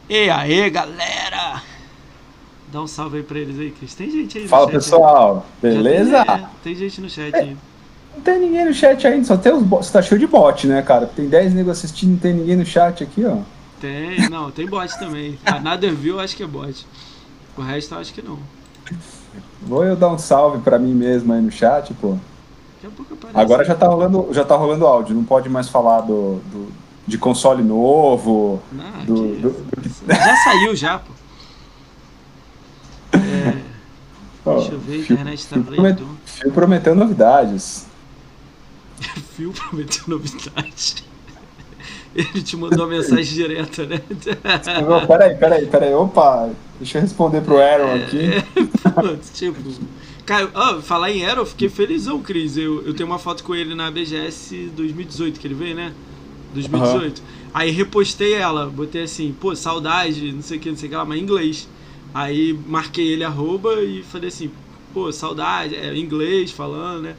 E aí, galera! Dá um salve aí pra eles aí, Cris. Tem gente aí no Fala chat aí. pessoal, Já tem, beleza? tem gente no chat aí. Não tem ninguém no chat ainda, só tem os bots. Você tá cheio de bot, né, cara? Tem 10 nego assistindo, não tem ninguém no chat aqui, ó. Tem, não, tem bot também. A Nada Viu, acho que é bot. O resto eu acho que não. Vou eu dar um salve pra mim mesmo aí no chat, pô. Daqui a pouco aparece Agora aí. já tá rolando áudio, não pode mais falar de console novo, Não, que do, do, isso. do que. Já saiu já, pô. É, Ó, deixa eu ver, internet tá lento. Fio prometeu novidades. Fio prometeu novidade. Ele te mandou uma mensagem direta, né? Não, peraí, opa, deixa eu responder pro Aaron aqui. Pô, tipo. Cara, falar em Aero, eu fiquei felizão, Cris. Eu tenho uma foto com ele na BGS 2018, que ele veio, né? 2018. Aí repostei ela, botei assim, pô, saudade, não sei o que lá, mas em inglês. Aí marquei ele arroba e falei assim, pô, saudade, em inglês falando, né?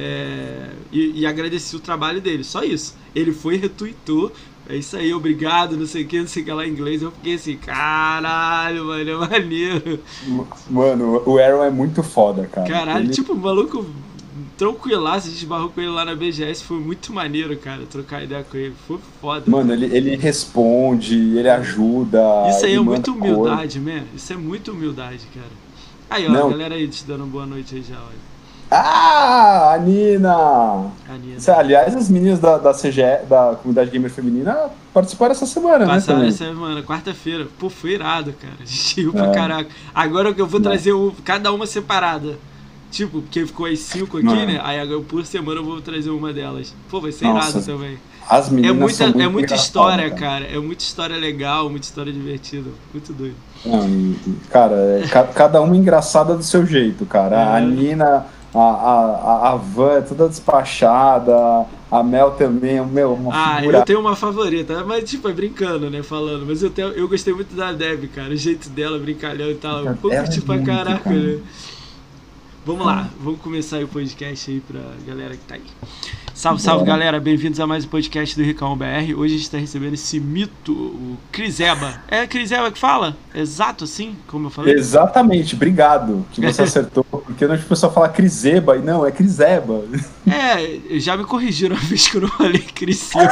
E agradeci o trabalho dele, só isso. Ele foi e retweetou. É isso aí, obrigado, não sei o que lá em inglês. Eu fiquei assim, caralho, mano, é maneiro. Mano, o Aaron é muito foda, cara. Caralho, tipo, o maluco tranquilaço, a gente esbarrou com ele lá na BGS, foi muito maneiro, cara, trocar ideia com ele, foi foda. Mano, ele responde, ele ajuda, Isso aí ele é manda muita coisa. humildade, man. Isso é muita humildade, cara. Aí, ó, a Não. galera aí te dando boa noite aí já, olha. Ah, a Nina! A Nina. Aliás, as meninas da CGE, da comunidade gamer feminina, participaram essa semana, né, Passaram também. essa semana, quarta-feira. Pô, foi irado, cara. A gente riu pra É, caraca. Agora que eu vou né, trazer cada uma separada. Tipo, porque ficou as 5 aqui, mano. né? Aí agora por semana eu vou trazer uma delas. Pô, vai ser irado Nossa, também. as meninas são É muito muita engraçadas, história, cara. cara. É muita história legal, muita história divertida. Muito doido. Não, cara, cada uma engraçada do seu jeito, cara. A É. Nina, a Van é toda despachada, a Mel também, meu, uma Ah, eu figura. tenho uma favorita, mas tipo, é brincando, né? Falando. Mas eu gostei muito da Deb, cara. O jeito dela, brincalhão e tal. Pô, Ela é curti pra muito, caraca, cara. né? Vamos lá, vamos começar aí o podcast aí pra galera que tá aí. Salve, salve, Bora. galera. Bem-vindos a mais um podcast do Ricão BR. Hoje a gente tá recebendo esse mito, o Criseba. É Criseba que fala? Exato assim, como eu falei? Exatamente, obrigado que você acertou, porque o pessoal fala Criseba e não, é Criseba. Já me corrigiram uma vez que eu não falei Criseba.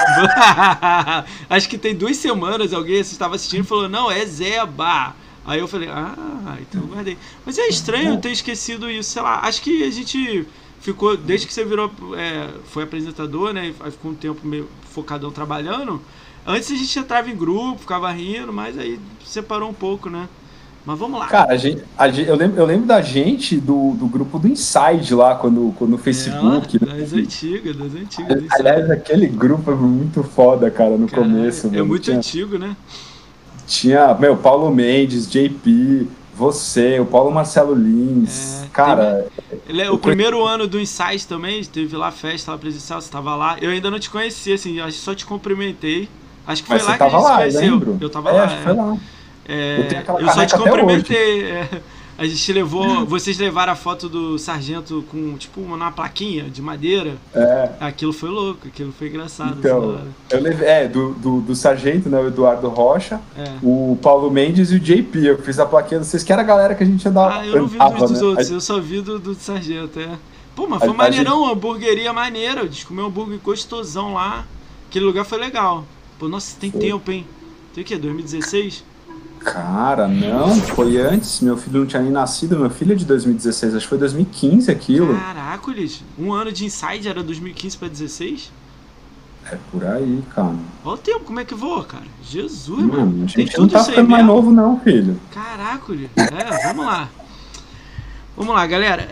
Acho que tem 2 semanas alguém estava assistindo e falou, não, é Zeba. Aí eu falei, então eu guardei. Mas é estranho eu ter esquecido isso, sei lá. Acho que a gente ficou, desde que você virou, foi apresentador, né? Aí ficou um tempo meio focadão trabalhando. Antes a gente entrava em grupo, ficava rindo, mas aí separou um pouco, né? Mas vamos lá. Cara, eu lembro da gente do grupo do Inside lá, quando no Facebook. Das antigas, do Aliás, Inside. aquele grupo é muito foda, cara, no Caralho, começo, é mano. muito antigo, né? Tinha, meu, Paulo Mendes, JP, você, o Paulo Marcelo Lins. Teve. Cara, O eu conheci. primeiro ano do Insight também, teve lá festa, lá presencial, você tava lá. Eu ainda não te conhecia, assim, acho que só te cumprimentei. Acho que foi Mas você lá que a tava gente se lá, eu conheceu. lembro. Eu tava lá, Acho que foi lá. Eu tenho aquela Eu só te caneca até hoje. cumprimentei. A gente levou. Vocês levaram a foto do sargento com, tipo, uma plaquinha de madeira. É, Aquilo foi louco, aquilo foi engraçado. então, eu levei, do sargento, né, o Eduardo Rocha, É. o Paulo Mendes e o JP. Eu fiz a plaquinha de vocês, que era a galera que a gente Eu não vi dos né? outros, eu só vi do sargento, Pô, mas A- foi a gente- maneirão, uma hamburgueria maneira. A gente comeu um hambúrguer gostosão lá. Aquele lugar foi legal. Pô, nossa, tem tempo, hein? Tem o quê? 2016? Cara, não, foi antes. Meu filho não tinha nem nascido. Meu filho é de 2016, acho que foi 2015 aquilo. Caracoles, um ano de Inside era 2015 pra 16? É por aí, cara. Olha o tempo, como é que voa, cara? Jesus, Mano, mano. a Tem gente não tudo tá isso aí ficando mais mesmo. novo, não, filho. Caracoles. Vamos lá. Vamos lá, galera.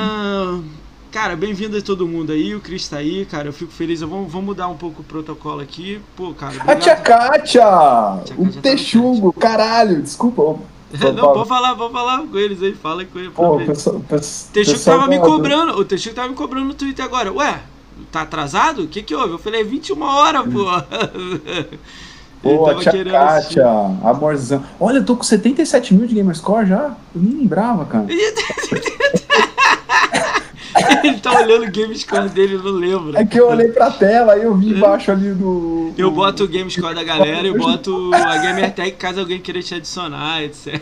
Cara, bem-vindo a todo mundo aí. O Cris tá aí, cara. Eu fico feliz. Vamos mudar um pouco o protocolo aqui. Pô, cara, A tia obrigado. Kátia! Tia O Kátia tá no Texugo, caralho, desculpa. Não, pode falar com eles aí. Fala com ele. Pô, Aproveita. pessoal, Teixugo tava me cobrando. O Teixugo tava me cobrando no Twitter agora. Ué, tá atrasado? O que houve? Eu falei, 21 horas, pô. Ele Pô, a tava tia querendo Kátia, assistir. amorzão. Olha, eu tô com 77 mil de Gamerscore já. Eu nem lembrava, cara. Ele tá olhando o game score dele, não lembra. É que eu olhei pra tela, aí eu vi embaixo ali do... Eu boto o game score da galera, eu boto a gamertag caso alguém queira te adicionar, etc.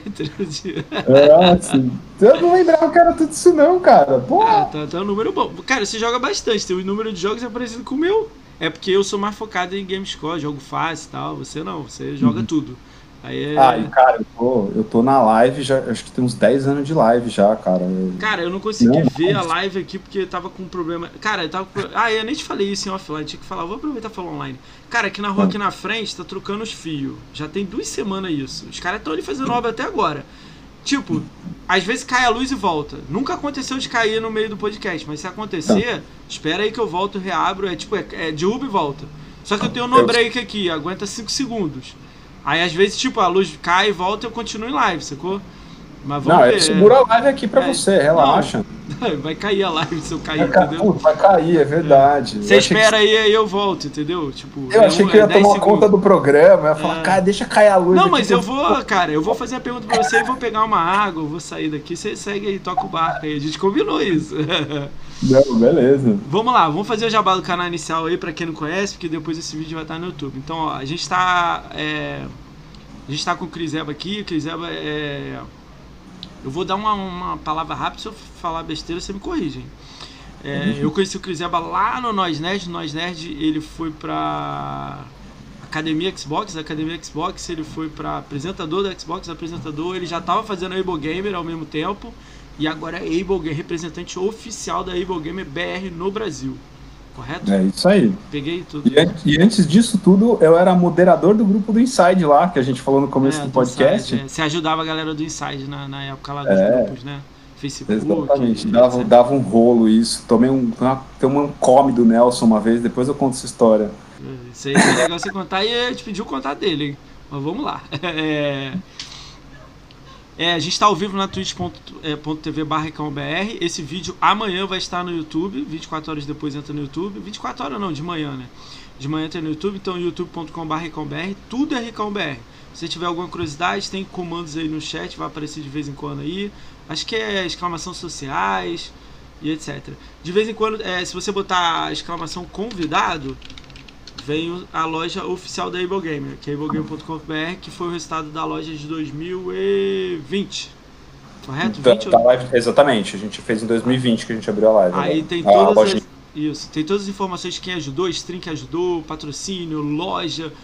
Assim. Eu não lembrava que era tudo isso não, cara. Pô. Tá um número bom. Cara, você joga bastante, o número de jogos é parecido com o meu. É porque eu sou mais focado em game score, jogo fácil e tal. Você não, você joga tudo. Aí e cara, eu tô na live já, acho que tem uns 10 anos de live já, cara. Cara, eu não consegui ver a live aqui porque tava com um problema. Cara, eu tava com... eu nem te falei isso em offline, tinha que falar, vou aproveitar e falar online. Cara, aqui na rua, aqui na frente, tá trocando os fios. Já tem 2 semanas isso. Os caras estão ali fazendo obra até agora. Tipo, às vezes cai a luz e volta. Nunca aconteceu de cair no meio do podcast, mas se acontecer, espera aí que eu volto, reabro, é derruba e volta. Só que eu tenho um no break aqui, aguenta 5 segundos. Aí às vezes, tipo, a luz cai e volta e eu continuo em live, sacou? Mas vamos ver. Eu seguro a live aqui pra você, relaxa. Não, vai cair a live se eu cair, entendeu? Vai cair, é verdade. Você espera aí eu volto, entendeu? Tipo, eu achei que eu ia tomar conta do programa, eu ia falar, cara, deixa cair a luz. Não, mas eu vou fazer a pergunta pra você e vou pegar uma água, eu vou sair daqui, você segue aí, toca o barco aí, a gente combinou isso. Não, beleza. Vamos lá, vamos fazer o jabá do canal inicial aí pra quem não conhece, porque depois esse vídeo vai estar no YouTube. Então, ó, a gente tá com o Cris Eba aqui, o Cris Eba eu vou dar uma palavra rápida, se eu falar besteira você me corrige, hein? Eu conheci o Cris Eba lá no Nós Nerd. No Nós Nerd ele foi pra Academia Xbox, ele foi pra apresentador da Xbox, ele já tava fazendo a Able Gamer ao mesmo tempo, e agora é Able Gamer, representante oficial da Able Gamer BR no Brasil. Correto? É isso aí. Peguei tudo. E antes disso tudo, eu era moderador do grupo do Inside lá, que a gente falou no começo do podcast. Inside, Você ajudava a galera do Inside na época lá dos grupos, né? Facebook. Exatamente. Dava um rolo isso. Tomei um come do Nelson uma vez, depois eu conto essa história. Isso aí é legal você contar, e eu te pedi o contato dele, hein? Mas vamos lá. A gente está ao vivo na twitch.tv/RicãoBR. Esse vídeo amanhã vai estar no YouTube. 24 horas depois entra no YouTube. 24 horas não, de manhã, né? De manhã entra no YouTube, então youtube.com/RicãoBR. Tudo é RicãoBR. Se tiver alguma curiosidade, tem comandos aí no chat, vai aparecer de vez em quando aí. Acho que é exclamação sociais e etc. De vez em quando, se você botar a exclamação convidado, vem a loja oficial da Able Gamer, que é ablegame.com.br, que foi o resultado da loja de 2020. Correto? Exatamente, a gente fez em 2020 que a gente abriu a live. Aí tem todas tem todas as informações de quem ajudou, stream que ajudou, patrocínio, loja,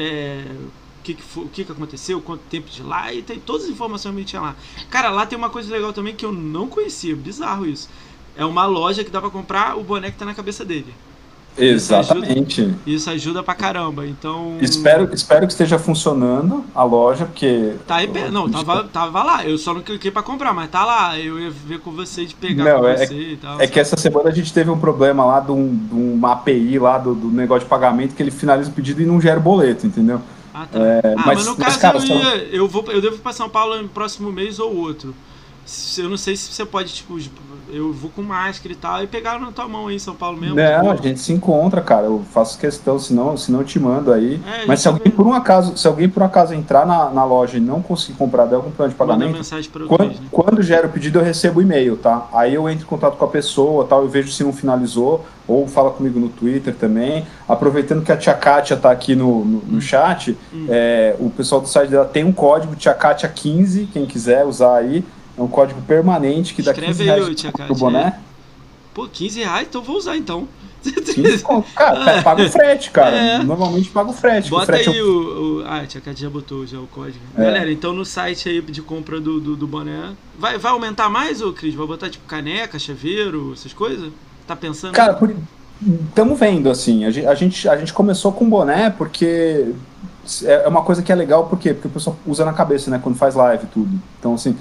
o que aconteceu, quanto tempo de lá, e tem todas as informações que tinha lá. Cara, lá tem uma coisa legal também que eu não conhecia, bizarro isso. É uma loja que dá pra comprar o boneco que tá na cabeça dele. Exatamente. Isso ajuda pra caramba, então... Espero que esteja funcionando a loja, porque... Tá aí, não, tava lá, eu só não cliquei pra comprar, mas tá lá, eu ia ver com você de pegar com você e tal. Que essa semana a gente teve um problema lá de uma API lá do negócio de pagamento, que ele finaliza o pedido e não gera o boleto, entendeu? Ah, tá. Mas no caso, cara, eu devo ir pra São Paulo no próximo mês ou outro. Eu não sei se você pode, tipo, eu vou com máscara e tal, e pegar na tua mão aí em São Paulo mesmo. Não, a gente se encontra, cara, eu faço questão, senão eu te mando aí. Mas se alguém por um acaso entrar na loja e não conseguir comprar, der algum plano de pagamento, quando gera o pedido eu recebo o e-mail, tá? Aí eu entro em contato com a pessoa, tal, eu vejo se não finalizou, ou fala comigo no Twitter também. Aproveitando que a Tia Kátia tá aqui no chat, o pessoal do site dela tem um código, Tia Kátia 15, quem quiser usar aí. É um código permanente que dá R$15 pro boné. Pô, R$15? Então vou usar então. Cara, paga o frete, cara. Normalmente paga o frete. Bota o frete aí a Tia Kátia já botou já o código. Galera, então no site aí de compra do boné, vai aumentar mais, ô Cris? Vai botar tipo caneca, chaveiro, essas coisas? Tá pensando? Cara, estamos vendo, assim. A gente começou com boné porque... É uma coisa que é legal, por quê? Porque o pessoal usa na cabeça, né? Quando faz live e tudo. Então, assim,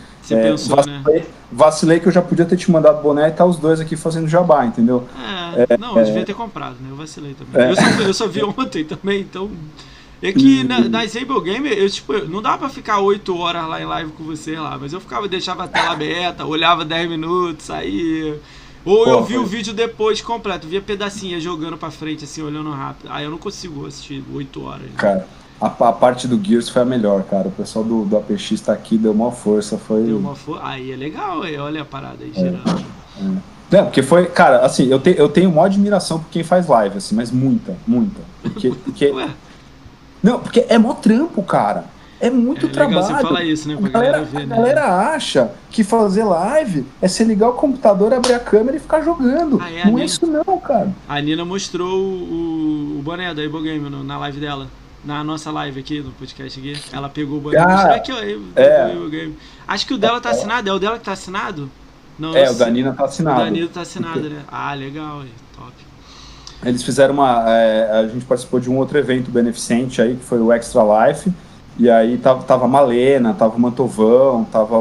vacilei que eu já podia ter te mandado boné e tá os dois aqui fazendo jabá, entendeu? Não, eu devia ter comprado, né? Eu vacilei também. Eu só vi ontem também, então... É que nas Able Gamer, não dava pra ficar 8 horas lá em live com você lá, mas eu deixava a tela aberta, olhava 10 minutos, saía... Ou eu vi o vídeo depois completo, via pedacinha jogando pra frente, assim, olhando rápido. Aí eu não consigo assistir 8 horas. Cara, a parte do Gears foi a melhor, cara. O pessoal do APX tá aqui, deu uma força. Deu uma força. Aí é legal, olha a parada aí, gerando. Não, porque foi, cara, assim, eu tenho uma admiração por quem faz live, assim, mas muita. Porque Ué. Não, porque é mó trampo, cara. É muito trabalho. Legal você falar isso, né? Pra galera ver, né? A galera acha que fazer live é você ligar o computador, abrir a câmera e ficar jogando. Não é isso não, cara. A Nina mostrou o boné da Ibogame na live dela. Na nossa live aqui, no podcast aqui. Ela pegou o boné e mostrou aqui, ó. Ibogame. Acho que o dela tá assinado. É o dela que tá assinado? Não, o da Nina tá assinado. O da Nina tá assinado, né? Ah, legal. Top. Eles fizeram a gente participou de um outro evento beneficente aí, que foi o Extra Life, e aí tava a Malena, tava o Mantovão, tava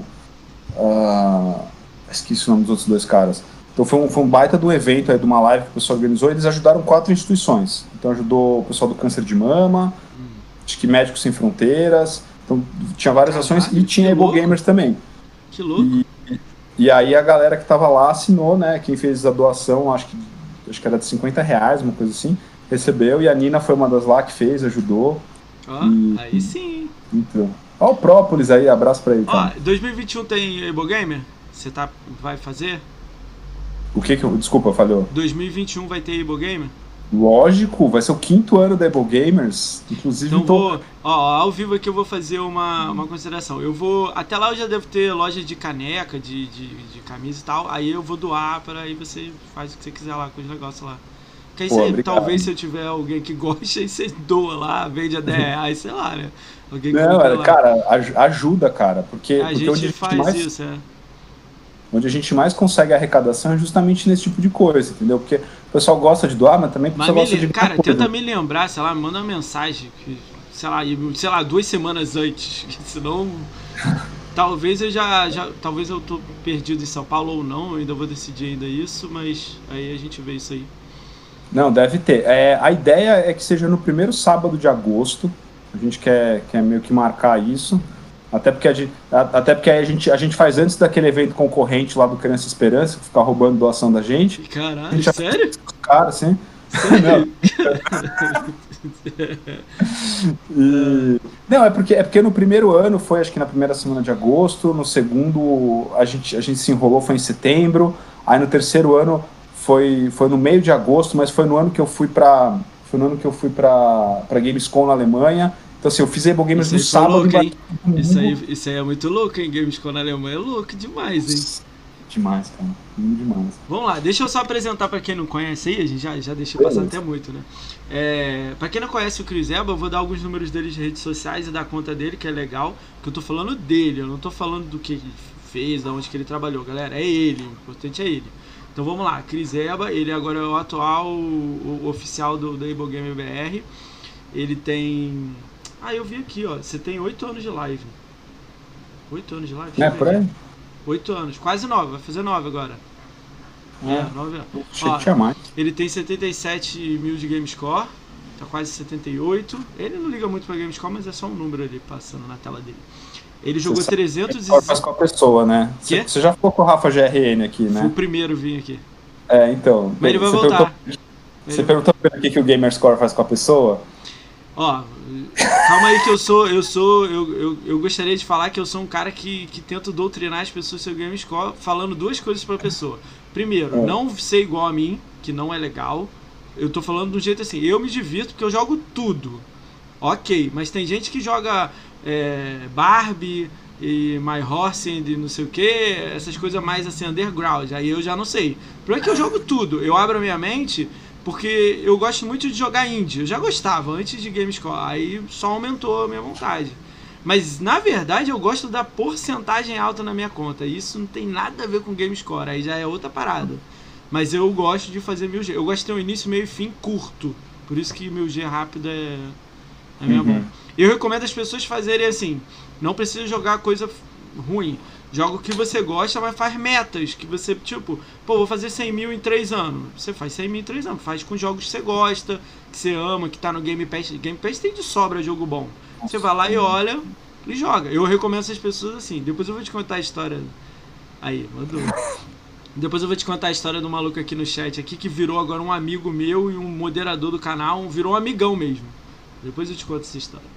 esqueci o nome dos outros dois caras. Então foi um baita de um evento aí, de uma live que o pessoal organizou, e eles ajudaram 4 instituições. Então ajudou o pessoal do câncer de mama, acho que Médicos Sem Fronteiras, então tinha várias ações, e tinha Ebogamers também. Que louco! E aí a galera que tava lá assinou, né, quem fez a doação, acho que era de R$50, uma coisa assim, recebeu, e a Nina foi uma das lá que fez, ajudou. Aí sim. Então, o Própolis aí, abraço pra ele. 2021 tem Ebogamer? Você vai fazer? O que desculpa, falhou? 2021 vai ter Ebogamer? Lógico, vai ser o 5º ano da Ebogamers, inclusive. Então ao vivo aqui eu vou fazer uma consideração. Até lá eu já devo ter loja de caneca, de camisa e tal, aí eu vou doar para aí você faz o que você quiser lá com os negócios lá. Que aí talvez se eu tiver alguém que gosta, aí você doa lá, vende a R$10, sei lá, né? Alguém que cara, ajuda, cara, porque a gente faz isso, Onde a gente mais consegue arrecadação é justamente nesse tipo de coisa, entendeu? Porque o pessoal gosta de doar, mas também o pessoal gosta de... Cara, tenta me lembrar, sei lá, manda uma mensagem, sei lá, 2 semanas antes, senão... Talvez talvez eu tô perdido em São Paulo ou não, eu ainda vou decidir ainda isso, mas aí a gente vê isso aí. Não, deve ter. A ideia é que seja no primeiro sábado de agosto, a gente quer meio que marcar isso. Até porque a gente faz antes daquele evento concorrente lá do Criança Esperança, que fica roubando doação da gente. Caralho, sério? Cara, assim. Não, é porque no primeiro ano foi, acho que na primeira semana de agosto, no segundo a gente se enrolou, foi em setembro, aí no terceiro ano foi no meio de agosto, mas foi no ano que eu fui pra Gamescom na Alemanha. Então, assim, eu fiz Ebogamers no sábado. Isso aí é muito louco, hein? Gamescom na Alemanha é louco demais, hein? Demais, cara. Demais. Vamos lá, deixa eu só apresentar pra quem não conhece aí, a gente já deixou passar até muito, né? Pra quem não conhece o Chris Eba, eu vou dar alguns números dele de redes sociais e da conta dele, que é legal, que eu tô falando dele, eu não tô falando do que ele fez, da onde que ele trabalhou, galera. É ele, o importante é ele. Então vamos lá, Chris Eba, ele agora é o atual oficial do Ebogamer BR. Ele tem... eu vi aqui, ó. Você tem 8 anos de live. 8 anos de live? Por aí? 8 anos, quase 9, vai fazer 9 agora. 9 anos. Achei que tinha mais. Ele tem 77 mil de GameScore, tá quase 78. Ele não liga muito pra GameScore, mas é só um número ali passando na tela dele. Ele jogou 300 e... Faz com a pessoa, né? Você já falou com o Rafa GRN aqui, né? Foi o primeiro vir aqui. Então. Mas ele vai voltar. Você perguntou por que o Gamerscore faz com a pessoa? Calma aí que eu gostaria de falar que eu sou um cara que tento doutrinar as pessoas sobre GameScore falando 2 coisas pra pessoa. Primeiro, não ser igual a mim, que não é legal. Eu tô falando de um jeito assim, eu me divirto porque eu jogo tudo. Ok, mas tem gente que joga Barbie e My Horse e não sei o que, essas coisas mais assim, underground, aí eu já não sei. O problema é que eu jogo tudo, eu abro a minha mente... Porque eu gosto muito de jogar indie. Eu já gostava antes de GameScore. Aí só aumentou a minha vontade. Mas na verdade eu gosto da porcentagem alta na minha conta. Isso não tem nada a ver com GameScore. Aí já é outra parada. Mas eu gosto de fazer 1000G. Eu gosto de ter um início, meio e fim curto. Por isso que 1000G rápido é minha bom. Eu recomendo as pessoas fazerem assim. Não precisa jogar coisa ruim. Joga o que você gosta, mas faz metas. Que você, tipo, vou fazer 100 mil em 3 anos. Você faz 100 mil em 3 anos. Faz com jogos que você gosta, que você ama, que tá no Game Pass. Game Pass tem de sobra jogo bom. Você vai lá e olha e joga. Eu recomendo essas pessoas assim. Depois eu vou te contar a história. Aí, mandou. Depois eu vou te contar a história do maluco aqui no chat aqui, que virou agora um amigo meu e um moderador do canal. Virou um amigão mesmo. Depois eu te conto essa história.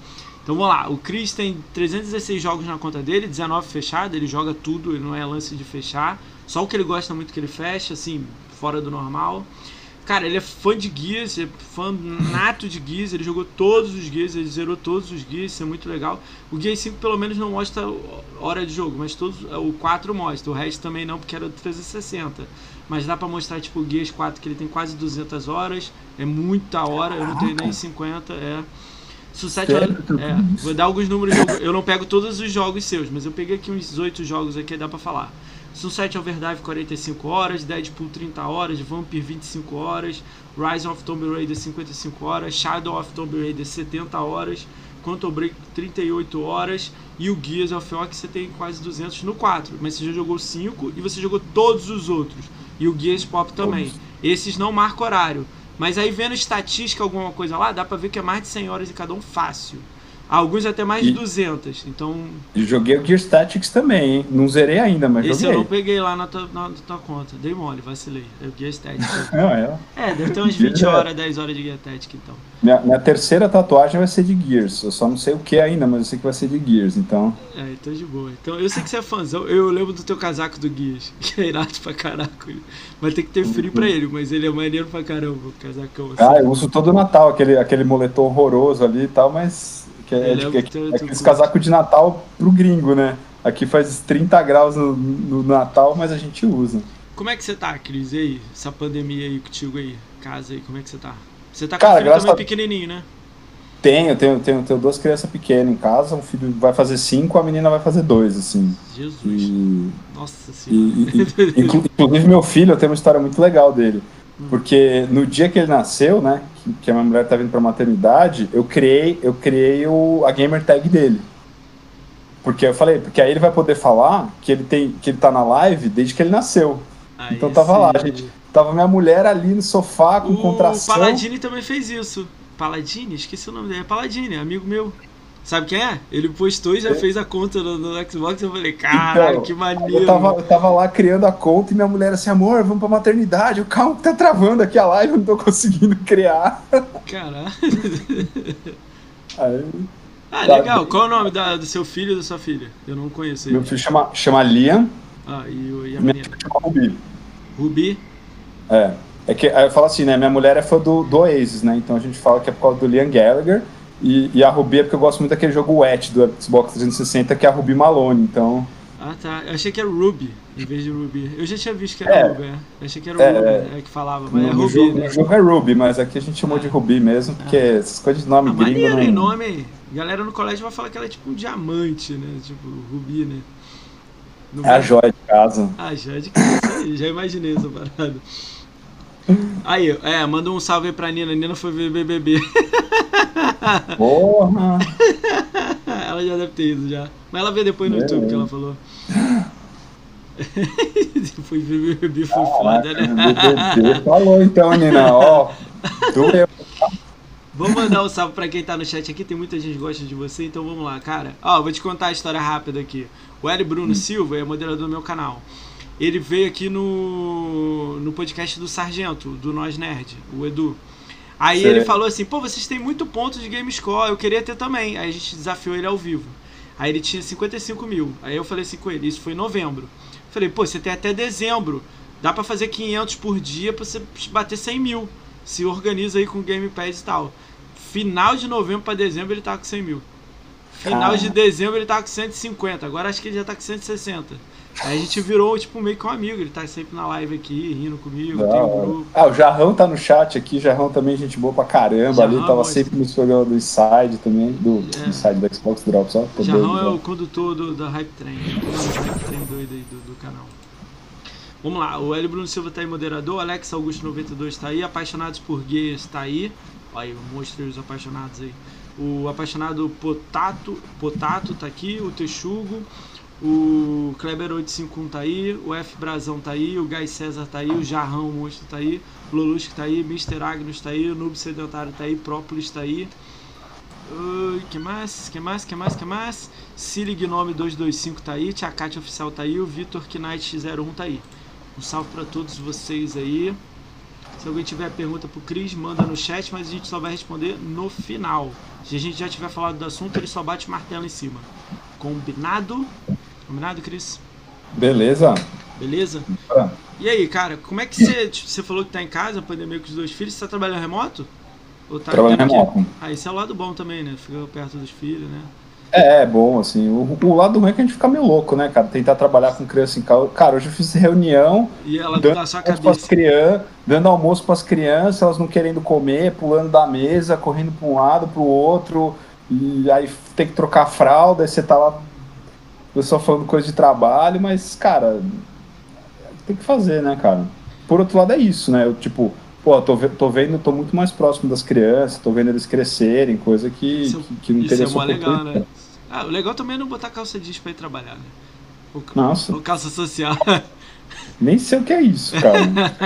Então vamos lá, o Chris tem 316 jogos na conta dele, 19 fechado, ele joga tudo, ele não é lance de fechar. Só o que ele gosta muito que ele fecha, assim, fora do normal. Cara, ele é fã de Gears, é fã nato de Gears, ele jogou todos os Gears, ele zerou todos os Gears, isso é muito legal. O Gears 5 pelo menos não mostra hora de jogo, mas o 4 mostra, o resto também não, porque era do 360. Mas dá pra mostrar, tipo, o Gears 4, que ele tem quase 200 horas, é muita hora, eu não tenho nem 50, Suicide, vou dar alguns números, eu não pego todos os jogos seus, mas eu peguei aqui uns 18 jogos aqui, dá pra falar. Sunset Overdrive 45 horas, Deadpool 30 horas, Vampire 25 horas, Rise of Tomb Raider 55 horas, Shadow of Tomb Raider 70 horas, Quantum Break 38 horas e o Gears of War que você tem quase 200 no 4, mas você já jogou 5 e você jogou todos os outros, e o Gears Pop também. Esses não marcam horário, mas aí vendo estatística, alguma coisa lá, dá pra ver que é mais de 100 horas em cada um fácil. Alguns até mais de 200, então... Eu joguei o Gear Tactics também, hein? Não zerei ainda, mas esse joguei. Eu não peguei lá na tua conta, dei mole, vacilei. É o Gear Tactics. Deve ter umas 20 horas, 10 horas de Gear Tactics, então. Minha terceira tatuagem vai ser de Gears, eu só não sei o que ainda, mas eu sei que vai ser de Gears, então... Então de boa. Então eu sei que você é fãzão, eu lembro do teu casaco do Gears, que é irado pra caraca. Vai ter que ter frio pra ele, mas ele é maneiro pra caramba, o casacão. Assim. Eu uso todo o Natal, aquele moletom horroroso ali e tal, mas... Aqueles casacos de Natal pro gringo, né? Aqui faz 30 graus no Natal, mas a gente usa. Como é que você tá, Cris? E aí? Essa pandemia aí contigo aí, casa aí, como é que você tá? Você tá com um filho também pequenininho, né? Tenho 2 crianças pequenas em casa, um filho vai fazer 5, a menina vai fazer 2, assim. Jesus! Nossa Senhora! Inclusive meu filho, eu tenho uma história muito legal dele. Porque no dia que ele nasceu, né, que a minha mulher tá vindo pra maternidade, eu criei a gamer tag dele. Porque eu falei, porque aí ele vai poder falar que ele tá na live desde que ele nasceu. Então tava lá, gente. Tava minha mulher ali no sofá com contração. O Paladini também fez isso. Paladini? Esqueci o nome dele. É Paladini, amigo meu. Sabe quem é? Ele postou e já fez a conta no Xbox. Eu falei, caralho, então, que maneiro. Eu tava lá criando a conta e minha mulher assim, amor, vamos pra maternidade. O calma que tá travando aqui a live, eu não tô conseguindo criar. Caralho. Legal. Qual é o nome do seu filho e da sua filha? Eu não conheço ele. Meu filho chama Liam. E a menina? Chama Ruby. Ruby? É que eu falo assim, né? Minha mulher é fã do Oasis, né? Então a gente fala que é por causa do Liam Gallagher. E a Ruby é porque eu gosto muito daquele jogo Wet do Xbox 360, que é a Ruby Malone, então... Tá. Eu achei que era Ruby, em vez de Ruby. Eu já tinha visto que era Ruby, Eu achei que era Ruby, que falava, mas é Ruby, né? O jogo é Ruby, mas aqui a gente chamou de Ruby mesmo, porque essas coisas de nome gringo... Maneiro em nome, hein? Galera no colégio vai falar que ela é tipo um diamante, né? Tipo, Ruby, né? A joia de casa. A joia de casa, já imaginei essa parada. Aí, manda um salve aí pra Nina. Nina foi ver BBB. Porra! Ela já deve ter ido já. Mas ela vê depois no YouTube que ela falou. Foi ver BBB, foi foda, né? BBB falou então, Nina. Ó, doeu. Vou mandar um salve pra quem tá no chat aqui. Tem muita gente que gosta de você, então vamos lá, cara. Vou te contar a história rápida aqui. O L. Bruno Silva é moderador do meu canal. Ele veio aqui no podcast do Sargento, do Nós Nerd, o Edu. Aí ele falou assim, vocês têm muito ponto de GameScore, eu queria ter também. Aí a gente desafiou ele ao vivo. Aí ele tinha 55 mil. Aí eu falei assim com ele, isso foi em novembro. Falei, você tem até dezembro. Dá pra fazer 500 por dia pra você bater 100 mil. Se organiza aí com o Game Pass e tal. Final de novembro pra dezembro ele tá com 100 mil. Final de dezembro ele tá com 150. Agora acho que ele já tá com 160. Aí a gente virou, tipo, meio que um amigo. Ele tá sempre na live aqui, rindo comigo, tem um grupo. O Jarrão tá no chat aqui. Jarrão também, gente boa pra caramba. Jarrão, ali tava sempre nos programas do Inside também. Do Inside da Xbox Drops. Jarrão é o condutor da Hype Train. Hype Train doido aí do canal. Vamos lá, o L. Bruno Silva tá aí, moderador. Alex Augusto 92 tá aí. Apaixonados por Gays tá aí. Olha aí, mostrei os apaixonados aí. O apaixonado Potato tá aqui. O Texugo. O Kleber 851 tá aí, o F Brazão tá aí, o Gai César tá aí, o Jarrão Monstro tá aí, o Lolusco tá aí, Mr. Agnus tá aí, o Noob Sedentário tá aí, Própolis tá aí. Que mais? Cili Gnome 225 tá aí, Tchacate Oficial tá aí, o Vitor Knight 01 tá aí. Um salve pra todos vocês aí. Se alguém tiver pergunta pro Cris, manda no chat, mas a gente só vai responder no final. Se a gente já tiver falado do assunto, ele só bate o martelo em cima. Combinado? Combinado, Cris? Beleza. Beleza? E aí, cara, como é que você falou que tá em casa, pandemia com os 2 filhos, você tá trabalhando remoto? Ou tá trabalhando remoto. Ah, isso é o lado bom também, né? Fica perto dos filhos, né? É bom, assim, o lado ruim é que a gente fica meio louco, né, cara, tentar trabalhar com criança em casa. Cara, hoje eu fiz reunião e ela dando sua cabeça. Dando almoço para as crianças, elas não querendo comer, pulando da mesa, correndo para um lado, para o outro, e aí tem que trocar a fralda, aí você tá lá, o pessoal falando coisa de trabalho, mas, cara, tem que fazer, né, cara. Por outro lado é isso, né, eu, tipo, pô, tô vendo, tô muito mais próximo das crianças, tô vendo eles crescerem, coisa que não teria essa oportunidade. Legal, né? Ah, o legal também é não botar calça jeans pra ir trabalhar, né? Nossa. Ou calça social. Nem sei o que é isso, cara.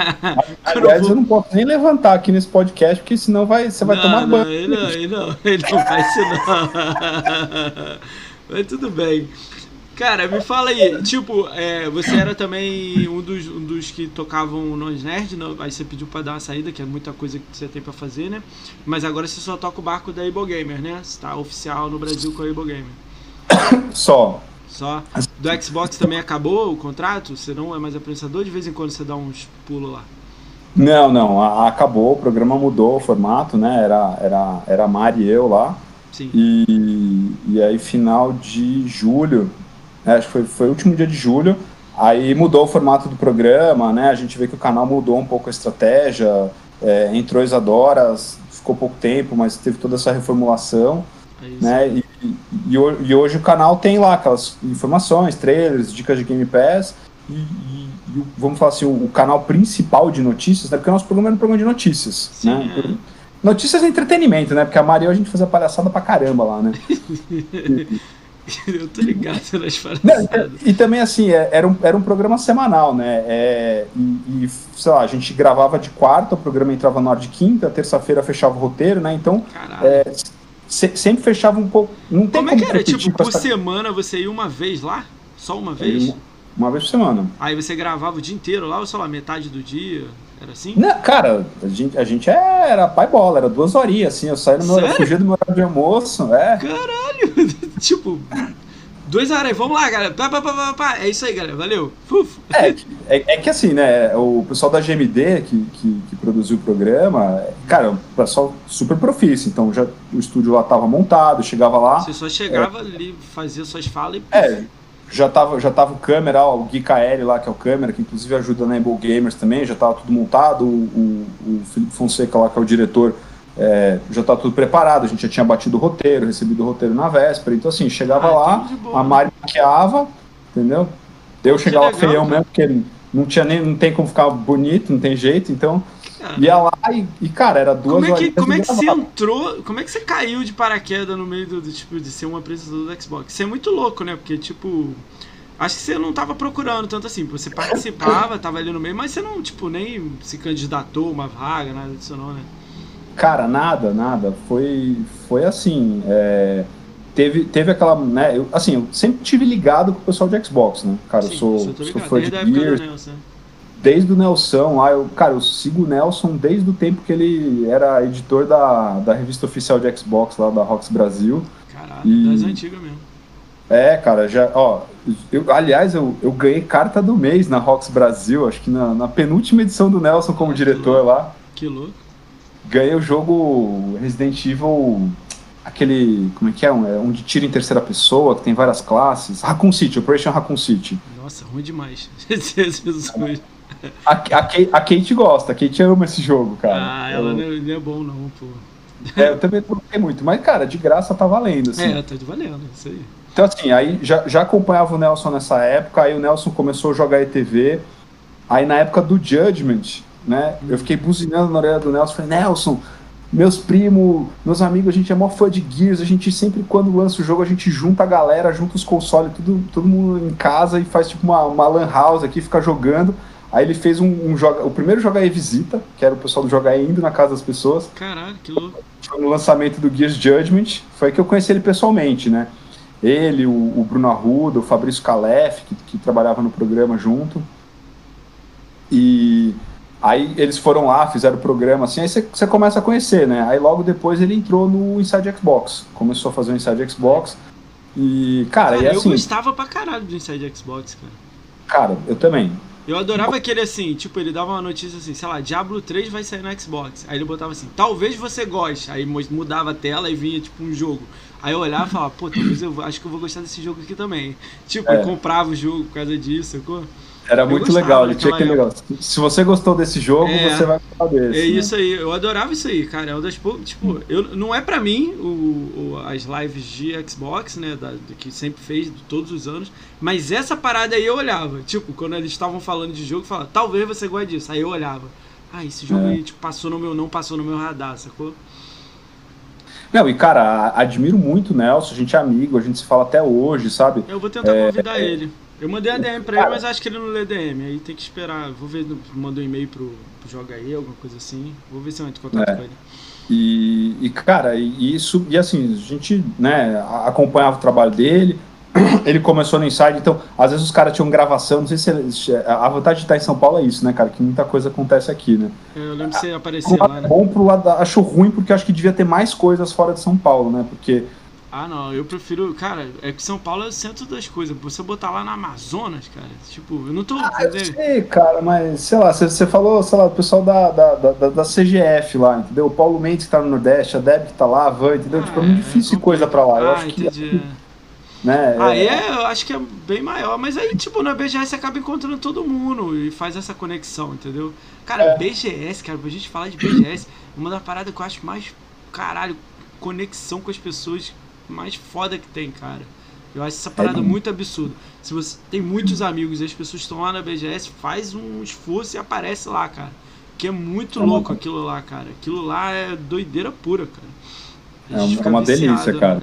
Aliás, eu não posso nem levantar aqui nesse podcast, porque senão você vai tomar banho. Ele não faz isso não. Mas tudo bem. Cara, me fala aí, tipo, você era também um dos que tocavam Nós Nerd, não? Aí você pediu pra dar uma saída, que é muita coisa que você tem pra fazer, né? Mas agora você só toca o barco da Able Gamer, né? Você tá oficial no Brasil com a Able Gamer. Só. Do Xbox também acabou o contrato? Você não é mais apresentador? De vez em quando você dá uns pulos lá? Não, acabou, o programa mudou o formato, né? Era a Mari e eu lá. Sim. E aí, final de julho, acho que foi o último dia de julho, aí mudou o formato do programa, né? A gente vê que o canal mudou um pouco a estratégia, entrou Isadora, ficou pouco tempo, mas teve toda essa reformulação, né? E hoje o canal tem lá aquelas informações, trailers, dicas de Game Pass, e vamos falar assim, o canal principal de notícias, né? Porque o nosso programa era um programa de notícias, sim, né? Notícias e entretenimento, né? Porque a Maria a gente fazia palhaçada pra caramba lá, né? Eu tô ligado nas palhaçadas. E também, assim, era um programa semanal, né? Sei lá, a gente gravava de quarta, o programa entrava no ar de quinta, terça-feira fechava o roteiro, né? Então, sempre fechava um pouco. Não tem como é que era? Tipo, por semana você ia uma vez lá? Só uma vez? Uma vez por semana. Aí você gravava o dia inteiro lá, ou sei lá, metade do dia? Era assim? Não, cara, a gente era pai bola, era 2 horinhas, assim, eu fugia do meu horário de almoço, Caralho! Tipo, 2 horas aí, vamos lá, galera. É isso aí, galera, valeu. É que assim, né, o pessoal da GMD que produziu o programa, cara, o pessoal super profício, então o estúdio lá tava montado, chegava lá... Você só chegava ali, fazia suas falas e... Já tava o câmera, o Gui KL lá, que é o câmera, que inclusive ajuda na Able Gamers também, já tava tudo montado, o Felipe Fonseca lá, que é o diretor, já tá tudo preparado, a gente já tinha batido o roteiro, recebido o roteiro na véspera, então assim, chegava lá, a Mari maquiava, entendeu? Eu chegava feião mesmo, porque não tem como ficar bonito, não tem jeito, então... Ia lá e cara, era 2 horas. Como é que você entrou? Como é que você caiu de paraquedas no meio do tipo de ser um apresentador do Xbox? Isso é muito louco, né? Porque, tipo, acho que você não tava procurando tanto assim. Você participava, tava ali no meio, mas você não, tipo, nem se candidatou uma vaga, nada disso não, né? Cara, nada. Foi assim. Teve aquela, né? Eu sempre tive ligado com o pessoal de Xbox, né? Cara, sim, eu sou fã de Gears. Desde o Nelson lá, eu sigo o Nelson desde o tempo que ele era editor da revista oficial de Xbox lá da Rox Brasil. Caralho, das antigas mesmo. Cara, aliás, eu ganhei carta do mês na Rox Brasil, acho que na penúltima edição do Nelson como diretor lá. Que louco. Ganhei o jogo Resident Evil, aquele, como é que é? Um de tiro em terceira pessoa, que tem várias classes. Raccoon City, Operation Raccoon City. Nossa, ruim demais. A Kate gosta, a Kate ama esse jogo, cara. Ela não é bom não, pô. Eu também não gostei muito, mas, cara, de graça tá valendo, assim. Tá valendo, isso aí. Então, assim, aí já acompanhava o Nelson nessa época, aí o Nelson começou a jogar ETV, aí na época do Judgment, né, eu fiquei buzinando na orelha do Nelson, falei, Nelson, meus primos, meus amigos, a gente é maior fã de Gears, a gente sempre, quando lança o jogo, a gente junta a galera, junta os consoles, todo mundo em casa e faz tipo uma lan house aqui, fica jogando. Aí ele fez o primeiro Joga aí Visita, que era o pessoal do Joga aí indo na casa das pessoas. Caralho, que louco. Foi no lançamento do Gears Judgment, foi que eu conheci ele pessoalmente, né? Ele, o Bruno Arruda, o Fabrício Calef, que trabalhava no programa junto. E Aí eles foram lá, fizeram o programa, assim, aí você começa a conhecer, né? Aí logo depois ele entrou no Inside Xbox, começou a fazer o Inside Xbox, e, cara, e assim... eu gostava pra caralho do Inside Xbox, cara. Cara, eu também. Eu adorava aquele assim, tipo, ele dava uma notícia assim, sei lá, Diablo 3 vai sair no Xbox. Aí ele botava assim, talvez você goste. Aí mudava a tela e vinha, tipo, um jogo. Aí eu olhava e falava, pô, talvez acho que eu vou gostar desse jogo aqui também. Tipo, eu comprava o jogo por causa disso, sacou? Era muito legal, ele tinha aquele negócio. Se você gostou desse jogo, você vai gostar desse. É isso aí, eu adorava isso aí, cara. É uma das tipo, não é pra mim as lives de Xbox, né? Que sempre fez todos os anos. Mas essa parada aí eu olhava. Tipo, quando eles estavam falando de jogo, eu falava, talvez você goste disso. Aí eu olhava. Ah, esse jogo aí tipo, não passou no meu radar, sacou? Não, e cara, admiro muito o Nelson, a gente é amigo, a gente se fala até hoje, sabe? Eu vou tentar convidar ele. Eu mandei a DM pra ele, mas acho que ele não lê DM. Aí tem que esperar. Vou ver, mandou um e-mail pro Joga aí, alguma coisa assim. Vou ver se eu entro em contato com ele. E cara, isso, e assim, a gente, né, acompanhava o trabalho dele. Ele começou no Inside, então às vezes os caras tinham gravação, não sei se a vantagem de estar em São Paulo é isso, né, cara, que muita coisa acontece aqui, né. Eu lembro que você aparecia lá, né. Bom pro lado, acho ruim porque acho que devia ter mais coisas fora de São Paulo, né, porque... Ah, não, eu prefiro, cara, é que São Paulo é o centro das coisas, você botar lá na Amazonas, cara, tipo, eu não tô... eu sei, cara, mas, sei lá, você falou, sei lá, o pessoal da CGF lá, entendeu, o Paulo Mendes que tá no Nordeste, a Deb que tá lá, a Van, entendeu, tipo, é muito difícil coisa pra lá, eu acho entendi. que... Né, eu acho que é bem maior, mas aí, tipo, na BGS acaba encontrando todo mundo e faz essa conexão, entendeu? Cara, BGS, cara, pra gente falar de BGS, uma das paradas que eu acho mais, caralho, conexão com as pessoas mais foda que tem, cara. Eu acho essa parada muito absurda. Se você tem muitos amigos e as pessoas estão lá na BGS, faz um esforço e aparece lá, cara. Que é muito louco aquilo lá, cara. Aquilo lá é doideira pura, cara. É uma delícia, cara.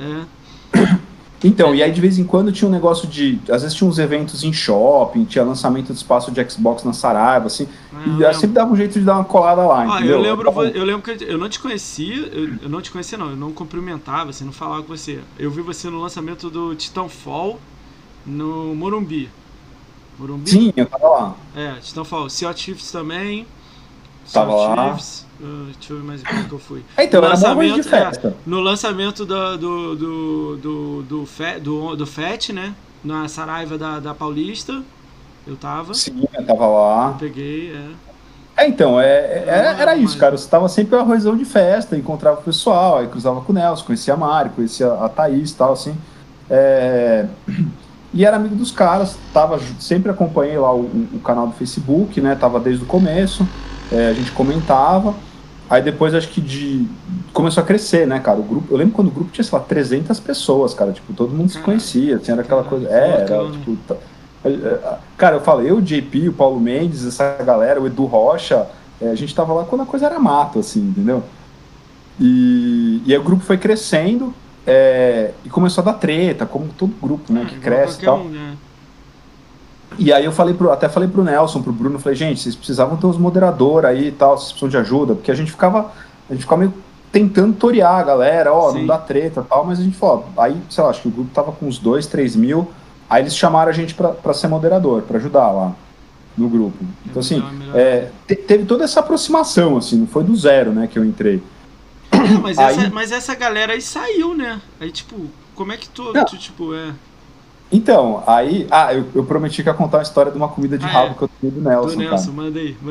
Então, e aí de vez em quando tinha um negócio de... Às vezes tinha uns eventos em shopping, tinha lançamento de espaço de Xbox na Saraiva, assim, e aí sempre dava um jeito de dar uma colada lá, entendeu? Eu lembro que eu não te conhecia, eu não te conhecia não, eu não cumprimentava, assim, não falava com você. Eu vi você no lançamento do Titanfall no Morumbi. Sim, eu tava lá. Titanfall, Sea of Thieves também. Tava lá. Deixa eu ver mais o que eu fui. Então, era lançamento de festa. No lançamento do FET, né? Na Saraiva da Paulista, eu tava. Sim, eu tava lá. Eu peguei, então, era isso, cara. Você tava sempre arrozão de festa, encontrava o pessoal, aí cruzava com o Nelson, conhecia a Mari, conhecia a Thaís e tal, assim. E era amigo dos caras, sempre acompanhei lá o canal do Facebook, né? Tava desde o começo. A gente comentava, aí depois acho que começou a crescer, né, cara, o grupo, eu lembro quando o grupo tinha, sei lá, 300 pessoas, cara, tipo, todo mundo se conhecia, assim, era aquela coisa, tipo, cara, eu falo, eu, o JP, o Paulo Mendes, essa galera, o Edu Rocha, a gente tava lá quando a coisa era mato, assim, entendeu? E aí o grupo foi crescendo, e começou a dar treta, como todo grupo, né, que cresce e tal. E aí eu até falei pro Nelson, pro Bruno, falei, gente, vocês precisavam ter uns moderadores aí e tal, vocês precisam de ajuda, porque a gente ficava meio tentando torear a galera, não dá treta e tal, mas a gente falou, aí, sei lá, acho que o grupo tava com uns 2, 3 mil, aí eles chamaram a gente pra ser moderador, pra ajudar lá no grupo. Então, assim, teve toda essa aproximação, assim, não foi do zero, né, que eu entrei. Mas essa galera aí saiu, né? Aí, tipo, como é que tu Então, aí... eu prometi que ia contar uma história de uma comida de rabo que eu tenho do Nelson. Do Nelson, cara. Manda aí.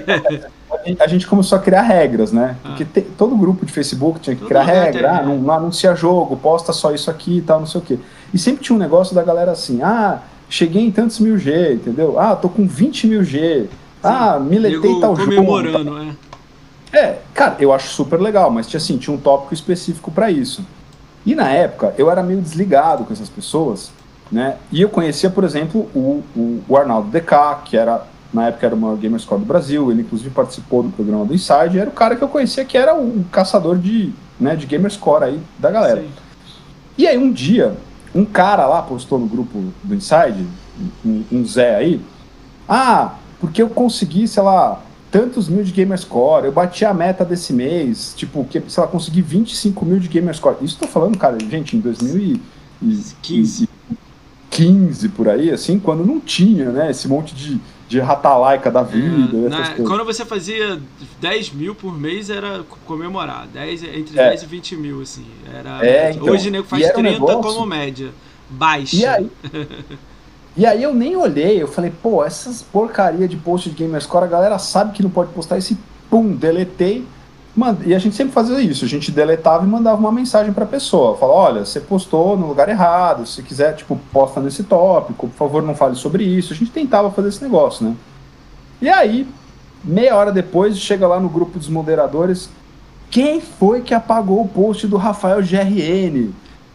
A gente começou a criar regras, né? Porque todo grupo de Facebook tinha que criar regra. Não anuncia jogo, posta só isso aqui e tal, não sei o quê. E sempre tinha um negócio da galera assim, cheguei em tantos 1000G, entendeu? Tô com 20 1000G. Miletei tal jogo. Comemorando, cara, eu acho super legal, mas tinha um tópico específico pra isso. E na época, eu era meio desligado com essas pessoas, né? E eu conhecia, por exemplo, o Arnaldo DK, que na época era o maior Gamerscore do Brasil, ele inclusive participou do programa do Inside, era o cara que eu conhecia que era o caçador de Gamerscore aí da galera. Sim. E aí um dia, um cara lá postou no grupo do Inside, um Zé aí, porque eu consegui, sei lá, tantos mil de Gamerscore, eu bati a meta desse mês, tipo, sei lá, consegui 25 mil de Gamerscore. Isso tô falando, cara, gente, em 2015 por aí, assim, quando não tinha, né, esse monte de de Ratalaika da vida. Quando você fazia 10 mil por mês, era comemorar. Entre 10 e 20 mil, assim. Então, hoje o nego faz 30 como média. Baixa. E aí eu nem olhei, eu falei, pô, essas porcaria de post de Gamerscore, a galera sabe que não pode postar esse, pum, deletei. E a gente sempre fazia isso, a gente deletava e mandava uma mensagem pra pessoa, falava, olha, você postou no lugar errado, se quiser, tipo, posta nesse tópico, por favor não fale sobre isso, a gente tentava fazer esse negócio, né? E aí, meia hora depois, chega lá no grupo dos moderadores, quem foi que apagou o post do Rafael GRN?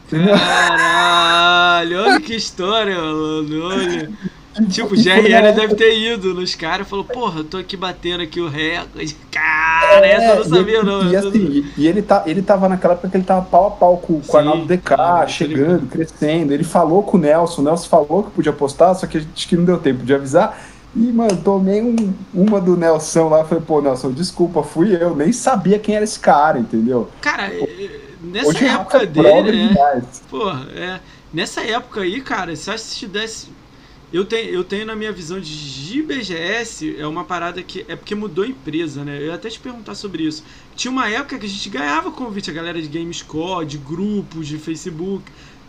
Caralho, olha que história, mano, olha. Tipo, o GRN deve ter ido nos caras e falou, porra, eu tô aqui batendo aqui o recorde. Cara, essa eu não sabia, não. Ele tava naquela época que ele tava pau a pau com o Arnaldo DK, chegando, crescendo. Ele falou com o Nelson falou que podia postar, só que acho que não deu tempo de avisar. E, mano, tomei uma do Nelson lá, falei, pô, Nelson, desculpa, fui eu, nem sabia quem era esse cara, entendeu? Cara, nessa época dele, nessa época aí, cara, se eu tivesse... Eu tenho na minha visão de BGS, é uma parada que é porque mudou a empresa, né? Eu ia até te perguntar sobre isso. Tinha uma época que a gente ganhava convite, a galera de Gamescore, de grupos, de Facebook,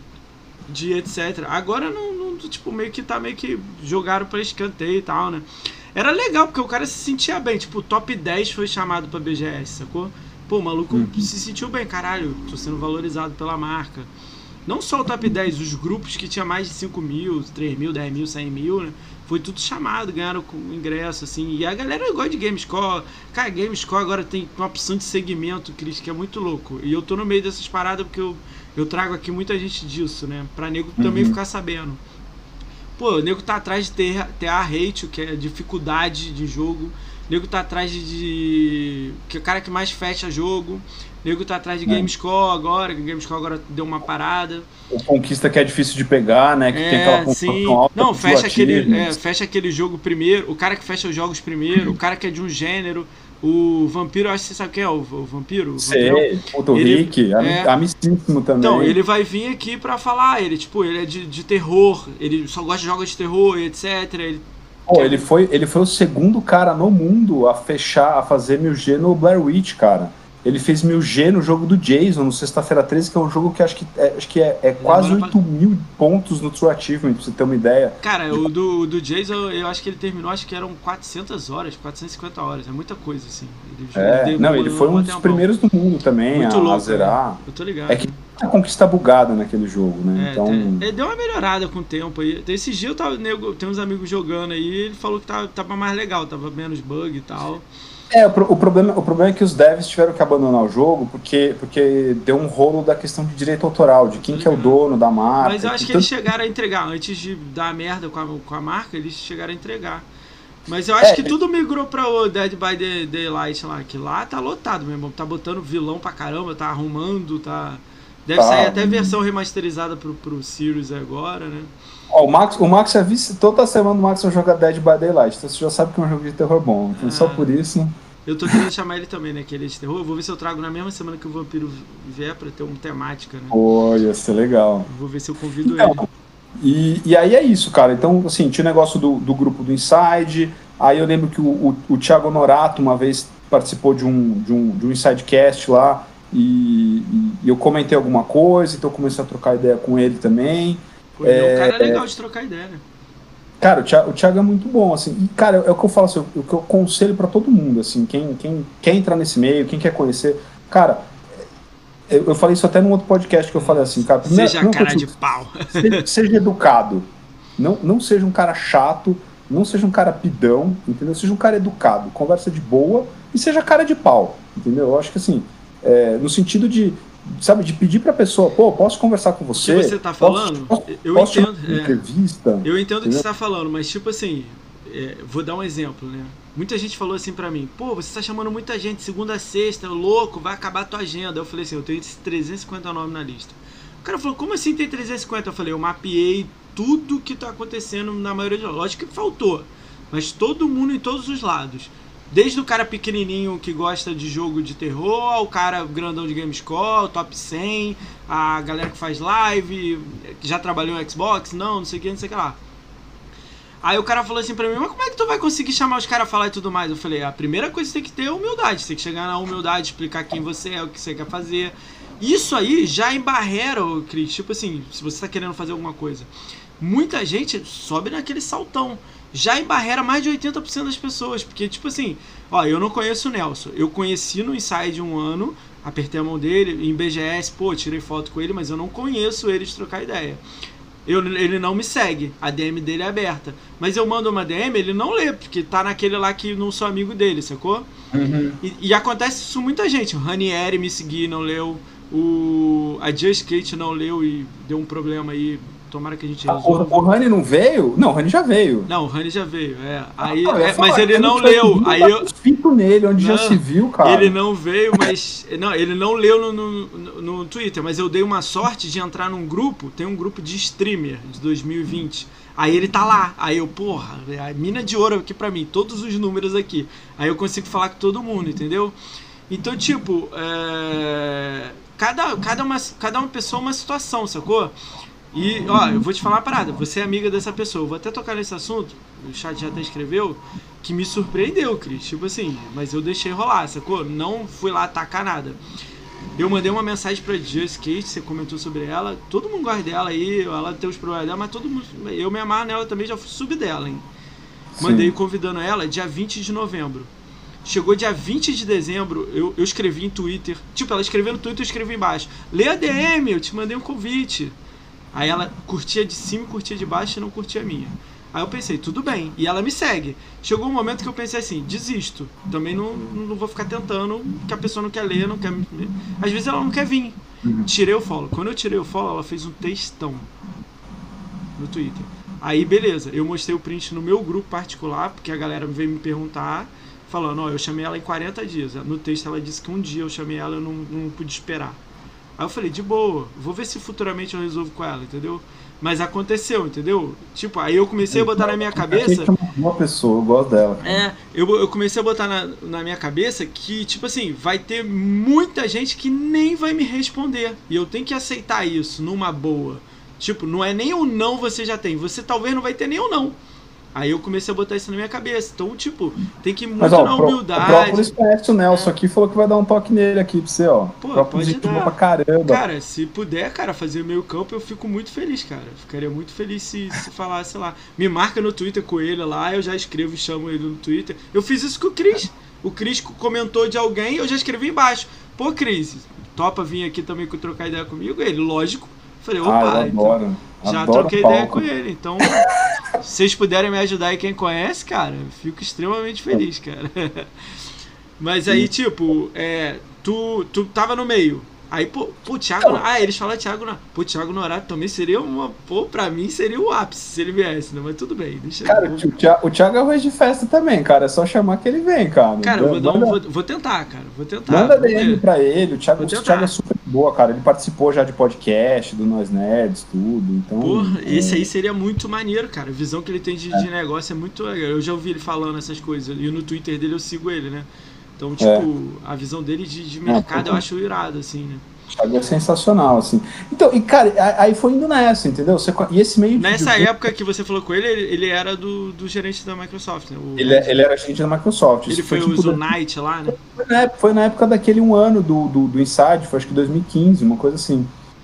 de etc. Agora não tipo, meio que jogaram pra escanteio e tal, né? Era legal, porque o cara se sentia bem, tipo, o top 10 foi chamado pra BGS, sacou? Pô, o maluco se sentiu bem, caralho, tô sendo valorizado pela marca. Não só o top 10, os grupos que tinha mais de 5 mil, 3 mil, 10 mil, 100 mil, né? Foi tudo chamado, ganharam com ingresso, assim. E a galera gosta de Gamescore. Cara, Gamescore agora tem uma opção de segmento, Cris, que é muito louco. E eu tô no meio dessas paradas porque eu trago aqui muita gente disso, né? Pra nego também ficar sabendo. Pô, o nego tá atrás de TA ratio, que é dificuldade de jogo. O nego tá atrás que é o cara que mais fecha jogo. O nego tá atrás de Gamescore agora, que o Gamescore agora deu uma parada. O conquista que é difícil de pegar, né? Que tem aquela pontuação alta. Não, fecha aquele jogo primeiro, o cara que fecha os jogos primeiro, o cara que é de um gênero. O Vampiro, eu acho que você sabe quem é o Vampiro? Sei, o Rick, amicíssimo também. Então, ele vai vir aqui pra falar, ele é de terror, ele só gosta de jogos de terror, etc. Ele foi o segundo cara no mundo a fazer 1000G no Blair Witch, cara. Ele fez 1000G no jogo do Jason, no Sexta-feira 13, que é um jogo que acho que é quase 8.000 pontos no True Achievement, pra você ter uma ideia. Cara, o do Jason, eu acho que ele terminou, acho que eram 400 horas, 450 horas, é muita coisa, assim. Ele foi um dos primeiros do mundo também muito a louco, zerar. Né? Eu tô ligado. É que a conquista bugada naquele jogo, né? Então... Ele deu uma melhorada com o tempo aí. Esse dia tem uns amigos jogando aí, ele falou que tava mais legal, tava menos bug e tal. O problema é que os devs tiveram que abandonar o jogo porque deu um rolo da questão de direito autoral, de quem que é o dono da marca. Mas eu acho que eles chegaram a entregar, antes de dar merda com a marca, eles chegaram a entregar. Mas eu acho que tudo migrou pra o Dead by Daylight lá, que lá tá lotado, meu irmão. Tá botando vilão pra caramba, tá arrumando, Deve sair até versão remasterizada pro Series agora, né? O Max já viu, toda semana o Max vai jogar Dead by Daylight, então você já sabe que é um jogo de terror bom, então só por isso... Eu tô querendo chamar ele também, né, que ele é de terror, vou ver se eu trago na mesma semana que o Vampiro vier pra ter uma temática, né? Pô, ia ser legal. Vou ver se eu convido ele. E aí é isso, cara, então assim, tinha o negócio do grupo do Inside, aí eu lembro que o Thiago Honorato uma vez participou de um Insidecast lá, e eu comentei alguma coisa, então eu comecei a trocar ideia com ele também. Pô, ele é um cara legal de trocar ideia, né? Cara, o Thiago é muito bom, assim, e, cara, é o que eu falo, assim, o que eu aconselho pra todo mundo, assim, quem quer entrar nesse meio, quem quer conhecer, cara, eu falei isso até num outro podcast que eu falei assim, cara... Seja cara de pau. Seja educado, não seja um cara chato, não seja um cara pidão, entendeu? Seja um cara educado, conversa de boa e seja cara de pau, entendeu? Eu acho que, assim, no sentido de pedir pra pessoa, pô, posso conversar com você? O que você tá falando? Eu entendo. Entrevista, eu entendo o que você tá falando, mas tipo assim, vou dar um exemplo, né? Muita gente falou assim pra mim, pô, você tá chamando muita gente segunda a sexta, louco, vai acabar a tua agenda. Eu falei assim, eu tenho 350 nomes na lista. O cara falou, como assim tem 350? Eu falei, eu mapeei tudo que tá acontecendo na maioria de... Lógico que faltou, mas todo mundo em todos os lados. Desde o cara pequenininho que gosta de jogo de terror, ao cara grandão de Gamescore, o top 100, a galera que faz live, que já trabalhou em Xbox, não sei o que lá. Aí o cara falou assim pra mim, mas como é que tu vai conseguir chamar os caras a falar e tudo mais? Eu falei, a primeira coisa que você tem que ter é humildade. Você tem que chegar na humildade, explicar quem você é, o que você quer fazer. Isso aí já embarrera, Cris. Tipo assim, se você tá querendo fazer alguma coisa. Muita gente sobe naquele saltão. Já embarrera mais de 80% das pessoas. Porque, tipo assim, ó, eu não conheço o Nelson. Eu conheci no Inside 1 ano, apertei a mão dele, em BGS, pô, tirei foto com ele, mas eu não conheço ele de trocar ideia. Ele não me segue, a DM dele é aberta. Mas eu mando uma DM, ele não lê, porque tá naquele lá que não sou amigo dele, sacou? Uhum. E acontece isso com muita gente. O Ranieri me seguiu, não leu. A Just Kate não leu e deu um problema aí. Tomara que a gente resolva. O Rani não veio? Não, o Rani já veio. Não, o Rani já veio, Aí, mas ele não leu. Aí eu fico nele, onde já se viu, cara. Ele não veio, mas... Não, ele não leu no Twitter, mas eu dei uma sorte de entrar num grupo. Tem um grupo de streamer de 2020. Aí ele tá lá. Aí eu, porra, a mina de ouro aqui pra mim. Todos os números aqui. Aí eu consigo falar com todo mundo, entendeu? Então, tipo... Cada uma pessoa uma situação, sacou? E, ó, eu vou te falar uma parada, você é amiga dessa pessoa, eu vou até tocar nesse assunto, o chat já até escreveu, que me surpreendeu, Cris, tipo assim, mas eu deixei rolar, sacou? Não fui lá atacar nada. Eu mandei uma mensagem pra Just Kate, você comentou sobre ela, todo mundo gosta dela aí, ela tem os problemas dela, mas todo mundo, eu me amarro nela também, já fui sub dela, hein? Mandei convidando ela dia 20 de novembro. Chegou dia 20 de dezembro, eu escrevi em Twitter, tipo, ela escreveu no Twitter, eu escrevi embaixo, lê a DM, eu te mandei um convite. Aí ela curtia de cima, curtia de baixo e não curtia a minha. Aí eu pensei, tudo bem. E ela me segue. Chegou um momento que eu pensei assim, desisto. Também não vou ficar tentando, que a pessoa não quer ler, não quer... Às vezes ela não quer vir. Tirei o follow. Quando eu tirei o follow, ela fez um textão no Twitter. Aí, beleza. Eu mostrei o print no meu grupo particular, porque a galera veio me perguntar, falando, ó, eu chamei ela em 40 dias. No texto ela disse que um dia eu chamei ela e eu não pude esperar. Aí eu falei, de boa, vou ver se futuramente eu resolvo com ela, entendeu? Mas aconteceu, entendeu? Tipo, aí eu comecei a botar na minha cabeça... Uma pessoa, eu gosto dela. Eu comecei a botar na minha cabeça que, tipo assim, vai ter muita gente que nem vai me responder. E eu tenho que aceitar isso numa boa. Tipo, não é nem o não você já tem, você talvez não vai ter nem o não. Aí eu comecei a botar isso na minha cabeça. Então, tipo, tem que ir muito na humildade. O próprio conhece o Nelson aqui, falou que vai dar um toque nele aqui pra você, ó. Pô, pode dar. Pra caramba. Cara, se puder, cara, fazer o meio campo, eu fico muito feliz, cara. Ficaria muito feliz se falasse, sei lá. Me marca no Twitter com ele lá, eu já escrevo e chamo ele no Twitter. Eu fiz isso com o Cris. O Cris comentou de alguém, eu já escrevi embaixo. Pô, Cris, topa vir aqui também trocar ideia comigo? Ele, lógico. Falei, opa, então, já troquei ideia com ele. Então, se vocês puderem me ajudar aí, quem conhece, cara, eu fico extremamente feliz, cara. Mas aí, tipo, tu tava no meio. Aí, pô, o Thiago... eles falam Thiago... Pô, Thiago Norato também seria uma... Pô, pra mim seria o ápice se ele viesse, né? Mas tudo bem, deixa... Cara, o Thiago é arroz de festa também, cara. É só chamar que ele vem, cara. Cara, vou tentar, cara. Vou tentar. Manda DM pra ele. O Thiago é super boa, cara. Ele participou já de podcast, do Nós Nerds, tudo. Então... Porra, esse aí seria muito maneiro, cara. A visão que ele tem de negócio é muito legal. Eu já ouvi ele falando essas coisas. E no Twitter dele eu sigo ele, né? Então, tipo, a visão dele de mercado eu acho irado, assim, né? O Thiago é sensacional, assim. Então, e cara, aí foi indo nessa, entendeu? E esse meio nessa época que você falou com ele, ele era do gerente da Microsoft, né? Ele era gerente da Microsoft. Ele foi o Zonite lá, né? Foi na época daquele um ano do Inside, foi acho que 2015, uma coisa assim.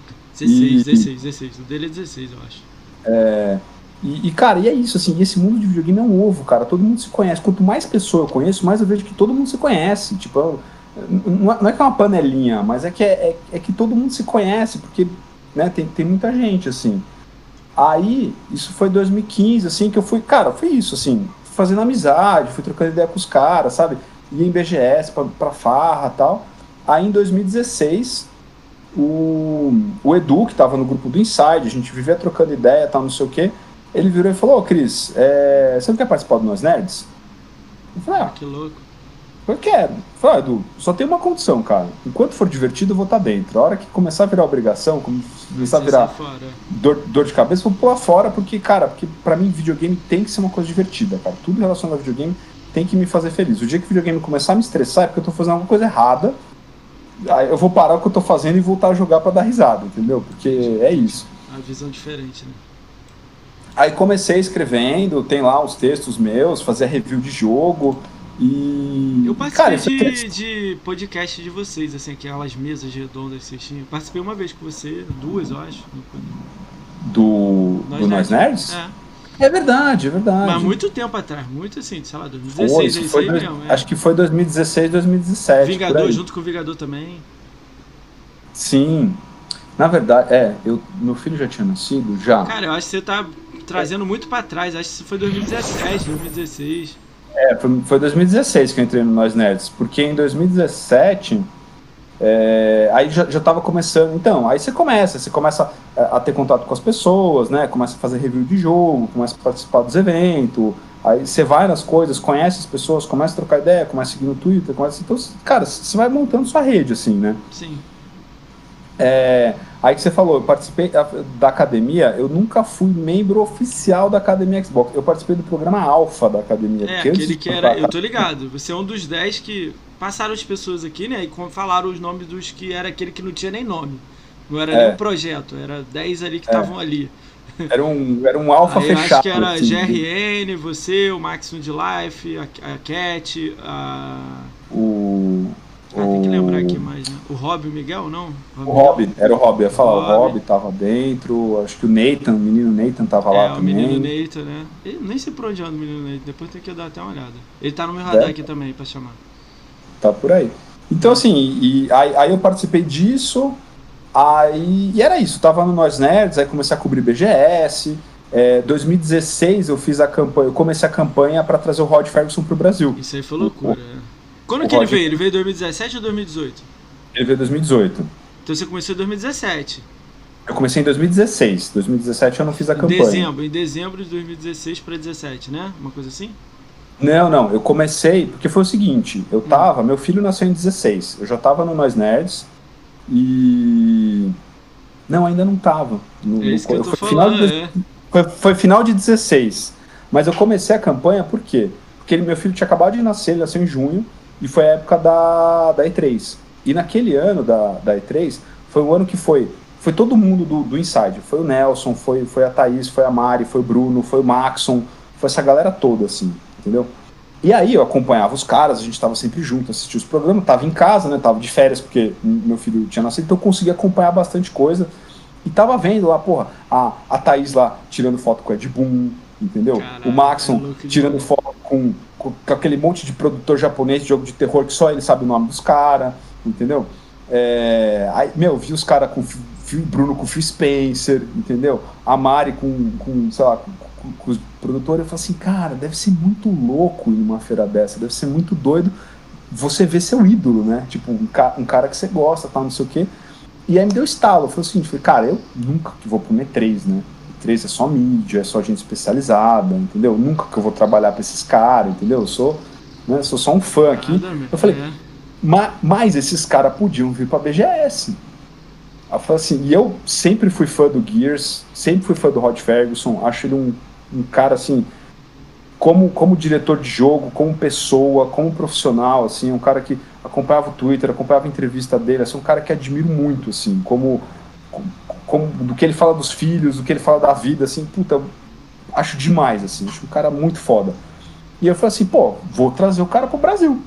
16. O dele é 16, eu acho. Cara, e é isso, assim, esse mundo de videogame é um ovo, cara, todo mundo se conhece. Quanto mais pessoa eu conheço, mais eu vejo que todo mundo se conhece. Tipo, não é que é uma panelinha, mas é que todo mundo se conhece, porque, né, tem muita gente, assim. Aí, isso foi 2015, assim, que eu fui, cara, foi isso, assim, fazendo amizade, fui trocando ideia com os caras, sabe? Ia em BGS pra farra e tal. Aí, em 2016, o Edu, que tava no grupo do Inside, a gente vivia trocando ideia e tal, não sei o quê, ele virou e falou, Cris, você não quer participar do Nós Nerds? Eu falei, que louco. Eu quero. Eu falei, Edu, só tem uma condição, cara. Enquanto for divertido, eu vou estar dentro. A hora que começar a virar obrigação, começar a virar dor de cabeça, eu vou pular fora, porque pra mim, videogame tem que ser uma coisa divertida, cara. Tudo relacionado a videogame tem que me fazer feliz. O dia que o videogame começar a me estressar é porque eu tô fazendo alguma coisa errada, aí eu vou parar o que eu tô fazendo e voltar a jogar pra dar risada, entendeu? Porque é isso. Uma visão diferente, né? Aí comecei escrevendo, tem lá os textos meus, fazia review de jogo e... Eu participei de podcast de vocês, assim, aquelas mesas redondas que vocês tinham. Participei uma vez com você, 2, eu acho. Do Nós Nerds? É verdade. Mas muito tempo atrás, muito assim, sei lá, 2016, foi mesmo. Acho que foi 2016, 2017. Vingador, junto com o Vingador também. Sim. Na verdade, meu filho já tinha nascido, já. Cara, eu acho que você tá trazendo muito pra trás, acho que isso foi 2017, 2016. Foi 2016 que eu entrei no Nós Nerds, porque em 2017... aí já tava começando. Então, aí você começa a ter contato com as pessoas, né? Começa a fazer review de jogo, começa a participar dos eventos, aí você vai nas coisas, conhece as pessoas, começa a trocar ideia, começa a seguir no Twitter, então, cara, você vai montando sua rede, assim, né? Sim. Aí que você falou, eu participei da academia, eu nunca fui membro oficial da Academia Xbox, eu participei do programa Alpha da academia. Aquele que era, eu tô ligado, você é um dos 10 que passaram as pessoas aqui, né, e falaram os nomes dos que era aquele que não tinha nem nome, não era nem um projeto, era 10 ali que estavam ali. Era um alfa fechado. Acho que era assim, GRN, você, o Maximum de Life, a Cat, tem que lembrar aqui mais, né? O Rob, o Miguel, não? Era o Rob, ia falar, o Rob tava dentro, acho que o menino Nathan tava lá também. O menino Nathan, né? Eu nem sei por onde anda o menino Nathan, depois tem que dar até uma olhada. Ele tá no meu radar aqui também, pra chamar. Tá por aí. Então, assim, aí eu participei disso, e era isso, tava no Nós Nerds, aí comecei a cobrir BGS, 2016 eu comecei a campanha pra trazer o Rod Ferguson pro Brasil. Isso aí foi loucura, Quando que ele veio? Ele veio em 2017 ou 2018? Ele veio em 2018. Então você começou em 2017? Eu comecei em 2016. 2017 eu não fiz a campanha. Em dezembro de 2016 para 2017, né? Uma coisa assim? Não. Eu comecei... Porque foi o seguinte. Meu filho nasceu em 16. Eu já tava no Nós Nerds. E... Não, ainda não tava. Isso que eu tô falando, Foi final de 16. Mas eu comecei a campanha por quê? Porque meu filho tinha acabado de nascer, ele nasceu em junho. E foi a época da E3. E naquele ano da E3, foi o ano que foi todo mundo do Inside. Foi o Nelson, foi a Thaís, foi a Mari, foi o Bruno, foi o Maxon, foi essa galera toda, assim, entendeu? E aí eu acompanhava os caras, a gente tava sempre junto, assistia os programas, tava em casa, né, tava de férias, porque meu filho tinha nascido, então eu conseguia acompanhar bastante coisa. E tava vendo lá, a Thaís lá tirando foto com o Ed Boon, entendeu? Caraca, o Maxon tirando foto com aquele monte de produtor japonês de jogo de terror que só ele sabe o nome dos caras, entendeu? Aí, vi os caras com o Bruno com o Phil Spencer, entendeu? A Mari com sei lá, com os produtores. Eu falei assim, cara, deve ser muito louco ir numa feira dessa, deve ser muito doido você ver seu ídolo, né? Tipo, um cara que você gosta, tal, não sei o quê. E aí me deu estalo, eu falei assim, cara, eu nunca que vou pro E3, né? E3 é só mídia, é só gente especializada, entendeu? Nunca que eu vou trabalhar pra esses caras, entendeu? Eu sou só um fã aqui. Eu falei, mas esses caras podiam vir pra BGS. Eu falei assim, e eu sempre fui fã do Gears, sempre fui fã do Rod Ferguson, acho ele um cara assim, como diretor de jogo, como pessoa, como profissional, assim, um cara que acompanhava o Twitter, acompanhava a entrevista dele, assim, um cara que admiro muito, assim, como do que ele fala dos filhos, do que ele fala da vida, assim, puta, acho demais, assim, acho um cara muito foda. E eu falei assim, vou trazer o cara pro Brasil.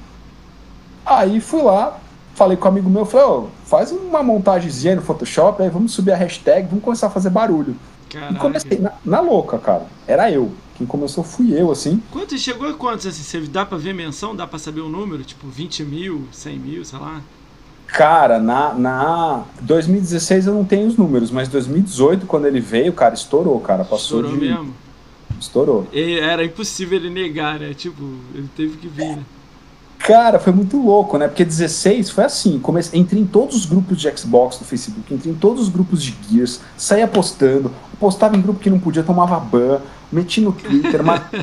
Aí fui lá, falei com um amigo meu, falei, faz uma montagemzinha no Photoshop, aí vamos subir a hashtag, vamos começar a fazer barulho. Caraca. E comecei na louca, cara, era eu. Quem começou fui eu, assim. Chegou a quantos, assim? Dá pra ver menção? Dá pra saber o número? Tipo, 20 mil, 100 mil, sei lá? Cara, na 2016 eu não tenho os números, mas 2018, quando ele veio, cara, estourou, cara. Estourou mesmo? Estourou. Era impossível ele negar, né? Tipo, ele teve que vir, né? Cara, foi muito louco, né? Porque 16 foi assim, entrei em todos os grupos de Xbox do Facebook, entrei em todos os grupos de Gears, saía postando, postava em grupo que não podia, tomava ban, meti no Twitter,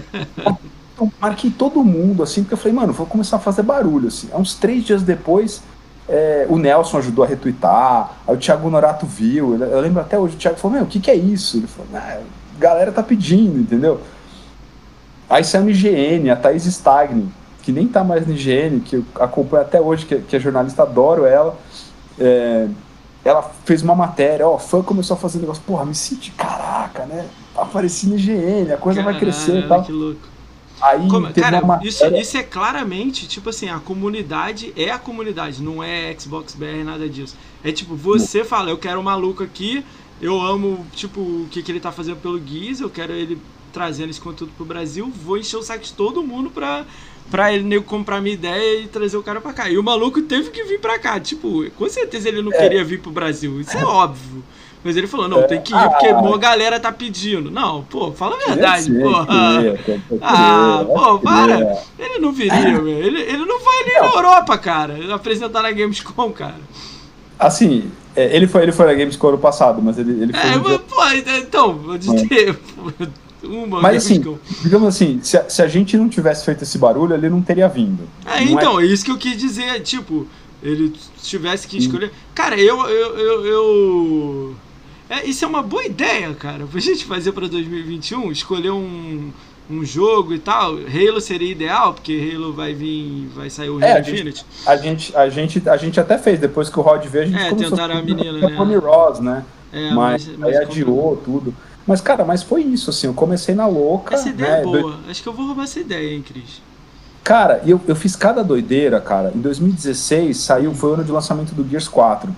marquei todo mundo, assim, porque eu falei, mano, vou começar a fazer barulho, assim. Há uns 3 dias depois, o Nelson ajudou a retweetar, aí o Thiago Norato viu, eu lembro até hoje, o Thiago falou, o que é isso? Ele falou, a galera tá pedindo, entendeu? Aí saiu no IGN, a Thaís Stagni, que nem tá mais no IGN, que eu acompanho até hoje, que é jornalista, adoro ela. ela fez uma matéria, ó, fã começou a fazer um negócio, porra, me senti, caraca, né? Tá aparecendo IGN, a coisa vai crescer e tal. Que louco. Aí, cara, isso é claramente, tipo assim, a comunidade é a comunidade, não é Xbox BR, nada disso. É tipo, você fala, eu quero um maluco aqui, eu amo, tipo, o que ele tá fazendo pelo Gears, eu quero ele trazendo esse conteúdo pro Brasil, vou encher o saco de todo mundo pra ele comprar minha ideia e trazer o cara pra cá. E o maluco teve que vir pra cá, tipo, com certeza ele não queria vir pro Brasil, isso é óbvio. Mas ele falou, não, tem que ir porque a galera tá pedindo. Não, pô, fala a verdade, porra. Pô, para. Ele não viria, meu. Ele não vai nem na Europa, cara, apresentar na Gamescom, cara. Assim, ele foi na Gamescom ano passado, mas ele foi... mas, pô, então, vou dizer... Mas assim, digamos assim, se a gente não tivesse feito esse barulho, ele não teria vindo. Então, é isso que eu quis dizer, tipo, ele tivesse que escolher... Cara, isso é uma boa ideia, cara, pra gente fazer pra 2021, escolher um jogo e tal. Halo seria ideal, porque Halo vai sair o Halo Infinite. A gente até fez, depois que o Rod veio, a gente começou a menina, né? Tony Ross, né? Mas aí adiou tudo. Mas, cara, foi isso, assim, eu comecei na louca. Essa ideia é boa, acho que eu vou roubar essa ideia, hein, Cris? Cara, eu fiz cada doideira, cara. Em 2016 foi o ano de lançamento do Gears 4.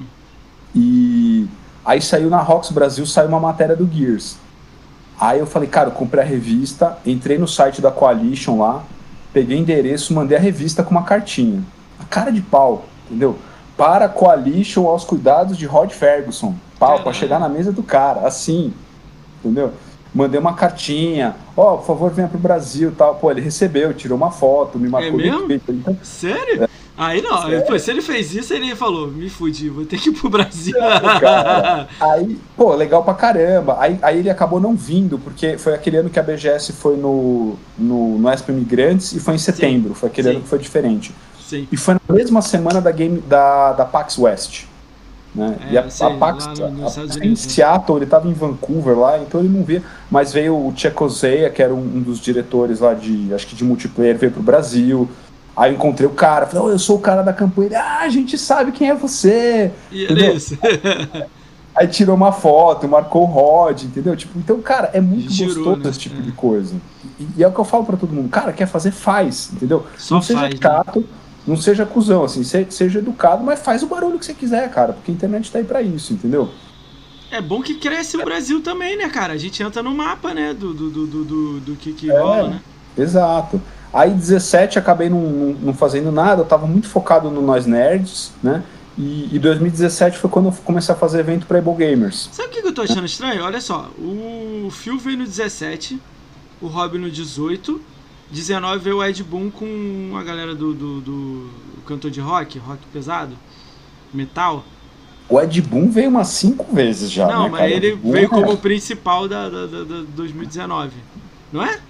E aí saiu na Rox Brasil, saiu uma matéria do Gears. Aí eu falei, cara, eu comprei a revista, entrei no site da Coalition lá, peguei endereço, mandei a revista com uma cartinha. A cara de pau, entendeu? Para a Coalition aos cuidados de Rod Ferguson. Pau, pra chegar na mesa do cara, assim, entendeu? Mandei uma cartinha, por favor, venha pro Brasil e tal. Pô, ele recebeu, tirou uma foto, me marcou no Twitter. Então, sério? Aí não, pô, se ele fez isso, ele falou, me fudi, vou ter que ir pro Brasil. Cara. Aí, pô, legal pra caramba. Aí ele acabou não vindo, porque foi aquele ano que a BGS foi no Expo Imigrantes e foi em setembro. Foi aquele ano que foi diferente. Sim. E foi na mesma semana da PAX West. Né? E a PAX em Seattle, ele estava em Vancouver lá, então ele não via. Mas veio o Tchecozeia, que era um dos diretores lá acho que de multiplayer, veio pro Brasil. Aí eu encontrei o cara, falei, eu sou o cara da campanha. A gente sabe quem é você. E era isso. Aí tirou uma foto, marcou o Rod, entendeu? Tipo, então, cara, é muito gostoso esse tipo de coisa. E é o que eu falo pra todo mundo, cara, quer fazer, faz, entendeu? Só não seja chato, né? Não seja cuzão, assim, seja educado, mas faz o barulho que você quiser, cara, porque a internet tá aí pra isso, entendeu? É bom que cresce o Brasil também, né, cara? A gente entra no mapa, né, do que rola, né? Exato. Aí 17 acabei não fazendo nada, eu tava muito focado no Nós Nerds, né? E 2017 foi quando eu comecei a fazer evento pra Able Gamers. Sabe o que eu tô achando estranho? Olha só, o Phil veio no 17, o Rob no 18, 19 veio o Ed Boon com a galera do cantor de rock pesado, metal. O Ed Boon veio umas 5 vezes já. Não, né, mas cara? ele veio como principal da 2019, não é?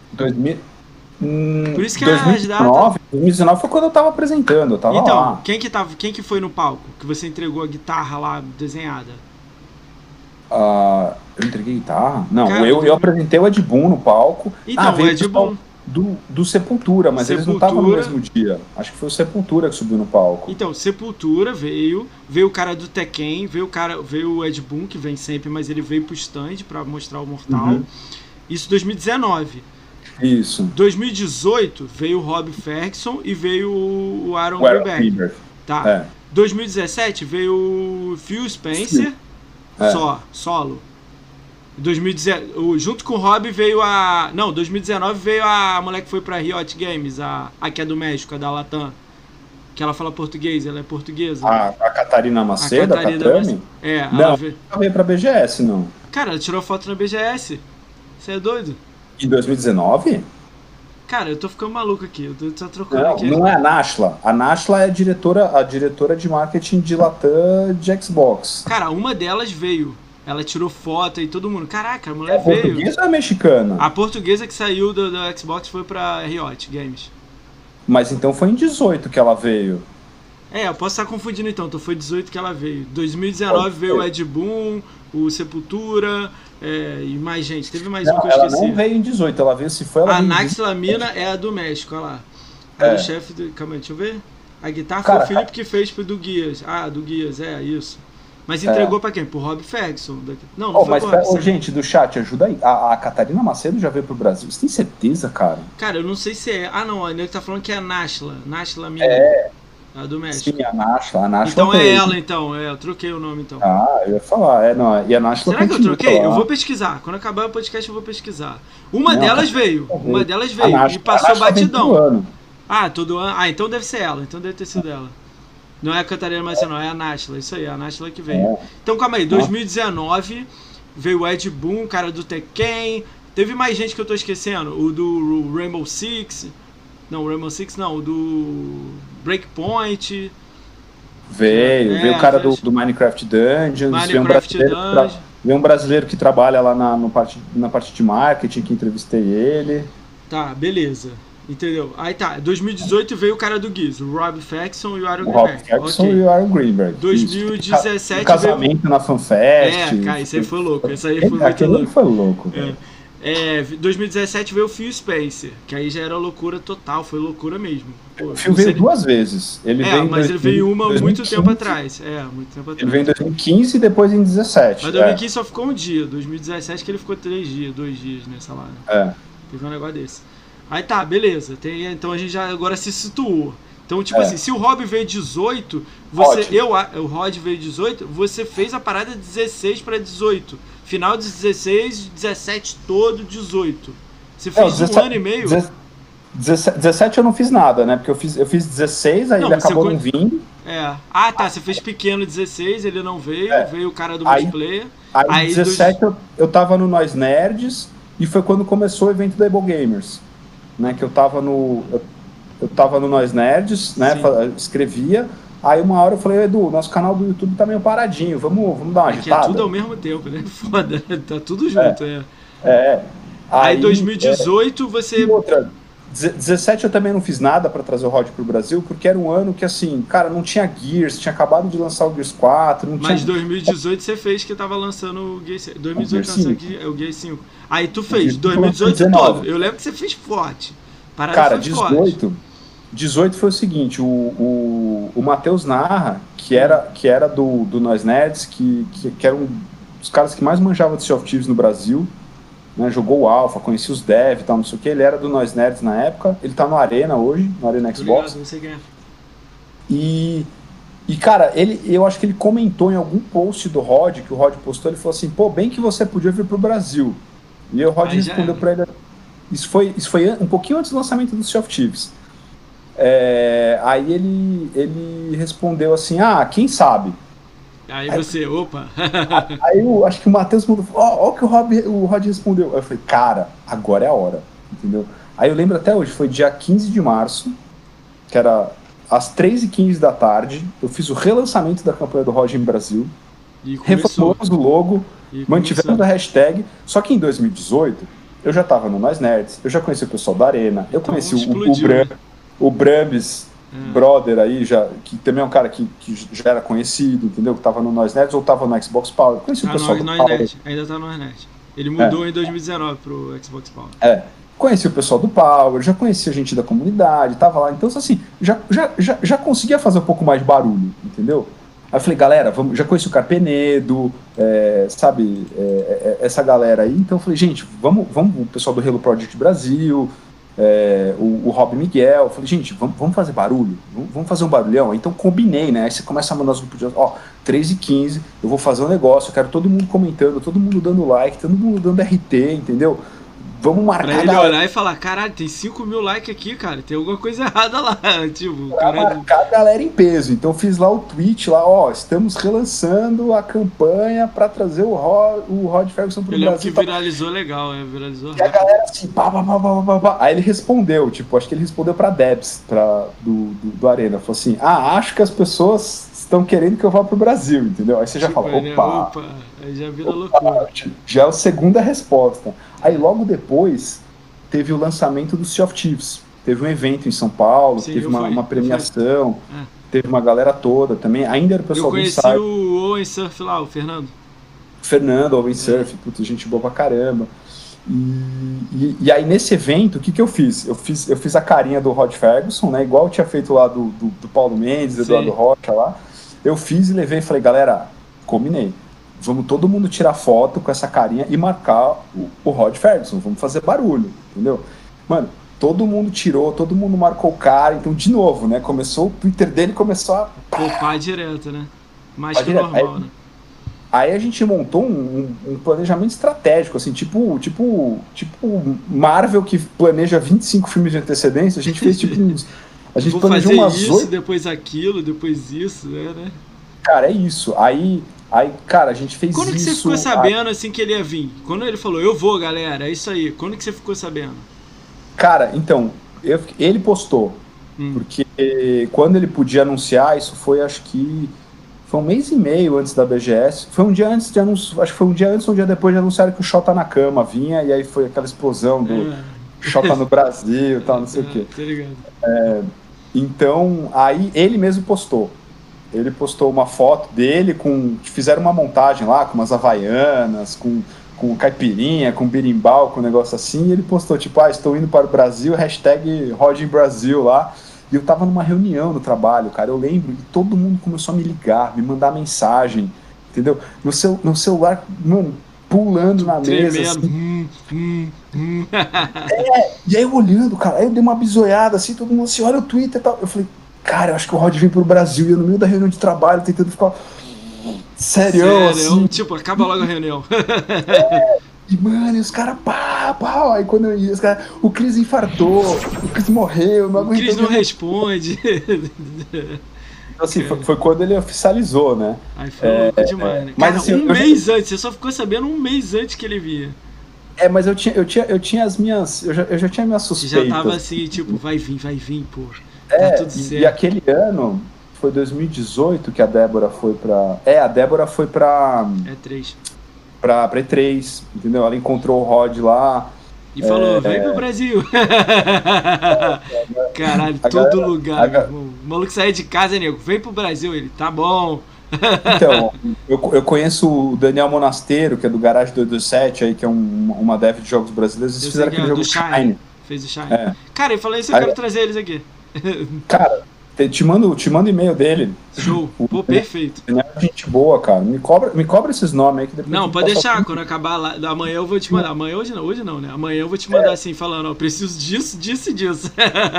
Por isso que 2019 foi quando eu tava apresentando, eu tava então, lá. Quem que foi no palco? Que você entregou a guitarra lá desenhada? Eu entreguei guitarra? Não, cara, eu apresentei o Ed Boon no palco. Então, o Ed Boon do Sepultura, mas eles não estavam no mesmo dia. Acho que foi o Sepultura que subiu no palco. Então, Sepultura veio o cara do Tekken, veio o Ed Boon, que vem sempre, mas ele veio pro stand pra mostrar o Mortal. Isso em 2019. Isso. 2018 veio o Rob Ferguson e veio o Aaron Greenberg. Tá. 2017 veio o Phil Spencer, solo. 2019, junto com o Rob veio 2019 veio a mulher que foi pra Riot Games, a que é do México, a da Latam, que ela fala português, ela é portuguesa. A Catarina Macedo, a Catrame? Ela veio pra BGS, não. Cara, ela tirou foto na BGS. Você é doido? Em 2019? Cara, eu tô ficando maluco aqui, eu tô trocando aqui. Não é a Nashla. A Nashla é a diretora de marketing de Latam de Xbox. Cara, uma delas veio. Ela tirou foto e todo mundo. Caraca, a mulher veio. A portuguesa ou a mexicana? A portuguesa que saiu do Xbox foi pra Riot Games. Mas então foi em 18 que ela veio. Eu posso estar confundindo então, foi 18 que ela veio. 2019 veio o Ed Boon, o Sepultura, e mais gente. Teve mais um que eu esqueci. Ela não veio em 18, ela veio se foi ela. A Nax Lamina é a do México, olha lá. Era o chefe do. Calma aí, deixa eu ver. A guitarra foi o Felipe que fez pro do Guias. Do Guias, isso. Mas entregou pra quem? Pro Rob Ferguson. Não foi pro Rob. Gente, do chat, ajuda aí. A Catarina Macedo já veio pro Brasil. Você tem certeza, cara? Cara, eu não sei se é. Ah, não. Ele tá falando que é a Nashla. Nashla Mina. A do México. Sim, a Nashla. Então é ela, então. Eu troquei o nome, então. Eu ia falar. Não. E a Nashla. Será que eu troquei? Eu vou pesquisar. Quando acabar o podcast, eu vou pesquisar. Uma delas veio. E passou batidão. Todo ano. Então deve ser ela. Então deve ter sido ela. Não é a Catarina Macedo, não. É a Nashla. Isso aí, a Nashla que veio. Então, calma aí. 2019 veio o Ed Boon, cara do Tekken. Teve mais gente que eu tô esquecendo. O do Rainbow Six. Não, o Rainbow Six não. O do Breakpoint. Veio o cara do Minecraft Dungeons. Veio um brasileiro que trabalha lá na parte de marketing, que entrevistei ele. Tá, beleza. Entendeu? Aí tá, 2018 veio o cara do Gears, o Rob Ferguson e o Aaron Greenberg. Rob Ferguson e o Aaron Greenberg. 2017 casamento veio... na FanFest. Cara, isso aí foi louco. Isso aí foi muito louco. Foi louco. 2017 veio o Phil Spencer, que aí já era loucura total, foi loucura mesmo. O Phil veio 2 vezes. Ele veio uma 2015, muito tempo atrás. Ele veio em 2015 e depois em 2017. Mas 2015 só ficou um dia, 2017 que ele ficou 2 dias nessa lá. Teve um negócio desse. Aí tá, beleza. Então a gente já agora se situou. Então, tipo assim, se o Rob veio 18, o Rod veio 18, você fez a parada 16 para 18. Final de 16, 17 todo, 18. Você fez 17, um ano e meio? 17 eu não fiz nada, né? Porque eu fiz 16, aí ele acabou não vindo. Você fez pequeno 16, ele não veio, veio o cara do multiplayer. Aí 17 eu tava no Nós Nerds e foi quando começou o evento da Able Gamers. Né, que eu tava no Nós Nerds, né, escrevia, aí uma hora eu falei, Edu, nosso canal do YouTube tá meio paradinho, vamos dar uma agitada. É tudo ao mesmo tempo, né, foda, tá tudo junto, Aí 2018 você... Outra, 17 eu também não fiz nada pra trazer o Rod pro Brasil, porque era um ano que, assim, cara, não tinha Gears, tinha acabado de lançar o Gears 4, não Mas tinha... 2018 você fez que tava lançando o Gears 5. 2018 lançando o Gears 5. Aí tu fez 2018 todo. Eu lembro que você fez forte. Cara, 18 foi o seguinte, o Matheus Narra, que era do Nós Nerds, que era um dos caras que mais manjava de Sea of Thieves no Brasil, né, jogou o Alpha, conhecia os dev e tal, não sei o que, ele era do Nós Nerds na época, ele tá no Arena hoje, no Arena Xbox. Não sei quem é. E cara, eu acho que ele comentou em algum post do Rod, que o Rod postou, ele falou assim, bem que você podia vir pro Brasil. E aí o Rod respondeu pra ele, isso foi um pouquinho antes do lançamento do Sea of Thieves. Aí ele respondeu assim, quem sabe? Aí você, opa! Aí eu acho que o Matheus mandou, ó o que o Rod respondeu. Aí eu falei, cara, agora é a hora, entendeu? Aí eu lembro até hoje, foi dia 15 de março, que era às 3h15 da tarde, eu fiz o relançamento da campanha do Rod em Brasil, reformulamos o logo, mantivemos a hashtag, só que em 2018, eu já tava no Nós Nerds, eu já conheci o pessoal da Arena, eu conheci o Brambis, brother aí, que também é um cara que já era conhecido, entendeu? Que tava no Nós Nerds ou tava no Xbox Power. Conheci o pessoal do Power. Ainda tá no Nós Nerds. Ele mudou em 2019 pro Xbox Power. Conheci o pessoal do Power, já conhecia gente da comunidade, tava lá. Então, assim, já conseguia fazer um pouco mais de barulho, entendeu? Aí eu falei, galera, já conheci o Carpenedo, essa galera aí. Então eu falei, gente, vamos o pessoal do Halo Project Brasil, o Rob Miguel, eu falei, gente, vamos fazer barulho, vamos fazer um barulhão. Então combinei, né? Aí você começa a mandar os grupos de 3h15, eu vou fazer um negócio, eu quero todo mundo comentando, todo mundo dando like, todo mundo dando RT, entendeu? Vamos marcar. Pra ele olhar e falar, caralho, tem 5.000 likes aqui, cara, tem alguma coisa errada lá. Tipo, pra marcar a galera em peso. Então eu fiz lá o tweet lá, estamos relançando a campanha pra trazer o Rod Ferguson pro Brasil. Que viralizou legal, viralizou rápido. E a galera assim, pá. Aí ele respondeu, acho que ele respondeu pra Debs, do Arena, falou assim, acho que as pessoas estão querendo que eu vá pro Brasil, entendeu? Aí você já fala, opa, aí já vira loucura. Já é a segunda resposta. Aí logo depois teve o lançamento do Sea of Thieves. Teve um evento em São Paulo, teve uma premiação, teve uma galera toda também. Ainda era o pessoal do site. Eu conheci o Owen Surf lá, o Fernando. Owen Surf, gente boa pra caramba. E aí nesse evento, o que eu fiz? Eu fiz a carinha do Rod Ferguson, né? Igual eu tinha feito lá do Paulo Mendes, do Eduardo Rocha lá. Eu fiz e levei e falei, galera, combinei. Vamos todo mundo tirar foto com essa carinha e marcar o Rod Ferguson. Vamos fazer barulho, entendeu? Mano, todo mundo tirou, todo mundo marcou o cara. Então, de novo, né? Começou, o Twitter dele começou a... Popar direto, né? Mais que normal, né? Aí a gente montou um planejamento estratégico, assim, tipo Marvel, que planeja 25 filmes de antecedência. A gente fez tipo uns... A gente planejou umas isso, 8... depois aquilo, depois isso, né? Cara, é isso. Aí, cara, a gente fez isso... Quando que você ficou sabendo, assim, que ele ia vir? Quando ele falou, eu vou, galera, é isso aí. Quando que você ficou sabendo? Cara, então, ele postou. Porque quando ele podia anunciar, isso foi, acho que... Foi um mês e meio antes da BGS. Foi um dia antes de anunciar... Acho que foi um dia antes ou um dia depois de anunciar que o Xota na Cama vinha. E aí foi aquela explosão do Xota no Brasil e tal, não sei o quê. Tá ligado. Então, aí ele mesmo postou. Ele postou uma foto dele fizeram uma montagem lá com umas havaianas, com caipirinha, com birimbau, com um negócio assim, e ele postou, tipo, estou indo para o Brasil, #RodinBrasil lá, e eu tava numa reunião no trabalho, cara, eu lembro, e todo mundo começou a me ligar, me mandar mensagem, entendeu? No celular, mano, pulando na mesa, assim. E aí eu olhando, cara, aí eu dei uma bisoiada, assim, todo mundo assim, olha o Twitter e tal, eu falei, cara, eu acho que o Rod vem pro Brasil, e eu no meio da reunião de trabalho, tentando ficar sério, assim. Tipo, acaba logo a reunião. E, mano, e os caras, pá, aí quando eu ia, os caras, o Chris infartou, o Chris morreu, não aguentou. O Chris não responde. Então, assim, foi quando ele oficializou, né? Aí foi louco demais, né? Mas, cara, assim, mês antes, você só ficou sabendo um mês antes que ele via. Mas eu tinha as minhas, eu já tinha minhas suspeitas. Já tava assim, tipo, vai vir, pô. Tá tudo certo. E aquele ano, foi 2018 que a Débora foi pra... a Débora foi pra... E3. Pra E3, entendeu? Ela encontrou o Rod lá. E falou, vem pro Brasil. Caralho, todo lugar. O maluco saiu de casa, nego, vem pro Brasil. Ele, tá bom. Então, eu conheço o Daniel Monasteiro, que é do Garage 227, aí, que é uma dev de jogos brasileiros. Eles fizeram aquele jogo Shine. Fez o Shine. Cara, eu falei isso, eu quero trazer eles aqui. Cara, te mando e-mail dele. Show. Pô, perfeito. É gente boa, cara. Me cobra esses nomes aí que depois. Não, pode deixar. Quando acabar lá, amanhã eu vou te mandar. Amanhã, hoje não, né? Amanhã eu vou te mandar assim, falando, ó, preciso disso e disso.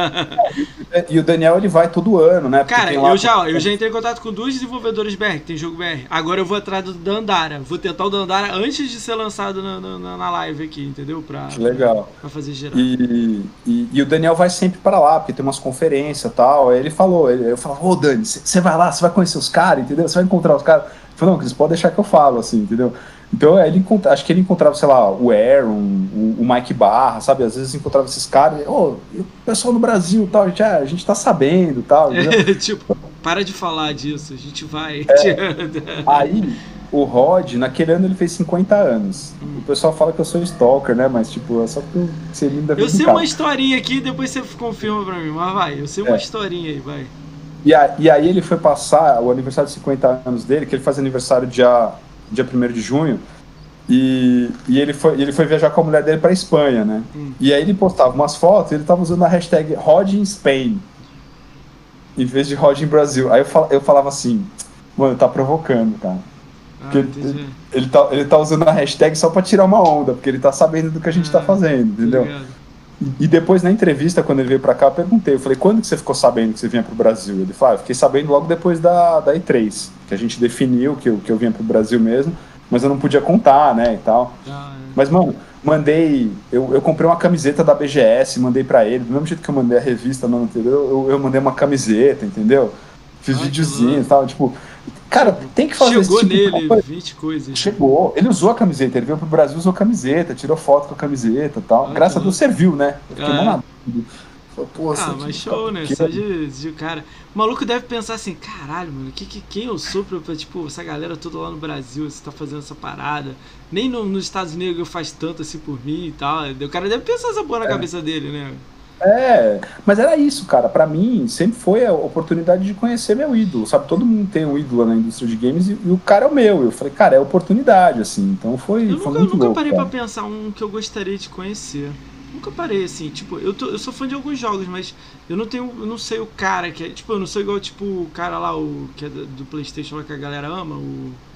E o Daniel, ele vai todo ano, né? Porque cara, eu já entrei em contato com 2 desenvolvedores BR, que tem jogo BR. Agora eu vou atrás do Dandara. Vou tentar o Dandara antes de ser lançado na live aqui, entendeu? Legal. Pra fazer geral. E o Daniel vai sempre para lá, porque tem umas conferências e tal. Aí ele falou, eu falava, ô Dani, você vai lá, você vai conhecer os caras, entendeu? Você vai encontrar os caras. Ele falou, não, Cris, pode deixar que eu falo, assim, entendeu? Então, acho que ele encontrava, sei lá, o Aaron, o Mike Barra, sabe? Às vezes encontrava esses caras, e o pessoal no Brasil, tal, a gente tá sabendo, tal. Tipo, para de falar disso, a gente vai. Aí, o Rod, naquele ano ele fez 50 anos. O pessoal fala que eu sou stalker, né? Mas, tipo, é só porque você me dá. Eu sei uma historinha aqui, depois você confirma pra mim, mas vai, eu sei uma historinha aí, vai. E aí ele foi passar o aniversário de 50 anos dele, que ele faz aniversário dia 1º de junho, e ele foi viajar com a mulher dele pra Espanha, né? E aí ele postava umas fotos, ele tava usando a hashtag RodInSpain em vez de RodInBrasil. Aí eu falava assim, mano, tá provocando, cara. Porque ele tá usando a hashtag só pra tirar uma onda, porque ele tá sabendo do que a gente tá fazendo, entendeu? E depois, na entrevista, quando ele veio pra cá, eu falei, quando que você ficou sabendo que você vinha pro Brasil? Ele falou, eu fiquei sabendo logo depois da E3, que a gente definiu que eu vinha pro Brasil mesmo, mas eu não podia contar, né, e tal. Mas, mano, eu comprei uma camiseta da BGS, mandei pra ele, do mesmo jeito que eu mandei a revista no ano anterior, eu mandei uma camiseta, entendeu? Fiz videozinho e tal, tipo... Cara, tem que fazer Chegou esse tipo nele de coisa. 20 coisas. Chegou. Ele usou a camiseta. Ele veio pro Brasil, usou a camiseta, tirou foto com a camiseta e tal. Graças a Deus serviu, né? Eu fiquei mal. Mas show, né? Só de cara. O maluco deve pensar assim, caralho, mano, quem eu sou pra, tipo, essa galera toda lá no Brasil, você tá fazendo essa parada. Nem nos Estados Unidos eu faço tanto assim por mim e tal. O cara deve pensar essa porra na cabeça dele, né? Mas era isso, cara. Pra mim, sempre foi a oportunidade de conhecer meu ídolo, sabe? Todo mundo tem um ídolo na indústria de games e o cara é o meu. Eu falei, cara, é oportunidade, assim. Então foi muito louco. Eu nunca parei pra pensar um que eu gostaria de conhecer. Nunca parei, assim, tipo, eu sou fã de alguns jogos, mas eu não sei o cara que é, tipo, eu não sou igual, tipo, o cara lá, o que é do PlayStation lá que a galera ama,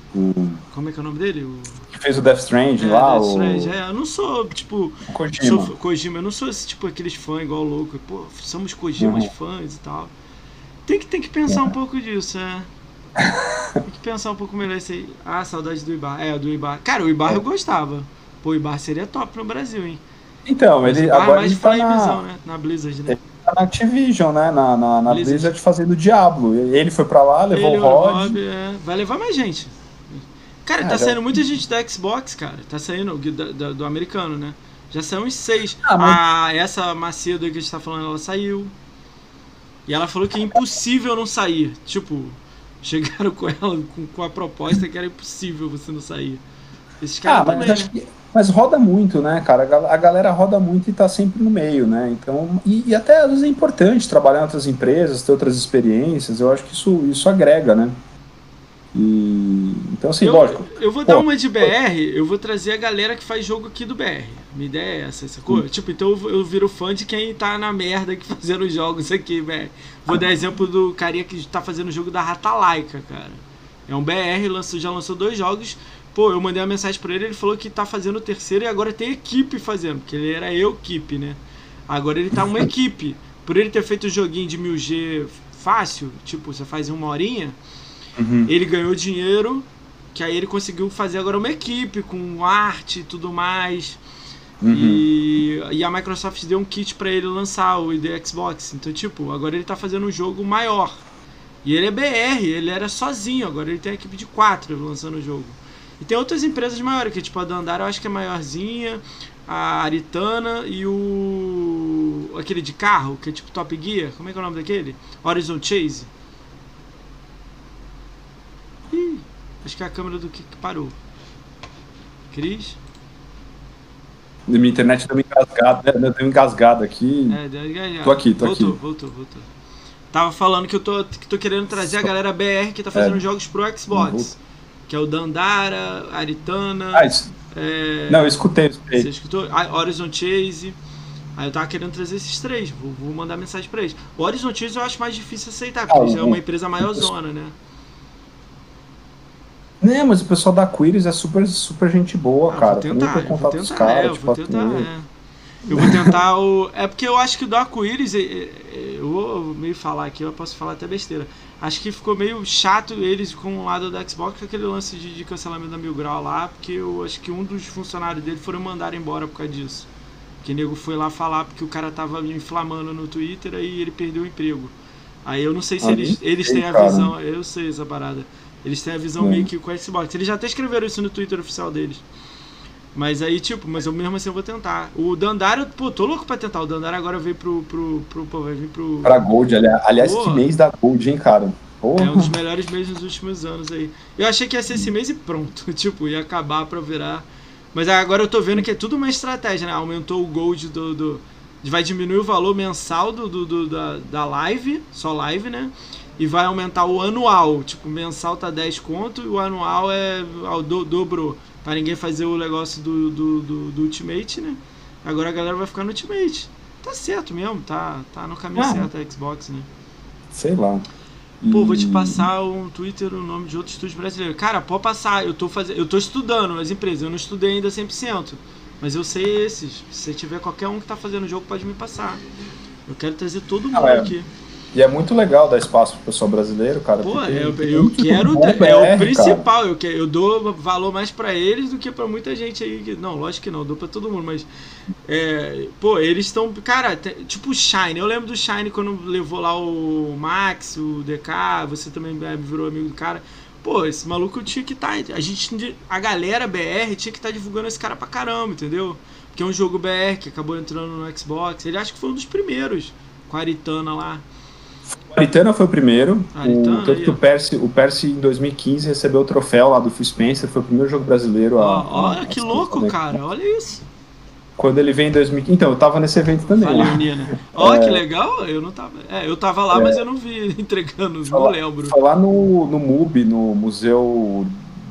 Como é que é o nome dele? Que fez o Death Stranding lá. Death Stranding. Eu não sou, tipo... Kojima. Eu não sou esse, tipo, aqueles fãs igual louco. Pô, somos Kojimas fãs e tal. Tem que pensar um pouco disso, Tem que pensar um pouco melhor isso aí. Ah, saudade do Ibarra. Do Ibarra. Cara, o Ibarra eu gostava. Pô, o Ibarra seria top no Brasil, hein? Então, ele agora mais ele tá né? Na Blizzard, né? Ele tá na Activision, né? Na Blizzard fazendo Diablo. Ele foi pra lá, levou o Rod. Vai levar mais gente. Cara, tá saindo muita gente da Xbox, cara. Tá saindo do americano, né? Já saiu uns 6. Essa Macedo aí que a gente tá falando, ela saiu. E ela falou que é impossível não sair. Tipo, chegaram com ela com a proposta que era impossível você não sair. Esses caras também, mas roda muito, né, cara? A galera roda muito e tá sempre no meio, né? Então, e até às vezes é importante trabalhar em outras empresas, ter outras experiências. Eu acho que isso agrega, né? Então, assim, lógico. Eu vou dar uma de BR, eu vou trazer a galera que faz jogo aqui do BR. Minha ideia é essa, sacou? Tipo, então eu viro fã de quem tá na merda que fazendo jogos aqui, BR. Vou dar exemplo do carinha que tá fazendo o jogo da Ratalaika, cara. É um BR, já lançou 2 jogos. Pô, eu mandei uma mensagem pra ele falou que tá fazendo o terceiro e agora tem equipe fazendo, porque ele era equipe, né? Agora ele tá uma equipe. Por ele ter feito um joguinho de 1000G fácil, tipo, você faz em 1 horinha, ele ganhou dinheiro, que aí ele conseguiu fazer agora uma equipe com arte e tudo mais. E a Microsoft deu um kit pra ele lançar o ID Xbox. Então, tipo, agora ele tá fazendo um jogo maior. E ele é BR, ele era sozinho, agora ele tem a equipe de 4 lançando o jogo. E tem outras empresas maiores, que tipo a Dandara eu acho que é maiorzinha, a Aritana e aquele de carro, que é tipo Top Gear, como é que é o nome daquele? Horizon Chase. Ih, acho que é a câmera do que parou. Cris? Minha internet deu uma engasgada aqui. Deu uma engasgada. Tô aqui. Voltou. Tava falando que eu tô querendo trazer a galera BR que tá fazendo jogos pro Xbox. Que é o Dandara, Aritana. Não, eu escutei. Você escutou? Horizon Chase. Aí eu tava querendo trazer esses 3. Vou mandar mensagem pra eles. O Horizon Chase eu acho mais difícil aceitar, porque já é uma empresa maiorzona, né? Não, mas o pessoal da Quiris é super, super gente boa, cara. Eu vou tentar É porque eu acho que o da Quiris, eu vou meio falar aqui, eu posso falar até besteira. Acho que ficou meio chato eles com o lado da Xbox, com aquele lance de cancelamento da Mil Grau lá, porque eu acho que um dos funcionários dele foram mandar embora por causa disso. Que o nego foi lá falar porque o cara tava inflamando no Twitter, aí ele perdeu o emprego. Aí eu não sei se eles têm a visão, eu sei essa parada. Eles têm a visão meio que com a Xbox. Eles já até escreveram isso no Twitter oficial deles. Mas aí, tipo, eu mesmo assim eu vou tentar. O Dandara, pô, tô louco pra tentar. O Dandara agora veio vai vir pra Gold, aliás, que mês da Gold, hein, cara? Porra. É um dos melhores meses dos últimos anos aí. Eu achei que ia ser esse mês e pronto. Tipo, ia acabar pra virar. Mas agora eu tô vendo que é tudo uma estratégia, né? Aumentou o Gold vai diminuir o valor mensal da live, só live, né? E vai aumentar o anual. Tipo, o mensal tá 10 conto e o anual dobrou. Pra ninguém fazer o negócio do Ultimate, né? Agora a galera vai ficar no Ultimate. Tá certo mesmo, tá no caminho certo a Xbox, né? Sei lá. Pô, vou te passar um Twitter, o nome de outro estúdio brasileiro. Cara, pode passar, eu tô estudando as empresas, eu não estudei ainda 100%. Mas eu sei esses. Se tiver qualquer um que tá fazendo o jogo, pode me passar. Eu quero trazer todo mundo aqui. E é muito legal dar espaço pro pessoal brasileiro, cara. Pô, eu quero. É o principal. Eu dou valor mais pra eles do que pra muita gente aí. Não, lógico que não, eu dou pra todo mundo, mas. Pô, eles estão. Cara, tipo o Shine. Eu lembro do Shine quando levou lá o Max, o DK, você também virou amigo do cara. Pô, esse maluco tinha que estar. A galera BR tinha que estar divulgando esse cara pra caramba, entendeu? Porque é um jogo BR que acabou entrando no Xbox. Ele acho que foi um dos primeiros, com a Aritana lá. O Aritana foi o primeiro. Tanto que o Percy em 2015 recebeu o troféu lá do Phil Spencer. Foi o primeiro jogo brasileiro. Olha que louco, cara. Olha isso. Quando ele veio em 2015. Então, eu tava nesse evento também. Valeu, Nina. Olha que legal. Eu não tava. Eu tava lá, mas eu não vi entregando. Não lembro. Foi lá no MUBI, no museu.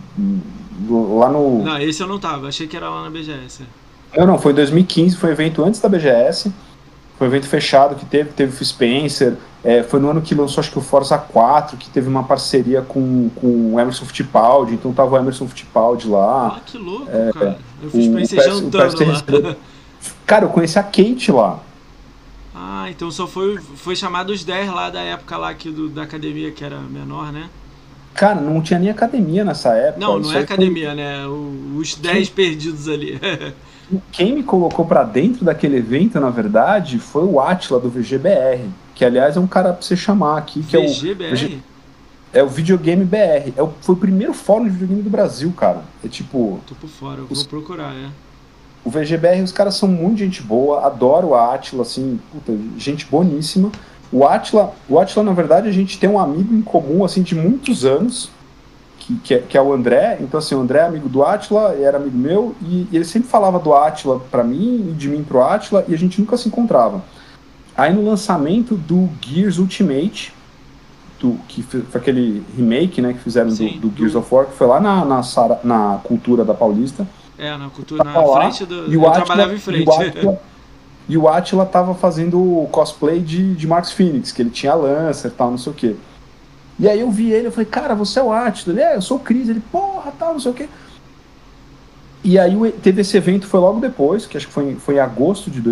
Lá no. Não, esse eu não tava. Achei que era lá na BGS. Não, foi em 2015. Foi um evento antes da BGS. Foi um evento fechado que teve o Phil Spencer, Foi no ano que lançou, acho que o Forza 4, que teve uma parceria com o Emerson Fittipaldi, então tava o Emerson Fittipaldi lá. Ah, que louco, cara. Eu fiz pra esse jantando lá. Cara, eu conheci a Kate lá. Ah, então só foi chamado os 10 lá da época lá da academia, que era menor, né? Cara, não tinha nem academia nessa época. Não é academia, né? Os 10 perdidos ali. Quem me colocou pra dentro daquele evento, na verdade, foi o Átila do VGBR, que aliás é um cara pra você chamar aqui, que VGBR? é o Videogame BR. Foi o primeiro fórum de videogame do Brasil, cara. Tô por fora, vou procurar, O VGBR, os caras são muito gente boa, adoro o Átila, assim, puta, gente boníssima. O Átila, na verdade, a gente tem um amigo em comum, assim, de muitos anos, que é o André. Então, assim, o André é amigo do Átila, era amigo meu, e ele sempre falava do Átila pra mim e de mim pro Átila, e a gente nunca se encontrava. Aí no lançamento do Gears Ultimate, que foi aquele remake, né, que fizeram do Gears of War, que foi lá na Cultura da Paulista. Na Cultura, na frente do... Eu trabalhava em frente. E o Átila tava fazendo cosplay de Marcus Phoenix, que ele tinha Lancer e tal, não sei o quê. E aí eu vi ele, eu falei, cara, você é o Átila? Ele, eu sou o Chris. Ele, porra, tal, não sei o quê. E aí teve esse evento, foi logo depois, que acho que foi em agosto de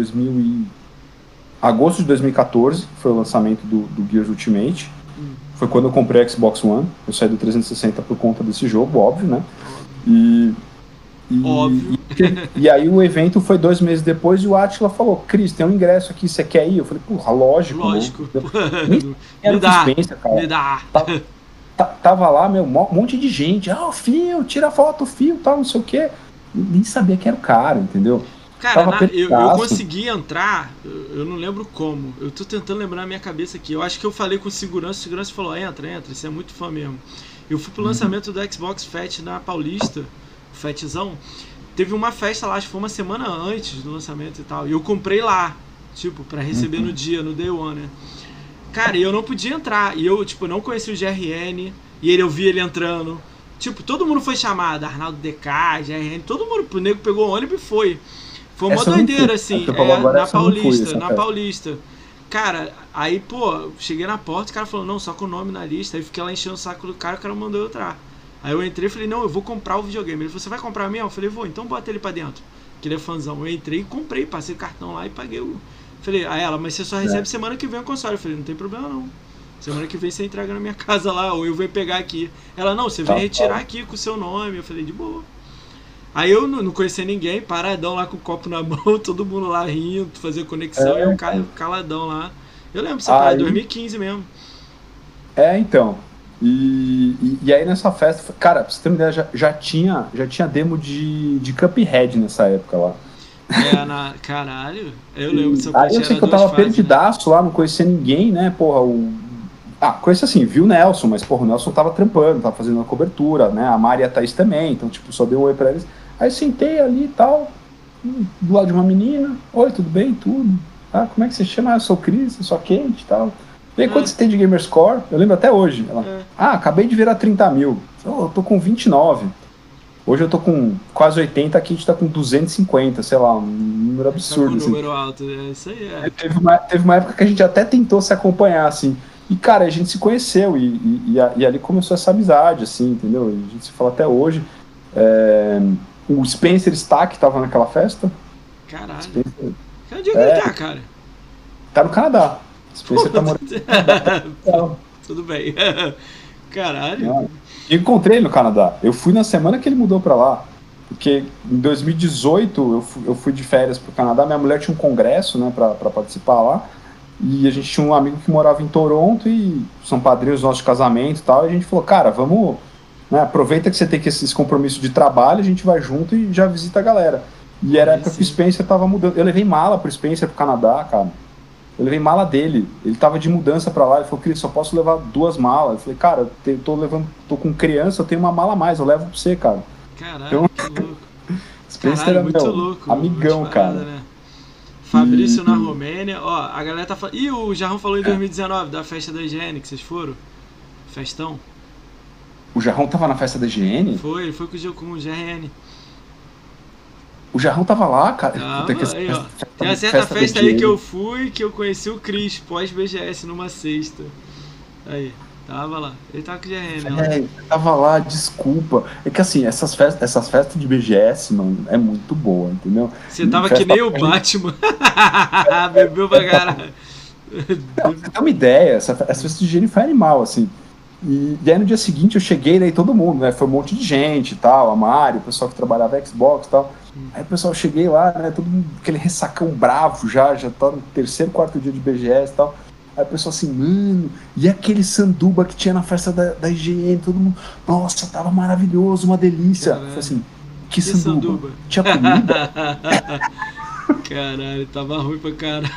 2014, foi o lançamento do Gears Ultimate. Foi quando eu comprei o Xbox One. Eu saí do 360 por conta desse jogo, óbvio, né? Óbvio. E aí o evento foi 2 meses depois e o Átila falou, Cris, tem um ingresso aqui, você quer ir? Eu falei, porra, lógico. Me dá. Tava lá, um monte de gente. O Fio, tira foto, o Fio, tal, não sei o quê. Nem sabia que era o cara, entendeu? Cara, eu consegui entrar, eu não lembro como. Eu tô tentando lembrar na minha cabeça aqui. Eu acho que eu falei com o segurança falou, entra, você é muito fã mesmo. Eu fui pro lançamento do Xbox Fat na Paulista, Fatzão. Teve uma festa lá, acho que foi uma semana antes do lançamento e tal. E eu comprei lá, tipo, pra receber no dia, no Day One, né? Cara, e eu não podia entrar. E eu, tipo, não conhecia o GRN. E eu vi ele entrando. Tipo, todo mundo foi chamado. Arnaldo DK, GRN, todo mundo. O nego pegou o ônibus e foi. Foi uma doideira, assim. Na Paulista. Cara, aí, pô, cheguei na porta, o cara falou, não, só com o nome na lista. Aí fiquei lá enchendo o saco do cara, o cara mandou eu entrar. Aí eu entrei e falei, não, eu vou comprar o videogame. Ele falou, você vai comprar mesmo? Eu falei, vou, então bota ele pra dentro. Que ele é fãzão. Eu entrei e comprei, passei o cartão lá e paguei o... Falei, mas você só recebe semana que vem o console. Eu falei, não tem problema não. Semana que vem você entrega na minha casa lá, ou eu venho pegar aqui. Ela, não, você vem retirar aqui com o seu nome. Eu falei, de boa. Aí eu não conhecia ninguém, paradão lá com o copo na mão, todo mundo lá rindo, fazia conexão, e eu caladão lá. Eu lembro, você foi em 2015 mesmo. Então. E aí nessa festa, cara, pra você ter uma ideia, já tinha demo de Cuphead nessa época lá. Caralho, eu lembro dessa Aí eu sei que eu tava perdidaço lá, não conhecia ninguém, né, porra, conhecia assim, viu o Nelson, mas porra, o Nelson tava trampando, tava fazendo uma cobertura, né, a Mari e a Thaís também, então tipo, só dei um oi pra eles. Aí sentei ali e tal, do lado de uma menina, oi, tudo bem? Tudo. Como é que você chama? Eu sou o Cris, eu sou a Kate e tal. E aí, quanto você tem de Gamerscore? Eu lembro até hoje. Ela, acabei de virar 30 mil. Eu tô com 29. Hoje eu tô com quase 80, aqui a gente tá com 250, sei lá, um número absurdo. Tá com um número alto, isso aí é. Teve uma época que a gente até tentou se acompanhar, assim. E, cara, a gente se conheceu e ali começou essa amizade, assim, entendeu? A gente se fala até hoje. O Spencer Stack tava naquela festa. Caralho. Onde é que ele tá, cara? Tá no Canadá. Spencer tá morando. Tudo bem. Caralho. Encontrei ele no Canadá. Eu fui na semana que ele mudou pra lá. Porque em 2018 eu fui de férias pro Canadá. Minha mulher tinha um congresso, né, pra participar lá. E a gente tinha um amigo que morava em Toronto e são padrinhos nossos de casamento e tal. E a gente falou, cara, vamos... Né, aproveita que você tem esse compromisso de trabalho, a gente vai junto e já visita a galera. E era a época que o Spencer tava mudando. Eu levei mala pro Spencer pro Canadá, cara. Eu levei mala dele. Ele tava de mudança pra lá. Ele falou, Cris, só posso levar 2 malas. Eu falei, cara, tô com criança, eu tenho uma mala a mais, eu levo pra você, cara. Caralho, que louco. Spencer era muito louco. Amigão, cara. Né? Fabrício na Romênia. Ó, a galera tá falando. Ih, o Jarrão falou em 2019, da festa da IGN que vocês foram. Festão. O Jarrão tava na festa da IGN? Foi, ele foi com o GRN. O Jarrão tava lá, cara. Aí, ó. Tem uma certa festa aí que eu fui, que eu conheci o Cris, pós-BGS, numa sexta. Aí, tava lá. Ele tava com o GRN, né? Tava lá, desculpa. É que assim, essas festas de BGS, mano, é muito boa, entendeu? Você tava que nem o Batman. Bebeu pra caralho. Não, você tem uma ideia, essa festa de higiene foi animal, assim. E aí no dia seguinte eu cheguei, né, e todo mundo, né, foi um monte de gente e tal, a Mari, o pessoal que trabalhava Xbox e tal. Aí o pessoal, cheguei lá, né, todo mundo, aquele ressacão bravo já tá no terceiro, quarto dia de BGS e tal. Aí o pessoal assim, mano, e aquele sanduba que tinha na festa da higiene, todo mundo, nossa, tava maravilhoso, uma delícia. Eu falei assim, que sanduba? Tinha comida? Caralho, tava ruim pra caralho.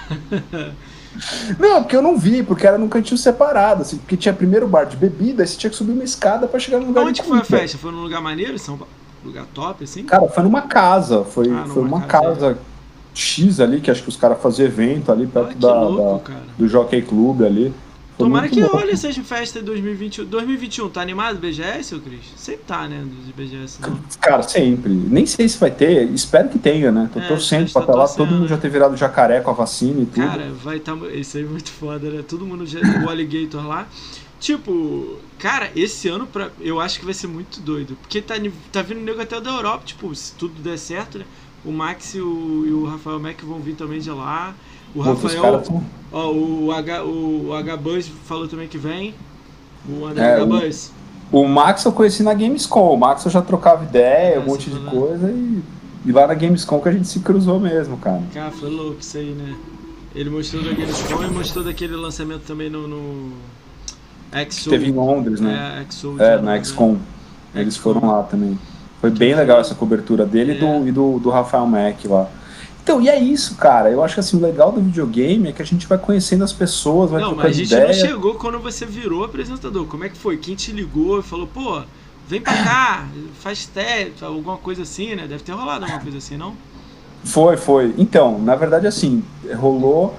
Não, porque eu não vi, porque era num cantinho separado, assim, porque tinha primeiro bar de bebida, aí você tinha que subir uma escada pra chegar no lugar. Onde que foi a festa? Foi num lugar maneiro? Lugar top, assim? Cara, foi numa casa, foi numa casa X ali, que acho que os caras faziam evento ali perto do Jockey Club ali. Tomara que olhe essas festas de 2021. 2021, tá animado o BGS, ô Cris? Sempre tá, né, do BGS. Não. Cara, sempre. Nem sei se vai ter, espero que tenha, né? Tô torcendo pra estar lá, todo mundo já ter virado jacaré com a vacina e tudo. Cara, vai estar. Isso aí é muito foda, né? Todo mundo já. O Alligator lá. Tipo, cara, esse ano eu acho que vai ser muito doido. Porque tá vindo nego até da Europa, tipo, se tudo der certo, né? O Max e o Rafael Mac vão vir também de lá. O Rafael, ó, o H-Buzz falou também que vem. O André H-Buzz. O Max eu conheci na Gamescom. O Max eu já trocava ideia, um monte de coisa. E lá na Gamescom que a gente se cruzou mesmo, cara. Cara, foi louco isso aí, né? Ele mostrou da Gamescom e mostrou daquele lançamento também no XO. Teve em Londres, né? XO, na XCOM. Eles foram lá também. Foi bem legal essa cobertura dele e do Rafael Mac lá. Então, e é isso, cara. Eu acho que assim, o legal do videogame é que a gente vai conhecendo as pessoas, vai trocando ideia. Não, mas a gente não chegou quando você virou apresentador. Como é que foi? Quem te ligou e falou, pô, vem pra cá, faz teste, alguma coisa assim, né? Deve ter rolado alguma coisa assim, não? Foi. Então, na verdade, assim, rolou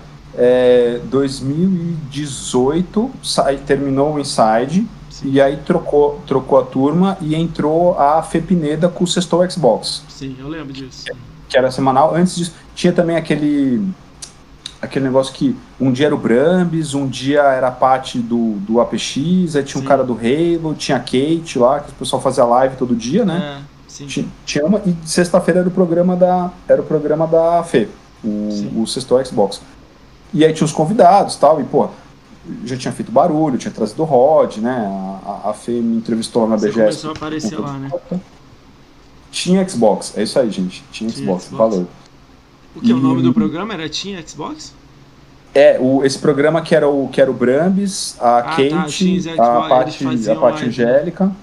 2018, terminou o Inside, sim. E aí trocou a turma e entrou a Fê Pineda com o Sextou Xbox. Sim, eu lembro disso. Que era semanal. Antes disso, tinha também aquele negócio que um dia era o Brambis, um dia era a Paty do APX, aí tinha um cara do Halo, tinha a Kate lá, que o pessoal fazia live todo dia, né? Sim. Tinha uma, e sexta-feira era o programa da Fê, o Sextou Xbox. E aí tinha os convidados e tal, e pô, já tinha feito barulho, tinha trazido o Rod, né? A Fê me entrevistou lá na BGS. Começou a aparecer lá, né? Tinha Xbox, é isso aí, gente. Tinha Xbox, valeu. O que? O nome do programa era Tinha Xbox? Esse programa que era o Brambis, a Kate, a Paty Angélica.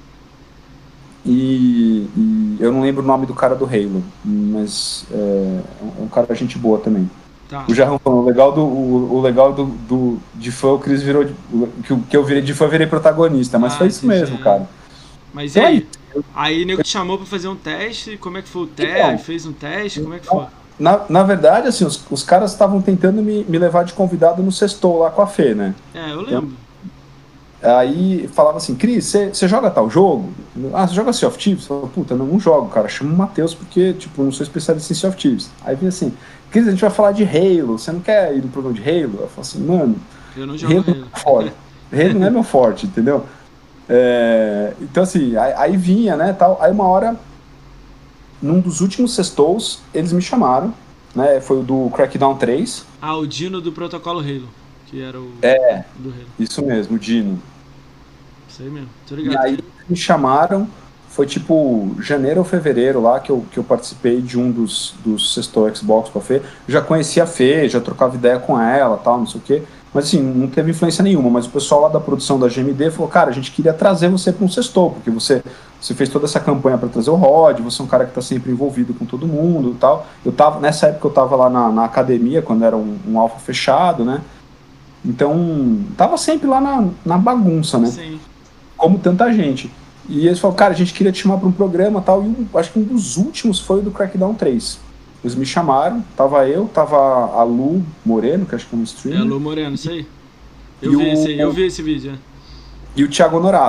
E eu não lembro o nome do cara do Halo, mas é um cara gente boa também. Tá. O Jarrão falou, o legal de fã, o Chris virou. Que eu virei de fã, virei protagonista, mas foi isso mesmo, cara. Mas e aí? Aí o nego te chamou pra fazer um teste, como é que foi o teste? Fez um teste, como é que foi? Na verdade, assim, os caras estavam tentando me levar de convidado no Sextou lá com a Fê, né? Eu lembro. Aí falava assim, Cris, você joga tal jogo? Você joga Sea of Thieves? Eu falava, puta, não jogo, cara, chama o Matheus porque, tipo, não sou especialista em Sea of Thieves. Aí vinha assim, Cris, a gente vai falar de Halo, você não quer ir no programa de Halo? Eu falo assim, mano, eu não jogo Halo. Halo não é meu forte, entendeu? Então assim, aí vinha, né, tal, aí uma hora, num dos últimos Sextous, eles me chamaram, né, foi o do Crackdown 3. O Dino do Protocolo Halo, que era o do Halo. Isso mesmo, o Dino. Isso aí mesmo, tô ligado. E aí me chamaram, foi tipo janeiro ou fevereiro lá, que eu participei de um dos Sextou Xbox com a Fê, já conhecia a Fê, já trocava ideia com ela, tal, não sei o quê. Mas assim, não teve influência nenhuma, mas o pessoal lá da produção da GMD falou, cara, a gente queria trazer você para um Sextou, porque você fez toda essa campanha para trazer o Rod, você é um cara que está sempre envolvido com todo mundo e tal. Nessa época eu estava lá na academia, quando era um alfa fechado, né? Então, tava sempre lá na bagunça, né? Sim. Como tanta gente. E eles falaram, cara, a gente queria te chamar para um programa e tal, e acho que um dos últimos foi o do Crackdown 3. Eles me chamaram, tava a Lu Moreno, que acho que é um streamer. Lu Moreno, isso aí. Eu vi esse vídeo. E o Thiago Honorato.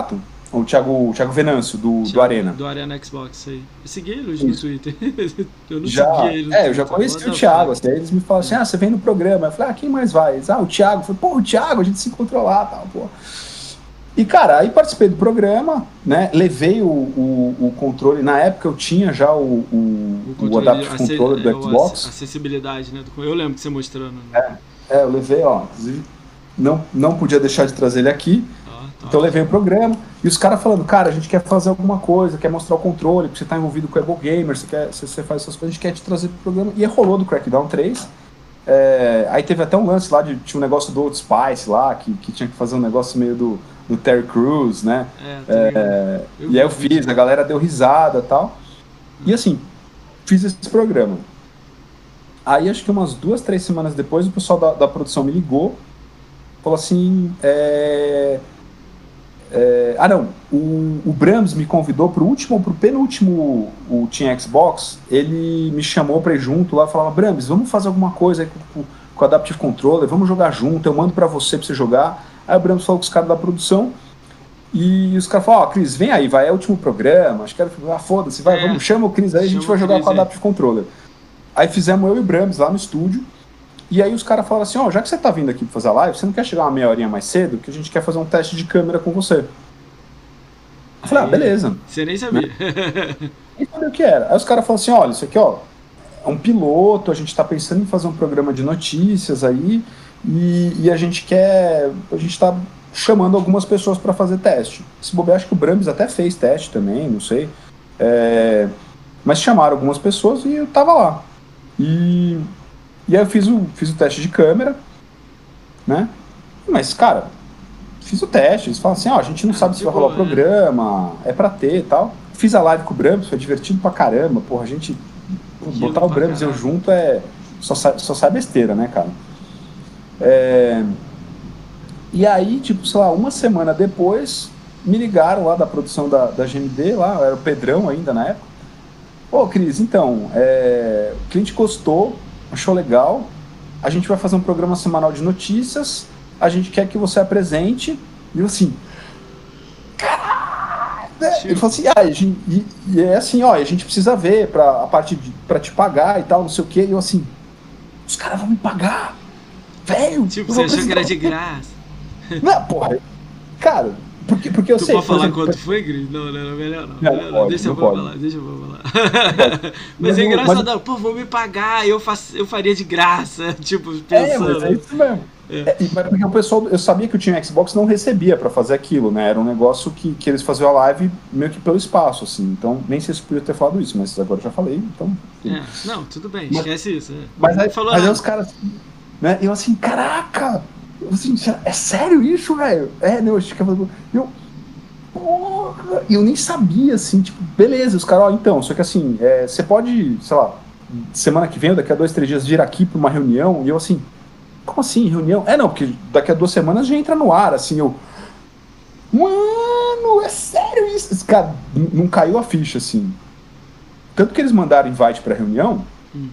O Thiago Venâncio, do Arena. Do Arena Xbox, aí. Eu segui ele hoje no Twitter. Eu não segui ele no Twitter. Eu já conheci o Thiago, assim, aí eles me falam assim, você vem no programa. Eu falei, quem mais vai? Eles, o Thiago. Eu falei, o Thiago, a gente se encontrou lá, tal, pô. E, cara, aí participei do programa, né, levei o controle, na época eu tinha já o Adaptive Controller do Xbox. Acessibilidade, né, eu lembro que você mostrando. Né? Eu levei, inclusive, não podia deixar de trazer ele aqui, então eu levei o programa, e os caras falando, cara, a gente quer fazer alguma coisa, quer mostrar o controle, porque você tá envolvido com o Ebo Gamer, você faz essas coisas, a gente quer te trazer pro programa, e rolou do Crackdown 3, aí teve até um lance lá, tinha um negócio do Old Spice lá, que tinha que fazer um negócio meio do Terry Crews, né? E aí eu fiz, a galera deu risada e tal. E assim, fiz esse programa. Aí acho que umas 2, 3 semanas depois o pessoal da produção me ligou, falou assim, o Brahms me convidou pro penúltimo o Team Xbox, ele me chamou pra ir junto lá, falava, Brahms, vamos fazer alguma coisa aí com o Adaptive Controller, vamos jogar junto, eu mando pra você jogar. Aí o Brahms falou com os caras da produção e os caras falaram, Cris, vem aí, vai, é o último programa, acho que era, foda-se, vai, vamos, chama o Cris aí, a gente vai jogar com o Adaptive Controller. Aí fizemos eu e o Brahms lá no estúdio, e aí os caras falaram assim, já que você tá vindo aqui pra fazer a live, você não quer chegar uma meia horinha mais cedo, que a gente quer fazer um teste de câmera com você. Eu falei, beleza. Você nem sabia. Nem sabia o que era. Aí os caras falaram assim, olha, isso aqui, é um piloto, a gente tá pensando em fazer um programa de notícias aí, e a gente tá chamando algumas pessoas para fazer teste. Se bobear, acho que o Brahms até fez teste também, não sei. Mas chamaram algumas pessoas e eu tava lá. E aí eu fiz o teste de câmera, né? Mas, cara, fiz o teste. Eles falam assim, a gente não sabe se vai rolar o programa, é pra ter e tal. Fiz a live com o Brahms, foi divertido pra caramba. Porra, a gente... botar o Brahms e eu junto só sai besteira, né, cara? E aí, tipo, sei lá, uma semana depois, me ligaram lá da produção da GMD, lá, era o Pedrão ainda na época. Cris, então, o cliente gostou, achou legal, a gente vai fazer um programa semanal de notícias, a gente quer que você apresente, e eu assim, caralho! Ele falou assim, e é assim, a gente precisa ver a parte pra te pagar e tal, não sei o quê, e eu assim, os caras vão me pagar! Velho! Tipo, você achou que era de graça? Não, porra. Cara, porque eu sei... Tu pode falar quanto foi, Gris? Não, melhor não. Deixa eu falar. Mas é engraçado, pô, vou me pagar, eu faria de graça, tipo, pensando... mas é isso mesmo. Porque o pessoal, eu sabia que o Team Xbox não recebia pra fazer aquilo, né? Era um negócio que eles faziam a live meio que pelo espaço, assim. Então, nem sei se eu podia ter falado isso, mas agora eu já falei, então... Não, tudo bem, esquece isso. Mas aí os caras... Né? Eu assim, caraca! Eu assim, é sério isso, velho? Eu nem sabia, assim, tipo, beleza, os caras, então, só que assim, você pode, sei lá, semana que vem, ou daqui a 2, 3 dias, vir aqui pra uma reunião, e eu assim, como assim, reunião? Não, porque daqui a 2 semanas já entra no ar, assim, mano, é sério isso? Esse cara, não caiu a ficha, assim. Tanto que eles mandaram invite pra reunião,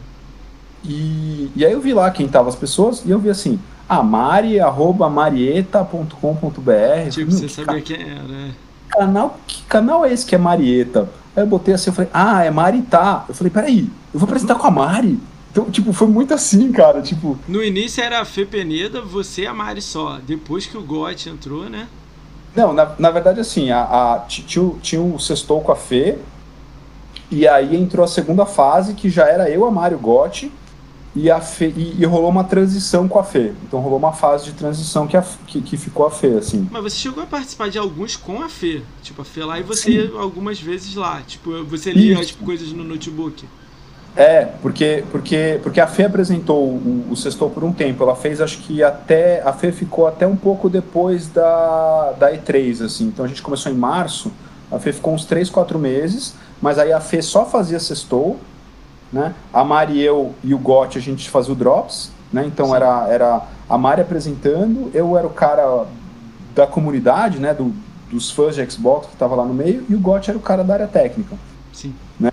e aí eu vi lá quem tava as pessoas, e eu vi assim, mari@marieta.com.br. Tipo, você sabia quem era, né? Que canal é esse que é Marieta? Aí eu botei assim, eu falei, é Maritá. Eu falei, peraí, eu vou apresentar com a Mari? Então, tipo, foi muito assim, cara, tipo... No início era a Fê Peneda, você e a Mari só. Depois que o Gotti entrou, né? Não, na verdade, assim, tinha o Sextou com a Fê, e aí entrou a segunda fase, que já era eu, a Mari, o Gotti, e rolou uma transição com a Fê. Então rolou uma fase de transição que ficou a Fê, assim. Mas você chegou a participar de alguns com a Fê. Tipo, a Fê lá e você ia algumas vezes lá. Tipo, você lia tipo, coisas no notebook. Porque a Fê apresentou o Sextou por um tempo. Ela fez, acho que até... A Fê ficou até um pouco depois da E3, assim. Então a gente começou em março. A Fê ficou uns 3, 4 meses. Mas aí a Fê só fazia Sextou, né? A Mari, eu e o Gotti, a gente fazia o Drops, né? Então era a Mari apresentando, eu era o cara da comunidade, né? Dos fãs de Xbox que estava lá no meio, e o Gotti era o cara da área técnica. Sim. Né?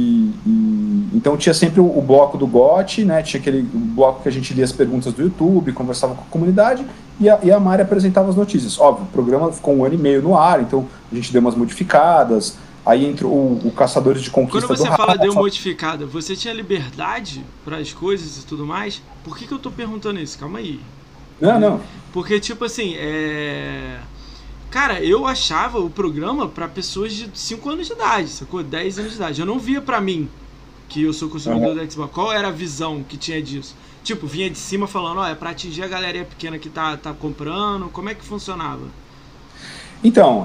Então tinha sempre o bloco do GOT, né? Tinha aquele bloco que a gente lia as perguntas do YouTube, conversava com a comunidade, e a Mari apresentava as notícias. Óbvio, o programa ficou 1 ano e meio no ar, então a gente deu umas modificadas, aí entrou o Caçadores de Conquista. Quando você fala deu modificada, você tinha liberdade para as coisas e tudo mais? Por que eu tô perguntando isso? Calma aí. Não. Porque, tipo assim, cara, eu achava o programa pra pessoas de 5 anos de idade, sacou? 10 anos de idade. Eu não via pra mim, que eu sou consumidor da Xbox, qual era a visão que tinha disso. Tipo, vinha de cima falando, é pra atingir a galerinha pequena que tá comprando, como é que funcionava? Então,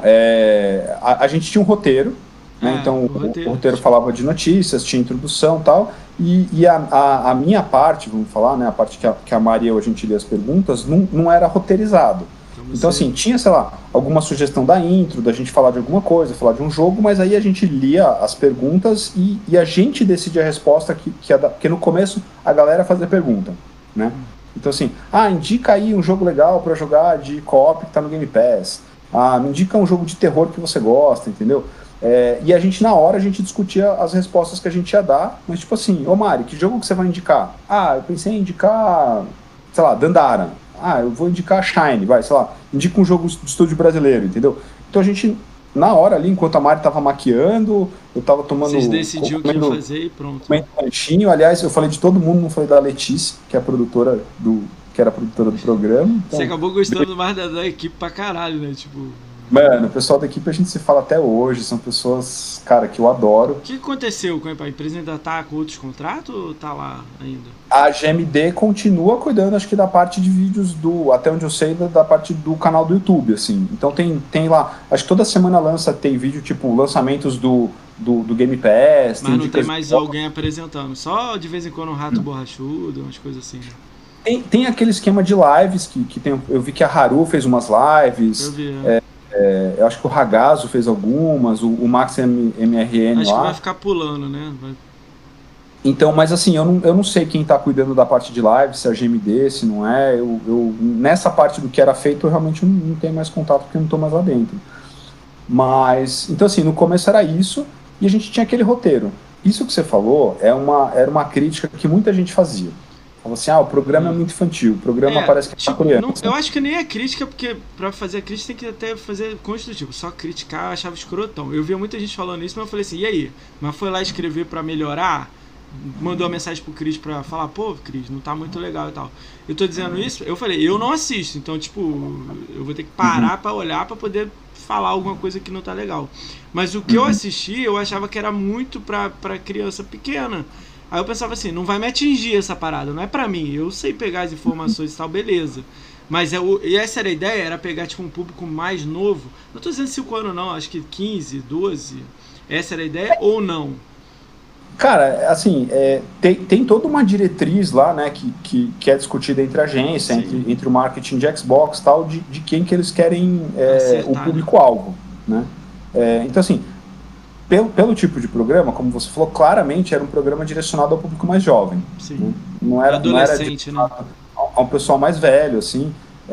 a gente tinha um roteiro, né? Então o roteiro falava de notícias, tinha introdução e tal, e a minha parte, vamos falar, né, a parte que a Maria e a gente lia as perguntas, não era roteirizado. Então, assim, tinha, sei lá, alguma sugestão da intro, da gente falar de alguma coisa, falar de um jogo, mas aí a gente lia as perguntas e a gente decidia a resposta porque no começo a galera fazia pergunta, né? Então, assim, indica aí um jogo legal pra jogar de co-op que tá no Game Pass. Me indica um jogo de terror que você gosta, entendeu? E a gente, na hora, a gente discutia as respostas que a gente ia dar, mas tipo assim, ô Mari, que jogo que você vai indicar? Eu pensei em indicar, sei lá, Dandara. Eu vou indicar Shine, sei lá, indica um jogo de estúdio brasileiro, entendeu? Então a gente, na hora ali, enquanto a Mari tava maquiando, eu tava tomando... Vocês decidiram o que ia fazer e pronto. Lanchinho. Aliás, eu falei de todo mundo, não falei da Letícia, que é a produtora que era a produtora do programa. Então, você acabou gostando mais da equipe pra caralho, né? Tipo... Mano, o pessoal da equipe a gente se fala até hoje, são pessoas, cara, que eu adoro. O que aconteceu com a empresa? Ainda tá com outros contratos ou tá lá ainda? A GMD continua cuidando, acho que da parte de vídeos até onde eu sei, da parte do canal do YouTube, assim. Então tem lá, acho que toda semana tem vídeo, tipo, lançamentos do Game Pass. Mas não tem mais alguém apresentando, só de vez em quando um rato borrachudo, umas coisas assim. Tem aquele esquema de lives que tem, eu vi que a Haru fez umas lives. Eu vi, eu acho que o Ragazzo fez algumas, o Max MRN acho lá. Que vai ficar pulando, né? Então, mas assim, eu não sei quem tá cuidando da parte de live, se é a GMD, se não é. Nessa parte do que era feito, eu realmente não tenho mais contato porque eu não tô mais lá dentro. Mas, então assim, no começo era isso, e a gente tinha aquele roteiro. Isso que você falou era uma crítica que muita gente fazia. Falava assim, o programa é muito infantil, o programa parece que é tipo, eu acho que nem é crítica, porque pra fazer a crítica tem que até fazer construtivo. Só criticar eu achava escrotão. Eu via muita gente falando isso, mas eu falei assim, e aí? Mas foi lá escrever pra melhorar? Mandou uma mensagem pro Cris pra falar, pô, Cris, não tá muito legal e tal. Eu tô dizendo isso, eu falei, eu não assisto, então, tipo, eu vou ter que parar pra olhar pra poder falar alguma coisa que não tá legal. Mas o que eu assisti, eu achava que era muito pra criança pequena. Aí eu pensava assim, não vai me atingir essa parada, não é pra mim, eu sei pegar as informações e tal, beleza. Mas e essa era a ideia, era pegar tipo um público mais novo. Não tô dizendo 5 anos não, acho que 15, 12. Essa era a ideia ou não? Cara, assim, tem toda uma diretriz lá, né, que é discutida entre a agência, entre o marketing de Xbox e tal, de quem que eles querem acertar, o público-alvo, né? Então, assim, pelo tipo de programa, como você falou, claramente era um programa direcionado ao público mais jovem. Sim. Né? Não era adolescente, né? A um pessoal mais velho, assim.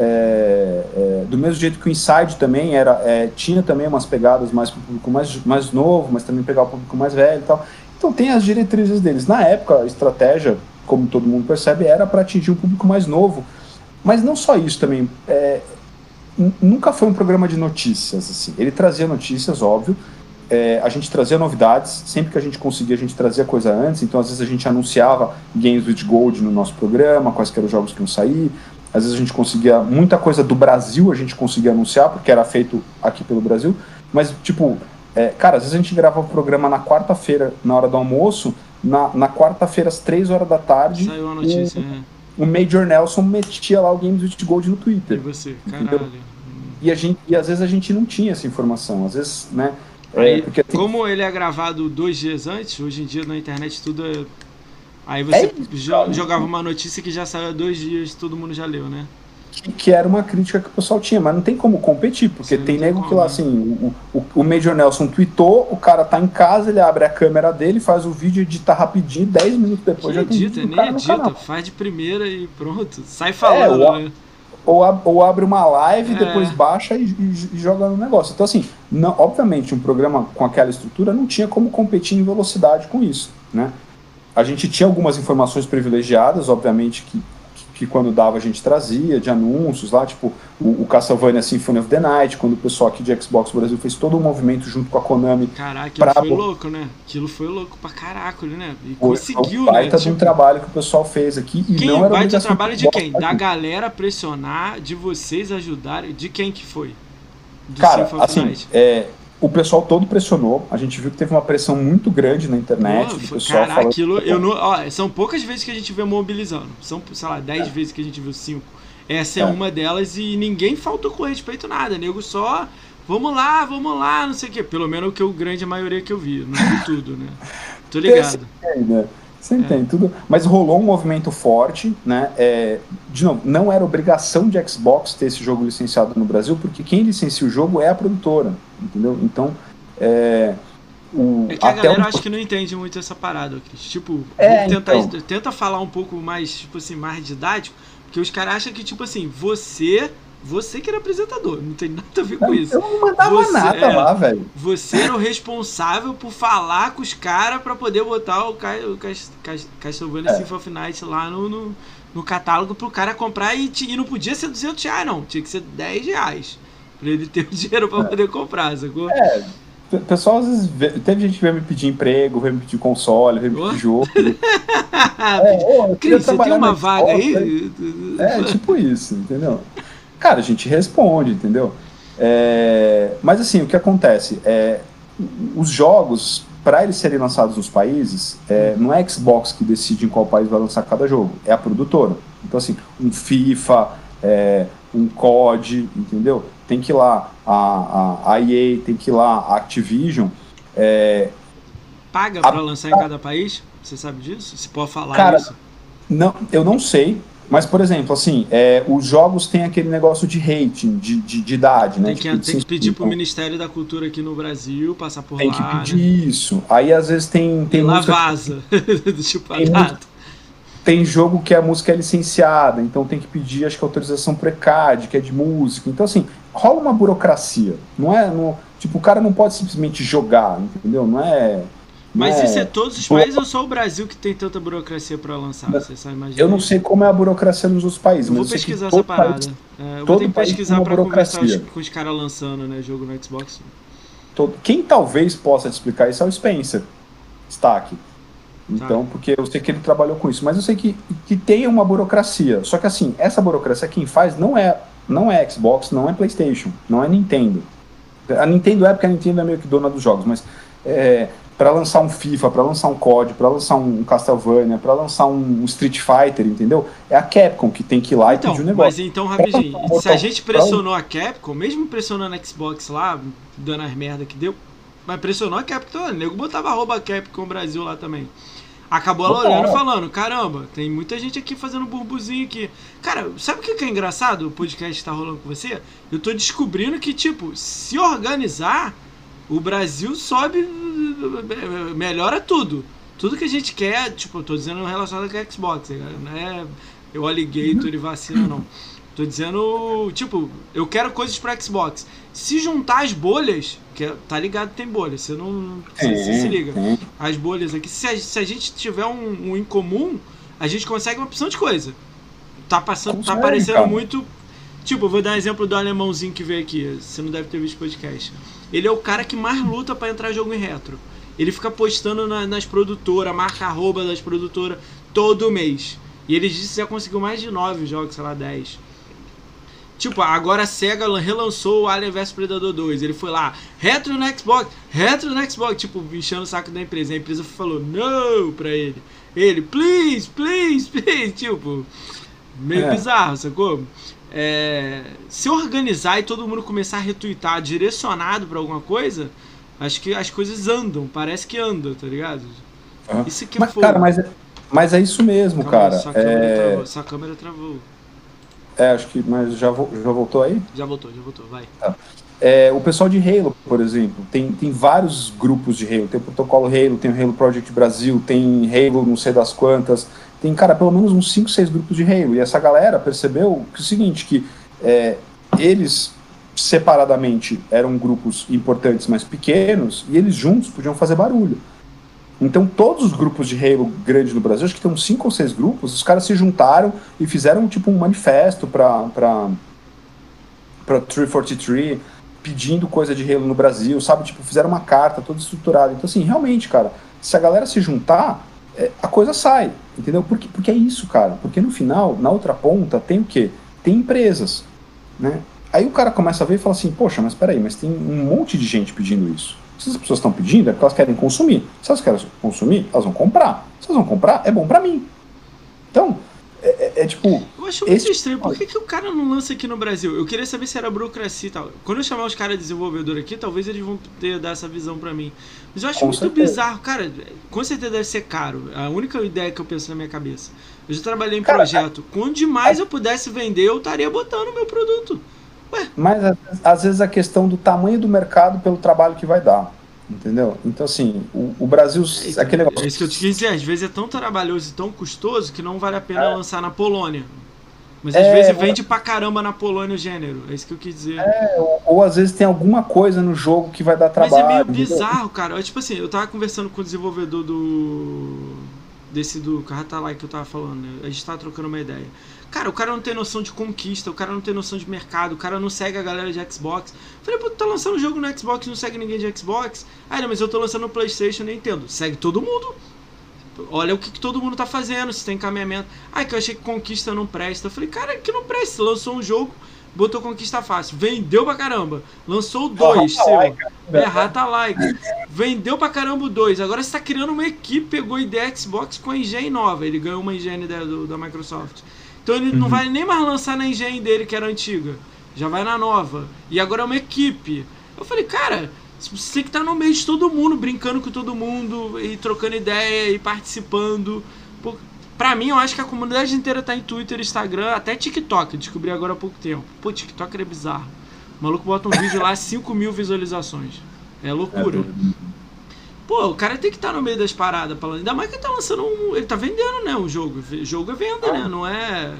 Do mesmo jeito que o Inside também tinha também umas pegadas mais para o público mais novo, mas também pegava o público mais velho e tal. Então tem as diretrizes deles. Na época, a estratégia, como todo mundo percebe, era para atingir um público mais novo. Mas não só isso também. Nunca foi um programa de notícias, assim. Ele trazia notícias, óbvio. A gente trazia novidades. Sempre que a gente conseguia, a gente trazia coisa antes. Então, às vezes, a gente anunciava Games with Gold no nosso programa, quais que eram os jogos que iam sair. Às vezes, a gente conseguia... Muita coisa do Brasil a gente conseguia anunciar, porque era feito aqui pelo Brasil. Mas, tipo... cara, às vezes a gente gravava o programa na quarta-feira, na hora do almoço, na quarta-feira, às 3 horas da tarde. Saiu a notícia, o Major Nelson metia lá o Games with Gold no Twitter. E você, caralho. E às vezes a gente não tinha essa informação. Às vezes, né? Aí, porque como ele é gravado 2 dias antes, hoje em dia na internet tudo é... Aí você jogava uma notícia que já saiu há 2 dias, todo mundo já leu, né? Que era uma crítica que o pessoal tinha, mas não tem como competir, porque tem nego que lá, assim, o Major Nelson tweetou, o cara tá em casa, ele abre a câmera dele, faz o vídeo, edita rapidinho, 10 minutos depois já edita, nem edita, faz de primeira e pronto, sai falando, né? ou abre uma live, depois baixa e joga no negócio. Então, assim, não, obviamente, um programa com aquela estrutura não tinha como competir em velocidade com isso, né? A gente tinha algumas informações privilegiadas, obviamente, que quando dava a gente trazia, de anúncios lá, tipo o Castlevania Symphony of the Night, quando o pessoal aqui de Xbox Brasil fez todo um movimento junto com a Konami. Caraca, aquilo foi louco, né? Aquilo foi louco pra caraca, né? E conseguiu, né? Baita de um trabalho que o pessoal fez aqui. E não era baita trabalho de quem? Da galera pressionar, de vocês ajudarem, de quem que foi? Do cara, assim, o pessoal todo pressionou, a gente viu que teve uma pressão muito grande na internet. Cara, aquilo, são poucas vezes que a gente vê mobilizando, são, sei lá, 10 vezes que a gente viu 5. Essa é uma delas e ninguém faltou com respeito a nada, nego só, vamos lá, não sei o quê. Pelo menos o que grande maioria que eu vi, não vi tudo, né? Tô ligado. Você entende tudo, mas rolou um movimento forte, né? De novo, não era obrigação de Xbox ter esse jogo licenciado no Brasil, porque quem licencia o jogo é a produtora, entendeu? Então, que a galera acho que não entende muito essa parada, Cris. Tipo, tenta falar um pouco mais, tipo assim, mais didático, porque os caras acham que, tipo assim, você que era apresentador, não tem nada a ver com isso. Eu não mandava nada lá, velho. Você era o responsável por falar com os caras pra poder botar o Castlevania Symphony of the Night lá no catálogo pro cara comprar e não podia ser R$200, não. Tinha que ser R$10 pra ele ter o dinheiro pra poder comprar, sacou? O pessoal às vezes teve gente que veio me pedir emprego, veio me pedir console, veio me pedir jogo. Cris, você tem uma vaga aí? Tipo isso, entendeu? Cara, a gente responde, entendeu? Mas assim, o que acontece? Os jogos, para eles serem lançados nos países, não é a Xbox que decide em qual país vai lançar cada jogo, é a produtora. Então assim, um FIFA, um COD, entendeu? Tem que ir lá a EA, tem que ir lá a Activision. Paga para lançar em cada país? Você sabe disso? Você pode falar isso? Não, eu não sei. Mas, por exemplo, assim, os jogos têm aquele negócio de rating, de idade, né? Tem que pedir pro Ministério da Cultura aqui no Brasil, passar por lá. Tem que pedir isso. Aí, às vezes, tem lá vaza. Tem jogo que a música é licenciada, então tem que pedir, acho que, autorização pro ECAD, que é de música. Então, assim, rola uma burocracia. Tipo, o cara não pode simplesmente jogar, entendeu? Mas isso é todos os países ou só o Brasil que tem tanta burocracia para lançar? Você sabe imaginar? Eu não sei como é a burocracia nos outros países. Eu vou pesquisar essa parada. Eu vou ter que pesquisar para conversar com os caras lançando, né, jogo no Xbox. Quem talvez possa te explicar isso é o Spencer Stack. Então, porque eu sei que ele trabalhou com isso. Mas eu sei que tem uma burocracia. Só que assim, essa burocracia quem faz não é Xbox, não é PlayStation, não é Nintendo. A Nintendo porque a Nintendo é meio que dona dos jogos, mas para lançar um FIFA, para lançar um COD, para lançar um Castlevania, para lançar um Street Fighter, entendeu? É a Capcom que tem que ir lá e pedir o negócio. Mas então, rapidinho, se a gente pressionou a Capcom, mesmo pressionando a Xbox lá, dando as merda que deu, mas pressionou a Capcom, o nego botava @Capcom Brasil lá também. Acabou ela olhando e falando, caramba, tem muita gente aqui fazendo burbuzinho aqui. Cara, sabe o que é engraçado? O podcast que tá rolando com você? Eu tô descobrindo que, tipo, se organizar, o Brasil sobe, melhora tudo. Tudo que a gente quer, tipo, eu tô dizendo relacionado com a Xbox, não é eu alligator e vacina, não. Tô dizendo, tipo, eu quero coisas pra Xbox. Se juntar as bolhas, que tá ligado que tem bolha, você não se liga. As bolhas aqui, se a gente tiver um em comum, a gente consegue uma opção de coisa. Tá aparecendo cara. Muito. Tipo, eu vou dar um exemplo do alemãozinho que veio aqui. Você não deve ter visto o podcast. Ele é o cara que mais luta pra entrar jogo em retro. Ele fica postando nas produtoras, marca arroba das produtoras todo mês. E ele disse que já conseguiu mais de 9 jogos, sei lá, 10. Tipo, agora a SEGA relançou o Alien vs Predador 2. Ele foi lá, retro no Xbox, tipo, enchendo o saco da empresa. A empresa falou, não, pra ele. Ele, please, tipo, meio bizarro, sacou? Se organizar e todo mundo começar a retweetar direcionado pra alguma coisa, acho que as coisas andam, parece que andam, tá ligado? Isso que foi. Cara, mas é isso mesmo, cara. Sua câmera travou. Acho que, mas já voltou aí? Já voltou, vai. Tá. O pessoal de Halo, por exemplo, tem vários grupos de Halo. Tem o protocolo Halo, tem o Halo Project Brasil, tem Halo não sei das quantas. Tem, cara, pelo menos uns 5, 6 grupos de Halo. E essa galera percebeu que o seguinte, que eles separadamente eram grupos importantes, mas pequenos, e eles juntos podiam fazer barulho. Então todos os grupos de Halo grande no Brasil, acho que tem uns 5 ou 6 grupos, os caras se juntaram e fizeram tipo um manifesto para 343, pedindo coisa de Halo no Brasil, sabe? Tipo, fizeram uma carta toda estruturada. Então assim, realmente, cara, se a galera se juntar, a coisa sai, entendeu? Porque é isso, cara. Porque no final, na outra ponta, tem o quê? Tem empresas, né? Aí o cara começa a ver e fala assim, poxa, mas peraí, mas tem um monte de gente pedindo isso. Se as pessoas estão pedindo, é porque elas querem consumir. Se elas querem consumir, elas vão comprar. Se elas vão comprar, é bom pra mim. Então, tipo... Eu acho muito estranho. Por que o cara não lança aqui no Brasil? Eu queria saber se era burocracia e tal. Quando eu chamar os caras de desenvolvedor aqui, talvez eles vão dar essa visão pra mim. Mas eu acho muito bizarro. Cara, com certeza deve ser caro. A única ideia que eu penso na minha cabeça. Eu já trabalhei em projeto. Quanto mais eu pudesse vender, eu estaria botando o meu produto. Mas às vezes a questão do tamanho do mercado pelo trabalho que vai dar, entendeu? Então assim, o Brasil, aquele negócio... É isso que eu te quis dizer, às vezes é tão trabalhoso e tão custoso que não vale a pena lançar na Polônia. Mas às vezes vende pra caramba na Polônia o gênero, é isso que eu quis dizer. Ou às vezes tem alguma coisa no jogo que vai dar trabalho. Mas é meio bizarro, cara. Tipo assim, eu tava conversando com o desenvolvedor do Carratalai que eu tava falando, né? A gente tava trocando uma ideia. Cara, o cara não tem noção de conquista, o cara não tem noção de mercado, o cara não segue a galera de Xbox. Falei, pô, tu tá lançando um jogo no Xbox e não segue ninguém de Xbox? Ah, não, mas eu tô lançando no PlayStation e nem entendo. Segue todo mundo. Olha o que todo mundo tá fazendo, se tem encaminhamento. Ah, que eu achei que conquista não presta. Eu falei, cara, que não presta. Você lançou um jogo, botou conquista fácil. Vendeu pra caramba. Lançou o 2, seu. Rata-like. Vendeu pra caramba o 2. Agora você tá criando uma equipe, pegou ideia Xbox com a engine nova. Ele ganhou uma engine da Microsoft. Então ele não vai nem mais lançar na engine dele, que era antiga. Já vai na nova. E agora é uma equipe. Eu falei, cara, você tem que estar no meio de todo mundo, brincando com todo mundo, e trocando ideia, e participando. Pra mim, eu acho que a comunidade inteira tá em Twitter, Instagram, até TikTok. Eu descobri agora há pouco tempo. Pô, TikTok é bizarro. O maluco bota um vídeo lá, 5 mil visualizações. É loucura. Pô, o cara tem que estar no meio das paradas. Ainda mais que ele tá lançando ele tá vendendo, né, um jogo. Jogo é venda, né? Não é...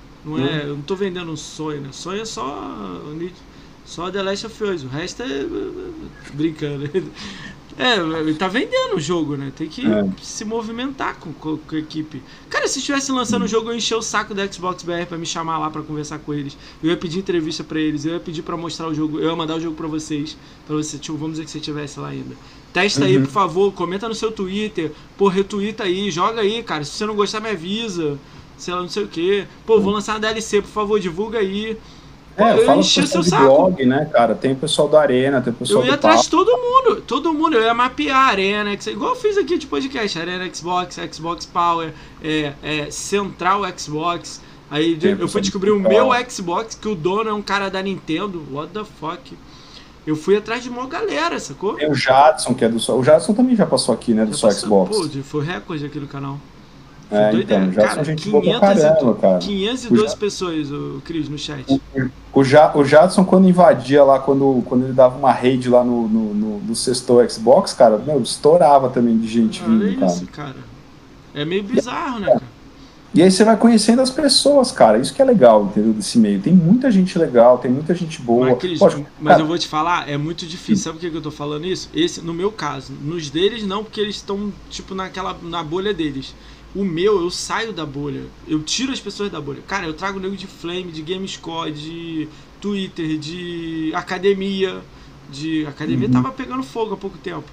Eu não tô vendendo um sonho, né? Sonho é só The Last of Us. O resto é... brincando. Ele tá vendendo o jogo, né? Tem que se movimentar com a equipe. Cara, se estivesse lançando um jogo, eu encher o saco da Xbox BR pra me chamar lá pra conversar com eles. Eu ia pedir entrevista pra eles, eu ia pedir pra mostrar o jogo, eu ia mandar o jogo pra vocês. Tipo, vamos dizer que você estivesse lá ainda. Testa aí, por favor, comenta no seu Twitter. Pô, retuita aí, joga aí, cara. Se você não gostar, me avisa. Sei lá, não sei o que. Pô, vou lançar uma DLC, por favor, divulga aí. Eu falo pro pessoal de blog, né, cara? Tem o pessoal da Arena, tem o pessoal do Eu ia atrás de todo mundo. Eu ia mapear a Arena, igual eu fiz aqui de podcast. Arena Xbox, Xbox Power, Central Xbox. Aí eu fui descobrir o meu Xbox, que o dono é um cara da Nintendo. What the fuck? Eu fui atrás de uma galera, sacou? Tem o Jadson, que é do O Jadson também já passou aqui, né? Do só Xbox. Pô, foi recorde aqui no canal. Então, o Jadson a gente botou caramba, cara. 512 pessoas, o Cris, no chat. O Jadson, quando invadia lá, quando ele dava uma raid lá no sexto Xbox, cara, estourava também de gente vindo, cara. Isso, cara. É meio bizarro, né, cara? E aí você vai conhecendo as pessoas, cara. Isso que é legal, entendeu? Desse meio. Tem muita gente legal, tem muita gente boa. Mas eu vou te falar, é muito difícil. Sabe por que eu tô falando isso? No meu caso. Nos deles, não, porque eles estão, tipo, na bolha deles. O meu, eu saio da bolha. Eu tiro as pessoas da bolha. Cara, eu trago nego de Flame, de Gamescore, de Twitter, de academia. Academia tava pegando fogo há pouco tempo.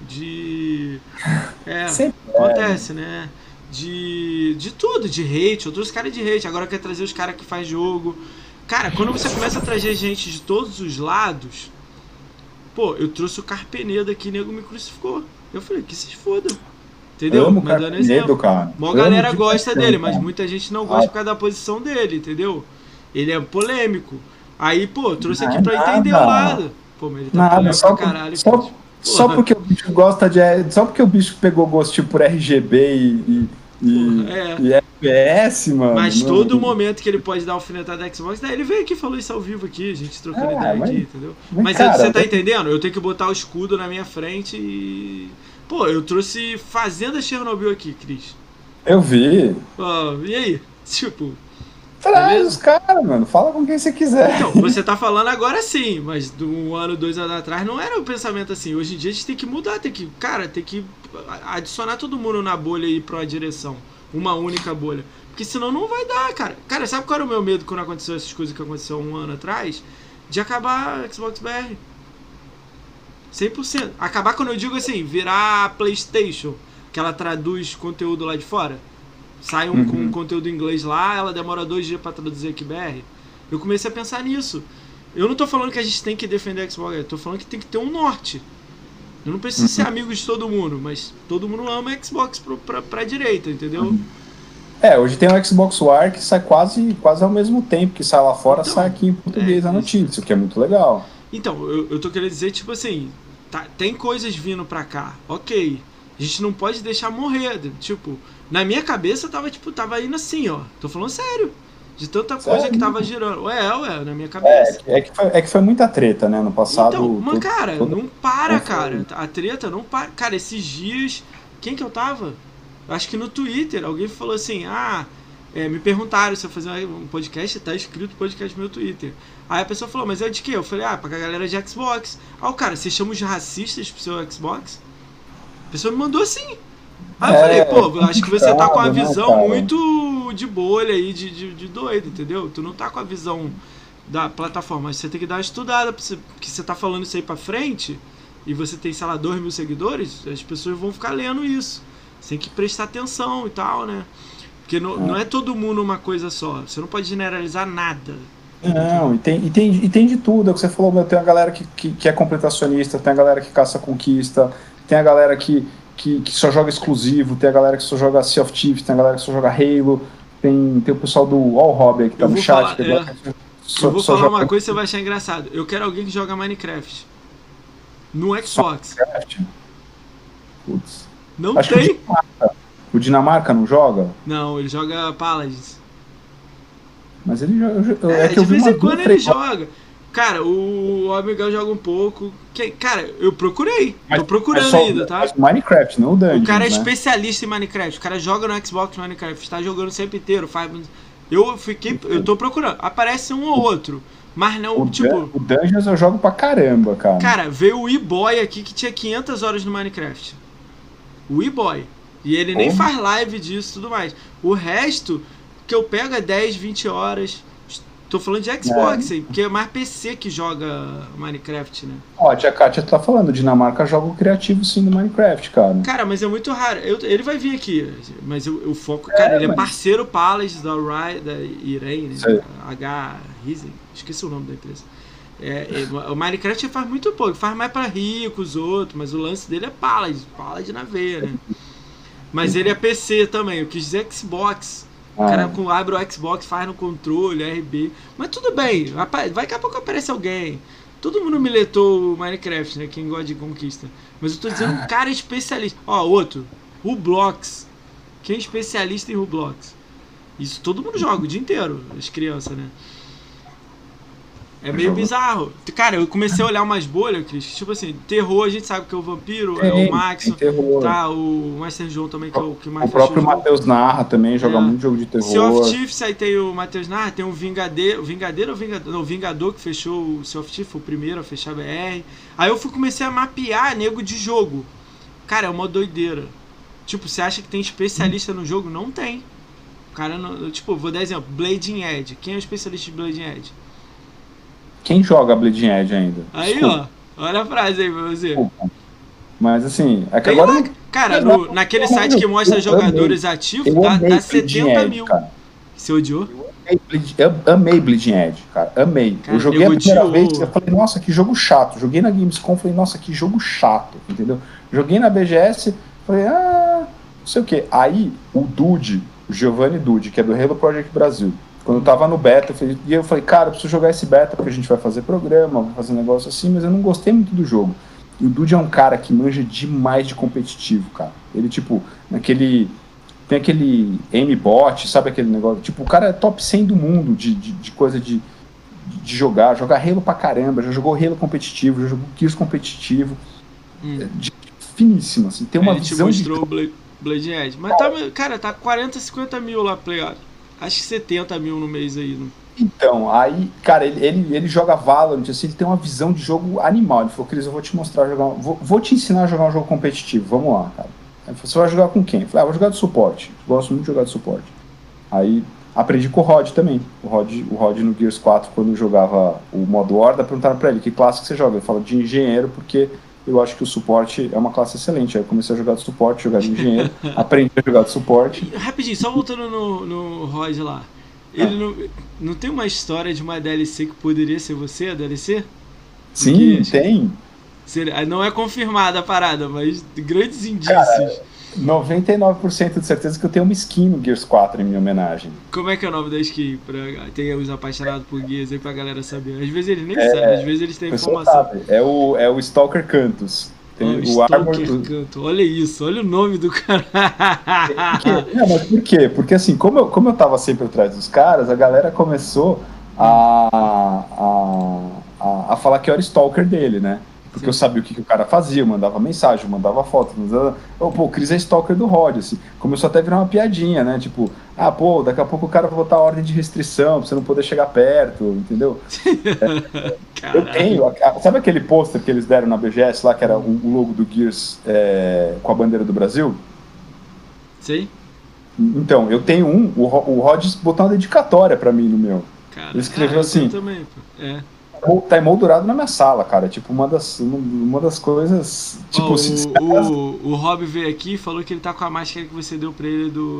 Acontece, né? De tudo, de hate. Eu trouxe cara de hate. Agora eu quero trazer os caras que faz jogo. Cara, quando você começa a trazer gente de todos os lados... Pô, eu trouxe o Carpenedo aqui, nego me crucificou. Eu falei, que se foda. Entendeu? Mandando exemplo. Cara. Mó galera gosta dele, mas muita gente não gosta por causa da posição dele, entendeu? Ele é polêmico. Aí, pô, trouxe aqui pra entender o lado. Pô, mas ele tá polêmico pra caralho. Só porque o bicho gosta de... Só porque o bicho pegou gosto por RGB e e FPS, mano. Mas todo momento que ele pode dar alfinetada da Xbox, daí ele veio aqui e falou isso ao vivo aqui, a gente trocando ideia aqui, entendeu? Mas cara, você tá entendendo? Eu tenho que botar o escudo na minha frente e... Pô, eu trouxe Fazenda Chernobyl aqui, Cris. Eu vi. E aí? Tipo... Traz os caras, mano. Fala com quem você quiser. Então, você tá falando agora sim, mas de 1 ano, 2 anos atrás não era o pensamento assim. Hoje em dia a gente tem que mudar, tem que adicionar todo mundo na bolha e ir pra uma direção. Uma única bolha. Porque senão não vai dar, cara. Cara, sabe qual era o meu medo quando aconteceu essas coisas que aconteceu 1 ano atrás? De acabar a Xbox BR. 100%. Acabar quando eu digo assim, virar PlayStation, que ela traduz conteúdo lá de fora. Sai com um conteúdo em inglês lá, ela demora 2 dias pra traduzir aqui BR. Eu comecei a pensar nisso. Eu não tô falando que a gente tem que defender a Xbox, eu tô falando que tem que ter um norte. Eu não preciso ser amigo de todo mundo, mas todo mundo ama a Xbox pra direita, entendeu? Hoje tem o Xbox One que sai quase ao mesmo tempo que sai lá fora, então, sai aqui em português a notícia, o que é muito legal. Então, eu tô querendo dizer, tipo assim, tem coisas vindo pra cá, ok. A gente não pode deixar morrer, tipo... Na minha cabeça tava indo assim, ó. Tô falando sério. De tanta coisa que tava girando. Na minha cabeça. É que foi muita treta, né? No passado. Então, mas cara, não para, cara. A treta não para. Cara, esses dias. Quem que eu tava? Acho que no Twitter. Alguém falou assim: me perguntaram se eu fazer um podcast. Tá escrito podcast no meu Twitter. Aí a pessoa falou: mas é de quê? Eu falei: pra galera de Xbox. Aí o cara, você chama os racistas pro seu Xbox? A pessoa me mandou assim. Aí eu falei, pô, acho que você tá com a visão muito de bolha aí, de doido, entendeu? Tu não tá com a visão da plataforma, mas você tem que dar uma estudada, porque você tá falando isso aí pra frente, e você tem, sei lá, 2 mil seguidores, as pessoas vão ficar lendo isso. Você tem que prestar atenção e tal, né? Porque não é todo mundo uma coisa só, você não pode generalizar nada. Não, e tem de tudo, é o que você falou, meu, tem a galera que é completacionista, tem a galera que caça conquista, tem a galera que só joga exclusivo, tem a galera que só joga Sea of Thieves, tem a galera que só joga Halo, tem o pessoal do All Hobby que tá no chat. Eu vou falar uma coisa que você vai achar engraçado. Eu quero alguém que joga Minecraft no Xbox. Minecraft? Putz. Não tem. O Dinamarca não joga? Não, ele joga Paladins. Mas ele joga. De vez em quando ele joga. Cara, o Miguel joga um pouco. Cara, eu procurei. Tô procurando ainda, tá? Mas Minecraft, não o Dungeons, o cara é especialista em Minecraft. O cara joga no Xbox Minecraft. Tá jogando o tempo inteiro. Eu tô procurando. Aparece um ou outro. Mas não, o Dungeons eu jogo pra caramba, cara. Cara, veio o E-Boy aqui que tinha 500 horas no Minecraft. O E-Boy. E ele nem faz live disso e tudo mais. O resto que eu pego é 10, 20 horas... Tô falando de Xbox, porque é mais PC que joga Minecraft, né? Ó, a tia Kátia tá falando, Dinamarca joga o criativo sim no Minecraft, cara. Cara, mas é muito raro. Ele vai vir aqui, mas eu foco... Cara, ele é parceiro Palace da Irene, né? H. Rising, esqueci o nome da empresa. O Minecraft faz muito pouco, faz mais pra ricos, outros, mas o lance dele é Palace na veia, né? Mas ele é PC também, eu quis dizer Xbox. O cara abre o Xbox, faz no controle, RB. Mas tudo bem, vai daqui a pouco aparece alguém. Todo mundo miletou o Minecraft, né? Quem gosta de conquista. Mas eu tô dizendo um cara especialista. Ó, outro. Roblox. Quem é especialista em Roblox? Isso todo mundo joga o dia inteiro, as crianças, né? É meio bizarro. Cara, eu comecei a olhar umas bolhas, Cris. Tipo assim, terror, a gente sabe que é o Vampiro, é o Max, tá? O Master João também, que é o que mais. O próprio Matheus Narra também joga muito jogo de terror. Sea of Thieves, aí tem o Matheus Narra, tem o Vingador, o Vingador que fechou o Sea of Thieves, foi o primeiro a fechar a BR. Aí eu comecei a mapear nego de jogo. Cara, é uma doideira. Tipo, você acha que tem especialista no jogo? Não tem. O cara, não, tipo, vou dar exemplo, Bleeding Edge. Quem é o especialista de Bleeding Edge? Quem joga Bleeding Edge ainda? Aí, desculpa. Ó, olha a frase aí pra você. Desculpa. Mas assim, é que agora... Cara, naquele site que mostra jogadores ativos, dá 70 mil. Cara. Você odiou? Eu amei Bleeding Edge, cara. Amei. Cara, eu joguei a primeira vez, eu falei, nossa, que jogo chato. Joguei na Gamescom, falei, nossa, que jogo chato, entendeu? Joguei na BGS, falei, não sei o que. Aí, o Dude, o Giovanni Dude, que é do Halo Project Brasil, quando eu tava no beta, eu falei, cara, eu preciso jogar esse beta porque a gente vai fazer programa, vai fazer um negócio assim, mas eu não gostei muito do jogo. E o Dude é um cara que manja demais de competitivo, cara. Ele, tipo, naquele Tem aquele aimbot, sabe aquele negócio? Tipo, o cara é top 100 do mundo de coisa de jogar Halo pra caramba, já jogou Halo competitivo, já jogou Gears competitivo. Finíssimo, assim. Tem uma visão de... Blade Edge. Mas cara, tá 40, 50 mil lá plegado. Acho que 70 mil no mês aí. Né? Então, aí, cara, ele joga Valorant, assim, ele tem uma visão de jogo animal. Ele falou, Cris, eu vou te mostrar jogar. Vou te ensinar a jogar um jogo competitivo. Vamos lá, cara. Aí ele falou, você vai jogar com quem? Eu falei, vou jogar de suporte. Gosto muito de jogar de suporte. Aí aprendi com o Rod também. O Rod no Gears 4, quando jogava o modo Horda, perguntaram pra ele que classe que você joga. Ele fala de engenheiro, porque eu acho que o suporte é uma classe excelente. Aí eu comecei a jogar de suporte, jogar de engenheiro, aprendi a jogar de suporte. Rapidinho, só voltando no Rod lá. Ele não tem uma história de uma DLC que poderia ser você, a DLC? Sim, tem. Não é confirmada a parada, mas grandes indícios. Cara, 99% de certeza que eu tenho uma skin no Gears 4 em minha homenagem. Como é que é o nome da skin? Tem os apaixonados por Gears aí pra galera saber. Às vezes eles nem sabem, às vezes eles têm informação. Sabe. É o Stalker Cantus. Tem o Stalker Cantus. Olha isso, olha o nome do cara. Não, mas por quê? Porque assim, como eu tava sempre atrás dos caras, a galera começou a falar que eu era Stalker dele, né? Porque eu sabia o que o cara fazia, eu mandava mensagem, eu mandava foto, o Cris é stalker do Rod, assim. Começou até a virar uma piadinha, né? Tipo, daqui a pouco o cara vai botar ordem de restrição pra você não poder chegar perto, entendeu? Eu tenho, sabe aquele pôster que eles deram na BGS lá, que era o logo do Gears com a bandeira do Brasil? Sim. Então, eu tenho o Rod botou uma dedicatória pra mim no meu. Cara, ele escreveu assim... também, pô. Tá emoldurado na minha sala, cara. Tipo, uma das coisas. Tipo, o Rob veio aqui e falou que ele tá com a máscara que você deu pra ele do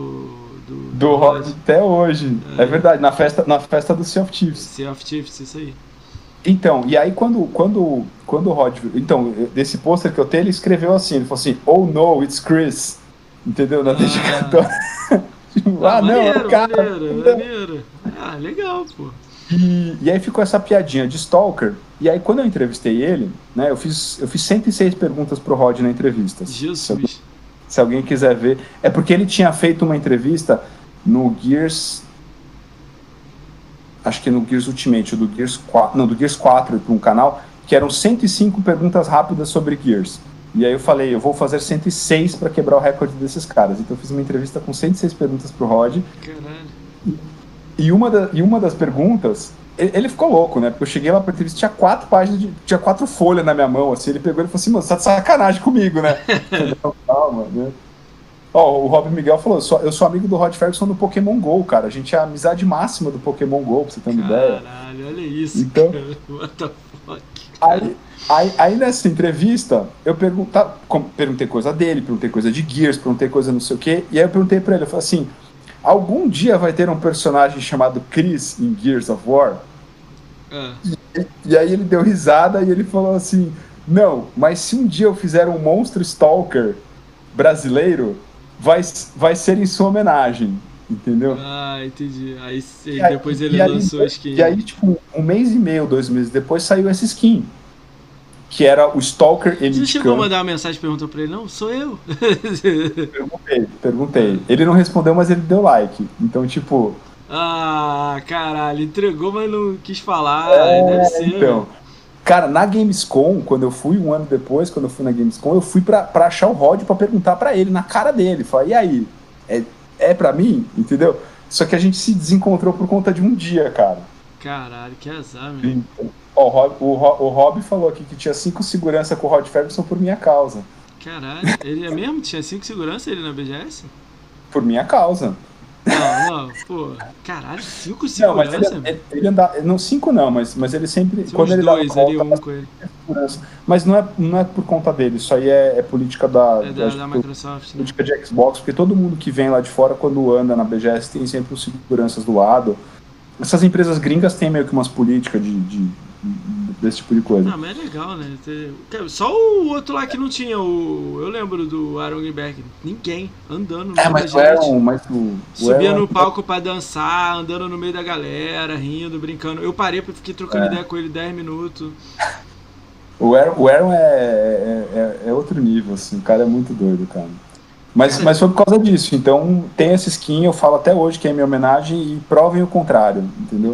Rob até hoje. É verdade, na festa do Sea of Thieves. Sea of Thieves, isso aí. Então, e aí quando o Rod. Então, desse pôster que eu tenho, ele escreveu assim: ele falou assim, oh no, it's Chris. Entendeu? Na dedicatória. Tipo, maneiro, não, cara. Maneiro. Legal, pô. E aí ficou essa piadinha de Stalker. E aí quando eu entrevistei ele, né, eu fiz 106 perguntas pro Rod na entrevista. Jesus. Se alguém quiser ver. É porque ele tinha feito uma entrevista no Gears... Acho que no Gears Ultimate, ou do Gears 4... Não, do Gears 4 para um canal, que eram 105 perguntas rápidas sobre Gears. E aí eu falei, eu vou fazer 106 para quebrar o recorde desses caras. Então eu fiz uma entrevista com 106 perguntas pro Rod. Caralho. E uma das perguntas, ele ficou louco, né? Porque eu cheguei lá pra entrevista, tinha 4 páginas, tinha 4 folhas na minha mão, assim. Ele pegou e falou assim, mano, você tá de sacanagem comigo, né? Calma, né? O Rob Miguel falou, eu sou amigo do Rod Ferguson do Pokémon GO, cara. A gente é a amizade máxima do Pokémon GO, pra você ter uma ideia. Caralho, olha isso, então, cara. What the fuck? Aí nessa entrevista, eu perguntei coisa dele, perguntei coisa de Gears, perguntei coisa não sei o quê, e aí eu perguntei pra ele, eu falei assim... Algum dia vai ter um personagem chamado Chris em Gears of War? E aí ele deu risada e ele falou assim, não, mas se um dia eu fizer um monstro Stalker brasileiro, vai ser em sua homenagem, entendeu? Entendi. Aí depois ele lançou a skin. E aí, tipo, 1 mês e meio, 2 meses depois, saiu essa skin. Que era o Stalker Elite. Você chegou a mandar uma mensagem perguntando pra ele? Não, sou eu. Perguntei. Ele não respondeu, mas ele deu like. Então, tipo... caralho, entregou, mas não quis falar. Deve ser. Então, cara, na Gamescom, quando eu fui, um ano depois, quando eu fui na Gamescom, eu fui pra achar o Rod pra perguntar pra ele, na cara dele. Falei, e aí? É pra mim? Entendeu? Só que a gente se desencontrou por conta de um dia, cara. Caralho, que azar, meu. O Rob falou aqui que tinha 5 segurança com o Rod Ferguson por minha causa. Caralho, ele é mesmo? Tinha 5 segurança ele na BGS? Por minha causa. Não, pô. Caralho, 5 segurança? Não, mas ele andava... Não, 5 não, mas ele sempre... Tinha quando ele dava volta, com ele. Mas não é por conta dele, isso aí é política da Microsoft, política de Xbox, porque todo mundo que vem lá de fora, quando anda na BGS, tem sempre os seguranças do lado. Essas empresas gringas têm meio que umas políticas desse tipo de coisa. Mas é legal, né? Só o outro lá que não tinha, eu lembro do Aaron Greenberg. Ninguém andando no meio da gente. Subia no palco pra dançar, andando no meio da galera, rindo, brincando. Eu parei, fiquei trocando ideia com ele 10 minutos. O Aaron é outro nível, assim, o cara é muito doido, cara. Mas foi por causa disso. Então, tem essa skin, eu falo até hoje que é minha homenagem e provem o contrário, entendeu?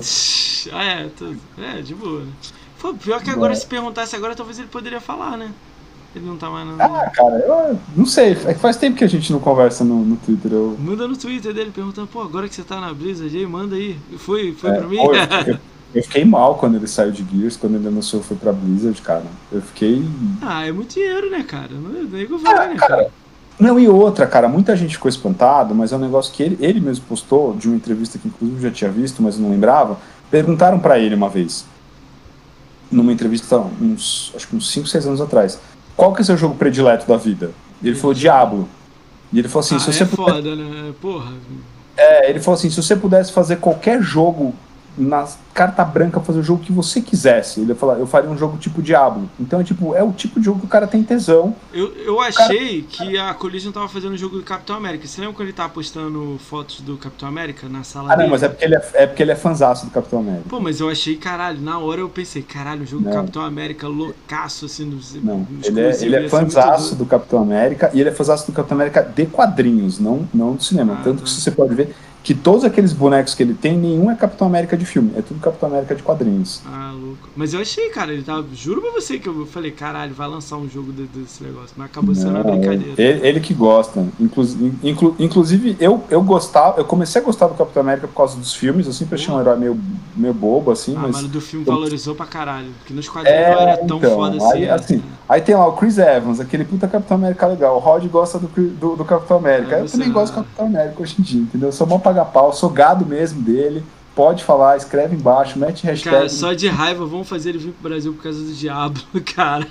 De boa. Né? Pô, pior que agora, se perguntasse agora, talvez ele poderia falar, né? Ele não tá mais no... cara, eu não sei. É que faz tempo que a gente não conversa no Twitter. Manda no Twitter dele perguntando, pô, agora que você tá na Blizzard aí, manda aí. Foi pra mim? Eu fiquei mal quando ele saiu de Gears, quando ele anunciou foi pra Blizzard, cara. Eu fiquei... é muito dinheiro, né, cara? Não vai, né, cara? Não, e outra, cara, muita gente ficou espantado, mas é um negócio que ele mesmo postou, de uma entrevista que inclusive eu já tinha visto, mas eu não lembrava. Perguntaram pra ele uma vez, numa entrevista, acho que uns 5, 6 anos atrás, qual que é o seu jogo predileto da vida? E ele falou Diablo. E ele falou assim, se você foda, né? Porra. Ele falou assim, se você pudesse fazer qualquer jogo na carta branca, fazer o jogo que você quisesse, ele falou, eu faria um jogo tipo Diablo. Então é o tipo de jogo que o cara tem tesão. Eu achei que a Collision tava fazendo o jogo do Capitão América. Você lembra quando ele tava postando fotos do Capitão América na sala dele? Não, mas é porque ele é fanzaço do Capitão América. Pô, mas eu achei, caralho, na hora eu pensei, caralho, o jogo do Capitão América loucaço, assim, ele é fanzaço do Capitão América, e ele é fanzaço do Capitão América de quadrinhos, não do cinema. Tanto que você pode ver que todos aqueles bonecos que ele tem, nenhum é Capitão América de filme, é tudo Capitão América de quadrinhos. Louco. Mas eu achei, cara, ele tava, juro pra você que eu falei, caralho, vai lançar um jogo desse negócio, mas acabou sendo uma brincadeira. Ele que gosta. Inclusive, eu comecei a gostar do Capitão América por causa dos filmes, eu sempre achei um herói meio bobo, assim, mas do filme valorizou pra caralho, porque nos quadrinhos não era tão foda assim. Aí tem lá o Chris Evans, aquele puta Capitão América legal, o Rod gosta do Capitão América, eu também gosto do Capitão América hoje em dia, entendeu? Eu sou mó paga-pau, sou gado mesmo dele. Pode falar, escreve embaixo, mete hashtag. Cara, só de raiva, vamos fazer ele vir pro Brasil por causa do Diablo, cara.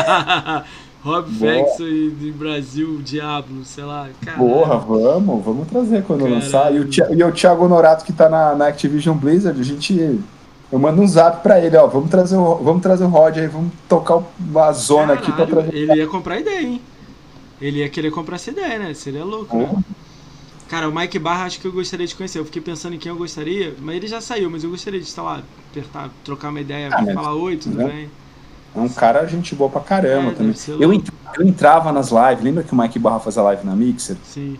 Rob Vexo e Brasil, Diablo, sei lá. Caralho. Porra, vamos trazer quando lançar. E o Thiago Norato, que tá na Activision Blizzard, eu mando um zap pra ele, ó, vamos trazer o Rod aí, vamos tocar uma zona aqui pra trazer. Ele ia comprar ideia, hein? Ele ia querer comprar essa ideia, né? Seria louco, né? Cara, o Mike Barra acho que eu gostaria de conhecer. Eu fiquei pensando em quem eu gostaria, mas ele já saiu, mas eu gostaria de estar lá, apertar, trocar uma ideia, falar oi, tudo bem. É um cara gente boa pra caramba também. Eu entrava nas lives, lembra que o Mike Barra fazia live na Mixer? Sim.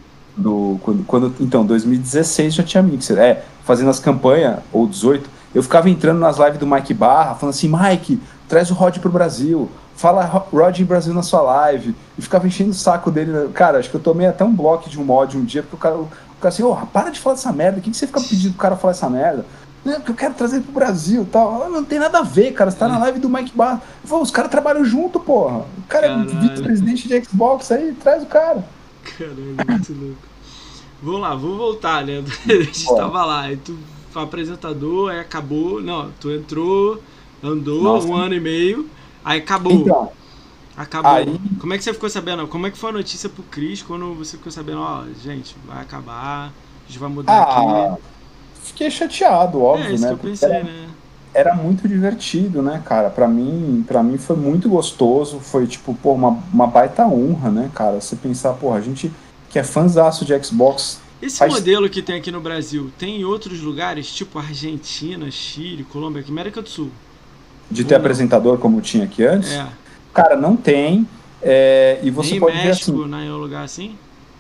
Então, 2016 já tinha Mixer. Fazendo as campanhas, ou 18, eu ficava entrando nas lives do Mike Barra, falando assim, Mike, traz o Rod pro Brasil. Fala Rod em Brasil na sua live. E ficava enchendo o saco dele. Cara, acho que eu tomei até um bloco de um mod um dia, porque o cara assim, para de falar dessa merda. O que você fica pedindo pro cara falar essa merda? Não, porque eu quero trazer ele pro Brasil e tal. Não tem nada a ver, cara. Você tá na live do Mike Barra. Os caras trabalham junto, porra. O cara é vice-presidente de Xbox aí, traz o cara. Caralho, muito louco. Vamos lá, vamos voltar, né? A gente tava lá, aí tu foi apresentador, aí acabou. Não, tu entrou, andou um ano e meio. Aí acabou. Então, acabou. Aí... Como é que você ficou sabendo? Como é que foi a notícia pro Chris quando você ficou sabendo, gente, vai acabar, a gente vai mudar aqui? Fiquei chateado, óbvio, isso né? Que eu pensei, né? Era muito divertido, né, cara? Pra mim foi muito gostoso, foi tipo, uma baita honra, né, cara? Você pensar, a gente que é fãzaço de Xbox... Esse modelo que tem aqui no Brasil, tem em outros lugares, tipo Argentina, Chile, Colômbia, América do Sul? De ter apresentador como tinha aqui antes? Cara, não tem. E você pode ver assim... México, não é um lugar assim?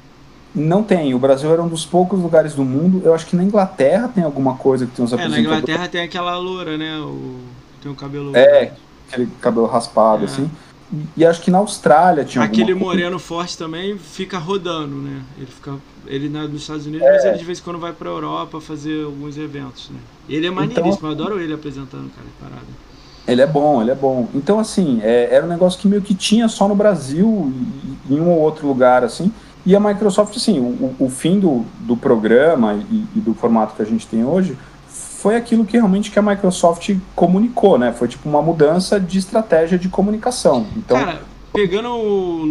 Não tem. O Brasil era um dos poucos lugares do mundo. Eu acho que na Inglaterra tem alguma coisa que tem uns apresentadores. Na Inglaterra tem aquela loura, né? Tem um cabelo... aquele cabelo raspado, assim. E acho que na Austrália tinha aquele moreno forte também fica rodando, né? Ele nos Estados Unidos, mas ele de vez em quando vai pra Europa fazer alguns eventos, né? Ele é maneiríssimo, eu adoro ele apresentando, cara, parada. Ele é bom. Então, assim, era um negócio que meio que tinha só no Brasil e em um ou outro lugar, assim. E a Microsoft, assim, o fim do programa e do formato que a gente tem hoje foi aquilo que realmente que a Microsoft comunicou, né? Foi tipo uma mudança de estratégia de comunicação. Então, cara, pegando o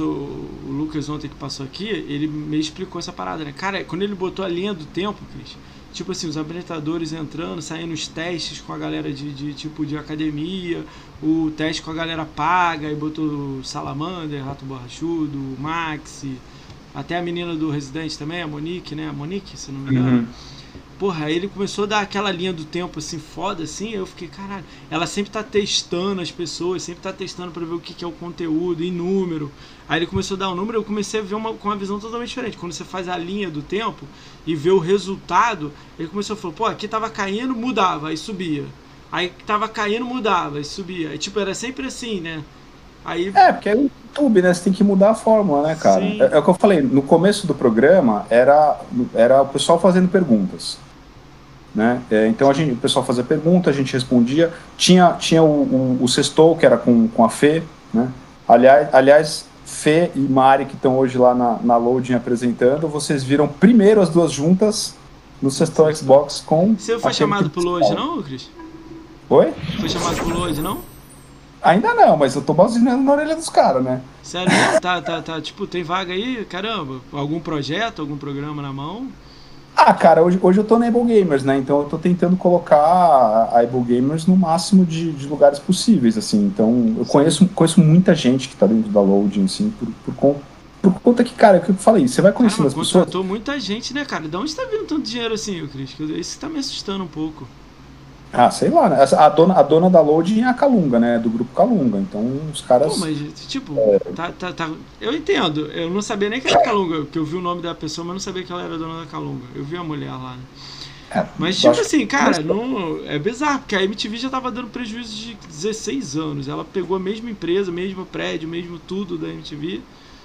Lucas ontem que passou aqui, ele me explicou essa parada, né? Cara, quando ele botou a linha do tempo, Cris, tipo assim, os habilitadores entrando, saindo os testes com a galera de academia, o teste com a galera paga, e botou Salamander, Rato Borrachudo, Maxi, até a menina do Resident também, a Monique, né? A Monique, se não me engano. Porra, aí ele começou a dar aquela linha do tempo, assim, foda, assim, aí eu fiquei, caralho, ela sempre tá testando as pessoas, sempre tá testando pra ver o que é o conteúdo, em número. Aí ele começou a dar um número, eu comecei a ver com uma visão totalmente diferente. Quando você faz a linha do tempo e vê o resultado, ele começou a falar, pô, aqui tava caindo, mudava, aí subia. Aí tava caindo, mudava, aí subia. Aí, tipo, era sempre assim, né? Aí... porque é o YouTube, né? Você tem que mudar a fórmula, né, cara? É o que eu falei, no começo do programa era o pessoal fazendo perguntas. Né? Então o pessoal fazia pergunta, a gente respondia. Tinha o Sextou, que era com a Fê, né? Aliás, Fê e Mari, que estão hoje lá na Loading apresentando, vocês viram primeiro as duas juntas no Sextou Xbox com... Você foi chamado pro Load, não, Cris? Oi? Foi chamado pro Load, não? Ainda não, mas eu tô buzinando na orelha dos caras, né? Sério? Tá, tipo, tem vaga aí? Caramba, algum projeto, algum programa na mão? Cara, hoje eu tô na Able Gamers, né? Então eu tô tentando colocar a Able Gamers no máximo de lugares possíveis, assim. Então eu conheço muita gente que tá dentro da Loading, assim, por conta que, cara, é o que eu falei, você vai conhecendo as pessoas... contratou muita gente, né, cara? De onde tá vindo tanto dinheiro assim, Cris? Isso tá me assustando um pouco. Sei lá, né? A dona da Loading é a Calunga, né? Do grupo Calunga. Então os caras... Pô, mas, tipo, tá. Eu entendo. Eu não sabia nem que era Calunga, porque eu vi o nome da pessoa, mas não sabia que ela era dona da Calunga. Eu vi a mulher lá, né? Mas, tipo assim, cara, não, é bizarro, porque a MTV já tava dando prejuízo de 16 anos. Ela pegou a mesma empresa, mesmo prédio, mesmo tudo da MTV.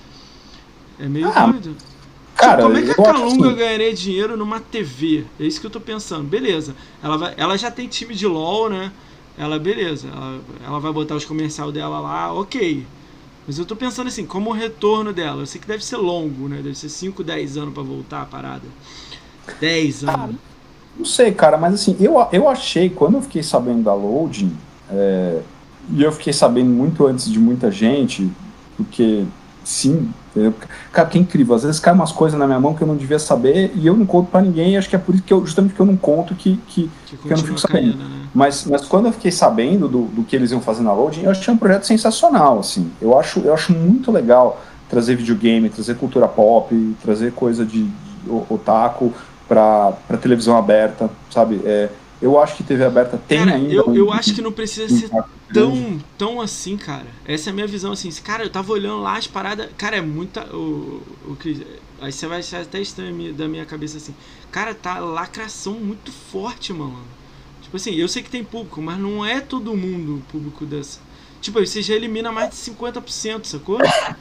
É meio doido. Cara, como é que a Calunga ganharia dinheiro numa TV? É isso que eu tô pensando. Beleza, ela já tem time de LOL, né? Beleza, ela vai botar os comerciais dela lá, ok. Mas eu tô pensando assim, como o retorno dela, eu sei que deve ser longo, né? Deve ser 5, 10 anos pra voltar a parada. 10 anos. Não sei, cara, mas assim, eu achei, quando eu fiquei sabendo da Loading, e eu fiquei sabendo muito antes de muita gente, porque... Sim, cara, que incrível. Às vezes cai umas coisas na minha mão que eu não devia saber e eu não conto pra ninguém. E acho que é por isso que justamente que eu não conto que eu não fico sabendo. Caindo, né? Mas quando eu fiquei sabendo do que eles iam fazer na Loading, eu achei um projeto sensacional. Assim. Eu acho muito legal trazer videogame, trazer cultura pop, trazer coisa de otaku pra televisão aberta, sabe? Eu acho que TV aberta tem, cara, ainda... Eu acho que não precisa ser tão assim, cara. Essa é a minha visão, assim. Cara, eu tava olhando lá as paradas... Cara, é muita... Aí você vai achar até estranho da minha cabeça, assim. Cara, tá lacração muito forte, mano. Tipo assim, eu sei que tem público, mas não é todo mundo o público dessa... Tipo, aí você já elimina mais de 50%, sacou?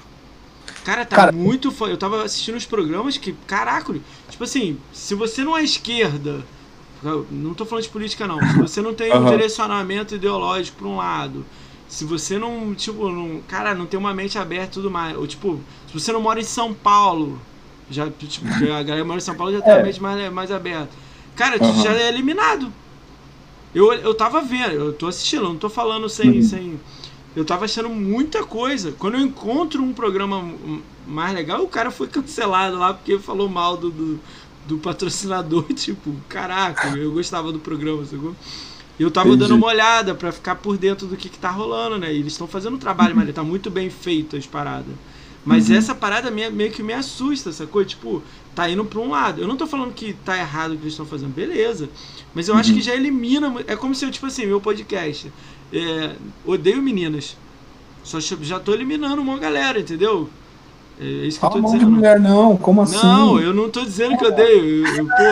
Cara, muito foda. Eu tava assistindo os programas que... Caraca, tipo assim, se você não é esquerda... Não tô falando de política, não. Se você não tem um direcionamento ideológico pra um lado, se você não, tipo, não tem uma mente aberta e tudo mais, ou tipo, se você não mora em São Paulo, já, tipo, porque a galera mora em São Paulo já tem a mente mais aberta. Cara, já é eliminado. Eu tava vendo, eu tô assistindo, não tô falando sem... Eu tava achando muita coisa. Quando eu encontro um programa mais legal, o cara foi cancelado lá porque falou mal do patrocinador, tipo, caraca, eu gostava do programa, sacou? Eu tava dando uma olhada pra ficar por dentro do que tá rolando, né? E eles estão fazendo um trabalho, mas tá muito bem feito as paradas. Mas essa parada meio que me assusta, sacou? Tipo, tá indo pra um lado. Eu não tô falando que tá errado o que eles estão fazendo, beleza. Mas eu acho que já elimina... É como se eu, tipo assim, meu podcast... odeio meninas. Só já tô eliminando uma galera, entendeu? É isso que eu tô dizendo. De mulher, não, como assim? Não, eu não tô dizendo que eu odeio.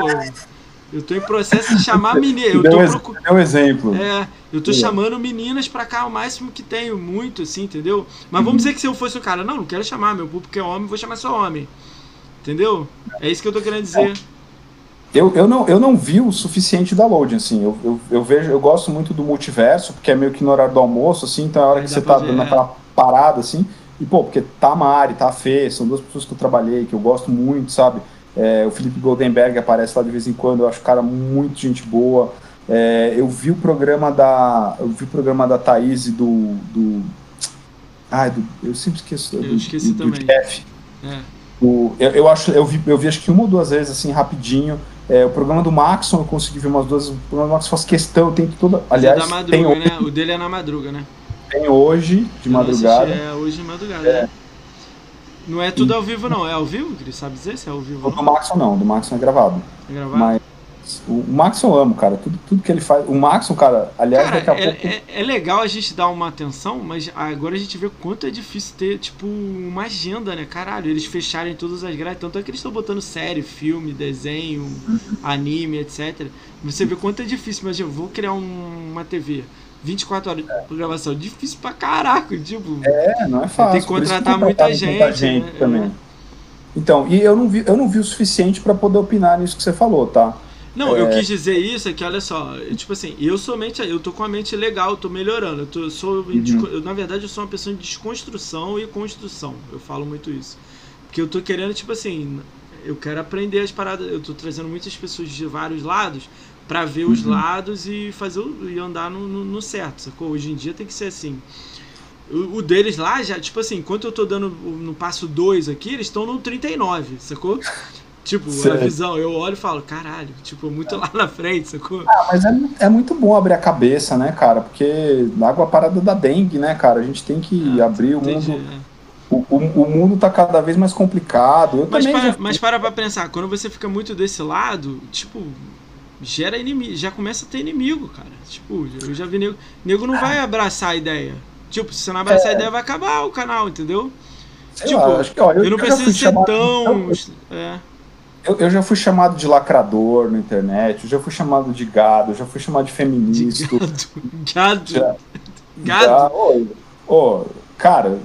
Eu tô em processo de chamar meninas. É um exemplo. Eu tô chamando meninas pra cá o máximo que tenho, muito, assim, entendeu? Mas vamos dizer que se eu fosse o cara, não quero chamar, meu público é homem, vou chamar só homem. Entendeu? É isso que eu tô querendo dizer. Eu não vi o suficiente da Loading, assim. Eu gosto muito do multiverso, porque é meio que no horário do almoço, assim, então é a hora que você tá dando aquela parada, assim. E, pô, porque tá a Mari, tá a Fê, são duas pessoas que eu trabalhei, que eu gosto muito, sabe? O Felipe Goldenberg aparece lá de vez em quando, eu acho o cara muito gente boa. Eu vi o programa da Thaís e eu sempre esqueço. Eu esqueci também. Do Jeff. Eu vi acho que uma ou duas vezes, assim, rapidinho. O programa do Maxon eu consegui ver umas duas. O programa do Maxon faz questão, tem que toda. Aliás, da madruga, tem hoje, né? O dele é na madruga, né? Tem hoje, de madrugada. Hoje de madrugada, né? Não é tudo ao vivo, não. É ao vivo, Cris? Sabe dizer se é ao vivo ou não? Do Maxon não, do Maxon é gravado. É gravado? O Maxon eu amo, cara. Tudo que ele faz. O Maxon, cara, aliás, cara, daqui a pouco. É legal a gente dar uma atenção, mas agora a gente vê quanto é difícil ter, tipo, uma agenda, né? Caralho, eles fecharem todas as grades. Tanto é que eles estão botando série, filme, desenho, anime, etc. Você vê quanto é difícil. Imagina, eu vou criar uma TV. 24 horas de programação. Difícil pra caraca, tipo. Não é fácil. Tem que contratar muita gente né? também. Então, e eu não vi o suficiente para poder opinar nisso que você falou, tá? Não, eu quis dizer isso, é que olha só, tipo assim, eu tô com a mente legal, eu tô melhorando, eu, na verdade eu sou uma pessoa de desconstrução e construção, eu falo muito isso, porque eu tô querendo, tipo assim, eu quero aprender as paradas, eu tô trazendo muitas pessoas de vários lados pra ver os lados e e andar no certo, sacou? Hoje em dia tem que ser assim. O deles lá, já, tipo assim, enquanto eu tô dando no passo 2 aqui, eles estão no 39, sacou? Tipo, a visão, eu olho e falo, caralho, tipo, muito lá na frente, sacou? Mas é muito bom abrir a cabeça, né, cara? Porque água parada da dengue, né, cara? A gente tem que abrir o mundo. O mundo tá cada vez mais complicado. Mas para pra pensar, quando você fica muito desse lado, tipo, gera inimigo, já começa a ter inimigo, cara. Tipo, eu já vi nego não vai abraçar a ideia. Tipo, se você não abraçar a ideia, vai acabar o canal, entendeu? Acho que, eu não preciso ser tão... Eu já fui chamado de lacrador na internet, eu já fui chamado de gado, eu já fui chamado de feminista. Gado? Cara,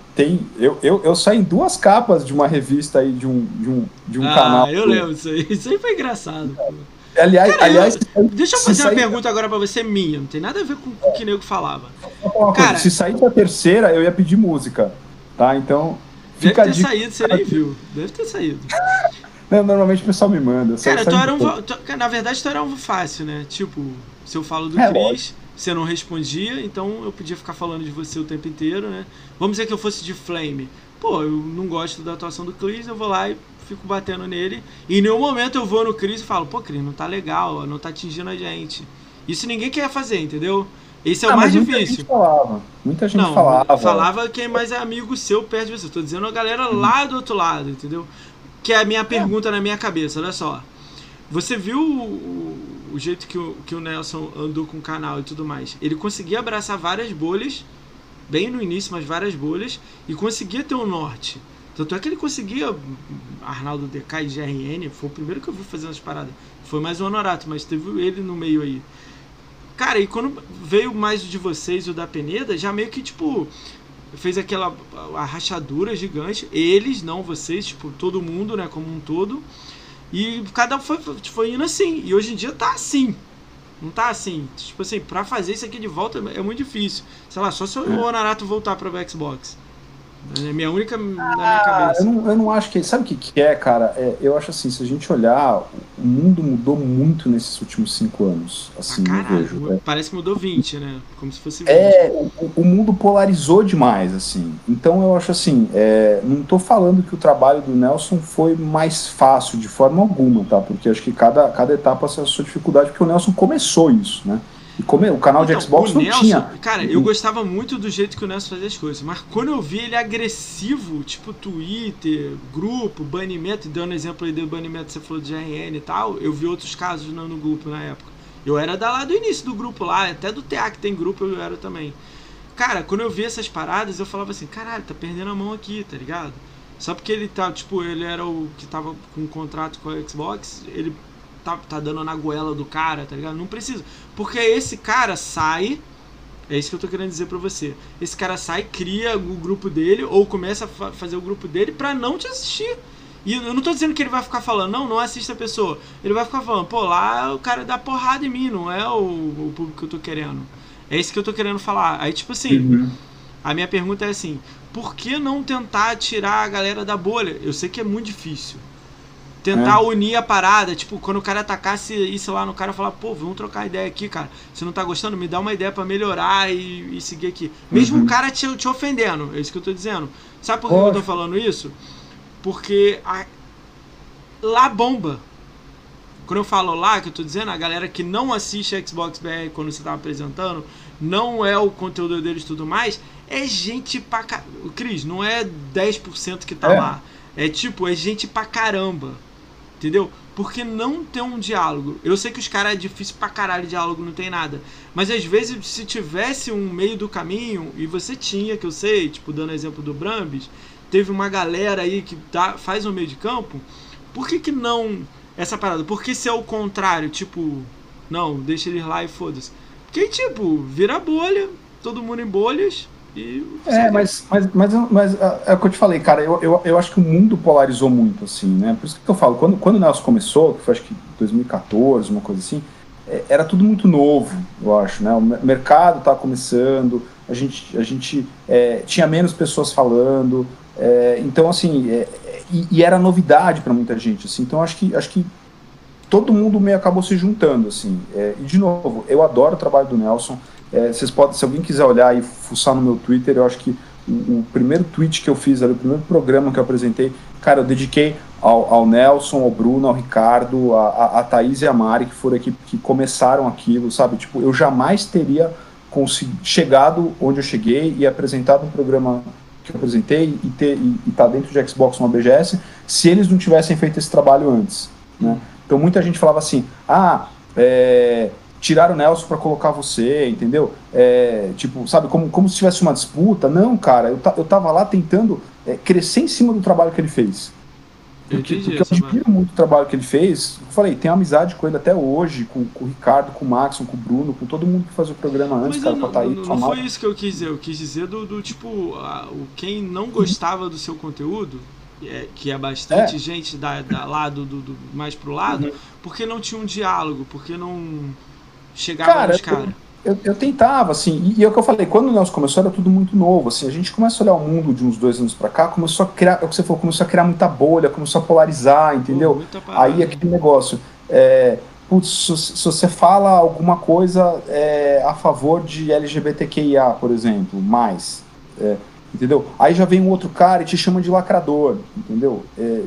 eu saí em 2 capas de uma revista aí de um canal. Eu lembro isso aí foi engraçado. Aliás, deixa eu fazer uma pergunta agora pra você minha, não tem nada a ver com o que o nego falava. Cara, se sair da terceira, eu ia pedir música, tá? Então, fica deve ter saído, você nem viu. Deve ter saído. Não, normalmente o pessoal me manda. Cara, na verdade, tu era um fácil, né? Tipo, se eu falo do Chris, você não respondia, então eu podia ficar falando de você o tempo inteiro, né? Vamos dizer que eu fosse de Flame. Pô, eu não gosto da atuação do Chris, eu vou lá e fico batendo nele. E em nenhum momento eu vou no Chris e falo, pô, Chris, não tá legal, não tá atingindo a gente. Isso ninguém quer fazer, entendeu? Esse é o mais difícil. Muita gente falava. Falava quem mais é amigo seu perto de você. Eu tô dizendo a galera lá do outro lado, entendeu? Que é a minha pergunta na minha cabeça, olha só. Você viu o jeito que o Nelson andou com o canal e tudo mais? Ele conseguia abraçar várias bolhas, bem no início, mas várias bolhas, e conseguia ter um norte. Tanto é que ele conseguia, Arnaldo DK e GRN, foi o primeiro que eu vi fazendo as paradas. Foi mais o Honorato, mas teve ele no meio aí. Cara, e quando veio mais o de vocês e o da Peneda, já meio que, tipo, fez a rachadura gigante. Eles, não vocês, tipo, todo mundo, né, como um todo. E cada um foi indo assim. E hoje em dia tá assim. Não tá assim. Tipo assim, pra fazer isso aqui de volta é muito difícil. Sei lá, só se o Honorato voltar pro Xbox. É minha única na minha cabeça. Eu não acho que... Sabe o que é, cara? Eu acho assim, se a gente olhar, o mundo mudou muito nesses últimos 5 anos. Assim, caralho, eu vejo. Parece que mudou 20, né? Como se fosse 20. O mundo polarizou demais, assim. Então eu acho assim, não tô falando que o trabalho do Nelson foi mais fácil de forma alguma, tá? Porque acho que cada etapa tem a sua dificuldade, porque o Nelson começou isso, né? E o canal de Xbox não tinha. Cara, eu gostava muito do jeito que o Nelson fazia as coisas, mas quando eu vi ele agressivo, tipo Twitter, grupo, banimento, dando exemplo aí do banimento, você falou de GRN e tal, eu vi outros casos no grupo na época. Eu era lá do início do grupo lá, até do TA que tem grupo eu era também. Cara, quando eu vi essas paradas, eu falava assim, caralho, tá perdendo a mão aqui, tá ligado? Só porque ele tá, tipo, ele era o que tava com um contrato com a Xbox, ele tá dando na goela do cara, tá ligado? Não precisa. Porque esse cara sai, é isso que eu tô querendo dizer pra você. Esse cara sai, cria o grupo dele, ou começa a fazer o grupo dele pra não te assistir. E eu não tô dizendo que ele vai ficar falando, não assista a pessoa. Ele vai ficar falando, pô, lá o cara dá porrada em mim, não é o público que eu tô querendo. É isso que eu tô querendo falar. Aí, tipo assim, a minha pergunta é assim, por que não tentar tirar a galera da bolha? Eu sei que é muito difícil. Tentar unir a parada, tipo, quando o cara atacasse isso lá no cara, falar, pô, vamos trocar ideia aqui, cara. Você não tá gostando? Me dá uma ideia pra melhorar e seguir aqui. Mesmo o cara te ofendendo, é isso que eu tô dizendo. Sabe por que eu tô falando isso? Porque lá bomba. Quando eu falo lá, que eu tô dizendo, a galera que não assiste Xbox BR quando você tava apresentando, não é o conteúdo deles e tudo mais, é gente pra caramba. Cris, não é 10% que tá lá. É tipo, é gente pra caramba. Entendeu? Porque não tem um diálogo. Eu sei que os caras é difícil pra caralho, diálogo não tem nada. Mas às vezes, se tivesse um meio do caminho, e você tinha, que eu sei, tipo, dando exemplo do Brambis, teve uma galera aí que faz um meio de campo, por que não essa parada? Porque se é o contrário, tipo, não, deixa eles lá e foda-se. Porque, tipo, vira bolha, todo mundo em bolhas. Mas é o que eu te falei, cara, eu acho que o mundo polarizou muito, assim, né? Por isso que eu falo, quando o Nelson começou, que foi acho que 2014, uma coisa assim, era tudo muito novo, eu acho, né? O mercado estava começando, a gente tinha menos pessoas falando, então, assim, e era novidade para muita gente, assim, então acho que todo mundo meio acabou se juntando, assim, e de novo, eu adoro o trabalho do Nelson. Vocês podem, se alguém quiser olhar e fuçar no meu Twitter, eu acho que o primeiro tweet que eu fiz, o primeiro programa que eu apresentei, cara, eu dediquei ao Nelson, ao Bruno, ao Ricardo, a Thaís e a Mari, que foram aqui, que começaram aquilo, sabe? Tipo, eu jamais teria chegado onde eu cheguei e apresentado um programa que eu apresentei e tá dentro de Xbox uma BGS, se eles não tivessem feito esse trabalho antes, né? Então muita gente falava assim, tiraram o Nelson para colocar você, entendeu? Tipo, sabe, como se tivesse uma disputa. Não, cara, eu tava lá tentando crescer em cima do trabalho que ele fez. Porque eu admiro muito o trabalho que ele fez. Eu falei, tenho amizade com ele até hoje, com o Ricardo, com o Maxon, com o Bruno, com todo mundo que fazia o programa antes, mas cara, com a Thaís. Não foi isso que eu quis dizer. Eu quis dizer do tipo, quem não gostava do seu conteúdo, que é bastante gente lá do mais pro lado, porque não tinha um diálogo, porque não chegava nos caras. Eu tentava, assim, e é o que eu falei, quando o Nelson começou era tudo muito novo, assim, a gente começa a olhar o mundo de uns 2 anos pra cá, começou a criar, é o que você falou, começou a criar muita bolha, começou a polarizar, entendeu? Aí aquele negócio, se você fala alguma coisa a favor de LGBTQIA, por exemplo, entendeu? Aí já vem um outro cara e te chama de lacrador, entendeu?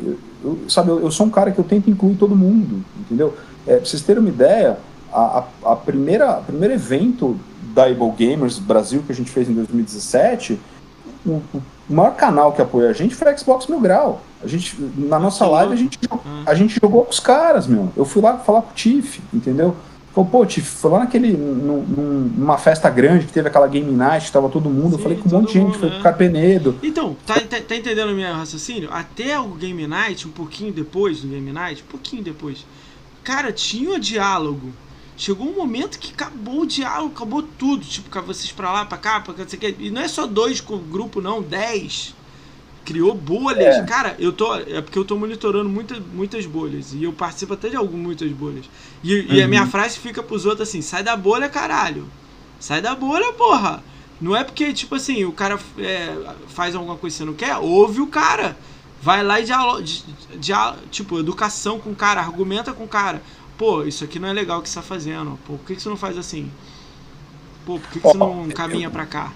Eu sou um cara que eu tento incluir todo mundo, entendeu? Pra vocês terem uma ideia, o primeiro evento da Able Gamers Brasil que a gente fez em 2017, o maior canal que apoia a gente foi a Xbox Mil Grau. Na nossa live a gente jogou com os caras, meu. Eu fui lá falar com o Tiff, entendeu? Falei, pô, Tiff, foi lá numa festa grande que teve aquela Game Night, que tava todo mundo. Sim, eu falei com um monte de gente, foi com o Carpenedo. Então, tá entendendo o meu raciocínio? Até o Game Night, um pouquinho depois do Game Night, cara, tinha o diálogo. Chegou um momento que acabou o diálogo, acabou tudo. Tipo, vocês pra lá, pra cá, não sei o que. E não é só 2 com o grupo, não, 10. Criou bolhas. Cara, é porque eu tô monitorando muitas bolhas. E eu participo até de muitas bolhas. E a minha frase fica pros outros assim: sai da bolha, caralho. Sai da bolha, porra. Não é porque, tipo assim, o cara faz alguma coisa que você não quer, ouve o cara. Vai lá e tipo, educação com o cara, argumenta com o cara. Pô, isso aqui não é legal o que você tá fazendo. Pô, por que você não faz assim? Pô, por que você não caminha pra cá?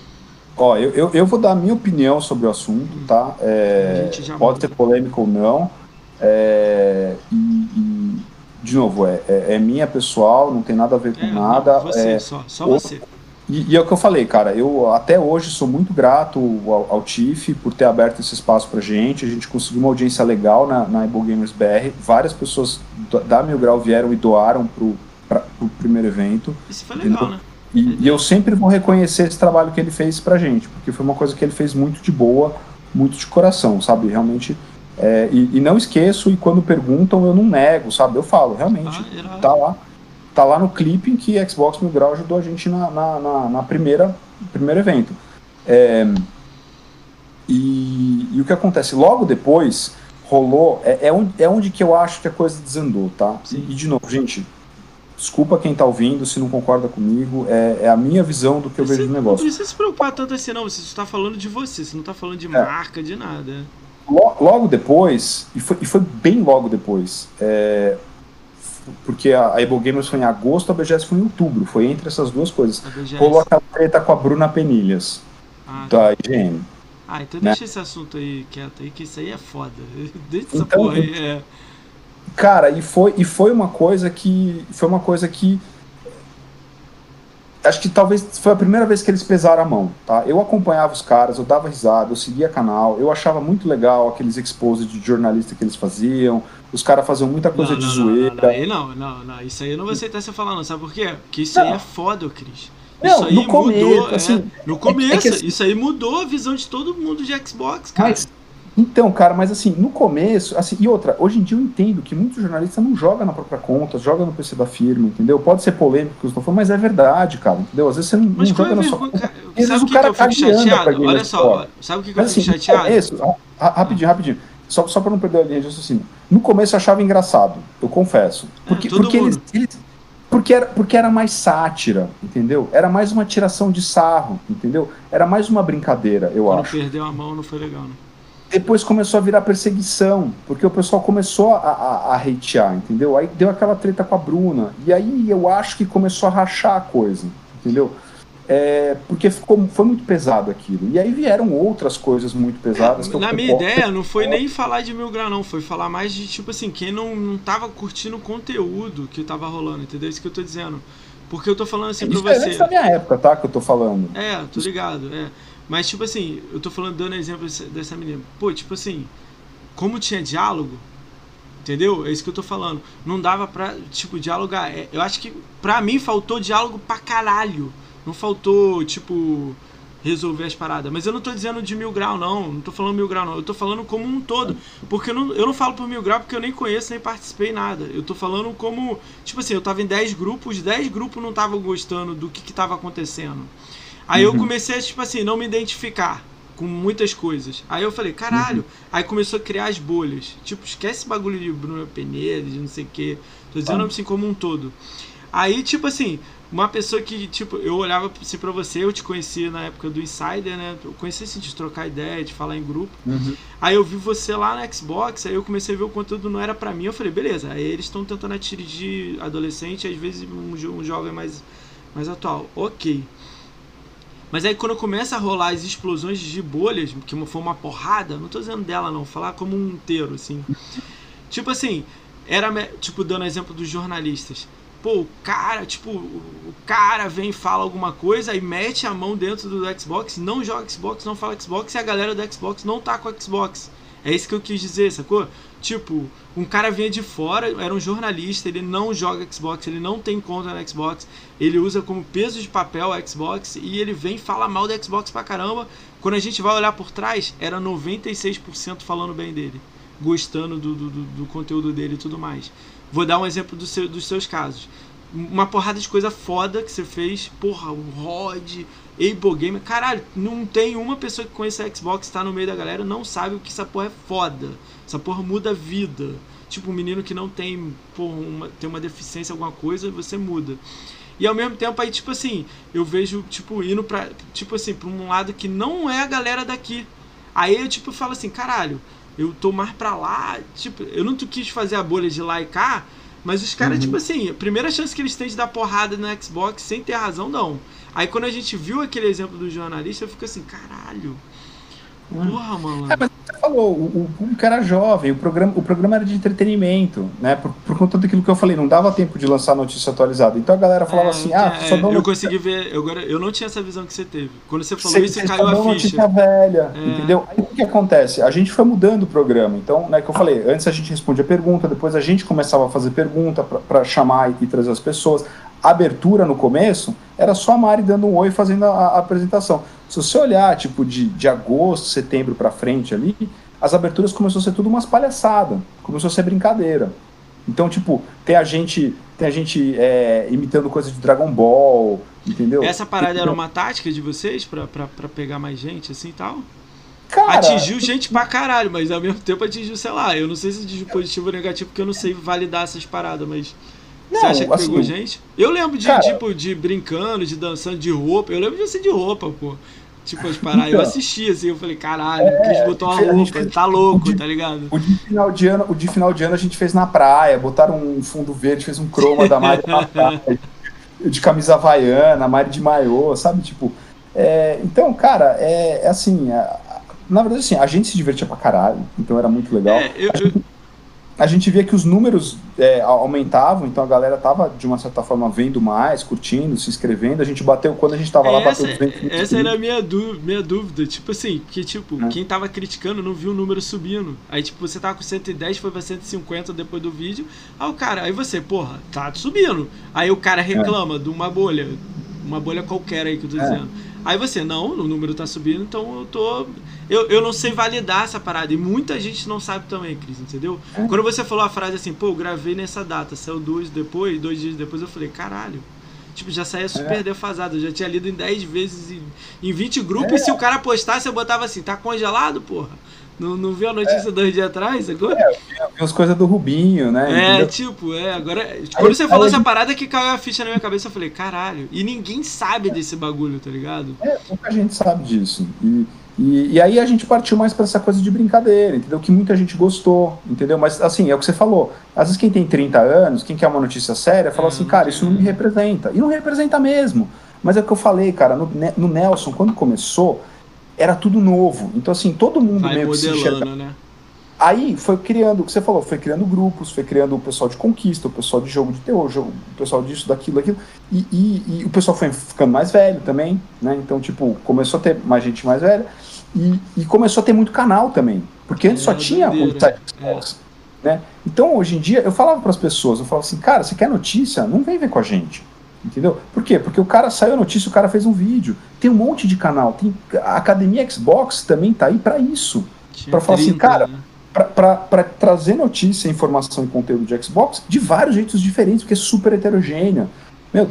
Eu vou dar a minha opinião sobre o assunto, tá? Pode ser polêmico ou não. De novo, é minha pessoal, não tem nada a ver com nada. Você, só você. E é o que eu falei, cara, eu até hoje sou muito grato ao Tiff por ter aberto esse espaço pra gente. A gente conseguiu uma audiência legal na Able Gamers BR. Várias pessoas da Mil Grau vieram e doaram pro primeiro evento. Isso foi legal, né? E eu sempre vou reconhecer esse trabalho que ele fez pra gente, porque foi uma coisa que ele fez muito de boa, muito de coração, sabe? Realmente. E não esqueço, e quando perguntam eu não nego, sabe? Eu falo, realmente, tá lá no clipe em que Xbox Mil Grau ajudou a gente na primeiro evento. E o que acontece? Logo depois rolou, onde que eu acho que a coisa desandou, tá? E de novo, gente, desculpa quem tá ouvindo se não concorda comigo, é a minha visão do que eu vejo do negócio. Não precisa se preocupar tanto assim, não. Você está falando de você não tá falando de marca, de nada. Logo depois, e foi bem logo depois, porque a Able Gamers foi em agosto, a BGS foi em outubro, foi entre essas duas coisas. Rolou aquela treta com a Bruna Penilhas, da IGN. Então deixa esse assunto aí quieto aí, que isso aí é foda. Deixa essa porra aí. Cara, e foi uma coisa que acho que talvez foi a primeira vez que eles pesaram a mão, tá? Eu acompanhava os caras, eu dava risada, eu seguia canal, eu achava muito legal aqueles exposes de jornalista que eles faziam, os caras faziam muita coisa de zoeira. Não, isso aí eu não vou aceitar você falar, não, sabe por quê? Porque isso aí é foda, Cris. Isso aí no começo, mudou, assim, no começo, isso aí mudou a visão de todo mundo de Xbox, cara. Então, cara, mas assim, no começo, assim, e outra, hoje em dia eu entendo que muitos jornalistas não jogam na própria conta, jogam no PC da firma, entendeu? Pode ser polêmico que eu estou falando, mas é verdade, cara, entendeu? Às vezes você não joga na sua conta. Às vezes o cara fico chateado? Olha só, sabe o que eu fico chateado? Rapidinho, só pra não perder a linha de raciocínio. No começo eu achava engraçado, eu confesso. Porque era mais sátira, entendeu? Era mais uma tiração de sarro, entendeu? Era mais uma brincadeira, eu acho. Quando perdeu a mão não foi legal, né? Depois começou a virar perseguição, porque o pessoal começou a hatear, entendeu? Aí deu aquela treta com a Bruna, e aí eu acho que começou a rachar a coisa, entendeu? Porque foi muito pesado aquilo. E aí vieram outras coisas muito pesadas. Na minha ideia, não foi nem falar de Mil Grau, não. Foi falar mais de, tipo assim, quem não tava curtindo o conteúdo que tava rolando, entendeu? Isso que eu tô dizendo. Porque eu tô falando assim pra você. Isso é da minha época, tá? Que eu tô falando. Tô ligado, Mas, tipo assim, eu tô falando, dando exemplo dessa menina. Pô, tipo assim, como tinha diálogo, entendeu? É isso que eu tô falando. Não dava pra, tipo, dialogar. Eu acho que, pra mim, faltou diálogo pra caralho. Não faltou, tipo, resolver as paradas. Mas eu não tô dizendo de Mil Grau, não. Não tô falando Mil Grau, não. Eu tô falando como um todo. Porque eu não falo por Mil Grau porque eu nem conheço, nem participei nada. Eu tô falando como, tipo assim, eu tava em 10 grupos, 10 grupos não estavam gostando do que tava acontecendo. Aí eu comecei a, tipo assim, não me identificar com muitas coisas. Aí eu falei, caralho. Aí começou a criar as bolhas. Tipo, esquece esse bagulho de Bruno Peneira, de não sei o quê. Tô dizendo assim como um todo. Aí, tipo assim, uma pessoa que, tipo, eu olhava assim pra você, eu te conhecia na época do Insider, né? Eu conhecia assim, de trocar ideia, de falar em grupo. Aí eu vi você lá na Xbox, aí eu comecei a ver o conteúdo não era pra mim. Eu falei, beleza. Aí eles estão tentando atingir adolescente, às vezes um jovem mais atual. Ok. Mas aí quando começa a rolar as explosões de bolhas, que foi uma porrada, não tô dizendo dela não, vou falar como um inteiro, assim. Tipo assim, tipo, dando exemplo dos jornalistas. Pô, o cara vem e fala alguma coisa e mete a mão dentro do Xbox, não joga Xbox, não fala Xbox, e a galera do Xbox não tá com o Xbox. É isso que eu quis dizer, sacou? Tipo, um cara vinha de fora, era um jornalista, ele não joga Xbox, ele não tem conta no Xbox, ele usa como peso de papel o Xbox e ele vem e fala mal do Xbox pra caramba. Quando a gente vai olhar por trás, era 96% falando bem dele, gostando do conteúdo dele e tudo mais. Vou dar um exemplo dos seus casos. Uma porrada de coisa foda que você fez, porra, o Rod, Able Gamer, caralho, não tem uma pessoa que conhece a Xbox, tá no meio da galera, não sabe o que essa porra é foda. Essa porra muda a vida. Tipo, um menino que não tem, porra, tem uma deficiência, alguma coisa, você muda. E ao mesmo tempo, aí, tipo assim, eu vejo, tipo, indo pra, tipo assim, pra um lado que não é a galera daqui. Aí eu, tipo, falo assim, caralho, eu tô mais pra lá, tipo, eu não quis fazer a bolha de lá e cá, mas os caras, tipo assim, a primeira chance que eles têm de dar porrada no Xbox sem ter razão, não. Aí quando a gente viu aquele exemplo do jornalista, eu fico assim, caralho, porra, mano. Mas você falou, o público era jovem, o programa era de entretenimento, né? Por conta daquilo que eu falei, não dava tempo de lançar notícia atualizada. Então a galera falava assim, só dá eu consegui ver, agora eu não tinha essa visão que você teve. Quando você falou isso, caiu a ficha. Notícia velha, entendeu? Aí o que acontece? A gente foi mudando o programa. Então, né, que eu falei, antes a gente respondia pergunta, depois a gente começava a fazer pergunta para chamar e trazer as pessoas. A abertura no começo era só a Mari dando um oi fazendo a apresentação. Se você olhar, tipo, de agosto, setembro pra frente ali, as aberturas começou a ser tudo umas palhaçadas, começou a ser brincadeira. Então, tipo, tem a gente imitando coisa de Dragon Ball, entendeu? Essa parada era uma tática de vocês pra pegar mais gente, assim, e tal? Cara, atingiu gente pra caralho, mas ao mesmo tempo atingiu, sei lá, eu não sei se atingiu positivo ou negativo, porque eu não sei validar essas paradas, mas... Não, você acha que pegou gente? Eu lembro de, tipo, de brincando, de dançando de roupa. Eu lembro de você de roupa, pô. Tipo, as paradas. Eu assisti, assim, eu falei, caralho, quis botar uma roupa, tá louco, tá ligado? O de final de ano a gente fez na praia, botaram um fundo verde, fez um croma da Mari na praia, de camisa havaiana, Mari de maiô, sabe? Tipo, então, cara, assim, na verdade, assim, a gente se divertia pra caralho, então era muito legal. a gente via que os números aumentavam, então a galera tava, de uma certa forma, vendo mais, curtindo, se inscrevendo. A gente bateu, quando a gente tava lá, bateu 200. Essa era a minha dúvida. Tipo assim, porque quem tava criticando não viu o número subindo. Aí, tipo, você tava com 110, foi pra 150 depois do vídeo. Aí você, porra, tá subindo. Aí o cara reclama de uma bolha qualquer aí que eu tô dizendo. Aí você, não, o número tá subindo, então eu não sei validar essa parada. E muita gente não sabe também, Cris, entendeu? Quando você falou a frase assim, pô, eu gravei nessa data, saiu 2 dias depois, eu falei, caralho. Tipo, já saía super defasado. Eu já tinha lido em 10 vezes, em 20 grupos, e se o cara postasse, eu botava assim, tá congelado, porra? Não viu a notícia 2 dias atrás? Agora? Eu vi as coisas do Rubinho, né? Agora. Quando você falou essa parada que caiu a ficha na minha cabeça, eu falei, caralho. E ninguém sabe desse bagulho, tá ligado? Pouca gente sabe disso. E aí a gente partiu mais pra essa coisa de brincadeira, entendeu? Que muita gente gostou, entendeu? Mas, assim, é o que você falou. Às vezes quem tem 30 anos, quem quer uma notícia séria, fala assim, cara, isso não me representa. E não representa mesmo. Mas é o que eu falei, cara, no Nelson, quando começou, era tudo novo. Então, assim, todo mundo meio que se enxerga. Né? Aí foi criando, o que você falou, foi criando grupos, foi criando o pessoal de conquista, o pessoal de jogo de terror, o pessoal disso, daquilo. E o pessoal foi ficando mais velho também, né? Então, tipo, começou a ter mais gente mais velha e começou a ter muito canal também. Porque antes só tinha o site Xbox, né? Então, hoje em dia, eu falava para as pessoas, eu falava assim, cara, você quer notícia? Não vem ver com a gente. Entendeu? Por quê? Porque o cara saiu a notícia, o cara fez um vídeo. Tem um monte de canal. A Academia Xbox também tá aí para isso. Para falar assim, cara, né? Para trazer notícia, informação e conteúdo de Xbox de vários jeitos diferentes, porque é super heterogêneo. Meu,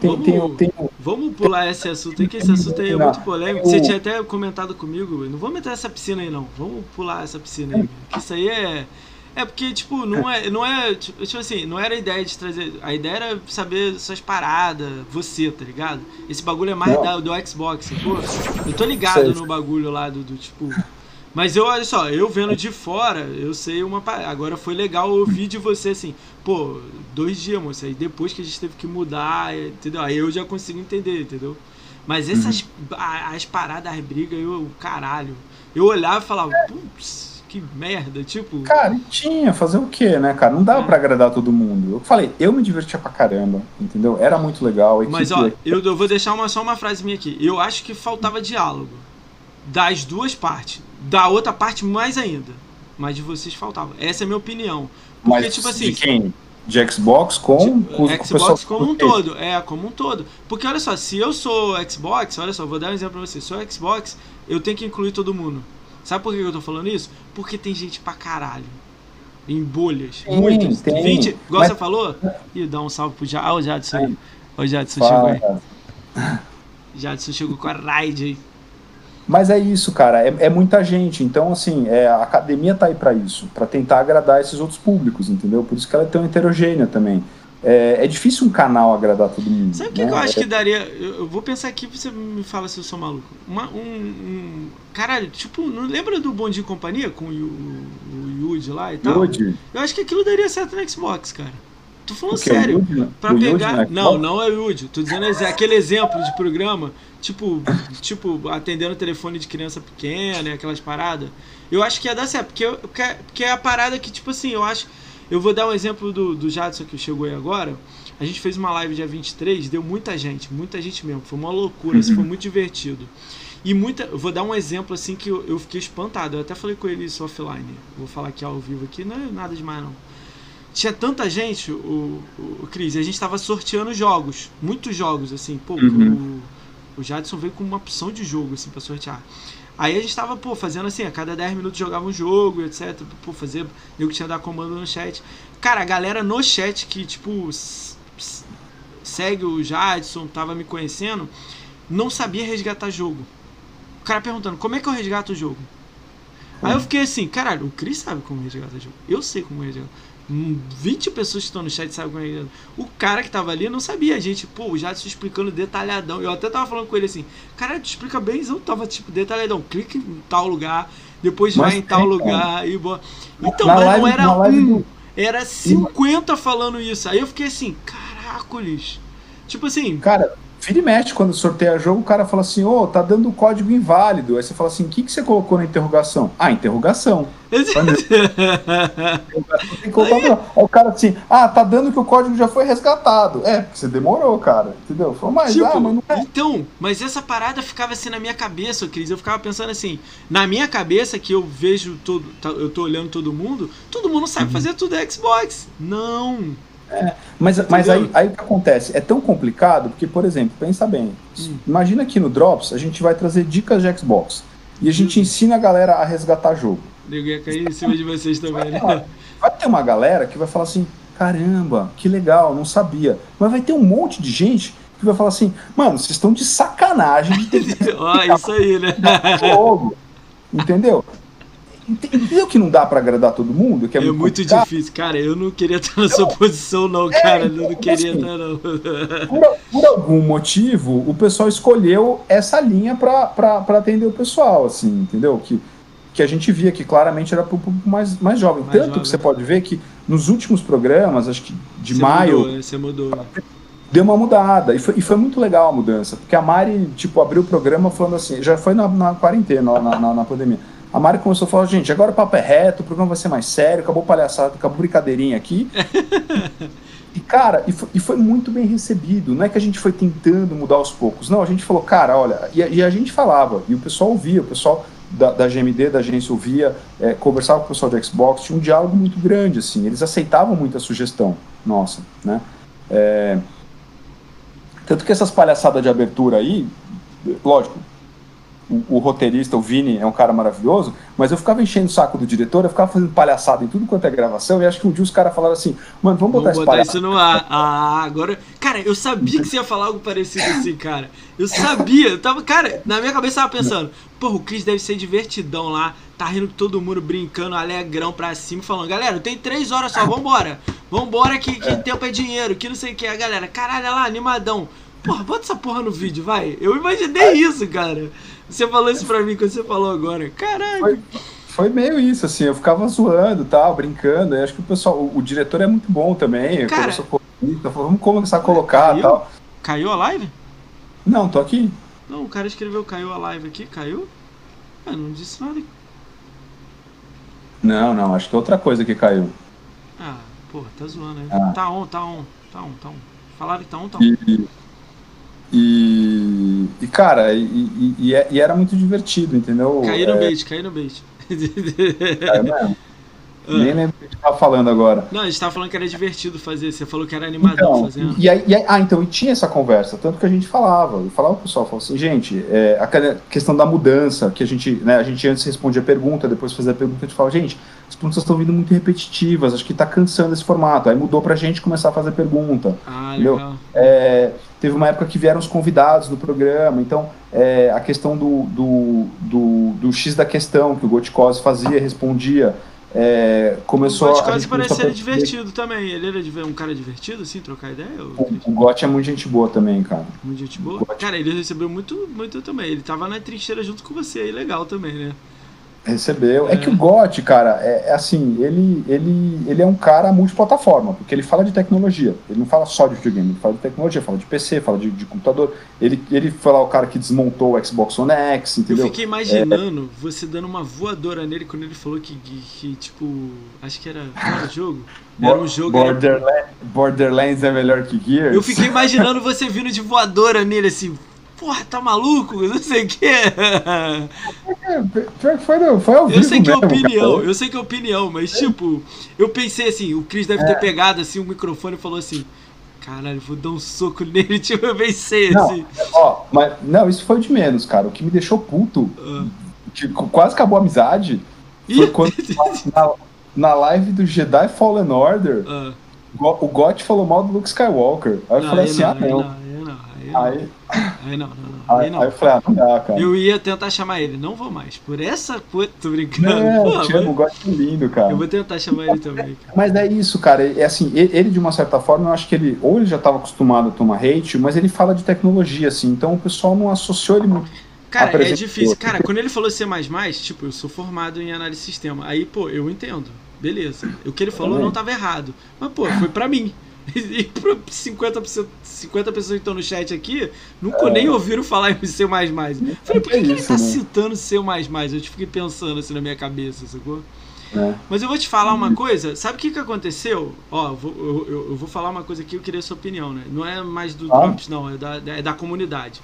vamos pular esse assunto aí, que esse assunto aí é muito polêmico. Você tinha até comentado comigo, não vou meter essa piscina aí não. Vamos pular essa piscina aí. Que isso aí é porque, tipo, não é tipo assim, não era a ideia de trazer. A ideia era saber suas paradas, você, tá ligado? Esse bagulho é mais do Xbox, pô. Eu tô ligado no bagulho lá do tipo. Mas olha só, eu vendo de fora, eu sei uma parada. Agora foi legal ouvir de você assim, pô, 2 dias, moça. Aí depois que a gente teve que mudar, entendeu? Aí eu já consigo entender, entendeu? Mas essas as paradas, as brigas, caralho. Eu olhava e falava, putz. Que merda, tipo... Cara, tinha, fazer o quê, né, cara? Não dava pra agradar todo mundo. Eu falei, eu me divertia pra caramba, entendeu? Era muito legal. Mas, ó, eu vou deixar só uma frase minha aqui. Eu acho que faltava diálogo das duas partes. Da outra parte, mais ainda. Mas de vocês faltava. Essa é a minha opinião. Porque, mas tipo assim... De quem? De Xbox com Xbox como um todo. Como um todo. Porque, olha só, se eu sou Xbox, olha só, vou dar um exemplo pra você. Se eu sou Xbox, eu tenho que incluir todo mundo. Sabe por que eu tô falando isso? Porque tem gente pra caralho. Em bolhas. Muitas. 20. Igual você falou. Ih, dá um salve pro Jadson. Ah, o Jadson aí. O Jadson chegou aí. Jadson chegou com a raid aí. Mas é isso, cara. É muita gente. Então, assim, a academia tá aí pra isso. Pra tentar agradar esses outros públicos, entendeu? Por isso que ela é tão heterogênea também. É difícil um canal agradar todo mundo. Sabe o que eu acho que daria? Eu vou pensar aqui, você me fala se eu sou maluco. Caralho, tipo, não lembra do Bom Dia e Companhia com o Yuji lá e tal? Eu acho que aquilo daria certo no Xbox, cara. Tô falando sério. Pra pegar. Não é o Yuji. Tô dizendo aquele exemplo de programa, tipo, atendendo o telefone de criança pequena, aquelas paradas. Eu acho que ia dar certo, porque é a parada que, tipo assim, eu acho. Eu vou dar um exemplo do Jadson que chegou aí agora. A gente fez uma live dia 23, deu muita gente mesmo. Foi uma loucura, foi muito divertido. E eu vou dar um exemplo assim que eu fiquei espantado. Eu até falei com ele isso offline. Vou falar aqui ao vivo aqui, não é nada demais não. Tinha tanta gente, o Cris, e a gente tava sorteando jogos, muitos jogos, assim, pô, o Jadson veio com uma opção de jogo, assim, pra sortear. Aí a gente tava, fazendo assim, a cada 10 minutos jogava um jogo, etc. Eu que tinha dar comando no chat. Cara, a galera no chat que, tipo, segue o Jadson, tava me conhecendo, não sabia resgatar jogo. O cara perguntando, como é que eu resgato o jogo? Aí eu fiquei assim, caralho, o Cris sabe como resgatar o jogo. Eu sei como resgatar. 20 pessoas que estão no chat sabem como é resgatar. O cara que tava ali não sabia, a gente, o Jadson explicando detalhadão. Eu até tava falando com ele assim, cara, tu explica bem, eu tava tipo detalhadão, clica em tal lugar, depois vai em tal lugar e boa. Então, mas não era era 50 falando isso. Aí eu fiquei assim, caracoles. Tipo assim, cara, Vira e mexe, quando sorteia jogo, o cara fala assim, tá dando código inválido. Aí você fala assim, o que você colocou na interrogação? Interrogação. Tem que colocar. Aí o cara assim, tá dando que o código já foi resgatado. Porque você demorou, cara. Entendeu? Falou, mas não é. Então, mas essa parada ficava assim na minha cabeça, Cris. Eu ficava pensando assim, na minha cabeça, que eu vejo eu tô olhando todo mundo sabe fazer tudo Xbox. Não. Mas aí o que acontece? É tão complicado, porque, por exemplo, pensa bem, imagina que no Drops a gente vai trazer dicas de Xbox e a gente ensina a galera a resgatar jogo. Eu ia cair em cima de vocês também, né? Vai ter uma galera que vai falar assim, caramba, que legal, não sabia. Mas vai ter um monte de gente que vai falar assim, mano, vocês estão de sacanagem de ter isso aí, né? Jogo. Entendeu? Entendeu que não dá pra agradar todo mundo? Que é muito difícil, cara. Eu não queria estar na sua posição, não, cara. Eu não queria estar, não. Por algum motivo, o pessoal escolheu essa linha pra atender o pessoal, assim, entendeu? Que a gente via que claramente era pro público mais jovem. Tanto jovem. Que você pode ver que nos últimos programas, acho que de maio. Você mudou. Deu uma mudada. E foi muito legal a mudança. Porque a Mari, abriu o programa falando assim, já foi na quarentena, na pandemia. A Mari começou a falar, gente, agora o papo é reto, o programa vai ser mais sério, acabou palhaçada, acabou brincadeirinha aqui. E, cara, foi muito bem recebido. Não é que a gente foi tentando mudar aos poucos. Não, a gente falou, cara, olha... E a gente falava, e o pessoal ouvia, o pessoal da GMD, da agência ouvia, conversava com o pessoal de Xbox, tinha um diálogo muito grande, assim. Eles aceitavam muito a sugestão nossa, né? Tanto que essas palhaçadas de abertura aí, lógico, o roteirista, o Vini, é um cara maravilhoso, mas eu ficava enchendo o saco do diretor, eu ficava fazendo palhaçada em tudo quanto é gravação, e acho que um dia os caras falaram assim, mano, vamos botar isso no ar. Agora... Cara, eu sabia que você ia falar algo parecido assim, cara. Eu sabia. Eu tava, cara, na minha cabeça eu tava pensando, o Chris deve ser divertidão lá, tá rindo com todo mundo, brincando, alegrão pra cima, falando, galera, tem 3 horas só, vambora. Vambora que tempo é dinheiro, que não sei o que. A galera, caralho, olha lá, animadão. Bota essa porra no vídeo, vai. Eu imaginei isso, cara. Você falou isso pra mim quando você falou agora. Caralho. Foi meio isso, assim. Eu ficava zoando, tal, brincando. Eu acho que o pessoal... O diretor é muito bom também. Cara, vamos começar a colocar, tal. Caiu a live? Não, tô aqui. Não, o cara escreveu caiu a live aqui. Caiu? Não disse nada. Não. Acho que é outra coisa que caiu. Porra, tá zoando aí. Tá on. Falaram que tá on. E cara, e era muito divertido, entendeu? Caí no bait. Caiu mesmo. Nem lembro o que a gente tava falando agora. Não, a gente tava falando que era divertido fazer, você falou que era animadão fazendo. Então, e tinha essa conversa, tanto que a gente falava, o pessoal falou assim, gente, aquela questão da mudança, que a gente antes respondia a pergunta, depois fazia a pergunta, a gente falava, gente, as perguntas estão vindo muito repetitivas, acho que tá cansando esse formato, aí mudou pra gente começar a fazer pergunta, entendeu? Legal. Teve uma época que vieram os convidados do programa, então a questão do X da questão, que o Goticose fazia, respondia, começou o Goticose parece ser divertido também. Ele era um cara divertido, assim, trocar ideia? O Got é muito gente boa também, cara. Muito gente boa? Cara, ele recebeu muito, muito também. Ele tava na trincheira junto com você aí, legal também, né? Recebeu. É que o Got, cara, assim, ele é um cara multiplataforma, porque ele fala de tecnologia. Ele não fala só de videogame, ele fala de tecnologia, fala de PC, fala de computador. Ele foi lá o cara que desmontou o Xbox One X, entendeu? Eu fiquei imaginando você dando uma voadora nele quando ele falou que tipo, acho que era o jogo. Era um jogo. Borderlands é melhor que Gears. Eu fiquei imaginando você vindo de voadora nele assim. Porra, tá maluco? Não sei o que. Foi ao vivo. Eu sei que é opinião, mas tipo, eu pensei assim, o Chris deve ter pegado assim o microfone e falou assim, caralho, vou dar um soco nele, tipo, eu pensei assim. Mas não, isso foi de menos, cara. O que me deixou puto, que quase acabou a amizade, foi quando na live do Jedi Fallen Order, o Got falou mal do Luke Skywalker. Aí eu falei assim, Aí não. Aí eu falei, não dá, cara. Eu ia tentar chamar ele, não vou mais. Por essa coisa, tô brincando. O Got é lindo, cara. Eu vou tentar chamar ele também, cara. Mas é isso, cara. Assim, ele de uma certa forma, eu acho que ele já estava acostumado a tomar hate, mas ele fala de tecnologia, assim, então o pessoal não associou ele muito. Cara, é difícil. Cara, quando ele falou C++, tipo, eu sou formado em análise de sistema. Aí, eu entendo. Beleza. O que ele falou não estava errado. Mas, foi pra mim. E 50% pessoas que estão no chat aqui nunca nem ouviram falar em C++. Falei, por que ele tá citando C++? Eu fiquei pensando assim na minha cabeça, sacou? Mas eu vou te falar uma coisa, sabe o que aconteceu? Ó, eu vou falar uma coisa aqui, eu queria a sua opinião, né? Não é mais do Drops, não, é da comunidade.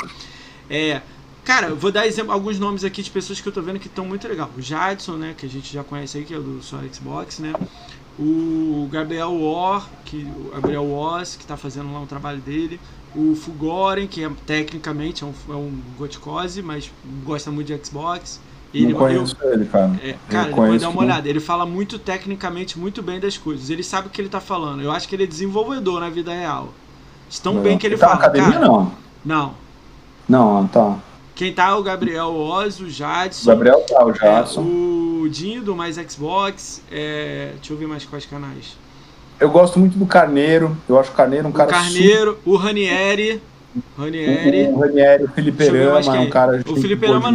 Cara, eu vou dar alguns nomes aqui de pessoas que eu tô vendo que estão muito legal. O Jadson, né, que a gente já conhece aí, que é do Só Xbox, né? O Gabriel Woz, que tá fazendo lá um trabalho dele. O Fugoren, que tecnicamente é um Goticose, mas gosta muito de Xbox. Não conheço ele, cara. Cara, ele pode dar uma olhada. Ele fala muito tecnicamente, muito bem das coisas. Ele sabe o que ele tá falando. Eu acho que ele é desenvolvedor na vida real. Tão bem que ele fala. Tá na academia, cara, não? Não, tá. Quem tá é o Gabriel Woz, o Jadson. O Jadson. O Dinho do Mais Xbox. Deixa eu ver mais quais canais. Eu gosto muito do Carneiro. Eu acho o Carneiro um cara. O Carneiro, o Ranieri. O Ranieri, o Felipe Rama é um cara. O Felipe Rama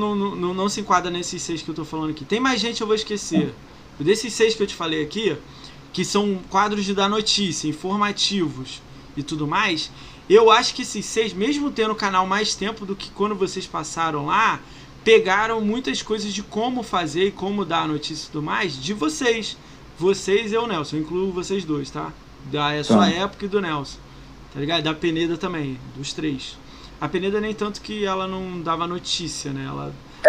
não se enquadra nesses 6 que eu tô falando aqui. Tem mais gente, eu vou esquecer. Desses 6 que eu te falei aqui, que são quadros de dar notícia, informativos e tudo mais, eu acho que esses 6, mesmo tendo o canal mais tempo do que quando vocês passaram lá, pegaram muitas coisas de como fazer e como dar a notícia e tudo mais de vocês. Vocês e o Nelson, eu incluo vocês dois, tá? Da sua época e do Nelson. Tá ligado? Da Peneda também, dos 3. A Peneda nem tanto que ela não dava notícia, né? Ela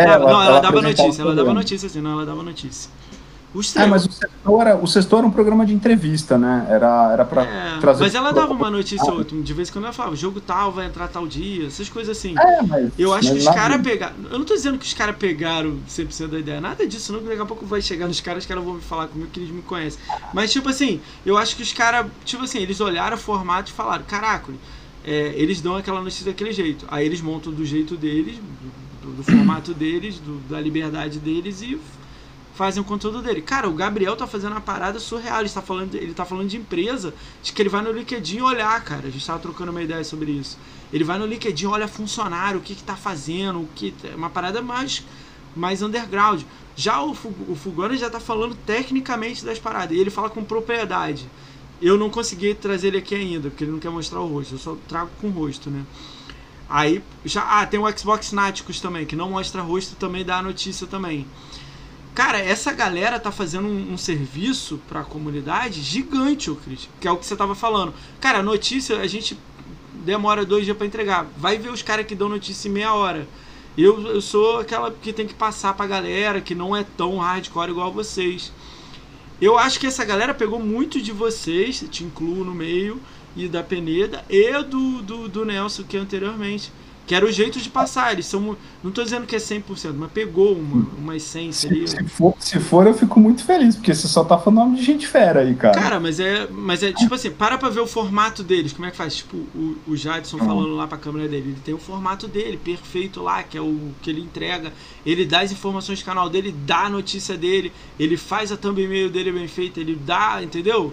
dava notícia. Ela dava notícia, assim, não, ela dava notícia. Os 3. Mas o Sextou era um programa de entrevista, né? Era pra trazer... Mas ela dava uma notícia ou outra. De vez em quando ela falava, jogo tal, vai entrar tal dia, essas coisas assim. Eu acho que os caras pegaram... Eu não tô dizendo que os caras pegaram 100% da ideia. Nada disso, não. Daqui a pouco vai chegar nos caras, os caras vão me falar comigo que eles me conhecem. Mas, tipo assim, eu acho que os caras... Tipo assim, eles olharam o formato e falaram, caraca, eles dão aquela notícia daquele jeito. Aí eles montam do jeito deles, do formato deles, da liberdade deles e... fazem o conteúdo dele. Cara, o Gabriel tá fazendo uma parada surreal. Ele tá falando de empresa, de que ele vai no LinkedIn olhar, cara. A gente tava trocando uma ideia sobre isso. Ele vai no LinkedIn, olha funcionário, o que tá fazendo, uma parada mais underground. Já o Fugano já tá falando tecnicamente das paradas. E ele fala com propriedade. Eu não consegui trazer ele aqui ainda, porque ele não quer mostrar o rosto. Eu só trago com o rosto, né? Aí, tem o Xbox Náticos também, que não mostra rosto, também dá a notícia também. Cara, essa galera tá fazendo um serviço pra comunidade gigante, ô Cris, que é o que você tava falando. Cara, a notícia a gente demora 2 dias pra entregar. Vai ver os caras que dão notícia em meia hora. Eu sou aquela que tem que passar pra galera, que não é tão hardcore igual vocês. Eu acho que essa galera pegou muito de vocês, te incluo no meio, e da Peneda, e do Nelson, que anteriormente. Que era o jeito de passar. Eles são. Não tô dizendo que é 100%, mas pegou uma essência ali. Se for, eu fico muito feliz, porque você só tá falando nome de gente fera aí, cara. Cara, mas é tipo assim, para pra ver o formato deles. Como é que faz? Tipo, o Jadson falando lá pra câmera dele. Ele tem o formato dele, perfeito lá, que é o que ele entrega. Ele dá as informações do canal dele, dá a notícia dele, ele faz a thumbnail dele bem feita, ele dá, entendeu?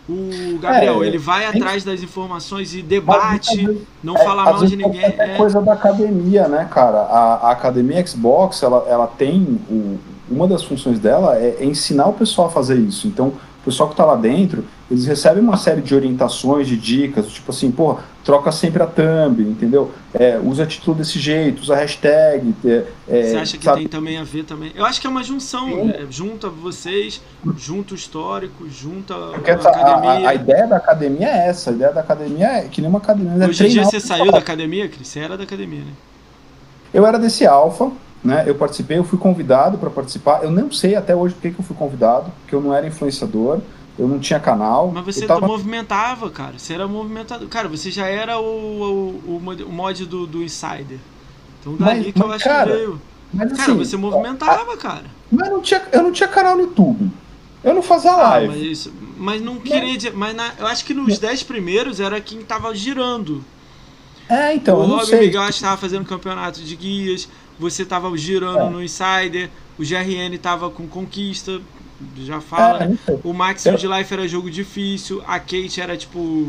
O Gabriel, ele vai atrás das informações e debate, não fala mal de ninguém. É coisa da academia, né, cara? A academia Xbox, ela tem... Uma das funções dela é ensinar o pessoal a fazer isso. Então, o pessoal que tá lá dentro, eles recebem uma série de orientações, de dicas, tipo assim, troca sempre a thumb, entendeu? Usa título desse jeito, usa hashtag. Você acha que tem também a ver também? Eu acho que é uma junção, junta vocês, junta o histórico, junta a academia. A ideia da academia é essa, a ideia da academia é que nem uma academia... Hoje em dia você saiu da academia, Cris? Você era da academia, né? Eu era desse Alpha, né? Eu participei, eu fui convidado para participar, eu não sei até hoje por que eu fui convidado, porque eu não era influenciador, eu não tinha canal. Mas você movimentava, cara. Você era movimentador. Cara, você já era o mod do Insider. Então daí que eu acho que veio. Mas, cara, assim, você movimentava, cara. Mas eu não tinha canal no YouTube. Eu não fazia live. Mas não queria... eu acho que nos 10 primeiros era quem tava girando. Então, eu não sei. O Robin Miguel estava fazendo campeonato de guias, você tava girando no Insider, o GRN tava com Conquista... Já fala, né? O Maximum de Life era jogo difícil, a Kate era tipo...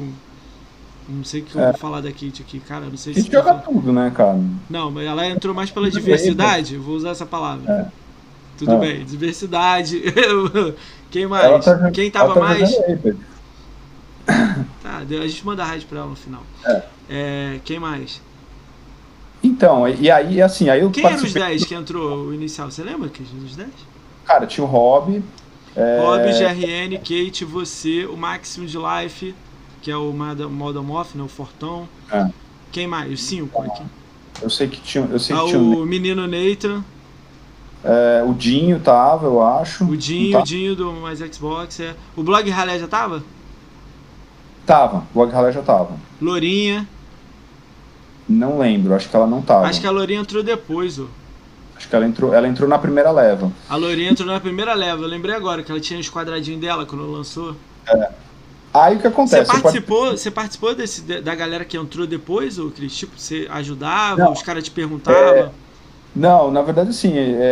Não sei o que eu vou falar da Kate aqui, cara, não sei se... A gente joga tudo, né, cara? Não, mas ela entrou mais pela diversidade, eu vou usar essa palavra. Tudo bem, diversidade. Quem mais? Quem tava mais... Ah, a gente manda a raid pra ela no final. Quem mais? Então, e aí, assim, aí eu Quem eram os 10 que entrou o inicial? Você lembra que os 10? Cara, tinha o Rob. Rob, GRN, Kate, você, o Maximum de Life, que é o Modomorph, né? O Fortão. Quem mais? Os 5 aqui. Eu sei que tinha. O menino Nathan. O Dinho tava, eu acho. O Dinho do Mais Xbox. O Blog Ralé já tava? Tava, o Blog Ralé já tava. Lourinha. Não lembro, acho que ela não tava. Acho que a Lourinha entrou depois, Acho que ela entrou na primeira leva. A Lourinha entrou na primeira leva, eu lembrei agora que ela tinha os quadradinhos dela quando lançou. Aí o que acontece? Você participou da galera que entrou depois, ou Cris? Tipo, você ajudava, os caras te perguntavam? Não, na verdade, assim,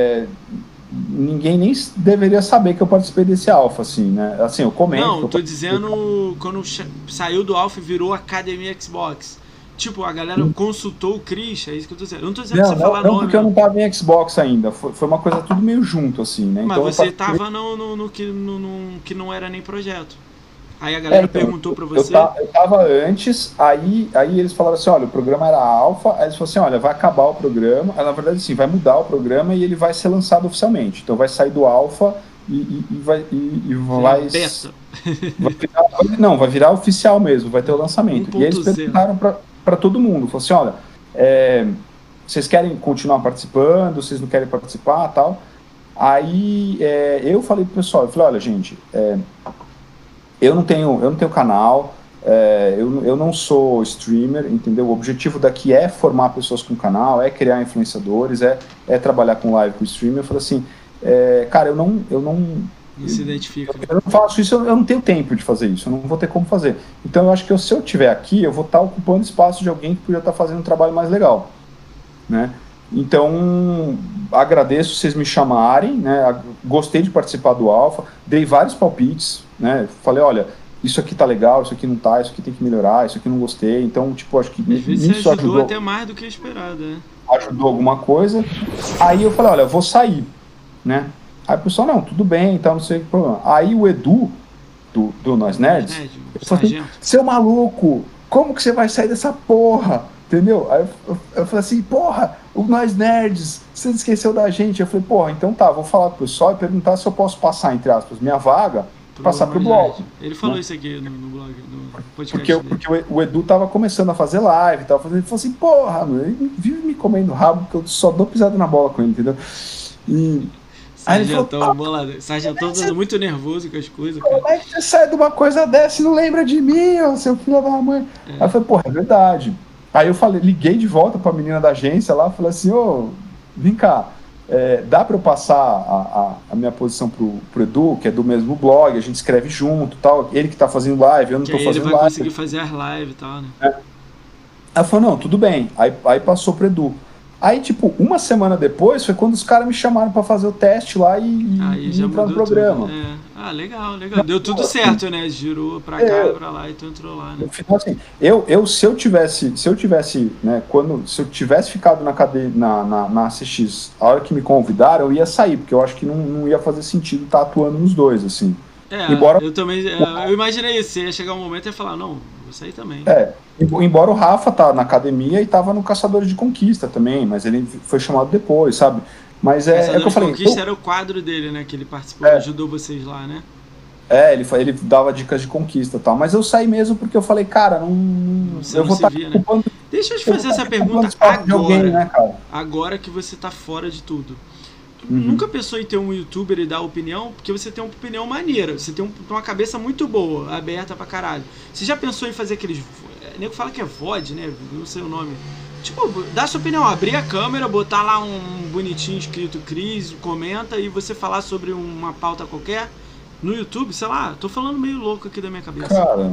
ninguém nem deveria saber que eu participei desse Alpha, assim, né? Assim, eu comento. Não, tô dizendo quando saiu do Alpha e virou Academia Xbox. Tipo, a galera consultou o Cris, é isso que eu tô dizendo. Eu não tô dizendo pra você falar nome. Não, porque eu não tava em Xbox ainda. Foi uma coisa tudo meio junto, assim, né? Mas então, você tava no que não era nem projeto. Aí a galera perguntou pra você. Eu tava antes, aí eles falaram assim, olha, o programa era alfa, aí eles falaram assim, olha, vai acabar o programa, na verdade assim, vai mudar o programa e ele vai ser lançado oficialmente. Então vai sair do alfa e vai beta. Vai virar oficial mesmo, vai ter o lançamento. 1. E eles perguntaram para todo mundo, falaram assim, olha, vocês querem continuar participando, vocês não querem participar, tal. Aí eu falei pro pessoal, eu falei, olha, gente, eu não tenho canal, eu não sou streamer, entendeu? O objetivo daqui é formar pessoas com canal, é criar influenciadores, é trabalhar com live, com streamer. Eu falei assim, cara, eu não se identifica. Eu não faço isso, eu não tenho tempo de fazer isso, eu não vou ter como fazer. Então eu acho que se eu estiver aqui, eu vou estar ocupando espaço de alguém que podia estar fazendo um trabalho mais legal, né? Então, agradeço vocês me chamarem, né? Gostei de participar do Alpha, dei vários palpites, né? Falei, olha, isso aqui tá legal, isso aqui não tá, isso aqui tem que melhorar, isso aqui não gostei. Então, tipo, acho que isso ajudou até mais do que esperado, né? Ajudou alguma coisa. Aí eu falei, olha, eu vou sair, né? Aí o pessoal, não, tudo bem, então não sei o que problema. Aí o Edu, do Nós Nerds, ele falou assim, seu maluco, como que você vai sair dessa porra? Entendeu? Aí eu falei assim, porra, o Nós Nerds, você esqueceu da gente. Eu falei, porra, então tá, vou falar pro pessoal e perguntar se eu posso passar, entre aspas, minha vaga, passar pro blog. Ele falou, né? Isso aqui no blog, no podcast. Porque o Edu tava começando a fazer live e tal, ele falou assim, porra, mano, ele vive me comendo rabo, porque eu só dou pisada na bola com ele, entendeu? E... Sargentão todo muito nervoso com as coisas. Cara. Como é que você sai de uma coisa dessa e não lembra de mim, ô, seu filho da mãe? Aí eu falei, porra, é verdade. Aí eu liguei de volta pra menina da agência lá, falei assim, vem cá, dá pra eu passar a minha posição pro Edu, que é do mesmo blog, a gente escreve junto, tal, ele que tá fazendo live, eu não tô fazendo live. Ele vai conseguir fazer as lives e tal, né? Aí ela falou, não, tudo bem. Aí passou pro Edu. Aí, tipo, uma semana depois foi quando os caras me chamaram pra fazer o teste lá e entrar no programa. Ah, legal. Deu tudo certo, né? Girou pra cá, pra lá e tu entrou lá, né? No final, assim, se eu tivesse, né, se eu tivesse ficado na CX, a hora que me convidaram, eu ia sair, porque eu acho que não ia fazer sentido estar atuando nos dois, assim. Eu também, eu imaginei isso, você ia chegar um momento e ia falar, não, vou sair também. Embora o Rafa tá na academia e tava no Caçadores de Conquista também, mas ele foi chamado depois, sabe? Mas é que eu falei... Conquista era o quadro dele, né, que ele participou, ajudou vocês lá, né? Ele dava dicas de conquista e tal, mas eu saí mesmo porque eu falei, cara, eu vou estar ocupando... Deixa eu te fazer essa pergunta agora, né, cara? Agora que você tá fora de tudo. Nunca pensou em ter um youtuber e dar opinião? Porque você tem uma opinião maneira, você tem uma cabeça muito boa, aberta pra caralho. Você já pensou em fazer aqueles... O nego fala que é VOD, né? Não sei o nome. Tipo, dá sua opinião, abrir a câmera, botar lá um bonitinho escrito Cris, comenta e você falar sobre uma pauta qualquer no YouTube, sei lá, tô falando meio louco aqui da minha cabeça. Cara,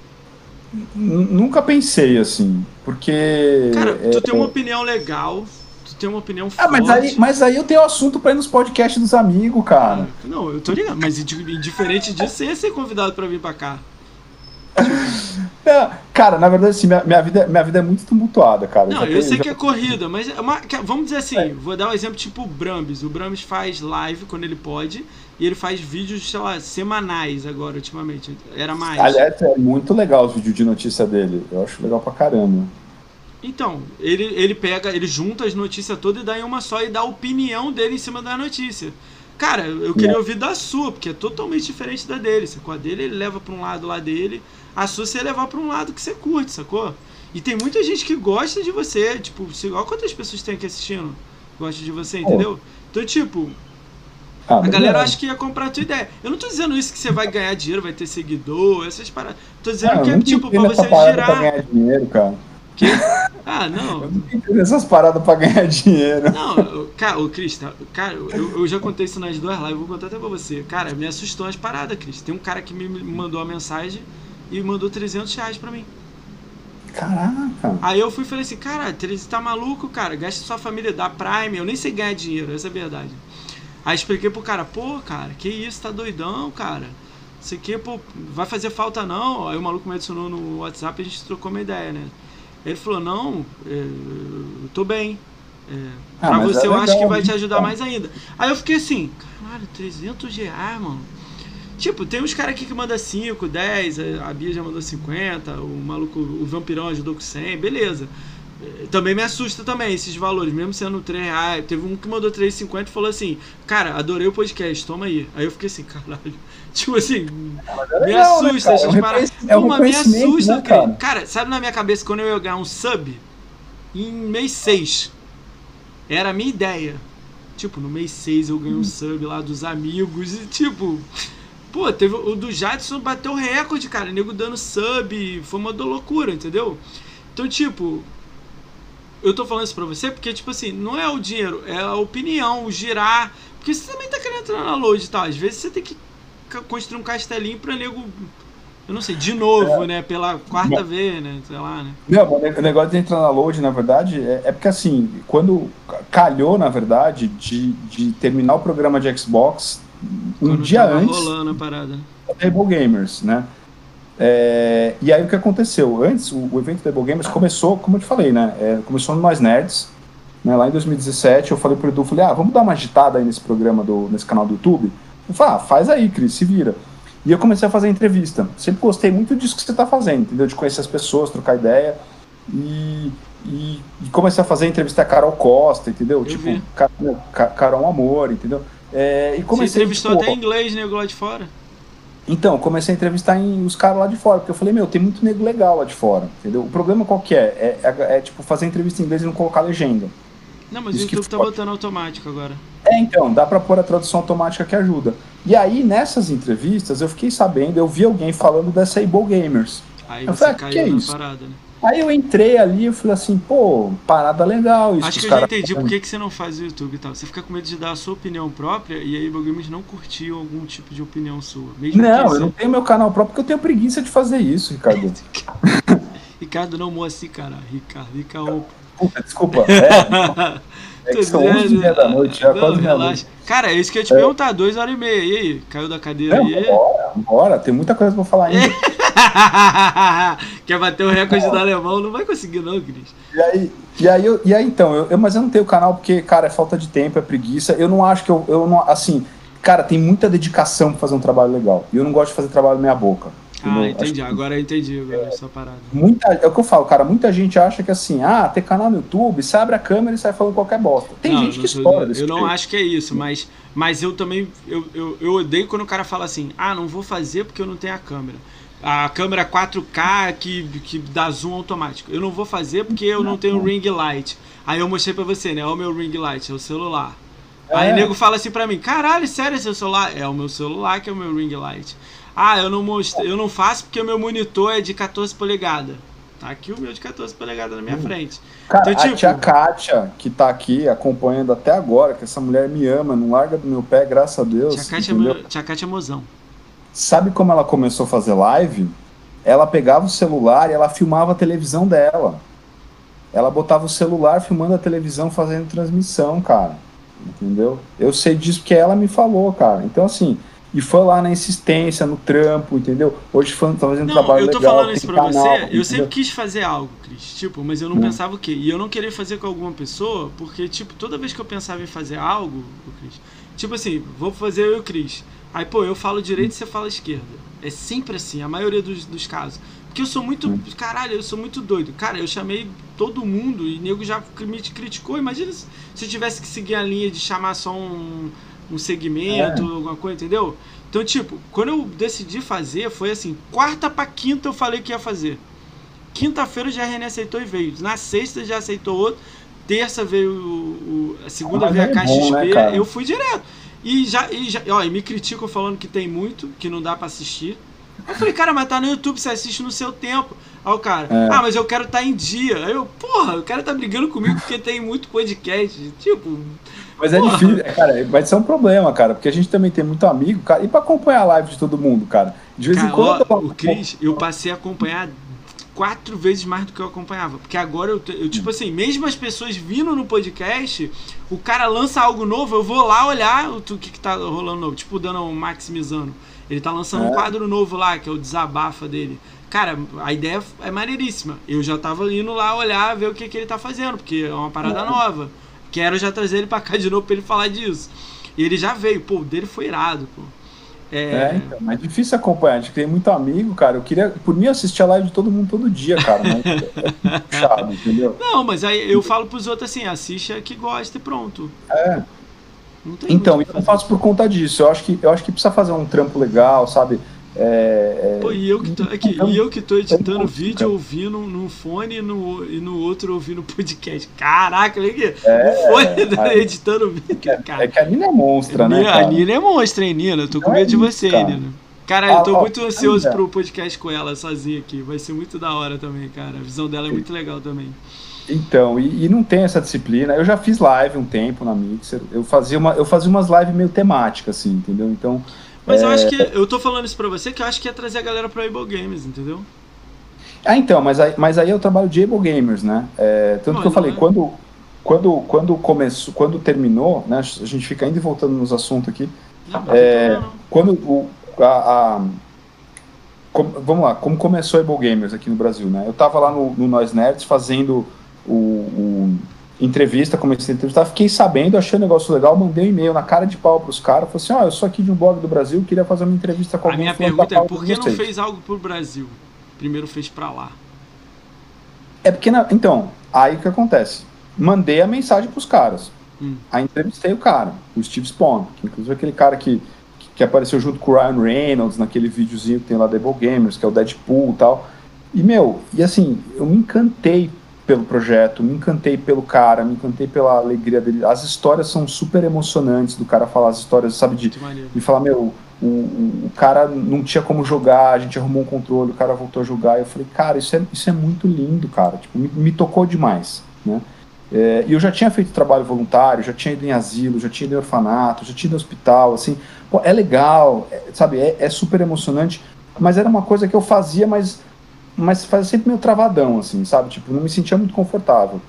nunca pensei assim, porque... Cara, tu tem uma opinião legal... tem uma opinião forte. Mas aí eu tenho assunto pra ir nos podcasts dos amigos, cara. Não, eu tô ligado, mas indiferente disso, você ia ser convidado pra vir pra cá. Cara, na verdade, assim, minha vida é muito tumultuada, cara. Não, eu sei que é corrida, mas vamos dizer assim, vou dar um exemplo tipo o Brambis. O Brambis faz live quando ele pode e ele faz vídeos, sei lá, semanais agora, ultimamente. Era mais. Aliás, é muito legal os vídeos de notícia dele. Eu acho legal pra caramba. Então, ele junta as notícias todas e dá em uma só e dá a opinião dele em cima da notícia. Cara, eu queria ouvir da sua, porque é totalmente diferente da dele. Sacou? A dele ele leva pra um lado lá dele, a sua você levar pra um lado que você curte, sacou? E tem muita gente que gosta de você, tipo, igual quantas pessoas tem aqui assistindo, gosta de você, entendeu? Então, tipo, a galera acha que ia comprar a tua ideia. Eu não tô dizendo isso que você vai ganhar dinheiro, vai ter seguidor, essas paradas. Tô dizendo que é tipo pra você girar. Pra ganhar dinheiro, cara. Que? Ah, não. Eu não entendo essas paradas pra ganhar dinheiro. Não, cara, o Cris, cara, eu já contei isso nas duas lives, vou contar até pra você. Cara, me assustou as paradas, Cris. Tem um cara que me mandou uma mensagem e mandou R$300 pra mim. Caraca. Aí eu fui e falei assim, cara, você tá maluco, cara? Gasta sua família, dá Prime, eu nem sei ganhar dinheiro, essa é a verdade. Aí expliquei pro cara, pô, cara, que isso, tá doidão, cara? Isso aqui, pô, vai fazer falta não? Aí o maluco me adicionou no WhatsApp e a gente trocou uma ideia, né? Ele falou, não, eu tô bem. Pra você eu acho que vai te ajudar mais ainda. Aí eu fiquei assim, caralho, R$300, mano. Tipo, tem uns caras aqui que mandam 5, 10, a Bia já mandou 50, o maluco, o Vampirão ajudou com 100, beleza. Também me assusta também esses valores, mesmo sendo R$3. Teve um que mandou R$3,50 e falou assim, cara, adorei o podcast, toma aí. Aí eu fiquei assim, caralho. Tipo assim, me assusta essas paradas. Me assusta, né, cara? Cara, sabe na minha cabeça quando eu ia ganhar um sub? Em mês 6. Era a minha ideia. Tipo, no mês 6 eu ganhei um sub lá dos amigos e tipo... Pô, teve o do Jadson bateu recorde, cara. O nego dando sub, foi uma loucura, entendeu? Então, tipo, eu tô falando isso pra você porque, tipo assim, não é o dinheiro, é a opinião, o girar. Porque você também tá querendo entrar na loja e tal. Às vezes você tem que construir um castelinho pra nego, eu não sei, de novo, né? Pela quarta vez, né? Sei lá, né? Não, o negócio de entrar na loja, na verdade, é porque assim, quando calhou, na verdade, de terminar o programa de Xbox, um dia antes, rolando a parada. Table Gamers, né? E aí o que aconteceu? Antes, o evento Table Gamers começou, como eu te falei, né? Começou no Nós Nerds, né? Lá em 2017, eu falei pro Edu, falei, vamos dar uma agitada aí nesse programa, nesse canal do YouTube? Eu falei, faz aí, Cris, se vira. E eu comecei a fazer entrevista. Sempre gostei muito disso que você tá fazendo, entendeu? De conhecer as pessoas, trocar ideia. E comecei a fazer entrevista a Carol Costa, entendeu? Carol Amor, entendeu? E comecei, você entrevistou até em inglês, nego lá de fora? Então, comecei a entrevistar os caras lá de fora, porque eu falei, tem muito nego legal lá de fora, entendeu? O problema qual que é? Tipo, fazer entrevista em inglês e não colocar legenda. Não, mas o YouTube tá botando automático agora. Então, dá pra pôr a tradução automática que ajuda. E aí, nessas entrevistas, eu fiquei sabendo, eu vi alguém falando dessa Able Gamers. Aí eu você falei, caiu que é na isso? Parada, né? Aí eu entrei ali e falei assim, pô, parada legal isso. Acho que eu já entendi por que você não faz o YouTube e tal. Você fica com medo de dar a sua opinião própria e aí o Games não curtiu algum tipo de opinião sua. Mesmo não, eu não tenho meu canal próprio porque eu tenho preguiça de fazer isso, Ricardo. Ricardo não Moacir, cara. Ricardo. Puta, desculpa. Que são 11h30 da noite, já quase relaxa. Cara, é isso que eu ia te perguntar, 2h30. E aí? Caiu da cadeira aí? Bora, tem muita coisa pra falar ainda. Quer bater o recorde do alemão? Não vai conseguir não, Cris. E aí então, mas eu não tenho canal porque, cara, é falta de tempo, é preguiça. Eu não acho que eu não, assim, cara, tem muita dedicação pra fazer um trabalho legal. E eu não gosto de fazer trabalho meia boca. Entendi, agora eu entendi essa parada. É o que eu falo, cara, muita gente acha que assim, ter canal no YouTube, você abre a câmera e sai falando qualquer bosta. Tem gente que explora desse jeito. Eu não acho que é isso, mas eu também, eu odeio quando o cara fala assim, não vou fazer porque eu não tenho a câmera. A câmera 4K que dá zoom automático. Eu não vou fazer porque eu não tenho ring light. Aí eu mostrei pra você, né? Olha o meu ring light, é o celular. Aí o nego fala assim pra mim, caralho, sério, é seu celular? É o meu celular que é o meu ring light. Eu não faço porque o meu monitor é de 14 polegadas. Tá aqui o meu de 14 polegadas na minha frente. Cara, então, a tia Kátia, que tá aqui acompanhando até agora, que essa mulher me ama, não larga do meu pé, graças a Deus. Tia Kátia é mozão. Sabe como ela começou a fazer live? Ela pegava o celular e ela filmava a televisão dela. Ela botava o celular filmando a televisão, fazendo transmissão, cara. Entendeu? Eu sei disso porque ela me falou, cara. Então, assim, e foi lá na insistência, no trampo, entendeu? Hoje tá fazendo trabalho legal. Eu tô falando isso pra você, eu sempre quis fazer algo, Cris, tipo, mas eu não pensava o quê? E eu não queria fazer com alguma pessoa, porque, tipo, toda vez que eu pensava em fazer algo, Cris, tipo assim, vou fazer eu e o Cris. Aí, pô, eu falo direito e você fala esquerda. É sempre assim, a maioria dos casos. Porque eu sou muito, caralho, eu sou muito doido. Cara, eu chamei todo mundo e o nego já me criticou. Imagina se eu tivesse que seguir a linha de chamar só um segmento, alguma coisa, entendeu? Então, tipo, quando eu decidi fazer, foi assim, quarta pra quinta eu falei que ia fazer. Quinta-feira o GRN aceitou e veio. Na sexta já aceitou outro. Terça veio a segunda veio a KXP, né, eu fui direto. E me criticam falando que tem muito, que não dá pra assistir. Eu falei, cara, mas tá no YouTube, você assiste no seu tempo. Aí o cara, mas eu quero estar em dia. Aí eu, porra, o cara tá brigando comigo porque tem muito podcast. Tipo... Mas é difícil, cara, vai ser um problema, cara, porque a gente também tem muito amigo, cara, e pra acompanhar a live de todo mundo, cara? De vez em quando... O Cris, eu passei a acompanhar 4 vezes mais do que eu acompanhava. Porque agora eu tipo assim, mesmo as pessoas vindo no podcast, o cara lança algo novo, eu vou lá olhar o que tá rolando novo. Tipo, dando um maximizando. Ele tá lançando um quadro novo lá, que é o Desabafa dele. Cara, a ideia é maneiríssima. Eu já tava indo lá olhar, ver o que ele tá fazendo, porque é uma parada nova. Quero já trazer ele pra cá de novo pra ele falar disso. E ele já veio, pô, o dele foi irado, pô. Então, mas é difícil acompanhar, a gente tem muito amigo, cara. Eu queria, por mim, assistir a live de todo mundo todo dia, cara. Mas é puxado, entendeu? Não, mas aí eu falo pros outros assim, assiste a que gosta e pronto. Então, eu não faço por conta disso. Eu acho que precisa fazer um trampo legal, sabe? Pô, e eu que tô editando vídeo ouvindo no fone e no outro ouvindo podcast. Caraca, olha aqui. No fone editando vídeo, cara. É que a Nina é monstra, né? A Nina é monstra, hein, Nina? Eu tô com medo de você, Nina. Cara, eu tô muito ansioso pro podcast com ela sozinha aqui. Vai ser muito da hora também, cara. A visão dela é muito legal também. Então, e não tem essa disciplina. Eu já fiz live um tempo na Mixer. Eu fazia umas lives meio temáticas, assim, entendeu? Então... Mas eu acho que, eu tô falando isso pra você, que eu acho que é trazer a galera pro Able Games, entendeu? Então, mas aí é o trabalho de Able Gamers, né? Tanto que eu falei, quando começou, quando terminou, né? A gente fica indo e voltando nos assuntos aqui. Vamos lá, como começou a Able Gamers aqui no Brasil, né? Eu tava lá no Nós Nerds fazendo entrevista, comecei a entrevistar, fiquei sabendo, achei o negócio legal, mandei um e-mail na cara de pau pros caras, falei assim, eu sou aqui de um blog do Brasil, queria fazer uma entrevista com alguém. A minha pergunta é, por que não fez algo pro Brasil? Primeiro fez pra lá. Então, aí o que acontece? Mandei a mensagem pros caras, aí entrevistei o cara, o Steve Spawn, que inclusive é aquele cara que apareceu junto com o Ryan Reynolds naquele videozinho que tem lá da Able Gamers, que é o Deadpool e tal, e assim, eu me encantei pelo projeto, me encantei pelo cara, me encantei pela alegria dele. As histórias são super emocionantes do cara falar as histórias, sabe, de falar, o cara não tinha como jogar, a gente arrumou um controle, o cara voltou a jogar, e eu falei, cara, isso é muito lindo, cara, tipo, me tocou demais, né? E eu já tinha feito trabalho voluntário, já tinha ido em asilo, já tinha ido em orfanato, já tinha ido em hospital, assim, pô, é legal, sabe, é super emocionante, mas era uma coisa que eu fazia, mas fazia sempre meio travadão, assim, sabe? Tipo, não me sentia muito confortável.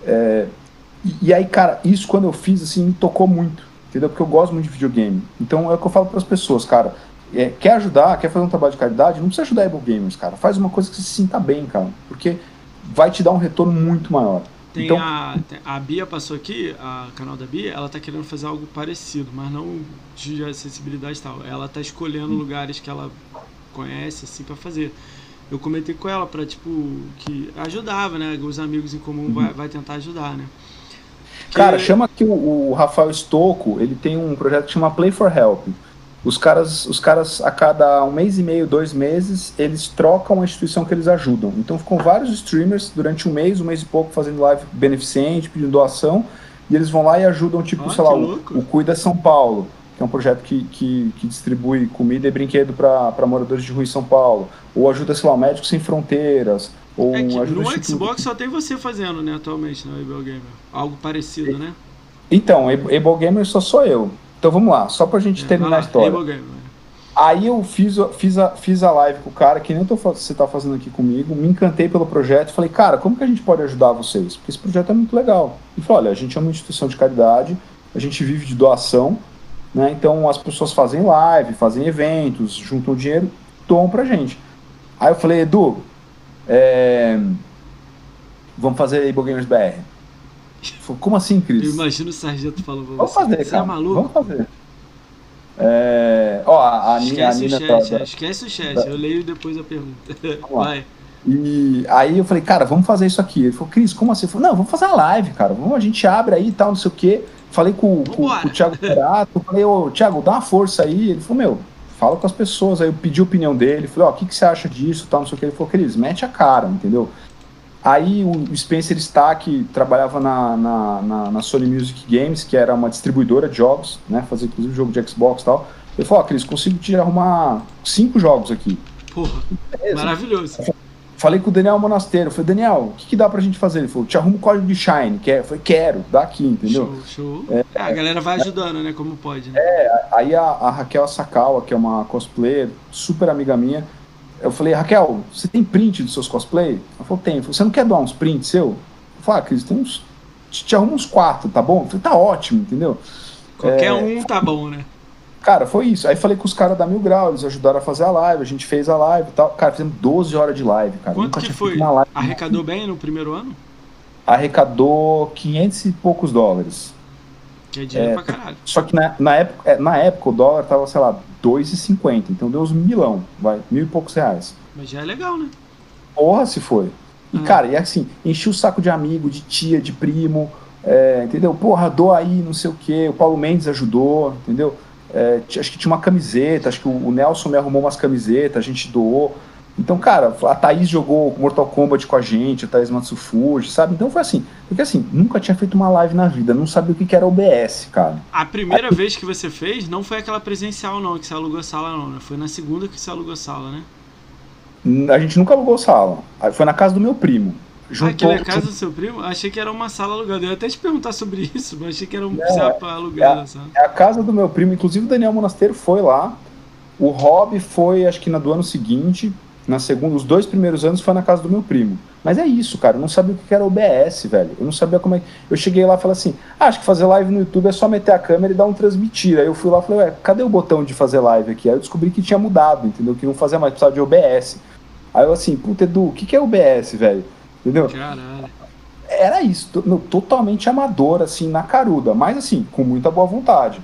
E aí, cara, isso quando eu fiz, assim, me tocou muito, entendeu? Porque eu gosto muito de videogame. Então é o que eu falo para as pessoas, cara. Quer ajudar, quer fazer um trabalho de caridade, não precisa ajudar a Able Gamers, cara. Faz uma coisa que você se sinta bem, cara. Porque vai te dar um retorno muito maior. Então, a Bia passou aqui, a canal da Bia, ela tá querendo fazer algo parecido, mas não de acessibilidade e tal. Ela tá escolhendo lugares que ela conhece, assim, para fazer. Eu comentei com ela pra, tipo, que ajudava, né? Os amigos em comum vai tentar ajudar, né? Cara, chama aqui o Rafael Stocco, ele tem um projeto que chama Play for Help. Os caras a cada 1 mês e meio, 2 meses, eles trocam a instituição que eles ajudam. Então ficam vários streamers durante 1 mês e pouco, fazendo live beneficente, pedindo doação, e eles vão lá e ajudam, tipo, sei lá, o Cuida São Paulo, que é um projeto que distribui comida e brinquedo para moradores de rua em São Paulo, ou ajuda, sei lá, Médicos Sem Fronteiras, ou ajuda no Xbox só tem você fazendo, né, atualmente, no Able Gamer, algo parecido, né? Então, Able Gamer só sou eu. Então vamos lá, só pra gente terminar a história. Able Gamer. Aí eu fiz a live com o cara, que nem você tá fazendo aqui comigo, me encantei pelo projeto, falei, cara, como que a gente pode ajudar vocês? Porque esse projeto é muito legal. E falei, olha, a gente é uma instituição de caridade, a gente vive de doação, né? Então as pessoas fazem live, fazem eventos, juntam dinheiro, doam pra gente. Aí eu falei, Edu, vamos fazer Able Gamers BR. Ele falou, como assim, Cris? Eu imagino o sargento falando, vamos fazer, você cara, é maluco? Vamos fazer. A esquece Nina o chat, esquece o chat, eu leio depois a pergunta. Vai. E aí eu falei, cara, vamos fazer isso aqui. Ele falou, Cris, como assim? Eu falei, não, vamos fazer a live, cara. A gente abre aí e tal, não sei o quê. Falei com o Thiago Perato, falei, ô, Thiago, dá uma força aí. Ele falou, meu, fala com as pessoas. Aí eu pedi a opinião dele, falei, ó, o que você acha disso, tal, não sei o quê. Ele falou, Cris, mete a cara, entendeu? Aí o Spencer Stack trabalhava na Sony Music Games, que era uma distribuidora de jogos, né? Fazia inclusive jogo de Xbox e tal. Ele falou, ó, Cris, consigo te arrumar 5 jogos aqui. Porra, maravilhoso. Falei com o Daniel Monasteiro, falei, Daniel, o que dá pra gente fazer? Ele falou, te arrumo o código de Shine, quer? Eu falei, quero, dá aqui, entendeu? Show. A galera vai ajudando, né, como pode, né? Aí a Raquel Sakawa, que é uma cosplayer, super amiga minha, eu falei, Raquel, você tem print dos seus cosplay? Ela falou, tem. Você não quer doar uns prints seu? Eu falei, Cris, tem uns, te arrumo uns 4, tá bom? Eu falei, tá ótimo, entendeu? Qualquer um tá bom, né? Cara, foi isso. Aí falei com os caras da Mil Grau, eles ajudaram a fazer a live, a gente fez a live e tal. Cara, fizemos 12 horas de live, cara. Quanto que foi? Arrecadou bem no primeiro ano? Arrecadou 500 e poucos dólares. Que é dinheiro pra caralho. Só que na época o dólar tava, sei lá, 2,50. Então deu uns milão, vai, R$1.000 e poucos. Mas já é legal, né? Porra, se foi. E, cara, e assim, enchi o saco de amigo, de tia, de primo, entendeu? Porra, doa aí, não sei o quê. O Paulo Mendes ajudou, entendeu? Acho que tinha uma camiseta, acho que o Nelson me arrumou umas camisetas, a gente doou. Então, cara, a Thaís jogou Mortal Kombat com a gente, a Thaís Matsufuji, sabe? Então foi assim, porque assim, nunca tinha feito uma live na vida, não sabia o que era OBS, cara. A primeira vez que você fez não foi aquela presencial não, que você alugou sala não, né? Foi na segunda que você alugou sala, né? A gente nunca alugou sala, foi na casa do meu primo. Aquela é a casa do seu primo? Achei que era uma sala alugada. Eu ia até te perguntar sobre isso, mas achei que era uma sala alugada. É a casa do meu primo, inclusive o Daniel Monasteiro foi lá. O Rob foi, acho que do ano seguinte, os 2 primeiros anos foi na casa do meu primo. Mas é isso, cara, eu não sabia o que era OBS, velho. Eu não sabia como é que... Eu cheguei lá e falei assim, acho que fazer live no YouTube é só meter a câmera e dar um transmitir. Aí eu fui lá e falei, cadê o botão de fazer live aqui? Aí eu descobri que tinha mudado, entendeu? Que não fazia mais, precisava de OBS. Aí eu assim, puta, Edu, o que é OBS, velho? Entendeu? Caralho. Era isso, totalmente amador, assim, na caruda, mas assim, com muita boa vontade.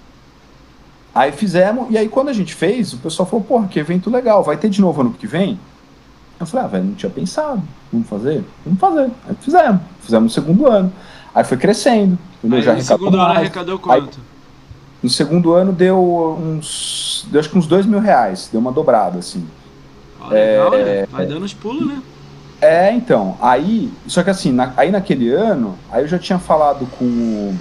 Aí fizemos, e aí quando a gente fez, o pessoal falou, porra, que evento legal, vai ter de novo ano que vem? Eu falei, velho, não tinha pensado, vamos fazer? Vamos fazer. Aí fizemos no segundo ano. Aí foi crescendo, entendeu? Aí no segundo ano arrecadou quanto? Aí, no segundo ano deu acho que uns R$2.000, deu uma dobrada, assim. Legal, né? Vai dando os pulos, né? Então, aí, só que assim, aí naquele ano, aí eu já tinha falado com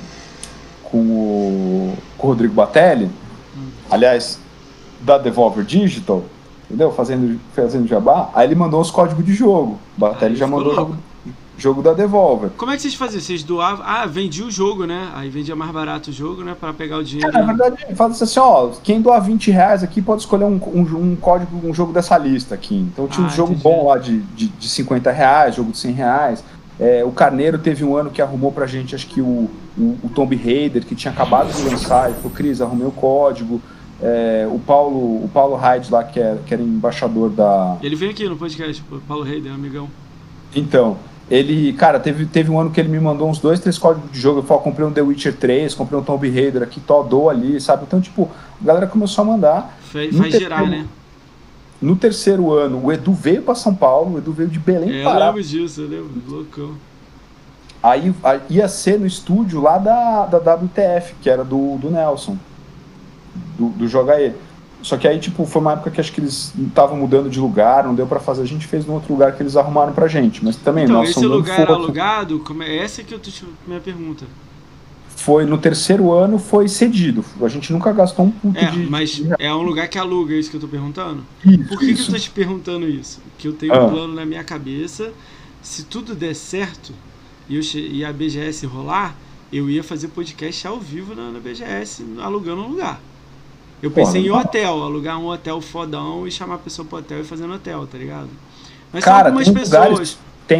o Rodrigo Batelli, aliás, da Devolver Digital, entendeu? Fazendo jabá, aí ele mandou os códigos de jogo. O Batelli já mandou jogo da Devolver. Como é que vocês faziam? Vocês doavam? Vendia o jogo, né? Aí vendia mais barato o jogo, né? Pra pegar o dinheiro. Na verdade, fala assim, ó, quem doar R$20 aqui pode escolher um código, um jogo dessa lista aqui. Então tinha um jogo bom lá de R$50, jogo de R$100. O Carneiro teve um ano que arrumou pra gente, acho que o Tomb Raider, que tinha acabado de lançar, ele falou, Cris, arrumei o código. O Paulo Hyde lá, que era embaixador da... Ele veio aqui no podcast, o Paulo Hyde, amigão. Então, ele, cara, teve um ano que ele me mandou uns 2, 3 códigos de jogo. Eu falei, comprei um The Witcher 3, comprei um Tomb Raider aqui, dou ali, sabe? Então, tipo, a galera começou a mandar. Vai girar, né? No terceiro ano, o Edu veio pra São Paulo, o Edu veio de Belém Pará. Eu lembro disso, eu lembro, loucão. Aí ia ser no estúdio lá da WTF, que era do Nelson, do Joga E. Só que aí, tipo, foi uma época que acho que eles estavam mudando de lugar, não deu pra fazer, a gente fez num outro lugar que eles arrumaram pra gente. Mas também, então, esse lugar era alugado? Essa que eu tô minha pergunta. Foi, no terceiro ano foi cedido. A gente nunca gastou um puto mas é um lugar que aluga, é isso que eu tô perguntando? Isso, Por que eu tô te perguntando isso? Porque eu tenho um plano na minha cabeça, se tudo der certo e a BGS rolar, eu ia fazer podcast ao vivo na BGS, alugando um lugar. Eu pensei em hotel, alugar um hotel fodão e chamar a pessoa pro hotel e fazer no hotel, tá ligado? Mas cara, são algumas pessoas.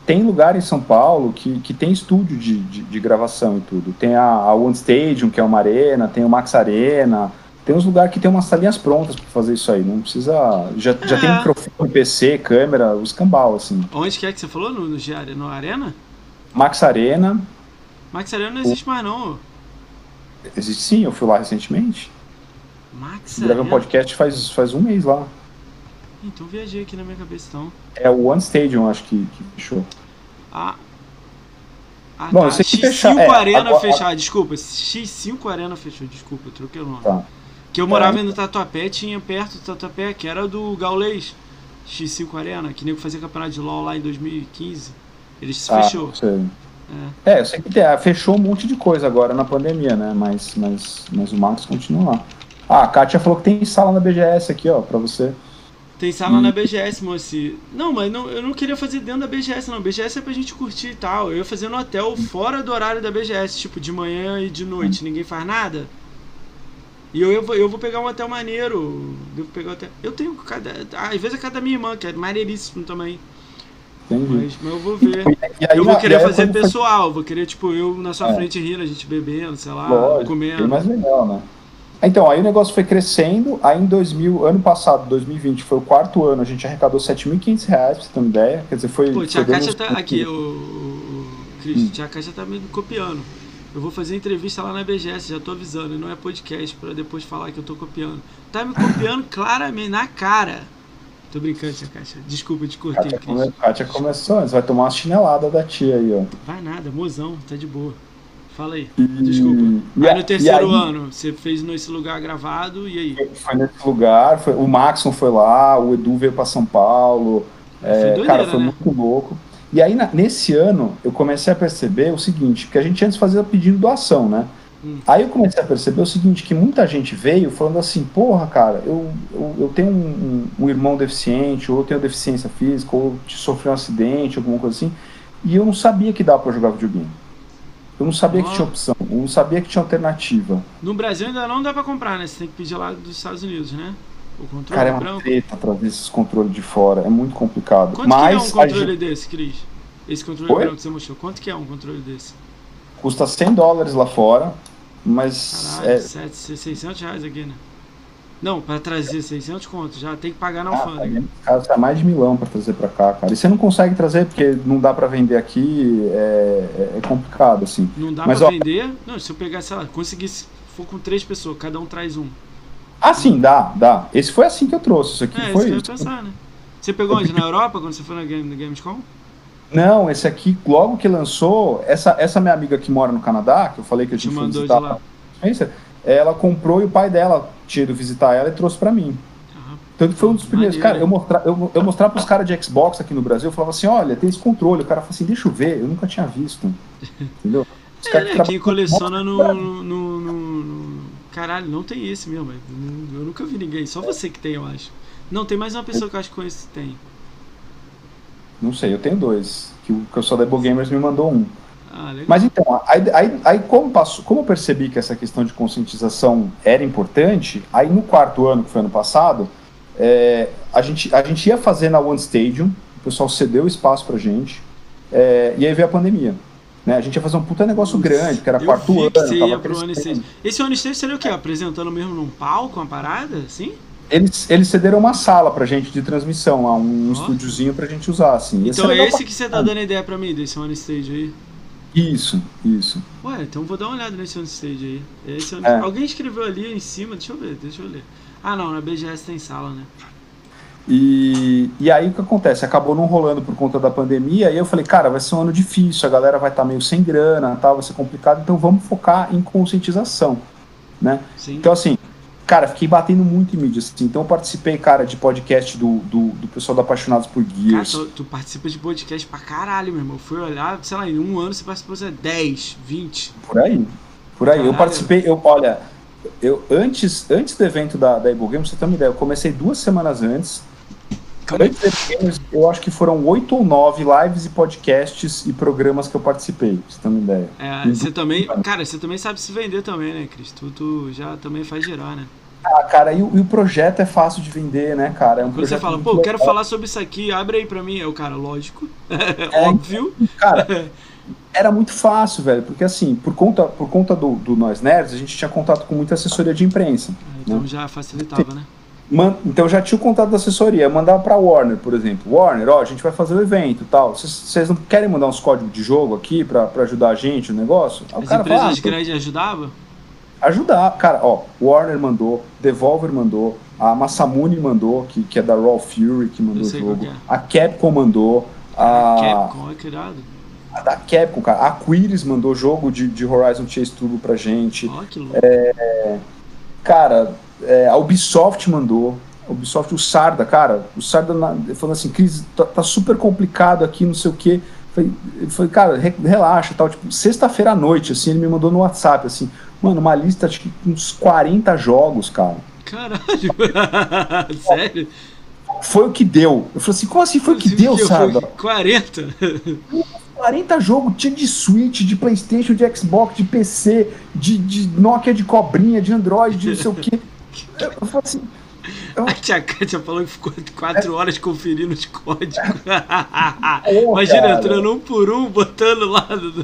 tem lugar em São Paulo que tem estúdio de gravação e tudo. Tem a One Stadium, que é uma arena, tem o Max Arena, tem uns lugares que tem umas salinhas prontas para fazer isso aí. Não precisa... Já tem microfone, PC, câmera, os cambal, assim. Onde que é que você falou? No Arena? Max Arena. Max Arena não existe mais, não. Existe sim, eu fui lá recentemente. Max Arena? Gravei um podcast faz um mês lá. Então viajei aqui na minha cabeça, então. É o One Stadium, acho que fechou. Bom, tá. X5 Arena fechou. Desculpa, X5 Arena fechou. Desculpa, eu troquei o nome. Tá. Que eu morava no Tatuapé, tinha perto do Tatuapé, que era do Gaulês. X5 Arena, que nego fazia campeonato de LOL lá em 2015. Ele se fechou. Sei. Eu sei que fechou um monte de coisa agora na pandemia, né? Mas o Max continua lá. A Kátia falou que tem sala na BGS aqui, ó, pra você. Tem sala na BGS, moço. Não, mas eu não queria fazer dentro da BGS, não. BGS é pra gente curtir e tal. Eu ia fazer no hotel fora do horário da BGS, tipo, de manhã e de noite. Ninguém faz nada. E eu vou pegar um hotel maneiro. Devo pegar hotel. Eu tenho às vezes é cada minha irmã, que é maneiríssimo também. Mas eu vou ver. Eu vou querer fazer pessoal. Vou querer, tipo, eu na sua frente rindo, a gente bebendo, sei lá, comendo. É mais legal, né? Então, aí o negócio foi crescendo, aí ano passado, 2020, foi o 4º ano, a gente arrecadou R$7.500, pra você ter uma ideia, quer dizer, foi... Pô, Tia Kátia tá aqui, Cris, Tia Kátia tá me copiando. Eu vou fazer entrevista lá na BGS, já tô avisando, não é podcast pra depois falar que eu tô copiando. Tá me copiando claramente, na cara. Tô brincando, Tia Kátia, desculpa, te cortei, Cris. Kátia começou antes, vai tomar uma chinelada da tia aí, ó. Vai nada, mozão, tá de boa. Fala aí, desculpa. Aí no terceiro ano, você fez nesse lugar gravado, e aí? Foi nesse lugar, o Maxon foi lá, o Edu veio pra São Paulo, foi muito louco. E aí, nesse ano, eu comecei a perceber o seguinte, porque a gente antes fazia pedindo doação, né? Aí eu comecei a perceber o seguinte, que muita gente veio falando assim, porra, cara, eu tenho um irmão deficiente, ou eu tenho deficiência física, ou sofri um acidente, alguma coisa assim, e eu não sabia que dava pra jogar videogame. Eu não sabia que tinha opção, eu não sabia que tinha alternativa. No Brasil ainda não dá pra comprar, né? Você tem que pedir lá dos Estados Unidos, né? O controle cara, é uma treta trazer esses controles de fora, é muito complicado. Quanto que é um controle desse, Cris? Esse controle branco que você mostrou, quanto que é um controle desse? Custa $100 lá fora, mas... Caralho, R$600 aqui, né? Não, pra trazer 600 conto, já tem que pagar na alfândega. Cara, é mais de R$1.000 pra trazer pra cá, cara. E você não consegue trazer porque não dá pra vender aqui, é complicado, assim. Não dá pra vender? Não, se eu pegar, sei lá, conseguisse, for com 3 pessoas, cada um traz um. Ah, sim, dá. Esse foi assim que eu trouxe, isso aqui foi... isso que eu ia pensar, né? Você pegou onde? Na Europa, quando você foi na Gamescom? Não, esse aqui, logo que lançou, essa minha amiga que mora no Canadá, que eu falei que eu tinha que visitar lá, ela comprou e o pai dela tinha ido visitar ela e trouxe pra mim. Tanto que foi um dos primeiros. Cara, eu mostrar pros caras de Xbox aqui no Brasil, eu falava assim, olha, tem esse controle. O cara falou assim, deixa eu ver, eu nunca tinha visto. Entendeu? Quem coleciona Caralho, não tem esse mesmo. Eu nunca vi ninguém, só você que tem, eu acho. Não, tem mais uma pessoa que eu acho que conheço que tem. Não sei, eu tenho 2. Que o pessoal da Ebo Gamers me mandou um. Mas então, aí como eu percebi que essa questão de conscientização era importante, aí no 4º ano, que foi ano passado, a gente ia fazer na One Stadium, o pessoal cedeu espaço pra gente, e aí veio a pandemia. Né? A gente ia fazer um puta negócio grande, que era 4º ano. Você ia pro One Stadium. Esse One Stadium seria o quê? Apresentando mesmo num palco, uma parada, assim? Eles cederam uma sala pra gente de transmissão lá, um estúdiozinho pra gente usar, assim. Então é esse que você tá dando ideia pra mim, desse One Stage aí? Isso. Ué, então vou dar uma olhada nesse One Stage aí. Alguém escreveu ali em cima, deixa eu ler. Ah não, na BGS tem sala, né? E aí o que acontece? Acabou não rolando por conta da pandemia, e eu falei, cara, vai ser um ano difícil, a galera vai estar meio sem grana, tal, vai ser complicado, então vamos focar em conscientização, né? Sim. Então assim, cara, fiquei batendo muito em mídia, assim. Então eu participei, cara, de podcast do pessoal do Apaixonados por Gears. Cara, tu participa de podcast pra caralho, meu irmão. Eu fui olhar, sei lá, em um ano você participou de 10, 20. Por aí. Caralho. Eu participei, antes do evento da Ebo Games, pra você ter uma ideia, eu comecei 2 semanas antes. Antes da Ebo Games, eu acho que foram 8 ou 9 lives e podcasts e programas que eu participei, pra você ter uma ideia. Você também, cara, você também sabe se vender também, né, Cris? Tu já também faz girar, né? Ah, cara, e o projeto é fácil de vender, né, cara? É um Quando você projeto fala, muito pô, eu quero legal. falar sobre isso aqui, abre aí pra mim. É o cara, lógico. Então, Óbvio. cara, era muito fácil, velho, porque assim, por conta do Nós Nerds, a gente tinha contato com muita assessoria de imprensa, né? Então já facilitava, né? Então já tinha o contato da assessoria, eu mandava pra Warner, por exemplo. Warner, ó, a gente vai fazer o evento e tal. Vocês não querem mandar uns códigos de jogo aqui pra ajudar a gente no negócio? Aí o As cara fala, empresas grandes ajudavam? ajudar. Cara, ó, Warner mandou, Devolver mandou, a Masamune mandou, que é da Raw Fury, que mandou o jogo. A Capcom mandou, Capcom, é criado. a da Capcom, cara. A Quiris mandou jogo de Horizon Chase Turbo pra gente. Ó, que louco. Cara, a Ubisoft mandou. Ubisoft, o Sarda, cara. O Sarda falando assim, Cris, tá super complicado aqui, não sei o quê. Ele falou, cara, relaxa, tal. Tipo, sexta-feira à noite, assim, ele me mandou no WhatsApp, assim, mano, uma lista, acho que uns 40 jogos, cara. Caralho. Sério? Foi o que deu. Eu falei assim, como assim foi o que deu, Sarda? 40? 40 jogos, tinha de Switch, de Playstation, de Xbox, de PC, de Nokia de cobrinha, de Android, de não sei o quê. Eu falei assim... A tia Kátia falou que ficou 4 horas conferindo os códigos. Imagina, cara, entrando um por um, botando lá.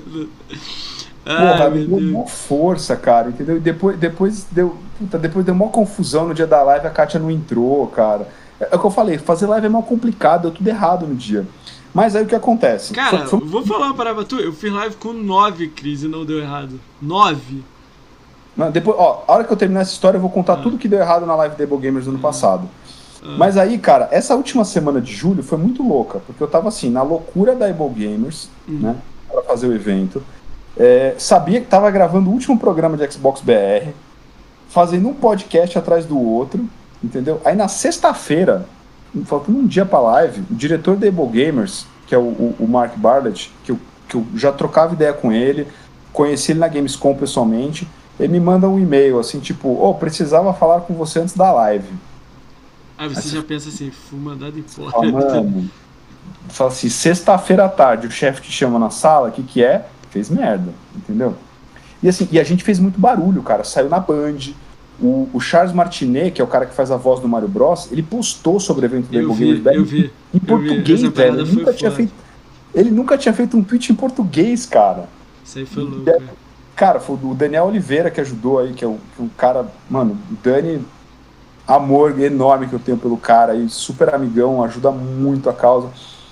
Porra, me deu uma força, cara, entendeu? E depois deu uma confusão no dia da live, a Kátia não entrou, cara. É o que eu falei, fazer live é mal complicado, deu tudo errado no dia. Mas aí o que acontece? Cara, vou falar uma parada pra tu, eu fiz live com 9, Cris, e não deu errado. 9. Não, depois, ó, a hora que eu terminar essa história, eu vou contar tudo que deu errado na live da Able Gamers do ano passado. Mas aí, cara, essa última semana de julho foi muito louca, porque eu tava assim, na loucura da Able Gamers, né, pra fazer o evento. Sabia que tava gravando o último programa de Xbox BR, fazendo um podcast atrás do outro, entendeu? Aí na sexta-feira, faltando um dia pra live, o diretor da Able Gamers, que é o Mark Bartlett, que eu já trocava ideia com ele, conheci ele na Gamescom pessoalmente, ele me manda um e-mail assim, tipo, precisava falar com você antes da live. Aí você já pensa assim, fui mandado embora. Fala, mano, fala assim, sexta-feira à tarde, o chefe te chama na sala, o que é? Fez merda, entendeu? E assim, e a gente fez muito barulho, cara, saiu na Band. O Charles Martinet, que é o cara que faz a voz do Mario Bros, ele postou sobre o evento do Able Gamers em português, velho. Ele nunca tinha feito um tweet em português, cara. Isso aí foi louco. Cara, foi o Daniel Oliveira que ajudou aí, que é um cara, mano, o Dani, amor enorme que eu tenho pelo cara aí, super amigão, ajuda muito a causa.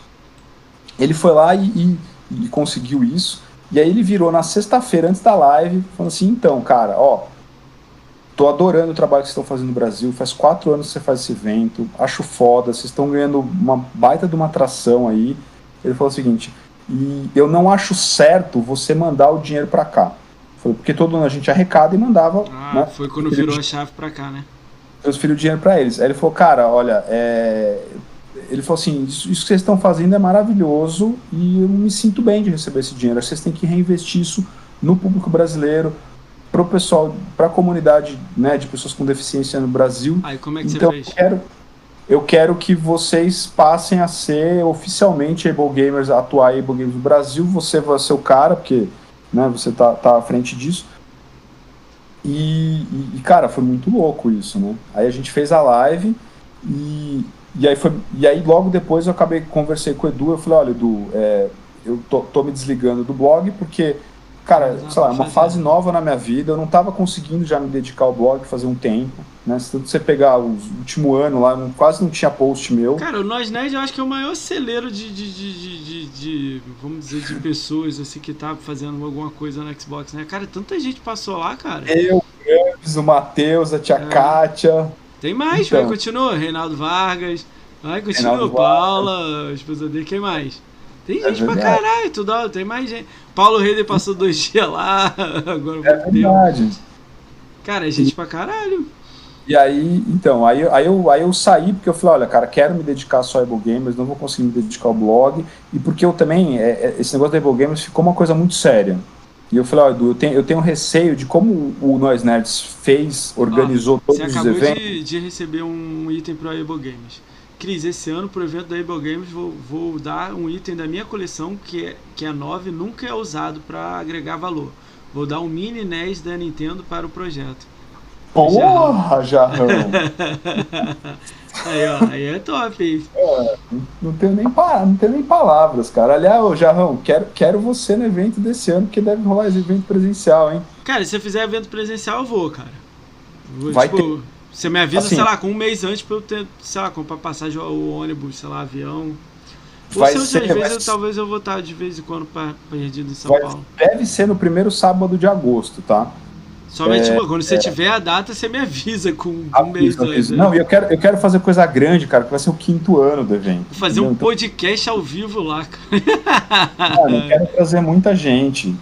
Ele foi lá e conseguiu isso. E aí ele virou na sexta-feira, antes da live, falando assim, então, cara, tô adorando o trabalho que vocês estão fazendo no Brasil, faz 4 anos que você faz esse evento, acho foda, vocês estão ganhando uma baita de uma atração aí. Ele falou o seguinte, e eu não acho certo você mandar o dinheiro pra cá. Foi porque todo ano a gente arrecada e mandava. Né, foi quando virou a chave pra cá, né? Transferiu o dinheiro pra eles. Aí ele falou, cara, olha, ele falou assim, isso que vocês estão fazendo é maravilhoso e eu não me sinto bem de receber esse dinheiro. Vocês têm que reinvestir isso no público brasileiro, pro pessoal, pra comunidade, né, de pessoas com deficiência no Brasil. Aí como é que então, você fez? Eu quero que vocês passem a ser oficialmente Able Gamers, atuar Able Gamers no Brasil. Você vai ser o cara, porque, né, você tá à frente disso. E, cara, foi muito louco isso, né? Aí a gente fez a live e aí logo depois eu conversei com o Edu, eu falei, olha, Edu, eu tô me desligando do blog porque, cara, sei lá, é uma fase nova na minha vida, eu não tava conseguindo já me dedicar ao blog fazer um tempo, né? Se você pegar o último ano lá, quase não tinha post meu. Cara, o Nós Nerd eu acho que é o maior celeiro de vamos dizer, de pessoas assim que tá fazendo alguma coisa no Xbox, né? Cara, tanta gente passou lá, cara. O Matheus, a tia Kátia. Tem mais, então. Vai, continua. Reinaldo Vargas, vai, continua. Paula, a esposa dele, quem mais? Tem gente pra caralho, tem mais gente. Paulo Reder passou 2 dias lá, agora verdade. Cara, é gente pra caralho. E aí, então, aí eu saí porque eu falei, olha, cara, quero me dedicar só a Able Gamers, não vou conseguir me dedicar ao blog, e porque eu também, esse negócio da Able Gamers ficou uma coisa muito séria. E eu falei, Edu, eu tenho receio de como o Nós Nerds organizou todos os eventos. Você acabou de receber um item para a Able Games. Cris, esse ano, pro evento da Able Games, vou dar um item da minha coleção, que é 9, nunca é usado para agregar valor. Vou dar um mini NES da Nintendo para o projeto. Porra, Jarrão! Aí, ó, aí é top, hein? Não tenho nem palavras, cara. Aliás, ô, Jarrão, quero você no evento desse ano, porque deve rolar esse evento presencial, hein? Cara, se você fizer evento presencial, eu vou, cara. Vai ter... Você me avisa, assim, sei lá, com um mês antes pra eu ter, sei lá, comprar passagem o ônibus, sei lá, avião. Vai ser, às vezes, talvez eu vou estar de vez em quando perdido em São Paulo. Deve ser no primeiro sábado de agosto, tá? Somente quando você tiver a data, você me avisa com um mês antes. Não, e eu quero fazer coisa grande, cara, que vai ser o 5º ano do evento. Vou fazer um podcast ao vivo lá, cara. Eu quero trazer muita gente.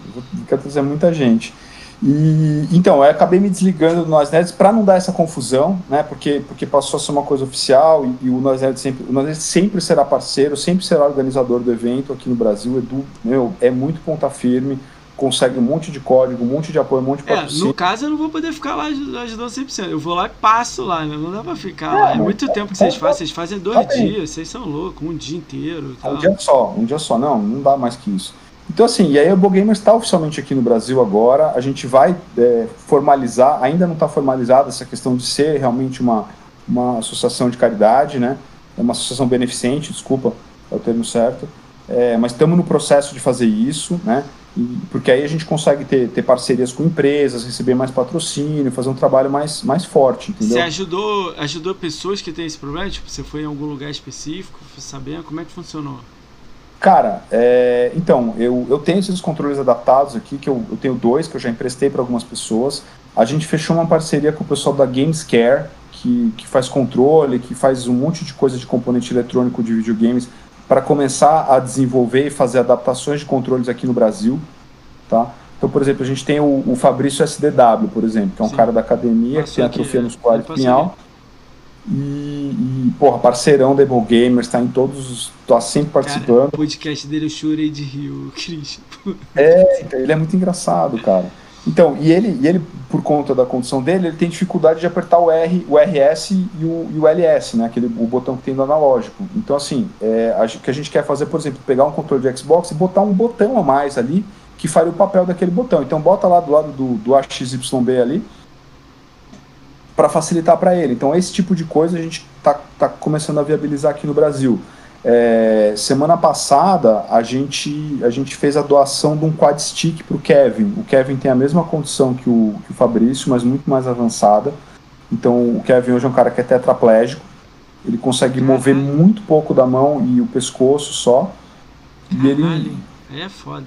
E então, eu acabei me desligando do Nós Nerds para não dar essa confusão, né? Porque passou a ser uma coisa oficial e o Nós Nerds sempre será parceiro, sempre será organizador do evento aqui no Brasil. Edu, é muito ponta firme, consegue um monte de código, um monte de apoio, um monte de patrocínio. No caso, eu não vou poder ficar lá ajudando 100%. Eu vou lá e passo lá, né? Não dá pra ficar lá. É muito tempo que vocês fazem. Vocês fazem 2 dias, vocês são loucos, um dia inteiro. Tal. Um dia só. Não dá mais que isso. Então, assim, e aí a BoGamers está oficialmente aqui no Brasil agora. A gente vai formalizar, ainda não está formalizada essa questão de ser realmente uma associação de caridade, né? É uma associação beneficente, desculpa, é o termo certo. Mas estamos no processo de fazer isso, né? Porque aí a gente consegue ter parcerias com empresas, receber mais patrocínio, fazer um trabalho mais forte, entendeu? Você ajudou pessoas que têm esse problema? Tipo, você foi em algum lugar específico, sabendo como é que funcionou? Cara, então, eu tenho esses controles adaptados aqui, que eu tenho 2, que eu já emprestei para algumas pessoas. A gente fechou uma parceria com o pessoal da Gamescare, que faz controle, que faz um monte de coisa de componente eletrônico de videogames, para começar a desenvolver e fazer adaptações de controles aqui no Brasil, tá? Então, por exemplo, a gente tem o Fabrício SDW, por exemplo, que é um cara da academia, que tem atrofia muscular espinhal. Porra, parceirão da BoGamers, tá em todos, tá sempre participando. Cara, o podcast dele eu chorei de rir, Cris. Ele é muito engraçado, cara. Então, e ele, por conta da condição dele, ele tem dificuldade de apertar o RS e o LS, né? O botão que tem do analógico. Então, assim, o que a gente quer fazer, por exemplo, pegar um controle de Xbox e botar um botão a mais ali, que faria o papel daquele botão. Então, bota lá do lado do AXYB ali, para facilitar para ele. Então, esse tipo de coisa a gente tá começando a viabilizar aqui no Brasil. Semana passada, a gente fez a doação de um quad stick para o Kevin. O Kevin tem a mesma condição que o Fabrício, mas muito mais avançada. Então, o Kevin hoje é um cara que é tetraplégico. Ele consegue mover muito pouco da mão e o pescoço só. Caralho, aí é foda.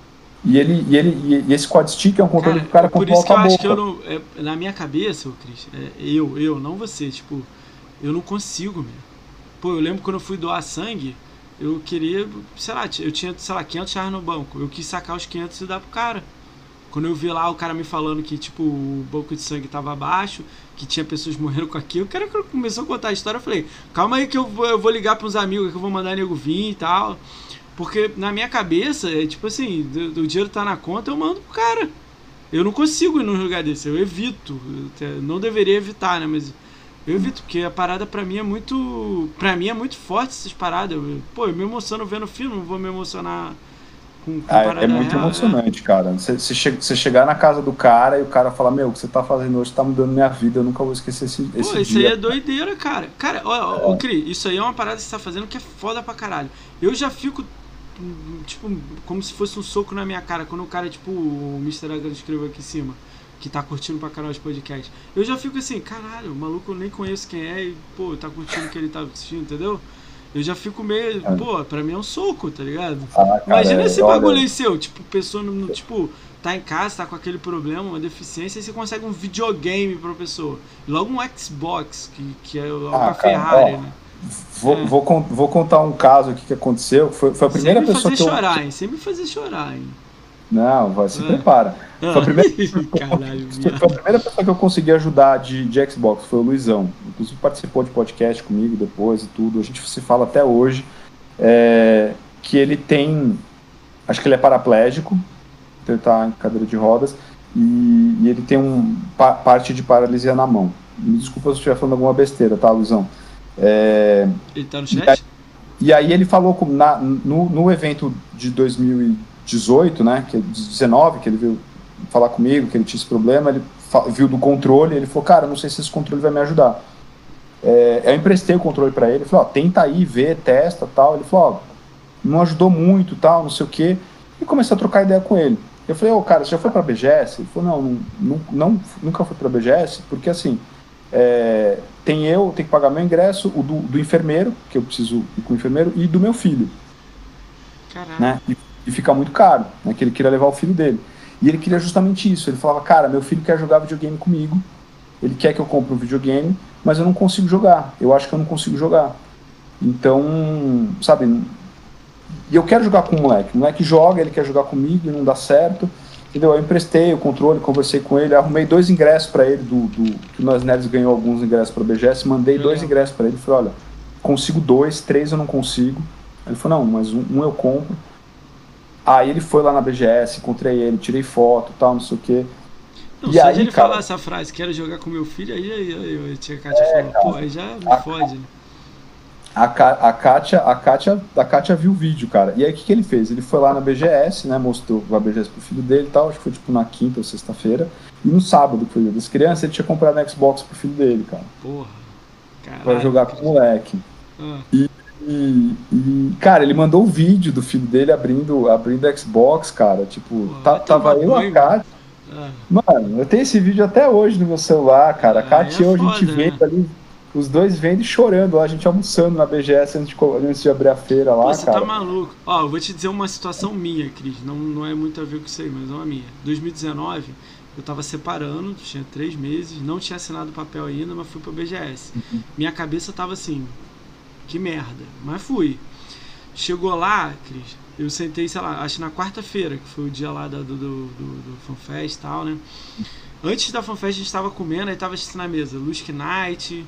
E esse quad stick é um controle que o cara controla com a boca. Por isso que eu acho que eu não... na minha cabeça, Cris, eu, não você, tipo, eu não consigo, meu. Pô, eu lembro quando eu fui doar sangue, eu queria, sei lá, eu tinha, sei lá, 500 reais no banco. Eu quis sacar os 500 e dar pro cara. Quando eu vi lá o cara me falando que, tipo, o banco de sangue tava baixo, que tinha pessoas morrendo com aquilo, o cara começou a contar a história, eu falei, calma aí que eu vou ligar pros amigos, que eu vou mandar nego vir e tal. Porque na minha cabeça, tipo assim, o dinheiro tá na conta, eu mando pro cara. Eu não consigo ir num lugar desse, eu evito. Não deveria evitar, né, mas... eu evito, porque a parada pra mim é muito forte, essas paradas. Eu me emociono vendo filme, não vou me emocionar com parada é muito real, emocionante, cara. Você chegar na casa do cara e o cara falar, meu, o que você tá fazendo hoje tá mudando minha vida, eu nunca vou esquecer esse dia. Isso aí é doideira, cara. Cara, ó, Cri, isso aí é uma parada que você tá fazendo que é foda pra caralho. Eu já fico, tipo, como se fosse um soco na minha cara, quando o cara, tipo, o Mr. Agra escreveu aqui em cima, que tá curtindo pra caralho os podcasts. Eu já fico assim, caralho, o maluco eu nem conheço quem é e, pô, tá curtindo o que ele tá assistindo, entendeu? Eu já fico meio, pô, pra mim é um soco, tá ligado? Cara, imagina esse bagulho aí seu, tipo, pessoa, tipo, tá em casa, tá com aquele problema, uma deficiência, e você consegue um videogame pra pessoa. E logo um Xbox, que é uma Ferrari, né? Vou contar um caso aqui que aconteceu, foi a primeira pessoa que Sem me fazer chorar, hein? Não, se prepara. Foi a primeira pessoa que eu consegui ajudar de Xbox, foi o Luizão. Inclusive participou de podcast comigo depois e tudo. A gente se fala até hoje. Que ele tem... acho que ele é paraplégico, então ele tá em cadeira de rodas, e ele tem parte de paralisia na mão. Me desculpa se eu estiver falando alguma besteira, tá, Luizão? Ele tá no chat? E aí ele falou no evento de 2018, né, que é de 19, que ele veio falar comigo, que ele tinha esse problema, ele viu do controle, ele falou, cara, não sei se esse controle vai me ajudar. Eu emprestei o controle para ele, falou, tenta aí, vê, testa, tal. Ele falou, não ajudou muito, tal, não sei o quê. E comecei a trocar ideia com ele. Eu falei, cara, você já foi para a BGS? Ele falou, não, nunca fui para a BGS, porque assim, tenho que pagar meu ingresso, o do enfermeiro, que eu preciso ir com o enfermeiro, e do meu filho. Caraca. Né? E fica muito caro, né? Que ele queria levar o filho dele. E ele queria justamente isso. Ele falava, cara, meu filho quer jogar videogame comigo, ele quer que eu compre um videogame, mas eu não consigo jogar. Eu acho que eu não consigo jogar. Então, sabe, e eu quero jogar com o moleque. O moleque joga, ele quer jogar comigo e não dá certo. Entendeu? Eu emprestei o controle, conversei com ele, arrumei 2 ingressos para ele, que o Nas Nerds ganhou alguns ingressos para o BGS, mandei 2 ingressos para ele, falei, olha, consigo 2, 3 eu não consigo. Ele falou, não, mas um eu compro. Aí ele foi lá na BGS, encontrei ele, tirei foto, tal, não sei o quê. Não, e só aí, de ele falar essa frase, quero jogar com meu filho, aí eu tinha a Kátia falando, pô, aí já me fode, né? A Kátia viu o vídeo, cara. E aí o que ele fez? Ele foi lá na BGS, né? Mostrou a BGS pro filho dele e tal. Acho que foi tipo na quinta ou sexta-feira. E no sábado, que foi o dia das crianças, ele tinha comprado um Xbox pro filho dele, cara. Porra. Caralho, pra jogar com o moleque. Cara, ele mandou o vídeo do filho dele abrindo o Xbox, cara. Tipo, tava eu e a Kátia. Mano, eu tenho esse vídeo até hoje no meu celular, cara. A Kátia e eu, a gente vendo ali. Os dois vendo e chorando lá, a gente almoçando na BGS antes de abrir a feira lá, pô, você cara. Tá maluco. Ó, eu vou te dizer uma situação minha, Cris. Não é muito a ver com isso aí, mas é uma minha. 2019, eu tava separando, tinha 3 meses, não tinha assinado o papel ainda, mas fui pra BGS. Minha cabeça tava assim, que merda. Mas fui. Chegou lá, Cris, eu sentei, sei lá, acho na quarta-feira, que foi o dia lá do FanFest e tal, né? Antes da FanFest a gente tava comendo, aí tava assistindo na mesa Lusk Knight,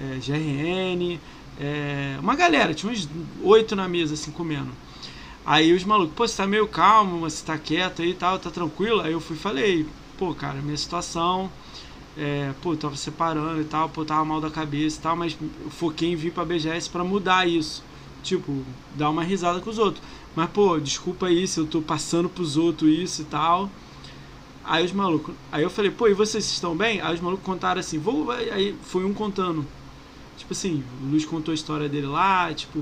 GRN, uma galera, tinha uns 8 na mesa assim comendo. Aí os malucos, pô, você tá meio calmo, você tá quieto aí e tal, tá tranquilo? Aí eu fui e falei, pô, cara, minha situação, pô, tava separando e tal, pô, tava mal da cabeça e tal, mas eu foquei em vir pra BGS pra mudar isso, tipo, dar uma risada com os outros. Mas, pô, desculpa aí se eu tô passando pros outros isso e tal. Aí os malucos, aí eu falei, pô, e vocês estão bem? Aí os malucos contaram assim, aí foi um contando. Tipo assim, o Luiz contou a história dele lá, tipo,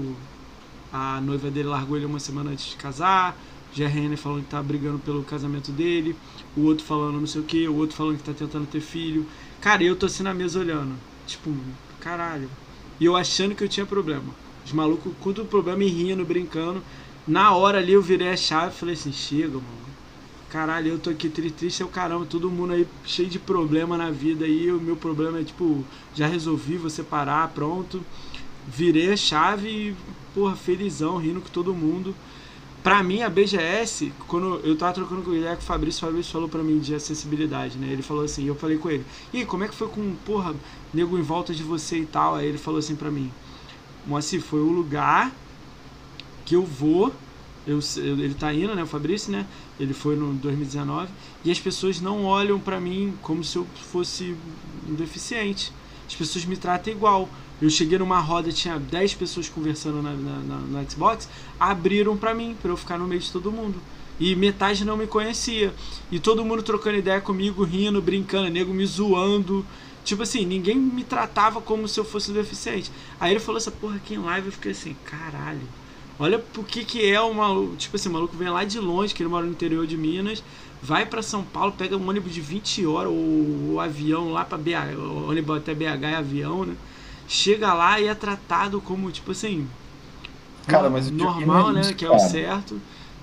a noiva dele largou ele uma semana antes de casar, o GRN falando que tá brigando pelo casamento dele, o outro falando não sei o que, o outro falando que tá tentando ter filho. Cara, eu tô assim na mesa olhando, tipo, caralho. E eu achando que eu tinha problema. Os malucos com o problema e rindo, brincando. Na hora ali eu virei a chave e falei assim, chega, mano. Caralho, eu tô aqui triste é o caramba, todo mundo aí cheio de problema na vida aí, o meu problema é tipo, já resolvi, vou separar, pronto. Virei a chave e, porra, felizão, rindo com todo mundo. Pra mim, a BGS, quando eu tava trocando com o Fabrício falou pra mim de acessibilidade, né? Ele falou assim, eu falei com ele, e como é que foi com, porra, nego em volta de você e tal? Aí ele falou assim pra mim, Moacir, foi o lugar que eu vou... ele tá indo, né, o Fabrício, né? Ele foi no 2019 e as pessoas não olham pra mim como se eu fosse um deficiente. As pessoas me tratam igual. Eu cheguei numa roda, tinha 10 pessoas conversando no Xbox, abriram pra mim, pra eu ficar no meio de todo mundo. E metade não me conhecia. E todo mundo trocando ideia comigo, rindo, brincando, nego me zoando. Tipo assim, ninguém me tratava como se eu fosse um deficiente. Aí ele falou essa porra aqui em live, eu fiquei assim, caralho. Olha por que é uma... Tipo assim, o maluco vem lá de longe, que ele mora no interior de Minas, vai pra São Paulo, pega um ônibus de 20 horas, ou avião lá pra BH, ônibus até BH é avião, né? Chega lá e é tratado como, tipo assim... Cara, mas normal, né? Que é o certo.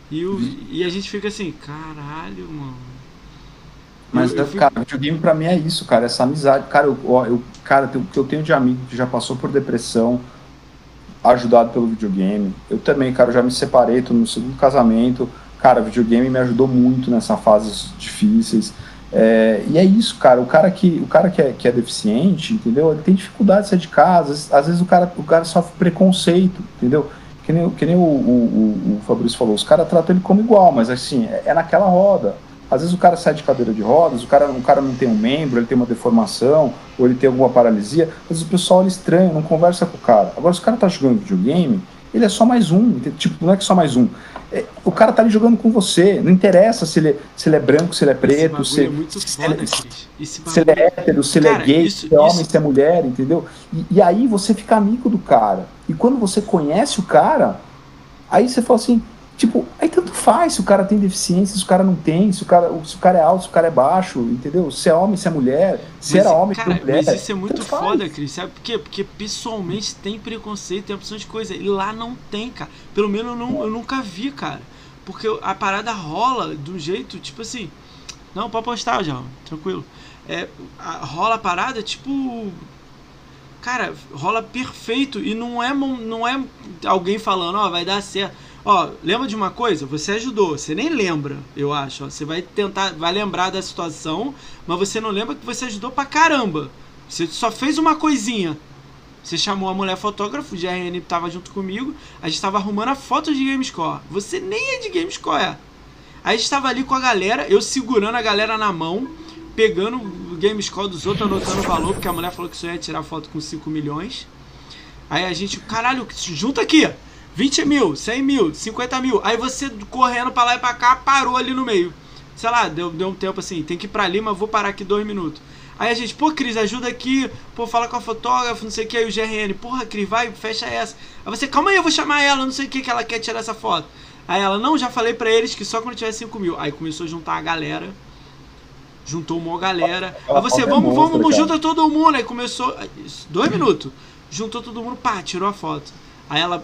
E a gente fica assim, caralho, mano. Mas, cara, o videogame pra mim é isso, cara, essa amizade. Cara, o que eu tenho de amigo que já passou por depressão, ajudado pelo videogame. Eu também, cara, eu já me separei, tô no meu segundo casamento. Cara, o videogame me ajudou muito nessas fases difíceis. E é isso, cara. O cara que é deficiente, entendeu? Ele tem dificuldade de sair de casa. Às vezes o cara sofre preconceito, entendeu? Que nem o Fabrício falou. Os caras tratam ele como igual, mas assim, é naquela roda. Às vezes o cara sai de cadeira de rodas, o cara não tem um membro, ele tem uma deformação, ou ele tem alguma paralisia, às vezes o pessoal olha estranho, não conversa com o cara. Agora, se o cara tá jogando videogame, ele é só mais um, tipo, não é que só mais um. o cara tá ali jogando com você. Não interessa se ele é branco, se ele é preto, se ele é hétero, se ele é gay, se é homem, se é mulher, entendeu? E aí você fica amigo do cara. E quando você conhece o cara, aí você fala assim, tipo, aí tanto faz se o cara tem deficiência, se o cara não tem, se o cara é alto, se o cara é baixo, entendeu? Se é homem, se é mulher, se era homem, se é mulher. Mas isso é muito foda, Cris, sabe por quê? Porque pessoalmente tem preconceito, tem opção de coisa, e lá não tem, cara. Pelo menos eu nunca vi, cara. Porque a parada rola de um jeito, tipo assim, não, pode postar já, tranquilo. Rola a parada, tipo, cara, rola perfeito, e não é alguém falando, ó, vai dar certo. Ó, lembra de uma coisa? Você ajudou, você nem lembra, eu acho. Ó, você vai lembrar da situação, mas você não lembra que você ajudou pra caramba. Você só fez uma coisinha. Você chamou a mulher fotógrafa, o GRN tava junto comigo, a gente tava arrumando a foto de GameScore. Você nem é de GameScore, Aí a gente tava ali com a galera, eu segurando a galera na mão, pegando o GameScore dos outros, anotando o valor, porque a mulher falou que só ia tirar foto com 5 milhões. Aí a gente, caralho, junta aqui! 20 mil, 100 mil, 50 mil. Aí você correndo pra lá e pra cá, parou ali no meio. Sei lá, deu um tempo assim, tem que ir pra ali, mas vou parar aqui 2 minutos. Aí a gente, pô, Cris, ajuda aqui. Pô, fala com a fotógrafa, não sei o que. Aí o GRN, porra, Cris, vai, fecha essa. Aí você, calma aí, eu vou chamar ela, não sei o que ela quer tirar essa foto. Aí ela, não, já falei pra eles que só quando tiver 5 mil. Aí começou a juntar a galera. Juntou uma galera. Aí você, vamos, junta todo mundo. Aí começou, 2 minutos. Juntou todo mundo, pá, tirou a foto. Aí ela...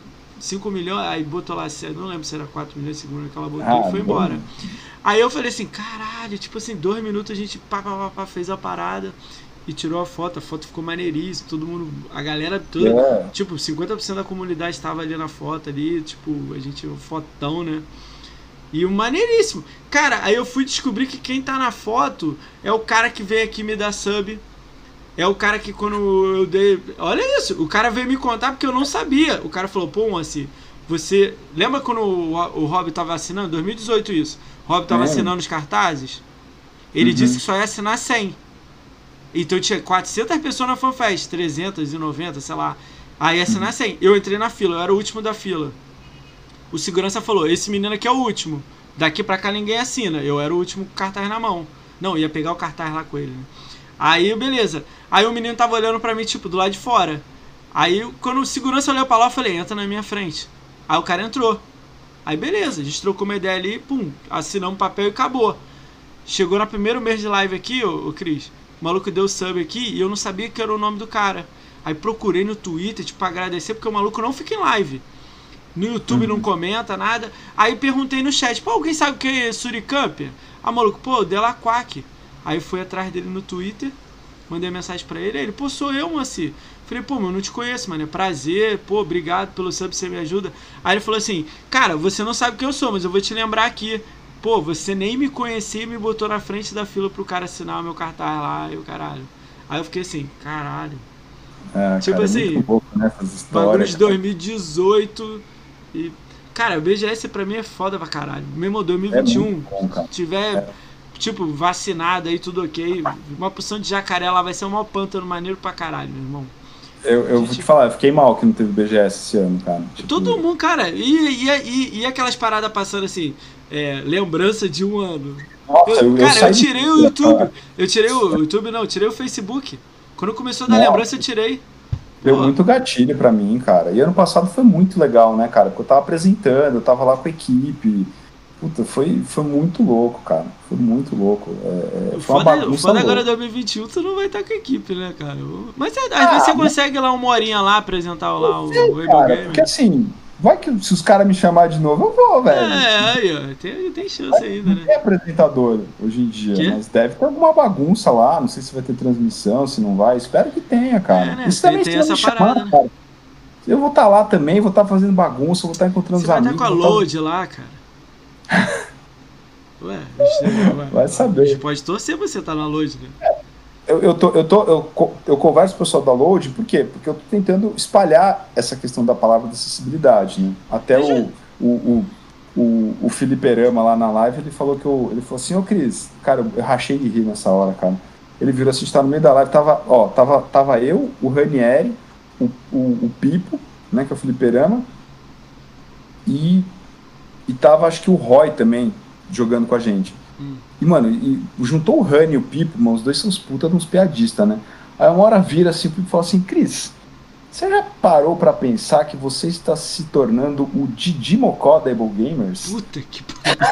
5 milhões, aí botou lá, não lembro se era 4 milhões de segundos que ela botou e foi embora. Aí eu falei assim, caralho, tipo assim, 2 minutos a gente fez a parada e tirou a foto ficou maneiríssima, todo mundo, a galera toda, tipo, 50% da comunidade estava ali na foto ali, tipo, a gente, um fotão, né? E um maneiríssimo. Cara, aí eu fui descobrir que quem tá na foto é o cara que veio aqui me dar sub. É o cara que quando eu dei... Olha isso, o cara veio me contar porque eu não sabia. O cara falou, pô, Moacir, você... Lembra quando o Rob tava assinando? 2018 isso. O Rob tava assinando os cartazes? Ele disse que só ia assinar 100. Então tinha 400 pessoas na FanFest, 390, sei lá. Aí ia assinar 100. Eu entrei na fila, eu era o último da fila. O segurança falou, esse menino aqui é o último. Daqui pra cá ninguém assina. Eu era o último com o cartaz na mão. Não, ia pegar o cartaz lá com ele, né? Aí, beleza. Aí o menino tava olhando pra mim, tipo, do lado de fora. Aí, quando o segurança olhou pra lá, eu falei, entra na minha frente. Aí o cara entrou. Aí, beleza. A gente trocou uma ideia ali, pum, assinamos um papel e acabou. Chegou no primeiro mês de live aqui, ô Cris, o maluco deu sub aqui e eu não sabia que era o nome do cara. Aí procurei no Twitter, tipo, pra agradecer, porque o maluco não fica em live. No YouTube não comenta nada. Aí perguntei no chat, pô, alguém sabe o que é Suricamp? Aí o maluco, pô, Delaquac. Aí fui atrás dele no Twitter, mandei mensagem pra ele, aí ele, pô, sou eu, Moacir. Falei, pô, mas eu não te conheço, mano, é prazer, pô, obrigado pelo sub, você me ajuda. Aí ele falou assim, cara, você não sabe quem eu sou, mas eu vou te lembrar aqui. Pô, você nem me conhecia e me botou na frente da fila pro cara assinar o meu cartaz lá, e o caralho. Aí eu fiquei assim, caralho. Tipo cara, assim, pouco, né, bagulho de 2018 e... Cara, o BGS pra mim é foda pra caralho. Mesmo 2021, tiver... Tipo, vacinado aí, tudo ok. Uma porção de jacaré lá vai ser um maior pântano maneiro pra caralho, meu irmão. Eu vou te falar, eu fiquei mal que não teve BGS esse ano, cara. Tipo... Todo mundo, cara. E aquelas paradas passando assim, lembrança de um ano. Nossa, eu tirei o YouTube. Eu tirei o YouTube, não, eu tirei o Facebook. Quando começou a dar lembrança, eu tirei. Deu muito gatilho pra mim, cara. E ano passado foi muito legal, né, cara? Porque eu tava apresentando, eu tava lá com a equipe. Puta, foi muito louco, cara. Foi muito louco. Foi uma bagunça. O foda agora 2021, tu não vai estar com a equipe, né, cara? Mas às vezes você consegue lá uma horinha lá, apresentar lá o Rainbow Game. Porque assim, vai que se os caras me chamarem de novo, eu vou, velho. Aí, ó. Tem chance ainda, né? Tem apresentador hoje em dia, mas deve ter alguma bagunça lá. Não sei se vai ter transmissão, se não vai. Espero que tenha, cara. Né? Isso também tem essa parada, né? Cara. Eu vou estar lá também, vou estar fazendo bagunça, vou estar encontrando os amigos. Você vai estar com a Load lá, cara. Ué, vai saber. A gente pode torcer pra você estar na Load, né? Eu converso com o pessoal da Load, por quê? Porque eu tô tentando espalhar essa questão da palavra de acessibilidade, né? Até o Felipe Rama lá na live, ele falou falou assim, ô Cris, cara, eu rachei de rir nessa hora, cara. Ele virou assim, a gente tá no meio da live, tava eu, o Ranieri, o Pipo, né, que é o Felipe Rama, e tava, acho que o Roy também, jogando com a gente. E, mano, juntou o Rani e o Pipo, mano, os dois são uns puta de uns piadistas, né? Aí uma hora vira assim, o Pipo fala assim, Cris, você já parou pra pensar que você está se tornando o Didi Mocó da Able Gamers? Puta que pariu.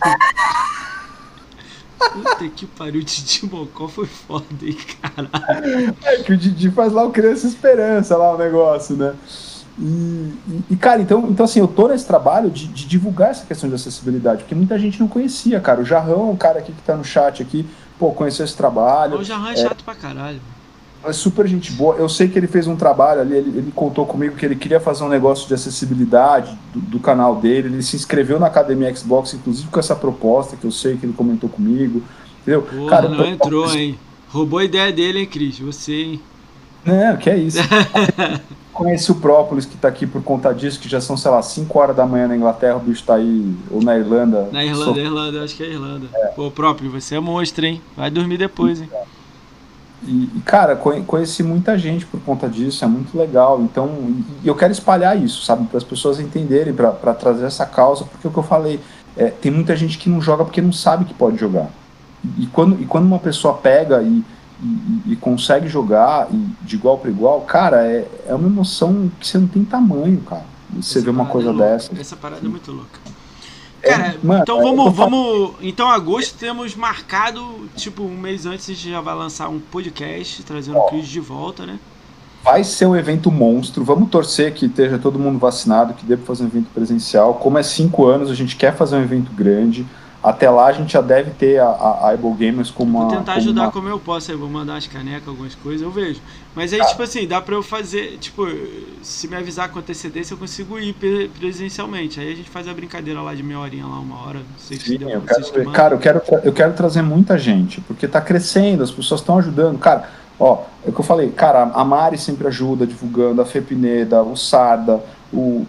Puta que pariu, o Didi Mocó foi foda, hein, caralho. É que o Didi faz lá o Criança Esperança, lá o negócio, né? E cara, então assim, eu tô nesse trabalho de divulgar essa questão de acessibilidade, porque muita gente não conhecia, cara. O Jarrão, um cara aqui que tá no chat aqui, pô, conheceu esse trabalho. O Jarrão é chato pra caralho. É super gente boa. Eu sei que ele fez um trabalho ali, ele contou comigo que ele queria fazer um negócio de acessibilidade do canal dele. Ele se inscreveu na Academia Xbox, inclusive com essa proposta, que eu sei que ele comentou comigo. Entendeu? Porra, cara, não entrou, hein? Roubou a ideia dele, hein, Cris? Você, hein? Não, que é isso. Conheci o Própolis, que tá aqui por conta disso, que já são, sei lá, 5 horas da manhã na Inglaterra, o bicho tá aí, ou na Irlanda. Na Irlanda, acho que é Irlanda. Pô, Própolis, você é monstro, hein? Vai dormir depois, hein? E cara, conheci muita gente por conta disso, é muito legal. Então, eu quero espalhar isso, sabe? Para as pessoas entenderem, para trazer essa causa, porque é o que eu falei, tem muita gente que não joga porque não sabe que pode jogar. E quando uma pessoa pega e consegue jogar de igual para igual, cara, é uma emoção que você não tem tamanho, cara. Você vê uma coisa dessa. Essa parada é muito louca. Cara, mano, então vamos. Então, agosto temos marcado, tipo, um mês antes a gente já vai lançar um podcast trazendo o Cris de volta, né? Vai ser um evento monstro. Vamos torcer que esteja todo mundo vacinado, que dê para fazer um evento presencial. Como é 5 anos, a gente quer fazer um evento grande. Até lá a gente já deve ter a Able Gamers como uma... Vou tentar ajudar como eu posso, aí vou mandar as canecas, algumas coisas, eu vejo. Mas aí, tipo assim, dá pra eu fazer, tipo, se me avisar com antecedência, eu consigo ir presencialmente. Aí a gente faz a brincadeira lá de meia horinha, lá 1 hora. Não sei se eu quero ver. Cara, eu quero trazer muita gente, porque tá crescendo, as pessoas estão ajudando. Cara, ó, é o que eu falei, cara, a Mari sempre ajuda divulgando, a Fê Pineda, o Sarda, o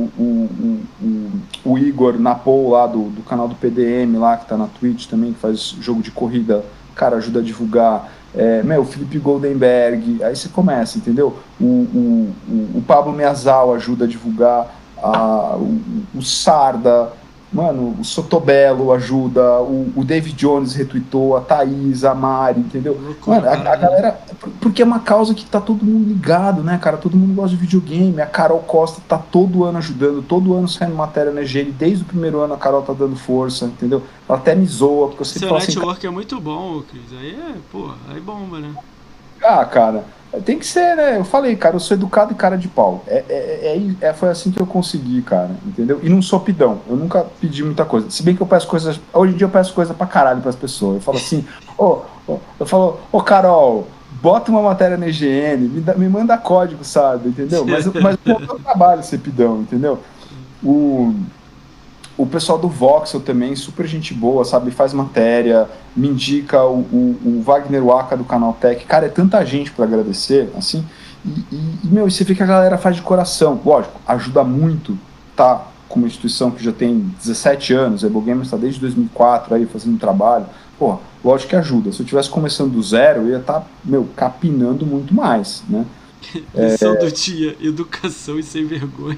Igor Napol lá do canal do PDM lá, que tá na Twitch também, que faz jogo de corrida, cara, ajuda a divulgar. O Felipe Goldenberg, aí você começa, entendeu? O Pablo Miazal ajuda a divulgar, o Sarda, mano, o Sotobelo ajuda, o David Jones retweetou, a Thaís, a Mari, entendeu? Mano, a galera, porque é uma causa que tá todo mundo ligado, né, cara? Todo mundo gosta de videogame. A Carol Costa tá todo ano ajudando, todo ano saindo matéria na EGN, desde o primeiro ano a Carol tá dando força, entendeu? Ela até me zoa, porque eu sempre falo assim... Seu network é muito bom, Cris. Aí aí bomba, né? Ah, cara, tem que ser, né? Eu falei, cara, eu sou educado e cara de pau. Foi assim que eu consegui, cara, entendeu? E não sou pidão, eu nunca pedi muita coisa. Se bem que eu peço coisas... Hoje em dia eu peço coisa pra caralho pras pessoas. Eu falo assim, Carol, bota uma matéria na IGN, me manda código, sabe, entendeu? Mas não é meu trabalho ser pidão, entendeu? O pessoal do Voxel também, super gente boa, sabe? Faz matéria, me indica o Wagner Waka do Canal Tech. Cara, é tanta gente para agradecer, assim. E você vê que a galera faz de coração. Lógico, ajuda muito, tá? Com uma instituição que já tem 17 anos, a Able Gamers está desde 2004 aí fazendo um trabalho. Pô, lógico que ajuda. Se eu estivesse começando do zero, eu ia estar, capinando muito mais, né? Lição do dia, educação e sem vergonha.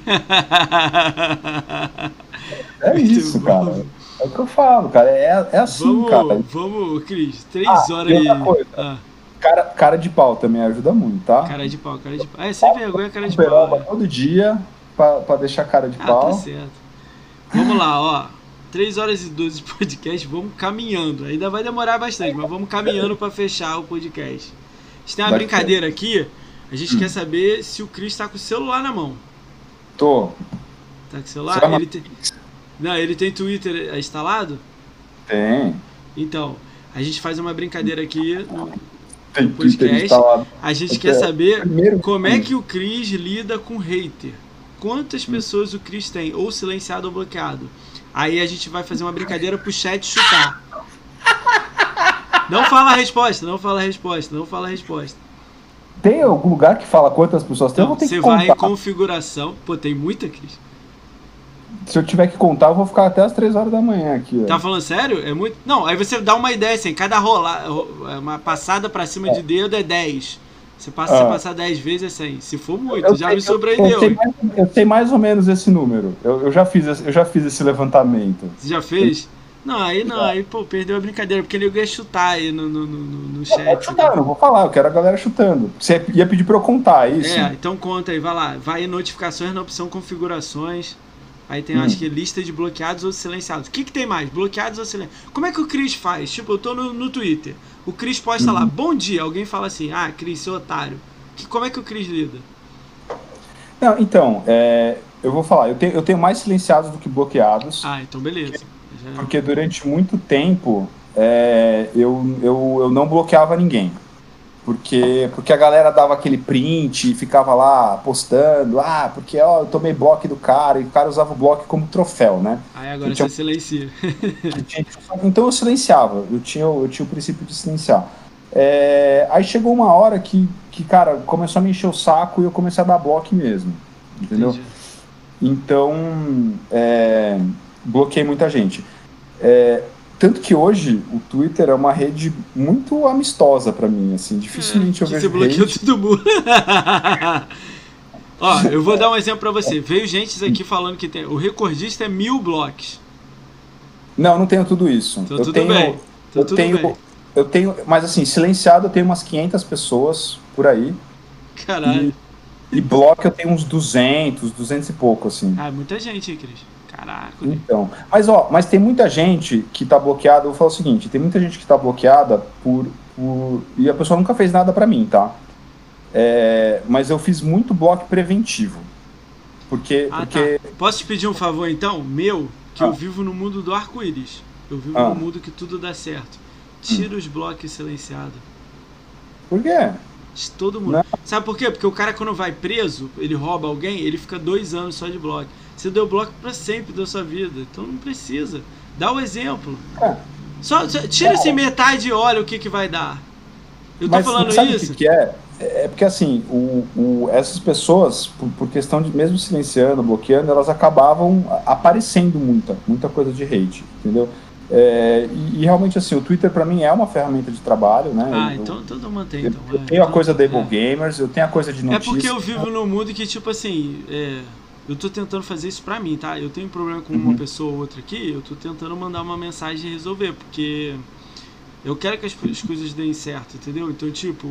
É muito isso, bom. Cara. É o que eu falo, cara. É assim, cara. Vamos, Cris. 3 horas aí. Cara de pau também ajuda muito, tá? Cara de pau. Sem vergonha, cara de pau. Todo dia pra deixar cara de pau. Tá certo. Vamos lá, ó. 3 horas e 12 de podcast, vamos caminhando. Ainda vai demorar bastante, mas vamos caminhando pra fechar o podcast. A gente tem uma brincadeira aqui. A gente quer saber se o Cris tá com o celular na mão. Tô. Tá com o celular? Ele tem Twitter instalado? Tem. Então, a gente faz uma brincadeira aqui no podcast. A gente quer saber como é que o Cris lida com hater. Quantas pessoas o Cris tem, ou silenciado ou bloqueado. Aí a gente vai fazer uma brincadeira pro chat chutar. Não fala a resposta. Tem algum lugar que fala quantas pessoas tem? Então, você vai em configuração. Pô, tem muita, Cris? Se eu tiver que contar, eu vou ficar até as 3 horas da manhã aqui. Tá falando sério? É muito. Não, aí você dá uma ideia assim, cada uma passada pra cima de dedo é 10. Se passar 10 vezes é 100. Se for muito, já me surpreendeu. Eu sei mais ou menos esse número. Eu já fiz esse levantamento. Você já fez? Não, aí, pô, perdeu a brincadeira, porque ele ia chutar aí no chat. Eu chutar, eu não vou falar, eu quero a galera chutando. Você ia pedir pra eu contar, é isso? Então conta aí, vai lá. Vai em notificações na opção configurações. Aí tem, acho que, lista de bloqueados ou silenciados. O que tem mais? Bloqueados ou silenciados? Como é que o Cris faz? Tipo, eu tô no Twitter. O Cris posta lá, bom dia. Alguém fala assim, Cris, seu otário. Como é que o Cris lida? Não, então, eu vou falar. Eu tenho mais silenciados do que bloqueados. Então beleza. Porque durante muito tempo eu não bloqueava ninguém. Porque a galera dava aquele print e ficava lá postando, porque eu tomei bloco do cara, e o cara usava o bloco como troféu, né? Aí agora você silencia. Então eu silenciava, eu tinha o princípio de silenciar. Aí chegou uma hora que, cara, começou a me encher o saco e eu comecei a dar bloco mesmo, entendeu? Entendi. Então, bloqueei muita gente. Tanto que hoje o Twitter é uma rede muito amistosa pra mim, assim, dificilmente eu vejo você bloqueou todo mundo. Ó, eu vou dar um exemplo pra você. Veio gente aqui falando que o recordista é 1000 blocos. Não tenho tudo isso. Então eu tenho, mas assim, silenciado eu tenho umas 500 pessoas por aí. Caralho. E bloco eu tenho uns 200 e pouco, assim. Muita gente aí, Cris. Caraca. Então, mas tem muita gente que tá bloqueada. Eu vou falar o seguinte, tem muita gente que tá bloqueada e a pessoa nunca fez nada pra mim, tá? Mas eu fiz muito bloco preventivo. Porque... Tá. Posso te pedir um favor, então? Eu vivo no mundo do arco-íris. Eu vivo no mundo que tudo dá certo. Tira os blocos silenciados. Por quê? Todo mundo. Não. Sabe por quê? Porque o cara, quando vai preso, ele rouba alguém, ele fica 2 anos só de bloco. Você deu bloco pra sempre da sua vida. Então não precisa. Dá o exemplo. Só tira assim metade e olha o que vai dar. Eu tô falando sabe isso. O que é? É porque assim, essas pessoas, por questão de mesmo silenciando, bloqueando, elas acabavam aparecendo muita coisa de hate, entendeu? E realmente assim, o Twitter pra mim é uma ferramenta de trabalho, né? Então eu mantenho. Eu tenho a coisa da Able Gamers, eu tenho a coisa de notícias. É porque eu vivo num mundo que, tipo assim, eu tô tentando fazer isso pra mim, tá? Eu tenho um problema com uma pessoa ou outra aqui, eu tô tentando mandar uma mensagem e resolver, porque eu quero que as coisas deem certo, entendeu? Então, tipo...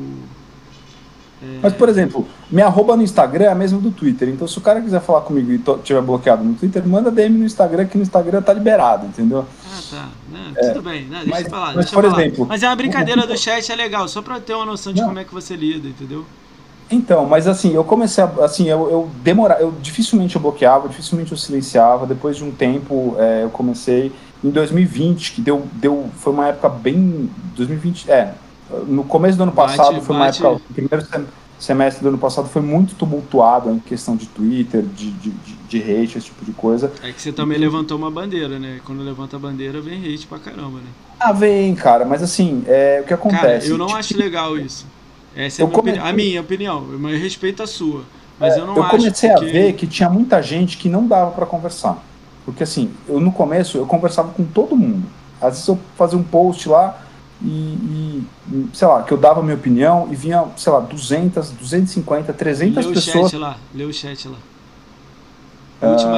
Mas, por exemplo, minha arroba no Instagram é a mesma do Twitter. Então, se o cara quiser falar comigo e tiver bloqueado no Twitter, manda DM no Instagram, que no Instagram tá liberado, entendeu? Tá. Tudo bem, né? Deixa eu falar. Mas, por exemplo... Mas é uma brincadeira do chat, é legal, só pra ter uma noção de como é que você lida, entendeu? Então, mas assim, eu comecei eu dificilmente eu bloqueava, dificilmente eu silenciava. Depois de um tempo, eu comecei em 2020, que foi uma época bem... 2020, no começo do ano passado, foi uma época... O primeiro semestre do ano passado foi muito tumultuado em questão de Twitter, de hate, esse tipo de coisa. É que você também levantou uma bandeira, né? Quando levanta a bandeira, vem hate pra caramba, né? Vem, cara, mas assim, o que acontece... Cara, eu não acho legal isso. Essa é a minha opinião, mas eu respeito a sua. Mas eu não acho. Eu comecei a ver que tinha muita gente que não dava pra conversar. Porque assim, no começo eu conversava com todo mundo. Às vezes eu fazia um post lá e sei lá, que eu dava a minha opinião e vinha, sei lá, 200, 250, 300 pessoas. Lê o chat lá. Última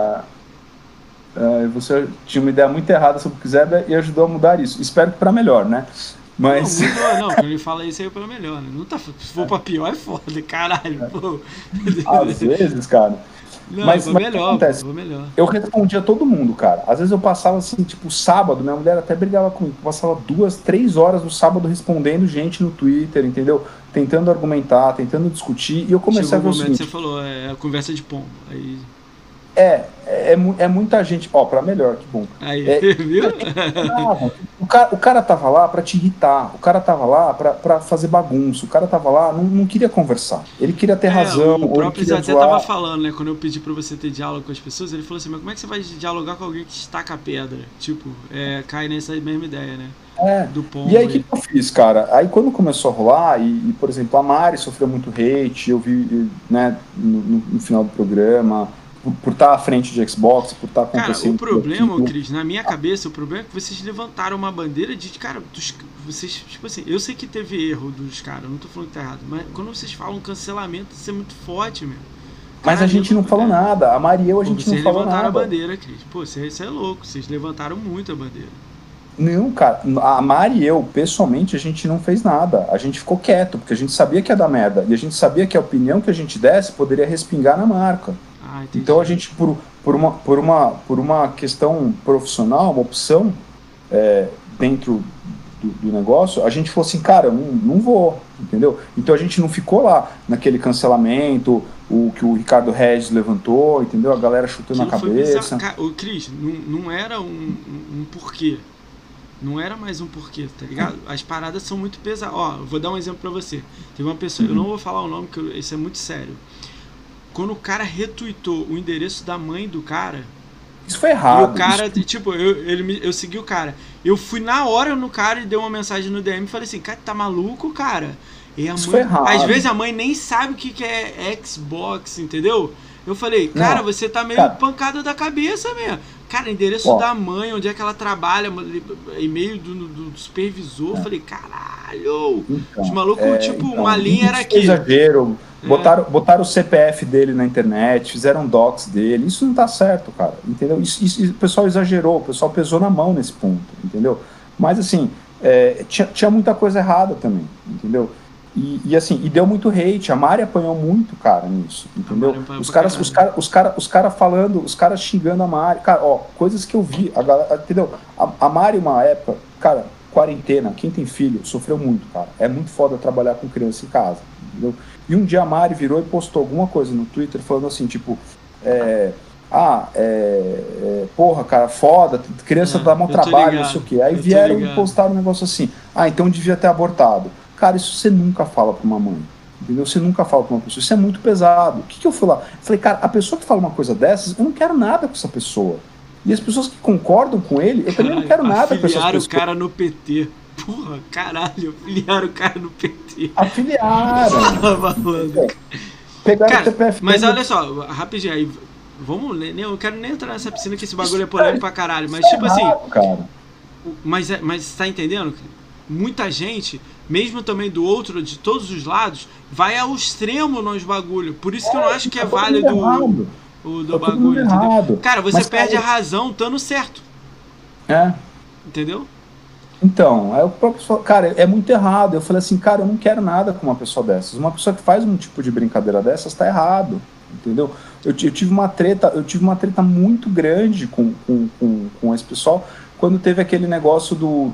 linha. Você tinha uma ideia muito errada sobre o Kizeba e ajudou a mudar isso. Espero que pra melhor, né? Mas... Não, quando ele fala isso aí é pra melhor, né? Se for pra pior é foda, caralho, pô. Às vezes, cara. Não, mas melhor. Eu respondia todo mundo, cara. Às vezes eu passava assim, tipo, sábado, minha mulher até brigava comigo. Eu passava 2, 3 horas no sábado respondendo gente no Twitter, entendeu? Tentando argumentar, tentando discutir. E eu comecei a ver o seguinte... Você falou, a conversa de pombo. Aí... É muita gente. Pra melhor, que bom. Aí, viu? O cara tava lá pra te irritar. O cara tava lá pra fazer bagunça. O cara tava lá, não queria conversar. Ele queria ter razão. O próprio Zé até tava falando, né? Quando eu pedi pra você ter diálogo com as pessoas, ele falou assim: mas como é que você vai dialogar com alguém que estaca a pedra? Tipo, cai nessa mesma ideia, né? Do pombo. E aí, o que eu fiz, cara? Aí, quando começou a rolar, e por exemplo, a Mari sofreu muito hate, eu vi, né, no final do programa. por estar à frente de Xbox, por estar acontecendo... Cara, o problema, Cris, na minha cabeça, o problema é que vocês levantaram uma bandeira de, cara, vocês, tipo assim, eu sei que teve erro dos caras, não tô falando que tá errado, mas quando vocês falam cancelamento, isso é muito forte, meu. Mas a gente não falou nada, a Mari e eu, a gente não falou nada. Vocês levantaram a bandeira, Cris. Pô, isso é louco, vocês levantaram muito a bandeira. Não, cara, a Mari e eu, pessoalmente, a gente não fez nada. A gente ficou quieto, porque a gente sabia que ia dar merda. E a gente sabia que a opinião que a gente desse poderia respingar na marca. Então a gente, por uma questão profissional, uma opção dentro do negócio, a gente falou assim, cara, eu não vou, entendeu? Então a gente não ficou lá naquele cancelamento, o que o Ricardo Regis levantou, entendeu? A galera chutando na cabeça. O Cris, não era um porquê. Não era mais um porquê, tá ligado? As paradas são muito pesadas. Ó, eu vou dar um exemplo pra você. Teve uma pessoa, eu não vou falar o nome, porque isso é muito sério. Quando o cara retweetou o endereço da mãe do cara... Isso foi errado. E o cara, tipo, eu segui o cara. Eu fui na hora no cara e dei uma mensagem no DM e falei assim, cara, tá maluco, cara? E a isso mãe, foi errado. Às vezes a mãe nem sabe o que é Xbox, entendeu? Eu falei, cara, você tá meio pancada da cabeça mesmo. Cara, endereço da mãe, onde é que ela trabalha, e-mail do supervisor. Eu falei, caralho! Então, os malucos, uma linha era aqui. Exagero. Botaram o CPF dele na internet, fizeram docs dele. Isso não tá certo, cara. Entendeu? Isso, o pessoal exagerou, o pessoal pesou na mão nesse ponto, entendeu? Mas assim, tinha muita coisa errada também, entendeu? E deu muito hate. A Mari apanhou muito, cara, nisso, entendeu? Os caras falando, os caras xingando a Mari. Cara, coisas que eu vi, entendeu? A Mari, uma época, cara, quarentena, quem tem filho, sofreu muito, cara. É muito foda trabalhar com criança em casa, entendeu? E um dia a Mari virou e postou alguma coisa no Twitter falando assim, tipo, porra, cara, foda, criança dá mau trabalho, não sei o quê. Aí vieram e postaram um negócio assim, então devia ter abortado. Cara, isso você nunca fala pra uma mãe, entendeu? Você nunca fala pra uma pessoa, isso é muito pesado. O que eu fui lá? Eu falei, cara, a pessoa que fala uma coisa dessas, eu não quero nada com essa pessoa. E as pessoas que concordam com ele, eu também não quero nada com essas pessoas. Afiliaram o cara no PT. Porra, caralho, afiliaram o cara no PT. Afiliaram. Pegaram cara, o CPF. Mas olha só, rapidinho aí, vamos ler, eu quero nem entrar nessa piscina que esse bagulho é polêmico pra caralho, mas tipo assim, cara. Mas tá entendendo? Muita gente, mesmo também do outro, de todos os lados, vai ao extremo nos bagulho. Por isso que eu não acho que é válido do bagulho, entendeu? Cara, você perde a razão estando certo. Entendeu? Então, o próprio falou, cara, é muito errado. Eu falei assim, cara, eu não quero nada com uma pessoa dessas. Uma pessoa que faz um tipo de brincadeira dessas tá errado, entendeu? Eu tive uma treta muito grande com esse pessoal quando teve aquele negócio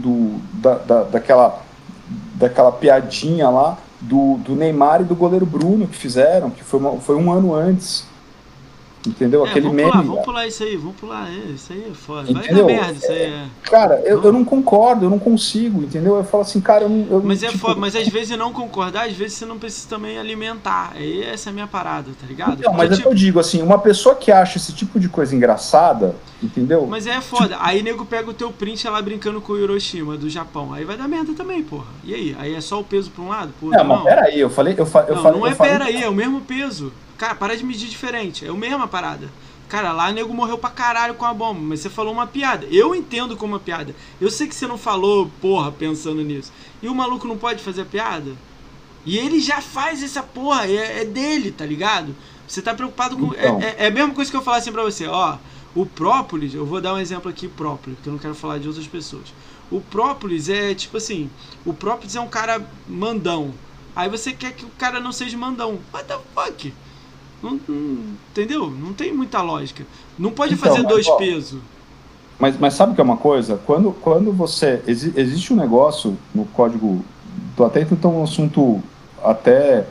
daquela piadinha lá do Neymar e do goleiro Bruno que fizeram, que foi um ano antes. Entendeu? Aquele meme. Vamos pular isso aí, isso aí é foda. Vai dar merda, isso aí Cara, eu não concordo, eu não consigo, entendeu? Eu falo assim, cara, Mas é foda, mas às vezes não concordar, às vezes você não precisa também alimentar. Essa é a minha parada, tá ligado? Não, mas eu digo assim, uma pessoa que acha esse tipo de coisa engraçada, entendeu? Mas é foda, aí nego pega o teu print lá brincando com o Hiroshima do Japão, aí vai dar merda também, porra. E aí? Aí é só o peso pra um lado? Pro outro, mas peraí, eu falei... Não é peraí, é o mesmo peso. Cara, para de medir diferente. É a mesma parada. Cara, lá o nego morreu pra caralho com a bomba, mas você falou uma piada. Eu entendo como uma piada. Eu sei que você não falou, porra, pensando nisso. E o maluco não pode fazer a piada? E ele já faz essa porra, é dele, tá ligado? Você tá preocupado com... Então. É a mesma coisa que eu falar assim pra você, o própolis, eu vou dar um exemplo aqui, própolis, porque eu não quero falar de outras pessoas. O própolis é, tipo assim, o própolis é um cara mandão. Aí você quer que o cara não seja mandão. What the fuck? Não, entendeu? Não tem muita lógica. Não pode fazer dois pesos. Mas sabe o que é uma coisa? Quando você... Existe um negócio no código... Tô até tentando um assunto até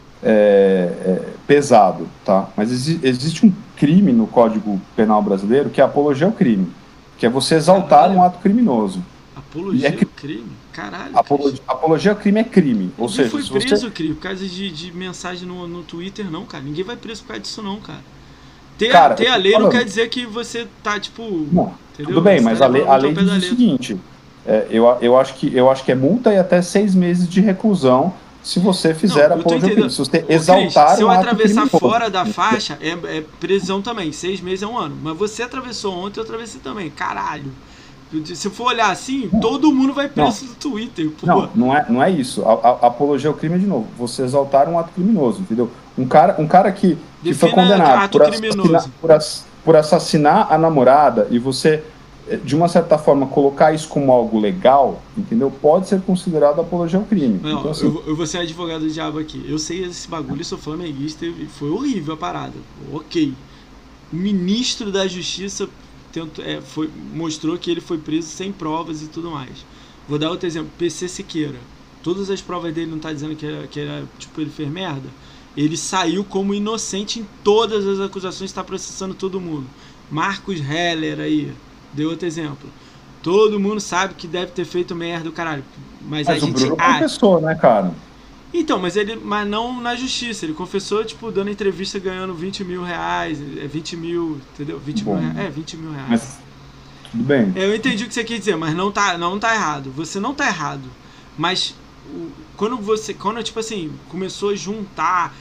pesado, tá? Mas existe um crime no Código Penal brasileiro que é apologia ao crime. Que é você exaltar um ato criminoso. Apologia ao crime? Caralho. Apologia ao crime é crime. Ou seja, foi preso, Cris, por causa de mensagem no Twitter, não, cara. Ninguém vai preso por causa disso, não, cara. Ter a lei não quer dizer que você tá, tipo... Não, tudo bem, mas a lei diz o seguinte... Eu acho que é multa e até 6 meses de reclusão se você fizer apologia ao crime. Se você exaltar Cris, se eu um ato atravessar criminoso. fora da faixa, é prisão também. 6 meses é 1 ano. Mas você atravessou ontem, eu atravessei também. Caralho. Se for olhar assim, todo mundo vai preso no Twitter. Pô. Não é isso. A apologia ao crime é, de novo, você exaltar um ato criminoso, entendeu? Um cara que foi condenado por assassinar a namorada e você, de uma certa forma, colocar isso como algo legal, entendeu? Pode ser considerado apologia ao crime. Não, então, assim, eu vou ser advogado do diabo aqui. Eu sei esse bagulho, sou flamenguista e foi horrível a parada. Ok. O ministro da Justiça mostrou que ele foi preso sem provas e tudo mais. Vou dar outro exemplo. PC Siqueira. Todas as provas dele não tá dizendo que era tipo, ele fez merda. Ele saiu como inocente em todas as acusações, está processando todo mundo. Marcos Heller aí, deu outro exemplo. Todo mundo sabe que deve ter feito merda do caralho. Mas a gente Bruno confessou, né, cara? Então, mas não na justiça. Ele confessou, tipo, dando entrevista ganhando 20 mil reais. 20 mil, entendeu? 20 mil reais. 20 mil reais. Mas, tudo bem. Eu entendi o que você quis dizer, mas não tá errado. Você não tá errado. Mas quando tipo assim, começou a juntar.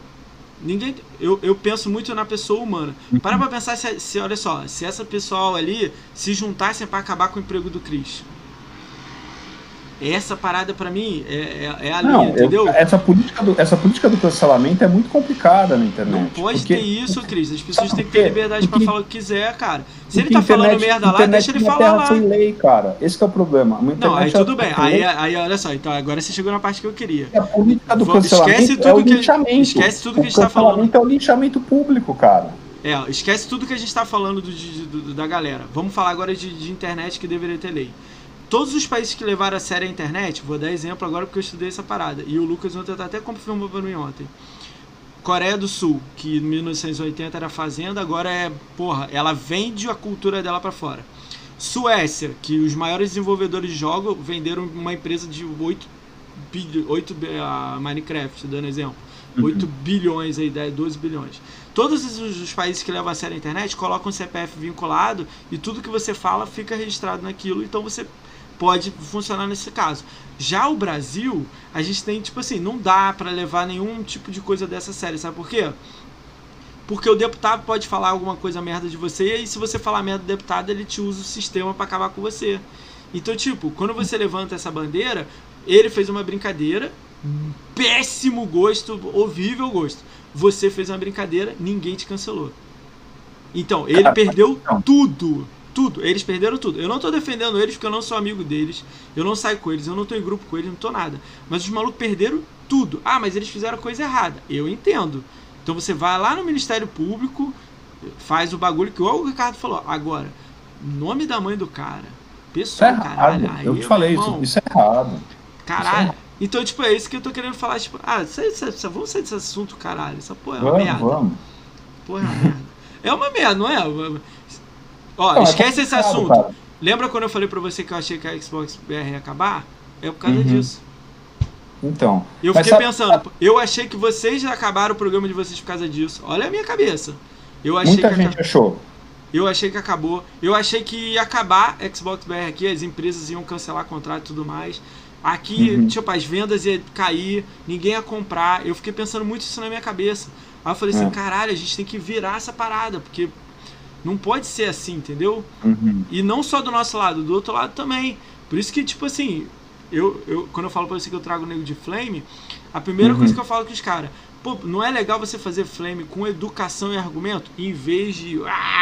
Eu penso muito na pessoa humana. Para pra pensar olha só, se essa pessoal ali se juntassem para acabar com o emprego do Cris. Essa parada pra mim é a linha, entendeu? Essa política do cancelamento é muito complicada na internet. Não pode ter isso, Cris. As pessoas têm que ter liberdade pra falar o que quiser, cara. Se ele tá falando merda lá, deixa ele falar lá. Sem lei, cara. Esse é o problema. Não, aí tudo bem. Aí olha só, então agora você chegou na parte que eu queria. A política do cancelamento é o linchamento. Esquece tudo que a gente tá falando. O cancelamento é o linchamento público, cara. Esquece tudo que a gente tá falando da galera. Vamos falar agora de internet que deveria ter lei. Todos os países que levaram a sério a internet, vou dar exemplo agora porque eu estudei essa parada, e o Lucas ontem até confirmou para mim ontem. Coreia do Sul, que em 1980 era fazenda, agora ela vende a cultura dela para fora. Suécia, que os maiores desenvolvedores de jogos venderam uma empresa de 8 Minecraft, dando exemplo. 8 bilhões aí, 12 bilhões. Todos os países que levam a sério a internet colocam o CPF vinculado e tudo que você fala fica registrado naquilo, então você pode funcionar nesse caso. Já o Brasil, a gente tem, tipo assim, não dá pra levar nenhum tipo de coisa dessa série, sabe por quê? Porque o deputado pode falar alguma coisa merda de você e aí se você falar merda do deputado, ele te usa o sistema pra acabar com você. Então, tipo, quando você levanta essa bandeira, ele fez uma brincadeira, péssimo gosto, horrível gosto. Você fez uma brincadeira, ninguém te cancelou. Então, ele perdeu tudo. Tudo, eles perderam tudo. Eu não tô defendendo eles porque eu não sou amigo deles, eu não saio com eles, eu não tô em grupo com eles, não tô nada. Mas os malucos perderam tudo. Ah, mas eles fizeram coisa errada. Eu entendo. Então você vai lá no Ministério Público, faz o bagulho que o Ricardo falou. Agora, nome da mãe do cara, pessoal, caralho. Aí, eu te falei isso é errado. Caralho. Então, tipo, é isso que eu tô querendo falar. Tipo, vamos sair desse assunto, caralho. Essa porra é uma merda. Vamos. Porra é uma merda. É uma merda, não é? Ó, não, esquece esse assunto. Cara. Lembra quando eu falei pra você que eu achei que a Xbox BR ia acabar? É por causa disso. Então. Eu fiquei pensando, eu achei que vocês já acabaram o programa de vocês por causa disso. Olha a minha cabeça. Muita gente achou. Eu achei que acabou. Eu achei que ia acabar a Xbox BR aqui, as empresas iam cancelar contrato e tudo mais. Aqui, tipo, as vendas iam cair, ninguém ia comprar. Eu fiquei pensando muito isso na minha cabeça. Aí eu falei assim, caralho, a gente tem que virar essa parada, porque não pode ser assim, entendeu? E não só do nosso lado, do outro lado também. Por isso que, tipo assim, quando eu falo pra você que eu trago o Nego de Flame, a primeira coisa que eu falo com os caras, pô, não é legal você fazer Flame com educação e argumento, em vez de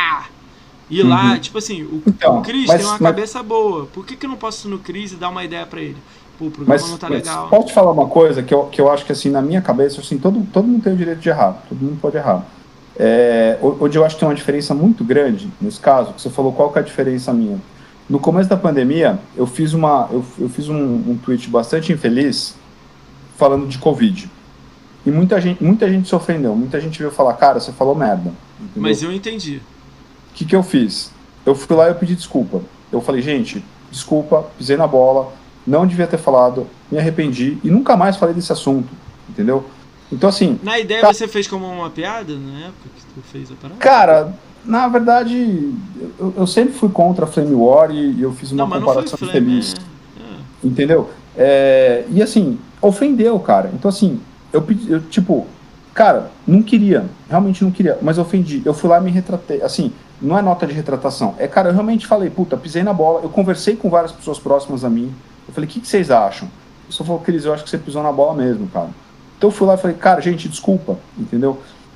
ir lá, tipo assim, o Cris tem uma cabeça boa, por que eu não posso ir no Cris e dar uma ideia pra ele? Pô, o programa não tá legal. Posso te falar uma coisa que eu acho que, assim, na minha cabeça, assim, todo mundo tem o direito de errar, todo mundo pode errar. Onde eu acho que tem uma diferença muito grande, nesse caso, que você falou qual que é a diferença minha. No começo da pandemia, eu fiz um tweet bastante infeliz falando de Covid. E muita gente se ofendeu, muita gente veio falar, cara, você falou merda. Entendeu? Mas eu entendi. O que eu fiz? Eu fui lá e eu pedi desculpa. Eu falei, gente, desculpa, pisei na bola, não devia ter falado, me arrependi e nunca mais falei desse assunto, entendeu? Então, assim... Na ideia você fez como uma piada, na época que tu fez a parada? Cara, na verdade, eu sempre fui contra a Flame War e eu fiz uma comparação feliz. Né? Entendeu? E assim, ofendeu, cara. Então, assim, eu tipo, cara, não queria, realmente não queria, mas ofendi. Eu fui lá e me retratei, assim, não é nota de retratação, é, cara, eu realmente falei, puta, pisei na bola, eu conversei com várias pessoas próximas a mim, eu falei, o que vocês acham? Eu só falei, Cris, eu acho que você pisou na bola mesmo, cara. Então eu fui lá e falei, cara, gente, desculpa, entendeu?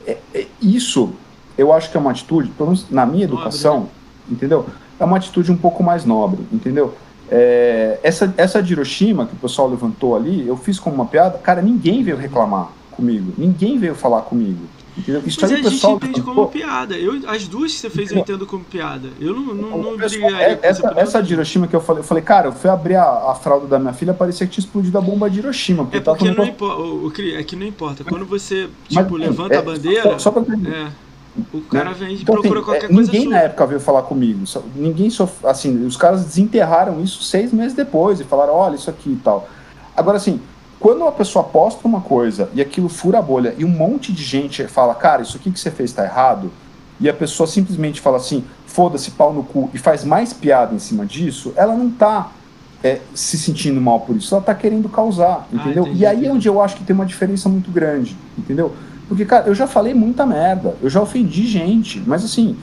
Isso, eu acho que é uma atitude, pelo menos na minha educação, nobre, né? Entendeu? É uma atitude um pouco mais nobre, entendeu? Essa de Hiroshima que o pessoal levantou ali, eu fiz como uma piada, cara, ninguém veio reclamar comigo, ninguém veio falar comigo, entendeu? Isso. Mas aí a gente entende como piada. As duas que você fez eu entendo como piada. Eu não brigaria com essa de Hiroshima que eu falei, cara, eu fui abrir a fralda da minha filha, parecia que tinha explodido a bomba de Hiroshima. Porque não importa, é que não importa. Quando você, tipo, levanta a bandeira, só pra o cara vem e então, procura qualquer coisa. Ninguém na época veio falar comigo. Ninguém assim, os caras desenterraram isso 6 meses depois e falaram, olha, isso aqui e tal. Agora, assim, quando uma pessoa posta uma coisa e aquilo fura a bolha e um monte de gente fala, cara, isso aqui que você fez tá errado, e a pessoa simplesmente fala assim, foda-se, pau no cu, e faz mais piada em cima disso, ela não tá se sentindo mal por isso, ela tá querendo causar, entendeu? Entendi, e aí é onde eu acho que tem uma diferença muito grande, entendeu? Porque, cara, eu já falei muita merda, eu já ofendi gente, mas assim,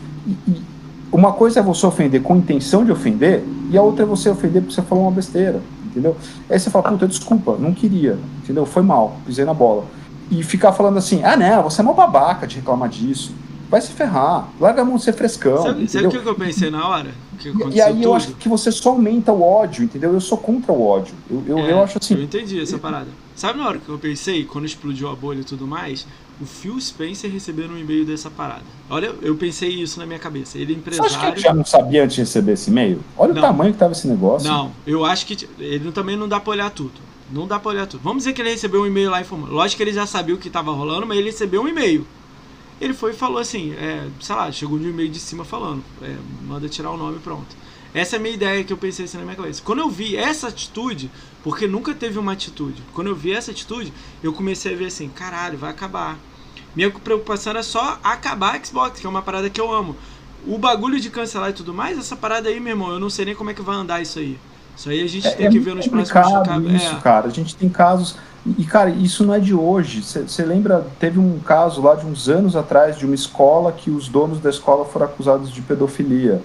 uma coisa é você ofender com intenção de ofender, e a outra é você ofender porque você falou uma besteira, entendeu? Aí você fala, puta, desculpa, não queria, entendeu? Foi mal, pisei na bola. E ficar falando assim, né, você é uma babaca de reclamar disso, vai se ferrar, larga a mão de ser frescão. Sabe o que eu pensei na hora? E aí eu acho que você só aumenta o ódio, entendeu? Eu sou contra o ódio. Eu acho assim. Eu entendi essa parada. Sabe na hora que eu pensei, quando explodiu a bolha e tudo mais, o Phil Spencer recebendo um e-mail dessa parada. Olha, eu pensei isso na minha cabeça. Ele é empresário. Você acha que ele já não sabia antes de receber esse e-mail? Olha o tamanho que tava esse negócio. Não, eu acho que ele também não dá pra olhar tudo. Não dá pra olhar tudo. Vamos dizer que ele recebeu um e-mail lá informando. Lógico que ele já sabia o que tava rolando, mas ele recebeu um e-mail. Ele foi e falou assim, sei lá, chegou no e-mail de cima falando, manda tirar o nome e pronto. Essa é a minha ideia que eu pensei assim na minha cabeça. Quando eu vi essa atitude, porque nunca teve uma atitude, quando eu vi essa atitude, eu comecei a ver assim, caralho, vai acabar. Minha preocupação era só acabar a Xbox, que é uma parada que eu amo. O bagulho de cancelar e tudo mais, essa parada aí, meu irmão, eu não sei nem como é que vai andar isso aí. Isso aí a gente tem que ver nos próximos casos. Isso, cara, a gente tem casos... E, cara, isso não é de hoje. Você lembra, teve um caso lá de uns anos atrás de uma escola que os donos da escola foram acusados de pedofilia.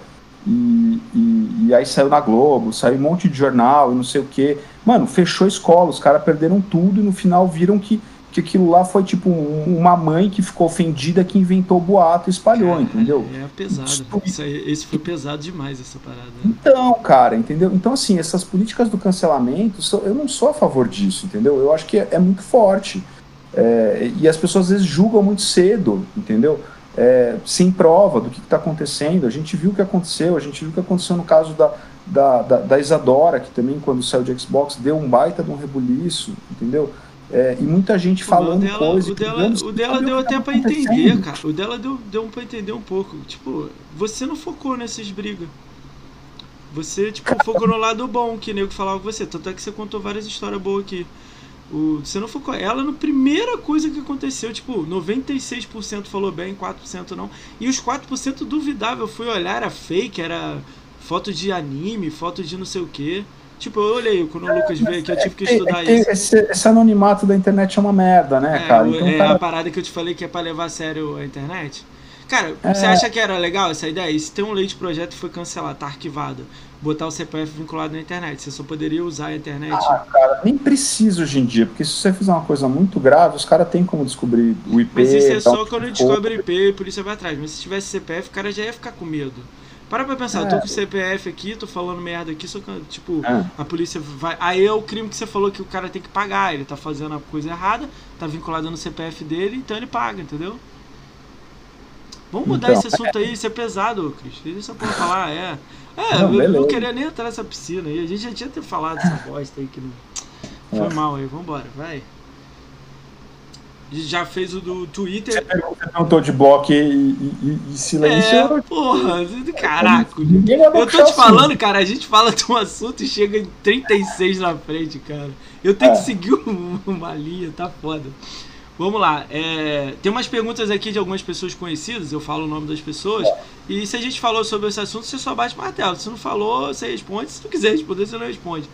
E aí saiu na Globo, saiu um monte de jornal e não sei o quê. Mano, fechou a escola, os caras perderam tudo e no final viram que aquilo lá foi tipo uma mãe que ficou ofendida que inventou o boato e espalhou, cara, entendeu? É pesado. Esse foi pesado demais, essa parada. Então, cara, entendeu? Então, assim, essas políticas do cancelamento, eu não sou a favor disso, entendeu? Eu acho que é muito forte. E as pessoas às vezes julgam muito cedo, entendeu? Sem prova do que está acontecendo. A gente viu o que aconteceu, no caso da Isadora, que também, quando saiu de Xbox, deu um baita de um rebuliço, entendeu? E muita gente falando coisas. O dela deu até pra entender, cara. O dela deu pra entender um pouco. Tipo, você não focou nessas brigas. Você, tipo, focou no lado bom que o nego falava com você. Tanto é que você contou várias histórias boas aqui. Você não focou. Ela, na primeira coisa que aconteceu, tipo, 96% falou bem, 4% não. E os 4% duvidável. Eu fui olhar, era fake, era foto de anime, foto de não sei o quê. Tipo, eu olhei, quando o Lucas veio aqui, eu tive que estudar isso. Esse anonimato da internet é uma merda, né, cara? Então, cara... a parada que eu te falei que é pra levar a sério a internet. Cara, você acha que era legal essa ideia? E se tem um lei de projeto que foi cancelado, tá arquivado, botar o CPF vinculado na internet, você só poderia usar a internet? Cara, nem precisa hoje em dia, porque se você fizer uma coisa muito grave, os caras têm como descobrir o IP. Mas isso é só quando descobre o IP, por isso vai atrás. Mas se tivesse CPF, o cara já ia ficar com medo. Para pra pensar, eu tô com o CPF aqui, tô falando merda aqui, só que, tipo, a polícia vai... Aí é o crime que você falou que o cara tem que pagar, ele tá fazendo a coisa errada, tá vinculado no CPF dele, então ele paga, entendeu? Vamos mudar esse assunto aí, isso é pesado, Cris. Deixa essa porra falar, eu não queria nem entrar nessa piscina aí, a gente já tinha ter falado dessa bosta aí que não... Foi mal aí, vambora, vai. Já fez o do Twitter. Você perguntou de bloco e silêncio. Porra, caraca. Eu tô te falando, cara, a gente fala de um assunto e chega em 36 na frente, cara. Eu tenho que seguir uma linha, tá foda. Vamos lá. Tem umas perguntas aqui de algumas pessoas conhecidas, eu falo o nome das pessoas. E se a gente falou sobre esse assunto, você só bate martelo. Se não falou, você responde. Se não quiser responder, você não responde.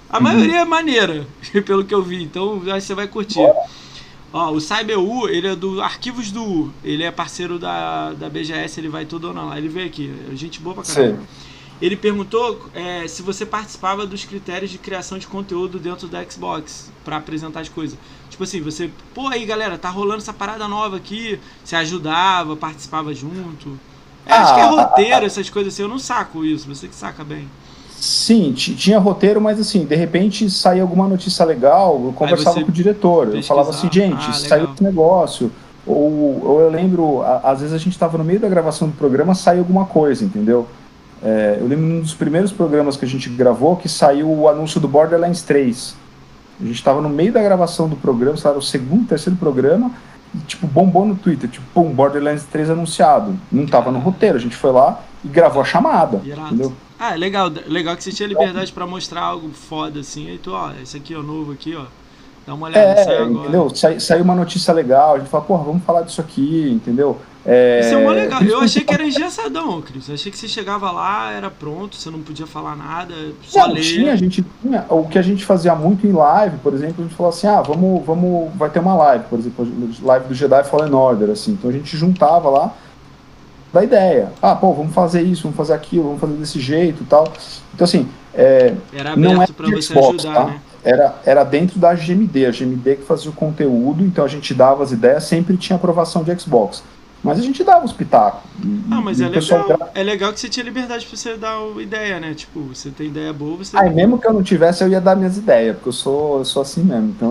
A maioria é maneira, pelo que eu vi, então acho que você vai curtir. Ó, o CyberU, ele é do Arquivos do U, ele é parceiro da BGS, ele vai todo ano lá, ele veio aqui, gente boa pra caramba. Ele perguntou se você participava dos critérios de criação de conteúdo dentro da Xbox pra apresentar as coisas. Tipo assim, você, pô, aí galera, tá rolando essa parada nova aqui, você ajudava, participava junto. Acho que é roteiro, essas coisas assim, eu não saco isso, você que saca bem. Sim, tinha roteiro, mas assim, de repente saía alguma notícia legal, eu conversava com o diretor, eu falava assim, gente, saiu esse negócio, ou eu lembro, às vezes a gente estava no meio da gravação do programa, saiu alguma coisa, entendeu? Eu lembro um dos primeiros programas que a gente gravou, que saiu o anúncio do Borderlands 3. A gente estava no meio da gravação do programa, sei lá, o segundo, terceiro programa, e tipo, bombou no Twitter, tipo, pum, Borderlands 3 anunciado. Não tava no roteiro, a gente foi lá e gravou a chamada, entendeu? Legal que você tinha liberdade pra mostrar algo foda assim, aí tu, ó, esse aqui, ó, novo aqui, ó, dá uma olhada, sai agora. Entendeu? Saiu uma notícia legal, a gente fala, porra, vamos falar disso aqui, entendeu? Isso é mó legal, eu achei que era engessadão, Cris, eu achei que você chegava lá, era pronto, você não podia falar nada, só ler. A gente tinha, o que a gente fazia muito em live, por exemplo, a gente falou assim, vai ter uma live, por exemplo, live do Jedi Fallen Order, assim, então a gente juntava lá, da ideia. Vamos fazer isso, vamos fazer aquilo, vamos fazer desse jeito e tal. Então, assim, era aberto para você Xbox, ajudar, tá? Né? Era dentro da GMD, a GMD que fazia o conteúdo, então a gente dava as ideias, sempre tinha aprovação de Xbox. Mas a gente dava os pitacos. Mas é legal. É legal que você tinha liberdade pra você dar ideia, né? Tipo, você tem ideia boa, você... mesmo que eu não tivesse, eu ia dar minhas ideias, porque eu sou assim mesmo, então...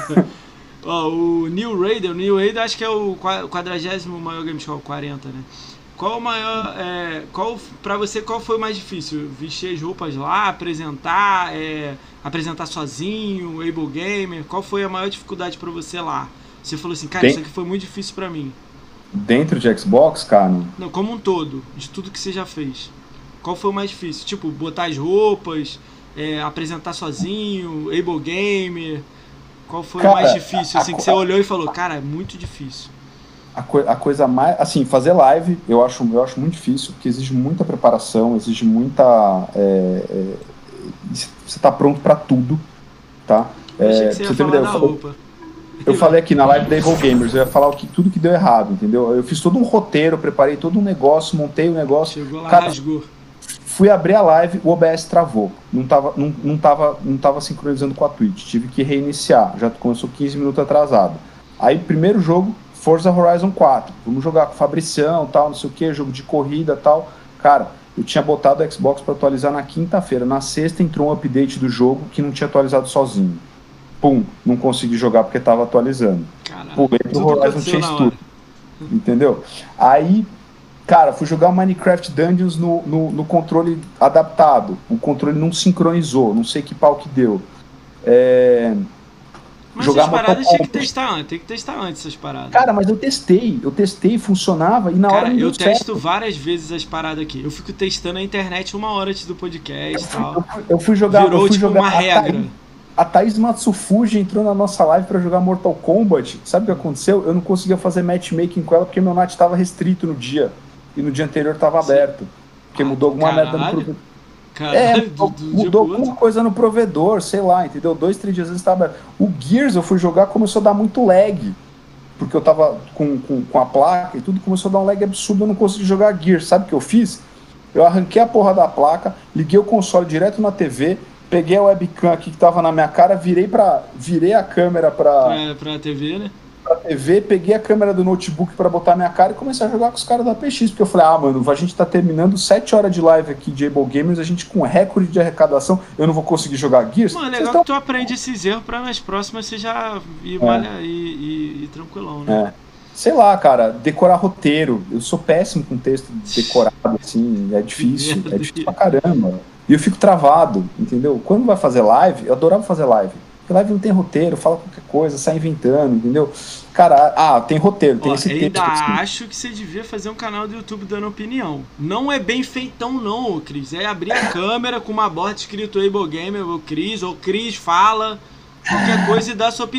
O New Raider acho que é o 40º maior Game Show, 40, né? Qual o maior... pra você, qual foi o mais difícil? Vestir as roupas lá, apresentar sozinho, Able Gamer? Qual foi a maior dificuldade pra você lá? Você falou assim, cara, isso aqui foi muito difícil pra mim. Dentro de Xbox, cara? Não, como um todo, de tudo que você já fez. Qual foi o mais difícil? Tipo, botar as roupas, apresentar sozinho, Able Gamer... Qual foi o mais difícil, assim, que você olhou e falou, cara, é muito difícil? A coisa mais... Assim, fazer live eu acho muito difícil, porque exige muita preparação, exige muita... você tá pronto pra tudo, tá? Eu achei que você ia falar da roupa. Eu falei aqui na live da Able Gamers, eu ia falar tudo que deu errado, entendeu? Eu fiz todo um roteiro, preparei todo um negócio, montei o negócio... Chegou lá, rasgou. Fui abrir a live, o OBS travou. Não tava sincronizando com a Twitch. Tive que reiniciar. Já começou 15 minutos atrasado. Aí, primeiro jogo, Forza Horizon 4. Vamos jogar com Fabricião, tal, não sei o que, jogo de corrida, tal. Cara, eu tinha botado o Xbox para atualizar na quinta-feira. Na sexta entrou um update do jogo que não tinha atualizado sozinho. Pum, não consegui jogar porque tava atualizando. Pulei pro Horizon Chase Tour. Entendeu? Aí... Cara, fui jogar o Minecraft Dungeons no controle adaptado. O controle não sincronizou, não sei que pau que deu. Mas jogar essas paradas tinha que testar antes, tem que testar antes essas paradas. Cara, mas eu testei, funcionava e na hora não deu certo. Eu testo várias vezes as paradas aqui. Eu fico testando a internet 1 hora antes do podcast e tal. Eu fui jogar... Virou tipo uma regra. A Thaís Matsufuji entrou na nossa live pra jogar Mortal Kombat. Sabe o que aconteceu? Eu não conseguia fazer matchmaking com ela porque meu NAT estava restrito no dia. E no dia anterior estava aberto. Porque mudou alguma merda no provedor. Mudou alguma coisa no provedor, sei lá, entendeu? 2, 3 dias estava aberto. O Gears eu fui jogar, começou a dar muito lag. Porque eu tava com a placa e tudo, começou a dar um lag absurdo, eu não consegui jogar Gears. Sabe o que eu fiz? Eu arranquei a porra da placa, liguei o console direto na TV, peguei a webcam aqui que tava na minha cara, virei a câmera pra TV, né? Pra TV, peguei a câmera do notebook pra botar minha cara e comecei a jogar com os caras da PX, porque eu falei, mano, a gente tá terminando 7 horas de live aqui de Able Gamers, a gente com recorde de arrecadação, eu não vou conseguir jogar Gears. Mano, é legal que tu aprende esses erros pra nas próximas você já ir tranquilão, né? Sei lá, cara, decorar roteiro, eu sou péssimo com texto decorado, assim, é difícil pra caramba. E eu fico travado, entendeu? Quando vai fazer live, eu adorava fazer live. Porque live não tem roteiro, fala qualquer coisa, sai inventando, entendeu? Cara, tem roteiro, tem esse texto. Eu ainda acho que você devia fazer um canal do YouTube dando opinião. Não é bem feitão não, Cris. É abrir a câmera com uma borda escrito Able Gamer, ou Cris fala, qualquer coisa e dar sua opinião.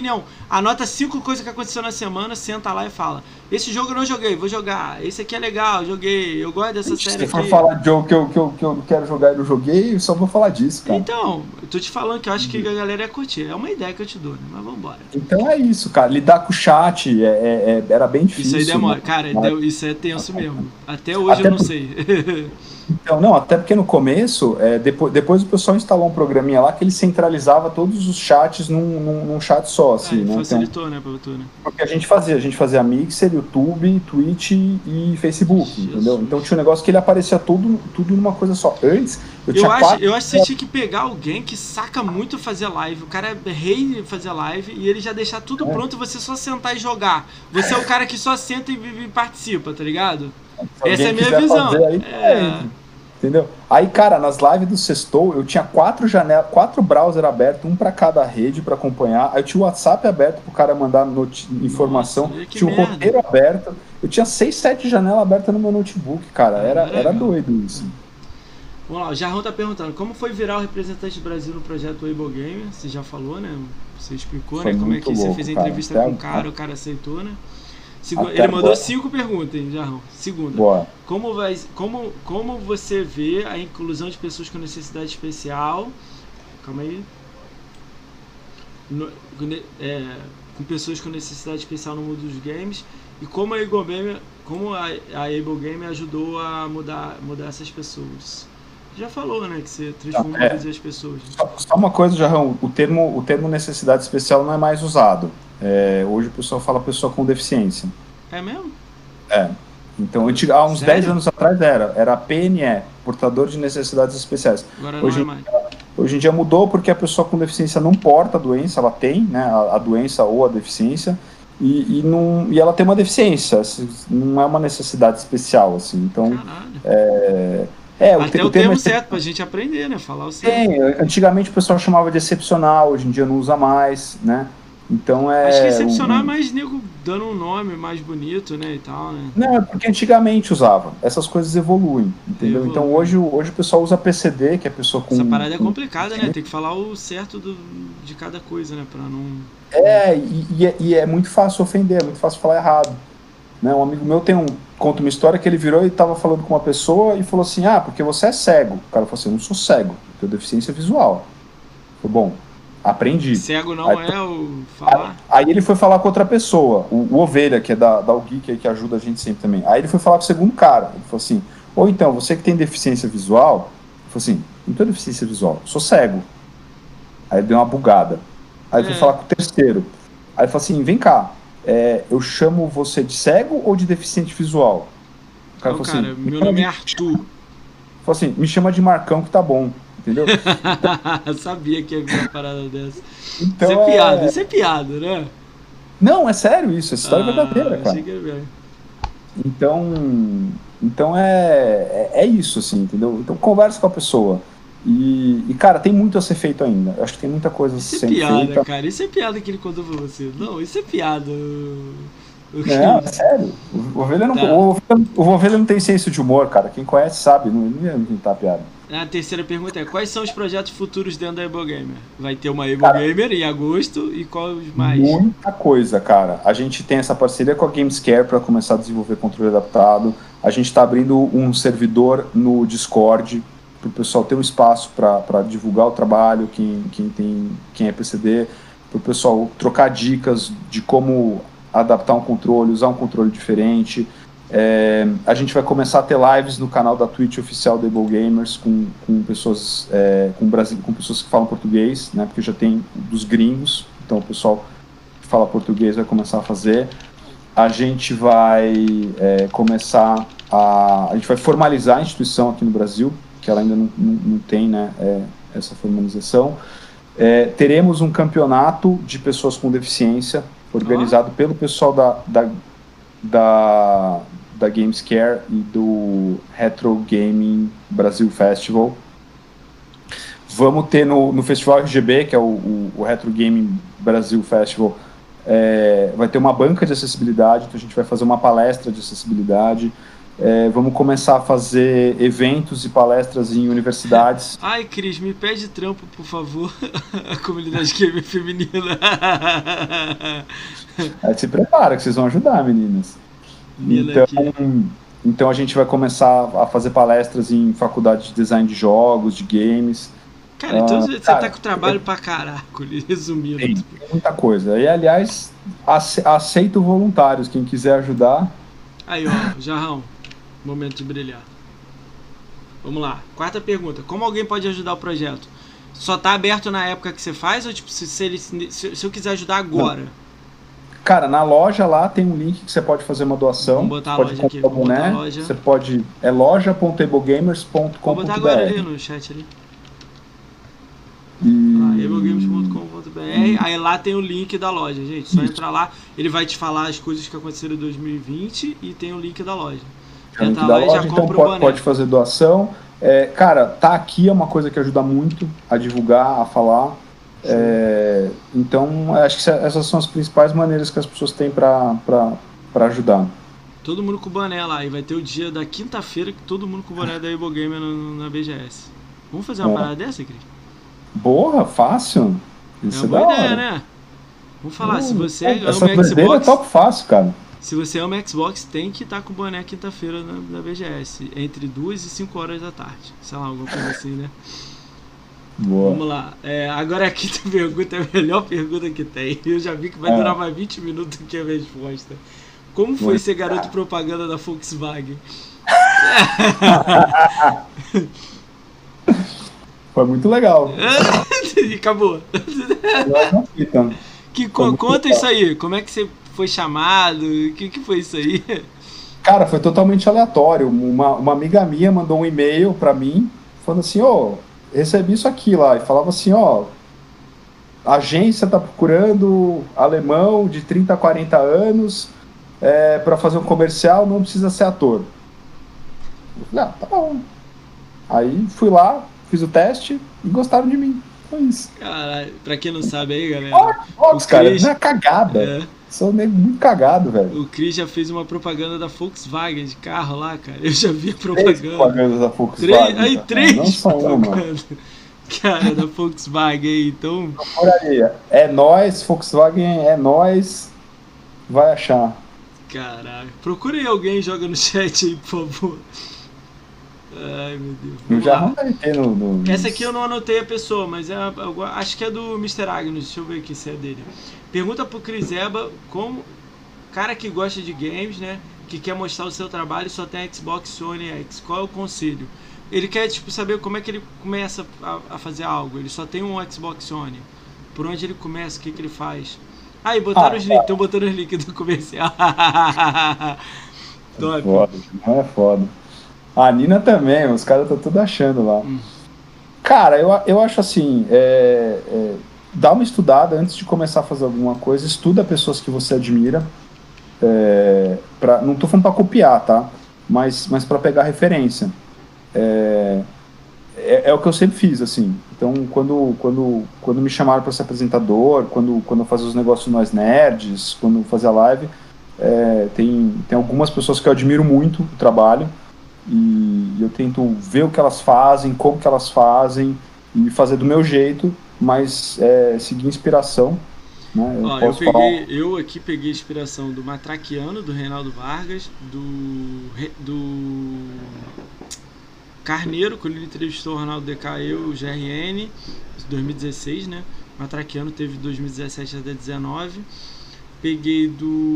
Anota 5 coisas que aconteceu na semana, senta lá e fala: esse jogo eu não joguei, vou jogar. Esse aqui é legal, joguei. Eu gosto dessa série aqui. Se for falar de jogo que eu quero jogar e não joguei, eu só vou falar disso, cara. Então, eu tô te falando que eu acho que a galera ia curtir. É uma ideia que eu te dou, né? Mas vambora. Então é isso, cara. Lidar com o chat era bem difícil. Isso aí demora. Né? Cara, isso é tenso mesmo. Até hoje eu não sei. Então, não, até porque no começo, depois o pessoal instalou um programinha lá que ele centralizava todos os chats num chat só, assim, né? Facilitou, então, né, pra tu, né? Porque a gente fazia Mixer, YouTube, Twitch e Facebook, Jesus. Entendeu? Então tinha um negócio que ele aparecia tudo numa coisa só. Antes, eu acho que você tinha que pegar alguém que saca muito fazer live. O cara é rei de fazer live e ele já deixar tudo pronto e você só sentar e jogar. Você é o cara que só senta e participa, tá ligado? Essa é a minha visão. Entendeu? Aí, cara, nas lives do Sextou, eu tinha 4 browsers abertos, um pra cada rede pra acompanhar. Aí eu tinha o WhatsApp aberto pro cara mandar informação. Nossa, tinha o roteiro aberto. Eu tinha 6, 7 janelas abertas no meu notebook, cara. Era doido isso. Vamos lá, o Jarrão tá perguntando: como foi virar o representante do Brasil no projeto Able Gamer? Você já falou, né? Você explicou, né? Como é que você fez a entrevista com o cara aceitou, né? Ele mandou 5 perguntas, hein, Jarrão. Segunda. Boa. Como você vê a inclusão de pessoas com necessidade especial? Calma aí. Com pessoas com necessidade especial no mundo dos games. E como a Able Gamer ajudou a mudar essas pessoas. Já falou, né? Que você transformou as pessoas. Só uma coisa, Jarrão. O termo necessidade especial não é mais usado. Hoje o pessoal fala pessoa com deficiência. É mesmo? Então, há uns 10 anos atrás era PNE, portador de necessidades especiais. Agora não é mais. Hoje em dia mudou porque a pessoa com deficiência não porta a doença, ela tem, né, a doença ou a deficiência, e ela tem uma deficiência, não é uma necessidade especial, assim. Então, até o termo certo pra gente aprender, né? Falar o certo. Antigamente o pessoal chamava de excepcional, hoje em dia não usa mais, né? Então acho que excepcional é mais nego dando um nome mais bonito, né, e tal, né? Não, porque antigamente usava. Essas coisas evoluem, entendeu? Então hoje o pessoal usa PCD, que é a pessoa com... Essa parada é complicada, né? Tem que falar o certo de cada coisa, né? Pra não... E é muito fácil ofender, é muito fácil falar errado. Né? Um amigo meu conta uma história que ele virou e estava falando com uma pessoa e falou assim: porque você é cego. O cara falou assim: eu não sou cego, eu tenho deficiência visual. Eu falei, bom, aprendi. Cego não o falar? Aí ele foi falar com outra pessoa, o Ovelha, que é da UGeek, que ajuda a gente sempre também. Aí ele foi falar com o segundo cara. Ele falou assim: ou então, você que tem deficiência visual? Ele falou assim: não tenho deficiência visual, sou cego. Aí ele deu uma bugada. Aí ele foi falar com o terceiro. Aí ele falou assim: vem cá, eu chamo você de cego ou de deficiente visual? O cara falou assim: meu nome é Arthur. Falou assim: me chama de Marcão que tá bom. Entendeu? Eu sabia que ia vir uma parada dessa. Então, isso é piada, isso é piada, né? Não, é sério isso, essa história é verdadeira, cara. Então é isso, assim, entendeu? Então conversa com a pessoa. E cara, tem muito a ser feito ainda. Acho que tem muita coisa a ser feita. Isso é piada, cara. Isso é piada que ele contou pra você. Não, isso é piada. Não, é sério. O Ovelha não tem senso de humor, cara. Quem conhece sabe, não ia inventar piada. A terceira pergunta é: quais são os projetos futuros dentro da Able Gamer? Vai ter uma Able Gamer em agosto e quais mais? Muita coisa, cara. A gente tem essa parceria com a Gamescare para começar a desenvolver controle adaptado. A gente está abrindo um servidor no Discord para o pessoal ter um espaço para divulgar o trabalho, quem é PCD, para o pessoal trocar dicas de como adaptar um controle, usar um controle diferente. A gente vai começar a ter lives no canal da Twitch oficial da Able Gamers com pessoas com pessoas que falam português, né, porque já tem dos gringos, então o pessoal que fala português vai começar a fazer. A gente vai a gente vai formalizar a instituição aqui no Brasil, que ela ainda não tem, né, essa formalização. Teremos um campeonato de pessoas com deficiência organizado pelo pessoal da Gamescare e do Retro Gaming Brasil Festival. Vamos ter no Festival RGB, que é o Retro Gaming Brasil Festival, vai ter uma banca de acessibilidade, então a gente vai fazer uma palestra de acessibilidade. Vamos começar a fazer eventos e palestras em universidades. Ai, Cris, me pede trampo, por favor. A comunidade gamer feminina. Se prepara que vocês vão ajudar, meninas. Então a gente vai começar a fazer palestras em faculdade de design de jogos, de games. Cara, então você tá com trabalho pra caraco, resumindo. Tem muita coisa. E, aliás, aceito voluntários, quem quiser ajudar. Aí, ó, Jarrão, momento de brilhar. Vamos lá, quarta pergunta. Como alguém pode ajudar o projeto? Só tá aberto na época que você faz? Ou tipo, se eu quiser ajudar agora? Não. Cara, na loja lá tem um link que você pode fazer uma doação. Vamos botar a loja aqui. Vamos botar a loja. Você pode... É loja.ablegamers.com.br. Vou botar agora ali no chat ali. ablegamers.com.br. Aí lá tem o link da loja, gente. Só entrar lá, ele vai te falar as coisas que aconteceram em 2020 e tem o link da loja. Entra lá e já compra o boné. Pode fazer doação. Cara, tá aqui é uma coisa que ajuda muito a divulgar, a falar. Então, acho que essas são as principais maneiras que as pessoas têm para ajudar. Todo mundo com o boné lá. E vai ter o dia da quinta-feira que todo mundo com o boné da Able Gamer na BGS. Vamos fazer uma parada dessa, Cris? Boa, fácil. Isso é uma boa ideia, né? Vamos falar, se você ama Xbox... é top fácil, cara. Se você ama Xbox, tem que estar com o boné quinta-feira na BGS. Entre 2 e 5 horas da tarde. Sei lá, alguma coisa assim, né? Boa. Vamos lá. Agora a quinta pergunta é a melhor pergunta que tem. Eu já vi que vai durar mais 20 minutos que a resposta. Como foi ser garoto propaganda da Volkswagen? Foi muito legal. E acabou. Conta isso aí. Como é que você foi chamado? O que foi isso aí? Cara, foi totalmente aleatório. Uma amiga minha mandou um e-mail pra mim falando assim, recebi isso aqui lá. E falava assim, a agência tá procurando alemão de 30 a 40 anos pra fazer um comercial, não precisa ser ator. Eu falei, tá bom. Aí fui lá, fiz o teste e gostaram de mim. Foi isso. Caralho, pra quem não sabe aí, galera. Cara, não é cagada. Sou muito cagado, velho. O Cris já fez uma propaganda da Volkswagen de carro lá, cara. Eu já vi a propaganda. 3 propagandas da Volkswagen. 3 não só uma. Cara, da Volkswagen aí, então. Por aí. É nóis, Volkswagen é nóis. Vai achar. Caralho. Procure aí alguém e joga no chat aí, por favor. Ai, meu Deus. Eu já anotei no... Essa aqui eu não anotei a pessoa, mas eu acho que é do Mr. Agnus. Deixa eu ver aqui se é dele. Pergunta pro Cris Eba, como cara que gosta de games, né, que quer mostrar o seu trabalho e só tem Xbox Sony X, qual é o conselho? Ele quer, tipo, saber como é que ele começa a fazer algo. Ele só tem um Xbox Sony. Por onde ele começa, o que ele faz? Aí, botaram os links. Estão botando os links do comercial. Top. Foda, não é foda. A Nina também, os caras estão tudo achando lá. Cara, eu acho assim, dá uma estudada antes de começar a fazer alguma coisa, estuda pessoas que você admira, não tô falando para copiar, tá? Mas para pegar referência. É o que eu sempre fiz, assim. Então, quando me chamaram para ser apresentador, quando eu fazia os negócios Nós Nerds, quando eu fazia live, tem algumas pessoas que eu admiro muito o trabalho, e eu tento ver o que elas fazem, como que elas fazem, e fazer do meu jeito, mas seguir inspiração. Né? Eu aqui peguei inspiração do Matraquiano, do Reinaldo Vargas, do Carneiro, quando ele entrevistou o Ronaldo DK, o GRN, 2016, né? Matraquiano teve de 2017 até 2019. Peguei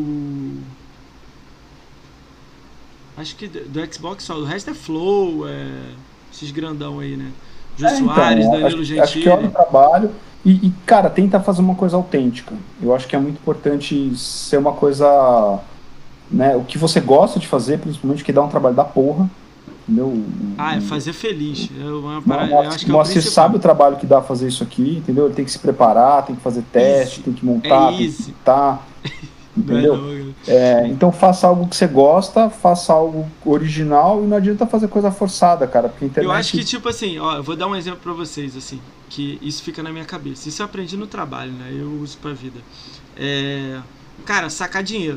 acho que do Xbox só, o resto é Flow, esses grandão aí, né? Jô Soares, Danilo Gentili. Acho que olha o trabalho e, cara, tenta fazer uma coisa autêntica. Eu acho que é muito importante ser uma coisa, né, o que você gosta de fazer, principalmente, que dá um trabalho da porra. Entendeu? Fazer feliz. O Moacir sabe o trabalho que dá fazer isso aqui, entendeu? Ele tem que se preparar, tem que fazer teste, tem que montar, tem que editar, entendeu? Então faça algo que você gosta, faça algo original e não adianta fazer coisa forçada, cara, porque a internet... Eu acho que, tipo assim, eu vou dar um exemplo pra vocês, assim, que isso fica na minha cabeça. Isso eu aprendi no trabalho, né? Eu uso pra vida. Cara, sacar dinheiro.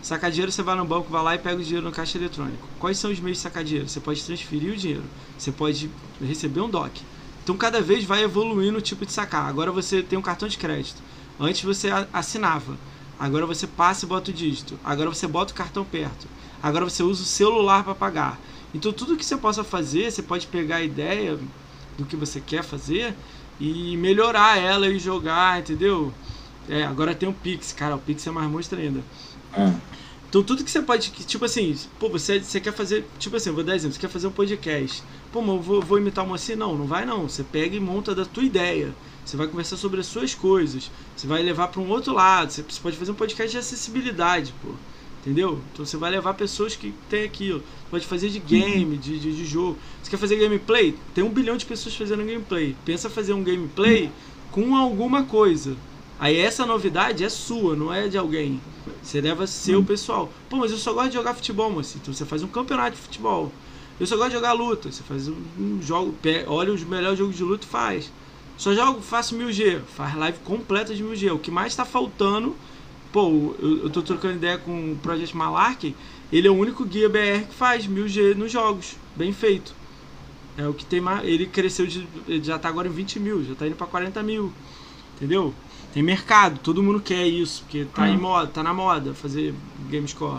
Sacar dinheiro, você vai no banco, vai lá e pega o dinheiro no caixa eletrônico. Quais são os meios de sacar dinheiro? Você pode transferir o dinheiro, você pode receber um DOC. Então cada vez vai evoluindo o tipo de sacar. Agora você tem um cartão de crédito. Antes você assinava. Agora você passa e bota o dígito. Agora você bota o cartão perto. Agora você usa o celular para pagar. Então tudo que você possa fazer, você pode pegar a ideia do que você quer fazer e melhorar ela e jogar, entendeu? Agora tem o Pix, cara, o Pix é mais monstro ainda. Então tudo que você pode, tipo assim, pô, você quer fazer, tipo assim, vou dar exemplo, você quer fazer um podcast. Pô, mas eu vou imitar uma assim? Não vai não. Você pega e monta da tua ideia. Você vai conversar sobre as suas coisas. Você vai levar para um outro lado. Você pode fazer um podcast de acessibilidade, pô. Entendeu? Então você vai levar pessoas que tem aquilo. Você pode fazer de game, de jogo. Você quer fazer gameplay? Tem 1 bilhão de pessoas fazendo gameplay. Pensa fazer um gameplay com alguma coisa. Aí essa novidade é sua, não é de alguém. Você leva seu pessoal. Pô, mas eu só gosto de jogar futebol, moço. Então você faz um campeonato de futebol. Eu só gosto de jogar luta. Você faz um jogo, olha os melhores jogos de luta e faz. Só faço 1000G. Faz live completa de 1000G. O que mais tá faltando... Pô, eu tô trocando ideia com o Project Malarkey. Ele é o único guia BR que faz 1000G nos jogos. Bem feito. É o que tem mais. Ele cresceu ele já tá agora em 20 mil. Já tá indo pra 40 mil. Entendeu? Tem mercado. Todo mundo quer isso. Porque tá em moda, tá na moda fazer GameScore.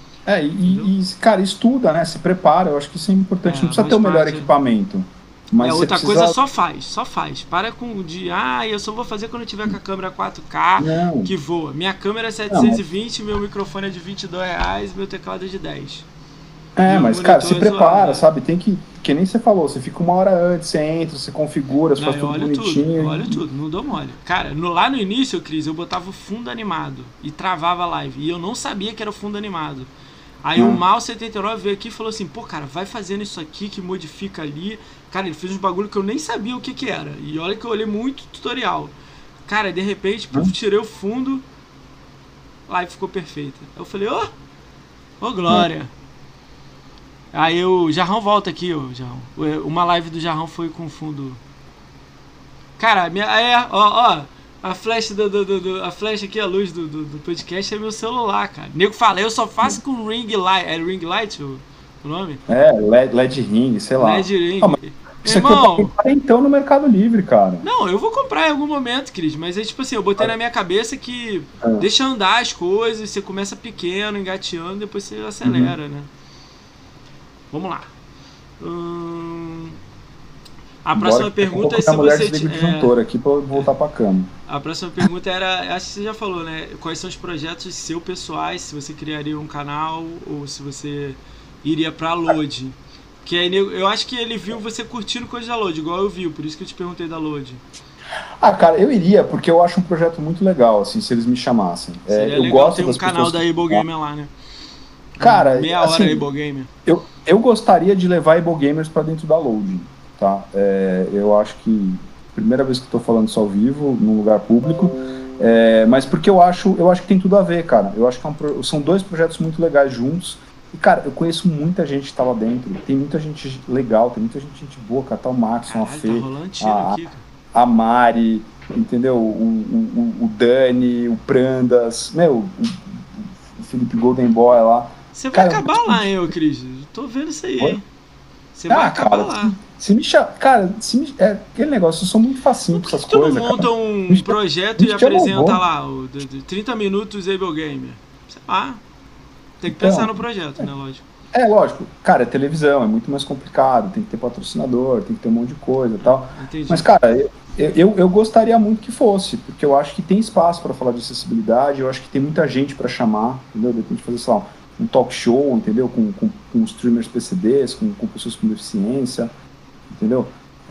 Cara, estuda, né? Se prepara. Eu acho que isso é importante. Não precisa ter o melhor equipamento. Mas outra coisa só faz. Para com o de, eu só vou fazer quando eu tiver com a câmera 4K que voa. Minha câmera é 720, meu microfone é de R$22, meu teclado é de 10. Mas cara, se prepara, sabe? Tem que nem você falou, você fica 1 hora antes, você entra, você configura, você faz tudo bonitinho. Olha tudo, não dou mole. Cara, lá no início, Cris, eu botava o fundo animado e travava a live. E eu não sabia que era o fundo animado. Aí o Mal79 veio aqui e falou assim, pô, cara, vai fazendo isso aqui que modifica ali. Cara, ele fez uns bagulho que eu nem sabia o que era. E olha que eu olhei muito tutorial. Cara, de repente, tirei o fundo, a live ficou perfeita. Eu falei, ô glória. Aí o Jarrão volta aqui, Jarrão. Uma live do Jarrão foi com fundo. Cara, a flash a flash aqui, a luz do podcast é meu celular, cara. O nego fala, eu só faço com ring light. É ring light o nome? LED ring, sei lá. LED ring. Você comprar então no Mercado Livre, cara. Não, eu vou comprar em algum momento, Cris. Mas é tipo assim, eu botei na minha cabeça que deixa andar as coisas, você começa pequeno, engateando, depois você acelera, né? Vamos lá. A próxima pergunta é se você... aqui pra voltar pra cama. A próxima pergunta era, acho que você já falou, né? Quais são os projetos seus pessoais, se você criaria um canal ou se você iria pra Load. Que aí eu acho que ele viu você curtindo coisas da Load, igual eu vi, por isso que eu te perguntei da Load. Cara, eu iria, porque eu acho um projeto muito legal, assim, se eles me chamassem. Eu gosto ter um canal da Able Gamer lá, né? Cara, meia hora assim, Able Gamer. Eu gostaria de levar Able Gamers pra dentro da Load, tá? Eu acho que primeira vez que eu tô falando isso ao vivo, num lugar público, mas porque eu acho que tem tudo a ver, cara. Eu acho que são 2 projetos muito legais juntos. E, cara, eu conheço muita gente que tá lá dentro. Tem muita gente legal, tem muita gente boa, cara. Tá o Maxon, a Fê, a Mari, entendeu? O Dani, o Prandas, o Felipe Golden Boy lá. Você vai acabar lá, hein, Cris? Tô vendo isso aí, hein? Você vai acabar lá. Se me chama, cara, aquele negócio, eu sou muito facinho com essas coisas. Por que tu não monta um projeto e apresenta lá, o 30 minutos Able Gamer? Sei lá. Tem que pensar no projeto, né, lógico. Lógico. Cara, é televisão, é muito mais complicado, tem que ter patrocinador, tem que ter um monte de coisa e tal. Entendi. Mas, cara, eu gostaria muito que fosse, porque eu acho que tem espaço para falar de acessibilidade, eu acho que tem muita gente para chamar, entendeu? De repente fazer, sei lá, um talk show, entendeu? Com streamers PCDs, com pessoas com deficiência, entendeu?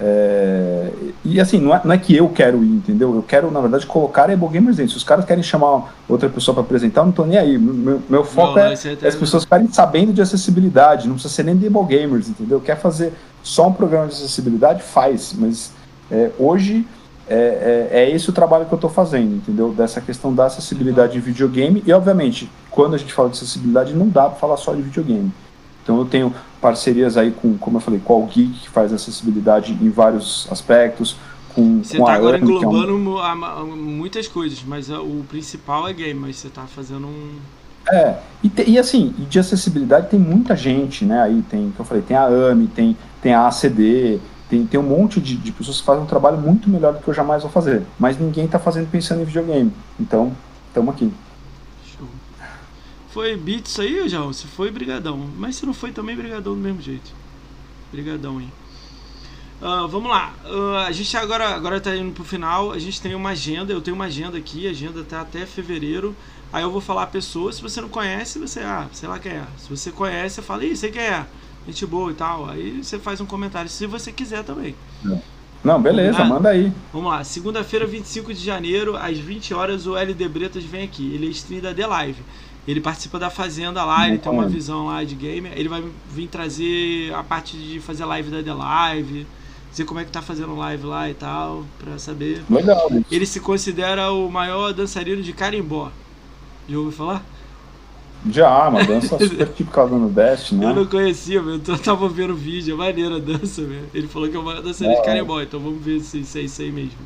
E assim, não é que eu quero ir, entendeu? Eu quero, na verdade, colocar Able Gamers dentro. Se os caras querem chamar outra pessoa para apresentar, eu não tô nem aí. Meu foco é as pessoas ficarem sabendo de acessibilidade, não precisa ser nem de Able Gamers, entendeu? Quer fazer só um programa de acessibilidade? Faz, mas hoje é esse o trabalho que eu tô fazendo, entendeu? Dessa questão da acessibilidade em videogame. E, obviamente, quando a gente fala de acessibilidade, não dá para falar só de videogame. Então eu tenho parcerias aí como eu falei, com a Geek, que faz acessibilidade em vários aspectos. Você tá agora englobando muitas coisas, mas o principal é game, mas você tá fazendo E assim, de acessibilidade tem muita gente, né? Aí tem, que eu falei, tem a AMI, tem a ACD, tem um monte de pessoas que fazem um trabalho muito melhor do que eu jamais vou fazer. Mas ninguém tá fazendo pensando em videogame. Então, estamos aqui. Show. Foi beat isso aí, João? Se foi, brigadão. Mas se não foi, também brigadão do mesmo jeito. Brigadão, hein? Vamos lá. A gente agora tá indo pro final. A gente tem uma agenda. Eu tenho uma agenda aqui. A agenda tá até fevereiro. Aí eu vou falar a pessoa. Se você não conhece, você, sei lá quem é. Se você conhece, você fala, sei quem é. Gente boa e tal. Aí você faz um comentário, se você quiser também. Não, beleza, manda aí. Vamos lá. Segunda-feira, 25 de janeiro, às 20 horas, o LD Bretas vem aqui. Ele é stream da The Live. Ele participa da Fazenda lá, ele tem uma visão lá de gamer. Ele vai vir trazer a parte de fazer live da The Live, dizer como é que tá fazendo live lá e tal, pra saber. Legal. Ele se considera o maior dançarino de carimbó. Já ouviu falar? Já, uma dança super típica do Nordeste, né? Eu não conhecia, eu tava vendo o vídeo, é maneira a dança, velho. Ele falou que é o maior dançarino de carimbó, então vamos ver se é isso aí mesmo.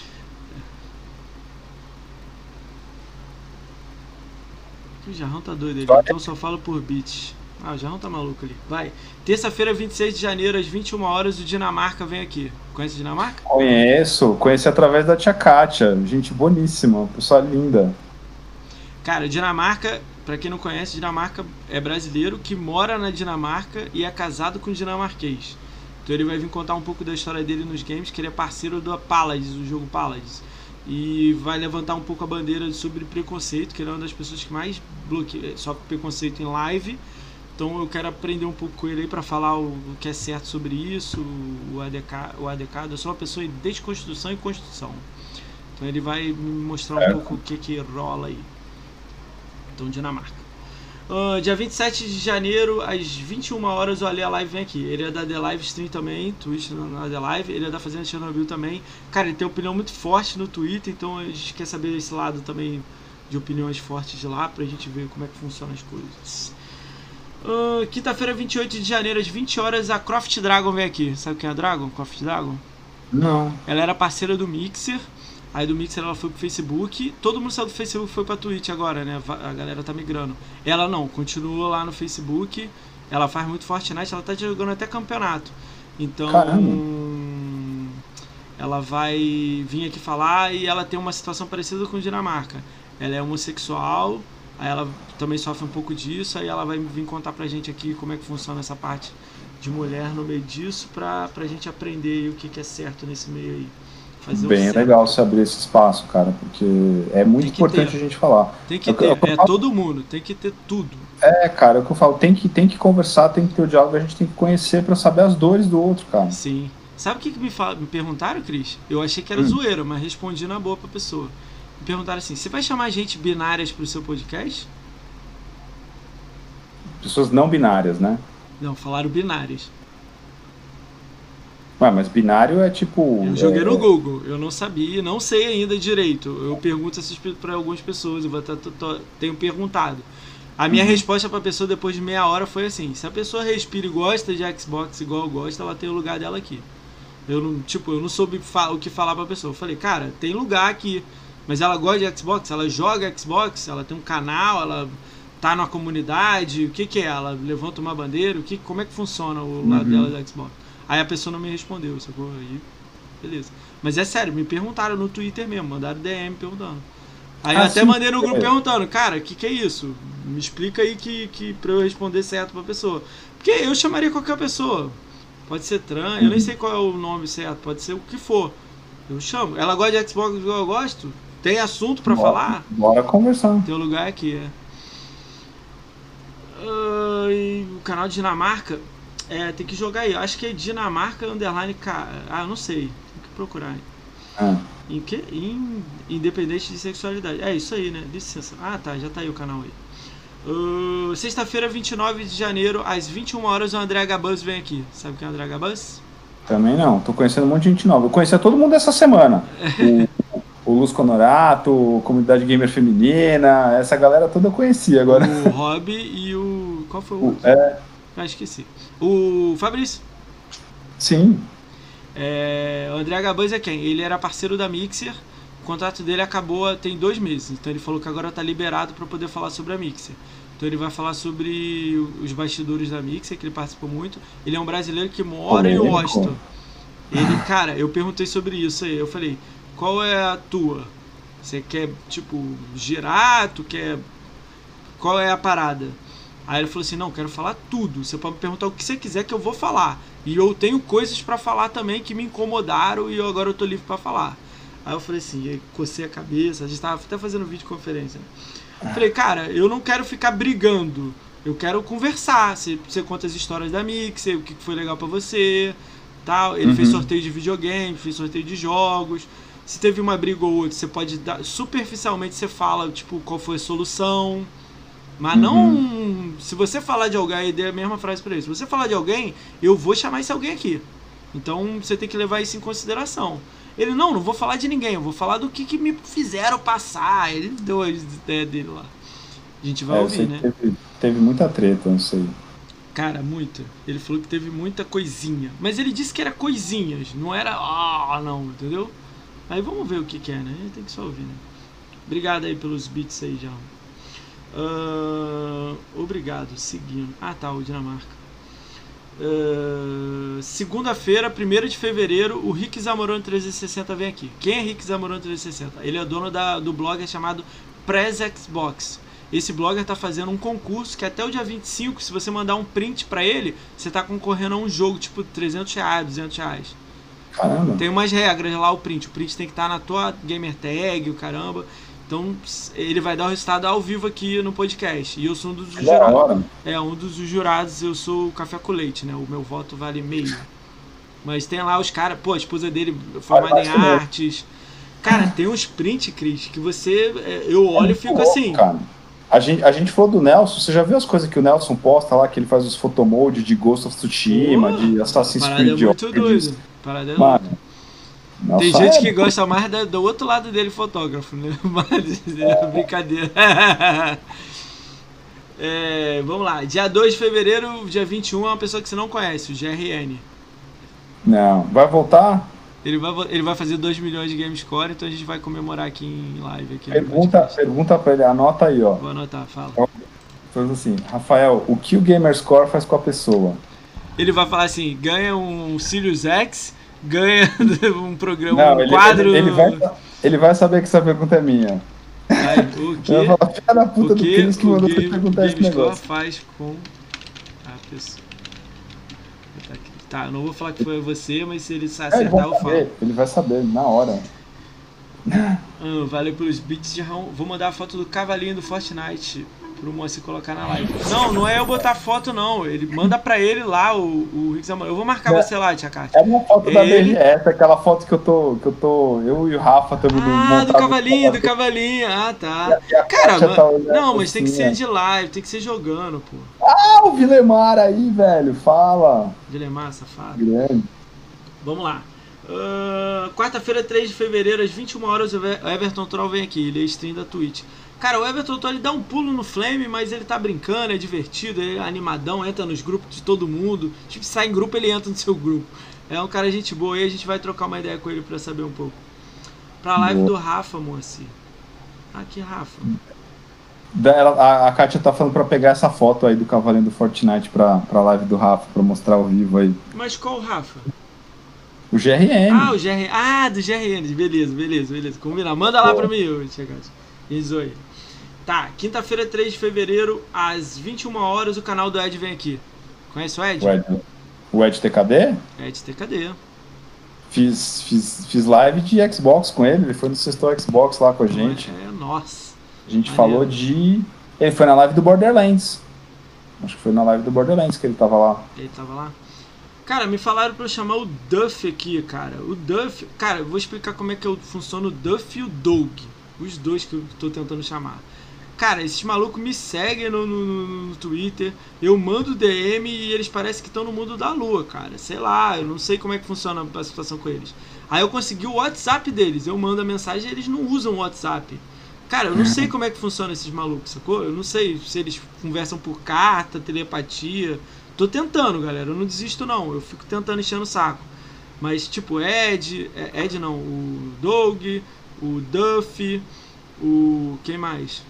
O Jarrão tá doido ali, então só falo por beats. O Jarrão tá maluco ali. Vai. Terça-feira, 26 de janeiro, às 21 horas, o Dinamarca vem aqui. Conhece o Dinamarca? Conheci através da tia Kátia. Gente boníssima, pessoa linda. Cara, Dinamarca, pra quem não conhece, Dinamarca é brasileiro que mora na Dinamarca e é casado com um dinamarquês. Então ele vai vir contar um pouco da história dele nos games, que ele é parceiro do Paladins, do jogo Paladins. E vai levantar um pouco a bandeira sobre preconceito, que ele é uma das pessoas que mais sofre preconceito em live. Então eu quero aprender um pouco com ele aí pra falar o que é certo sobre isso, o ADK. Eu sou uma pessoa de desconstrução e construção. Então ele vai me mostrar um pouco o que rola aí. Então, Dinamarca. Dia 27 de janeiro, às 21 horas, o Ale Live vem aqui. Ele é da The Live Stream também, Twitch na The Live. Ele é da Fazenda Chernobyl também. Cara, ele tem opinião muito forte no Twitter, então a gente quer saber esse lado também de opiniões fortes de lá, pra gente ver como é que funcionam as coisas. Quinta-feira, 28 de janeiro, às 20 horas, a Croft Dragon vem aqui. Sabe quem é a Dragon? Croft Dragon? Não. Ela era parceira do Mixer. Aí do Mixer ela foi pro Facebook. Todo mundo saiu do Facebook e foi pra Twitch agora, né? A galera tá migrando. Ela não, continua lá no Facebook. Ela faz muito Fortnite, ela tá jogando até campeonato. Então, caramba, ela vai vir aqui falar e ela tem uma situação parecida com a Dinamarca. Ela é homossexual, aí ela também sofre um pouco disso, aí ela vai vir contar pra gente aqui como é que funciona essa parte de mulher no meio disso, pra gente aprender o que é certo nesse meio aí. Bem legal você abrir esse espaço, cara, porque é muito importante a gente falar. Tem que ter, todo mundo, tem que ter tudo. Cara, é o que eu falo, tem que conversar, tem que ter o diálogo, a gente tem que conhecer pra saber as dores do outro, cara. Sim. Sabe o que me perguntaram, Cris? Eu achei que era zoeira, mas respondi na boa pra pessoa. Me perguntaram assim, você vai chamar gente binárias pro seu podcast? Pessoas não binárias, né? Não, falaram binárias. Ué, mas binário é tipo... Eu joguei no Google, eu não sabia, não sei ainda direito. Eu pergunto essas para algumas pessoas, tenho perguntado. A minha resposta para a pessoa depois de meia hora foi assim: se a pessoa respira e gosta de Xbox igual eu gosto, ela tem o lugar dela aqui. Eu não soube o que falar para a pessoa. Eu falei, cara, tem lugar aqui, mas ela gosta de Xbox, ela joga Xbox, ela tem um canal, ela tá numa comunidade, o que é? Ela levanta uma bandeira, como é que funciona o lado dela da Xbox? Aí a pessoa não me respondeu, sacou? Aí, beleza. Mas é sério, me perguntaram no Twitter mesmo, mandaram DM perguntando. Aí eu até mandei no grupo perguntando, cara, o que é isso? Me explica aí que pra eu responder certo pra pessoa. Porque eu chamaria qualquer pessoa. Pode ser trans, eu nem sei qual é o nome certo, pode ser o que for. Eu chamo. Ela gosta de Xbox igual eu gosto? Tem assunto pra falar? Bora conversar. Tem um lugar aqui, o canal de Dinamarca... tem que jogar aí. Acho que é Dinamarca _ eu não sei. Tem que procurar. Em que? Independente de sexualidade. É isso aí, né? Licença. Tá. Já tá aí o canal aí. Sexta-feira, 29 de janeiro, às 21 horas, o André Gabuz vem aqui. Sabe quem é o André Gabuz? Também não. Tô conhecendo um monte de gente nova. Eu conheci todo mundo essa semana. O Luz Conorato, Comunidade Gamer Feminina, essa galera toda eu conheci agora. O Rob e o... Qual foi o outro? Esqueci. O Fabrício. Sim. O André Gabuz é quem? Ele era parceiro da Mixer o contrato dele acabou tem 2 meses. Então ele falou que agora tá liberado para poder falar sobre a Mixer. Então ele vai falar sobre os bastidores da Mixer, que ele participou muito. Ele é um brasileiro que mora em Washington. Ele, cara, eu perguntei sobre isso aí. Eu falei, qual é a tua? Você quer, tipo, girar? Tu quer... Qual é a parada? Aí ele falou assim, não, quero falar tudo. Você pode me perguntar o que você quiser que eu vou falar. E eu tenho coisas pra falar também que me incomodaram e agora eu tô livre pra falar. Aí eu falei assim, cocei a cabeça, a gente tava até fazendo videoconferência, né? Falei, cara, eu não quero ficar brigando. Eu quero conversar. Você conta as histórias da Mixer, o que foi legal pra você, tal. Ele fez sorteio de videogame, fez sorteio de jogos. Se teve uma briga ou outra, você pode dar... Superficialmente você fala, tipo, qual foi a solução. Mas não... Se você falar de alguém, eu dei a mesma frase pra ele. Se você falar de alguém, eu vou chamar esse alguém aqui. Então você tem que levar isso em consideração. Ele, não vou falar de ninguém, eu vou falar do que me fizeram passar. Ele deu as ideias dele lá. A gente vai ouvir, né? Teve muita treta, não sei. Cara, muita. Ele falou que teve muita coisinha. Mas ele disse que era coisinhas, não era... não, entendeu? Aí vamos ver o que é, né? Tem que só ouvir, né? Obrigado aí pelos beats aí, já. Obrigado, seguindo. Tá, o Dinamarca. Segunda-feira, 1º de fevereiro, o Rick Zamorano 360 vem aqui. Quem é Rick Zamorano 360? Ele é dono do blogger chamado Press Xbox. Esse blogger tá fazendo um concurso que até o dia 25, se você mandar um print pra ele, você tá concorrendo a um jogo, tipo R$300, R$200. Caramba. Tem umas regras lá, o print tem que estar na tua gamer tag, o caramba. Então ele vai dar o resultado ao vivo aqui no podcast. E eu sou um dos jurados. Um dos jurados, eu sou o café com leite, né? O meu voto vale meio. Mas tem lá os caras, a esposa dele formada em artes. Cara, tem uns print, Cris, que você... Eu olho e fico assim... Cara. A gente falou do Nelson, você já viu as coisas que o Nelson posta lá, que ele faz os photomode de Ghost of Tsushima, de Assassin's Creed. Parada é muito doido. Parada é doido. Tem gente que gosta mais do outro lado dele, fotógrafo, né? Mas brincadeira. Vamos lá. Dia 2 de fevereiro, dia 21, é uma pessoa que você não conhece, o GRN. Não. Vai voltar? Ele vai fazer 2 milhões de GameScore, então a gente vai comemorar aqui em live. Aqui pergunta pra ele, anota aí, ó. Vou anotar, fala. Faz assim, Rafael, o que o Gamerscore faz com a pessoa? Ele vai falar assim, ganha um Sirius X, ganha um programa, um quadro... Ele vai saber que essa pergunta é minha. O que? Eu vou falar, filha da puta do Cris que mandou você perguntar esse negócio. O que faz com a pessoa? Tá, eu não vou falar que foi você, mas se ele acertar, eu falo. Ele vai saber, na hora. Valeu pelos beats de Raul. Vou mandar a foto do cavalinho do Fortnite pro Moacir colocar na live. Não é eu botar foto, não. Ele manda pra ele lá, o Rick Zamorano. Eu vou marcar você lá, Tia Kátia. É uma foto da BGS, aquela foto que eu tô. Eu e o Rafa estamos do cavalinho. Tá. Cara, mas tem que ser de live, tem que ser jogando, pô. O Vilemar aí, velho, fala. Vilemar, safado. Grande. Vamos lá. Quarta-feira, 3 de fevereiro, às 21 horas, o Everton Troll vem aqui. Ele é stream da Twitch. Cara, o Everton Troll, ele dá um pulo no Flame, mas ele tá brincando, é divertido, ele é animadão, entra nos grupos de todo mundo. Tipo, sai em grupo, ele entra no seu grupo. É um cara gente boa e a gente vai trocar uma ideia com ele pra saber um pouco. Pra live do Rafa, Moacir. Aqui, Rafa. A Kátia tá falando pra pegar essa foto aí do cavalinho do Fortnite pra live do Rafa, pra mostrar ao vivo aí. Mas qual o Rafa? O GRN. O GRN. Do GRN. Beleza. Combina. Manda lá pra mim, Zoe. Tá, quinta-feira, 3 de fevereiro, às 21 horas, o canal do Ed vem aqui. Conhece o Ed? O Ed TKD? Ed TKD. Fiz live de Xbox com ele foi no Sextou Xbox lá com a gente. Nossa. A gente falou de... Ele foi na live do Borderlands. Acho que foi na live do Borderlands que ele tava lá. Cara, me falaram pra eu chamar o Duff aqui, cara. O Duff... Cara, eu vou explicar como é que funciona o Duff e o Doug. Os dois que eu tô tentando chamar. Cara, esses malucos me seguem no Twitter, eu mando DM e eles parecem que estão no mundo da lua, cara. Sei lá, eu não sei como é que funciona a situação com eles. Aí eu consegui o WhatsApp deles, eu mando a mensagem e eles não usam o WhatsApp. Cara, eu não sei como é que funciona esses malucos, sacou? Eu não sei se eles conversam por carta, telepatia. Tô tentando, galera, eu não desisto não, eu fico tentando enchendo o saco. Mas tipo, o Doug, o Duff, o... quem mais?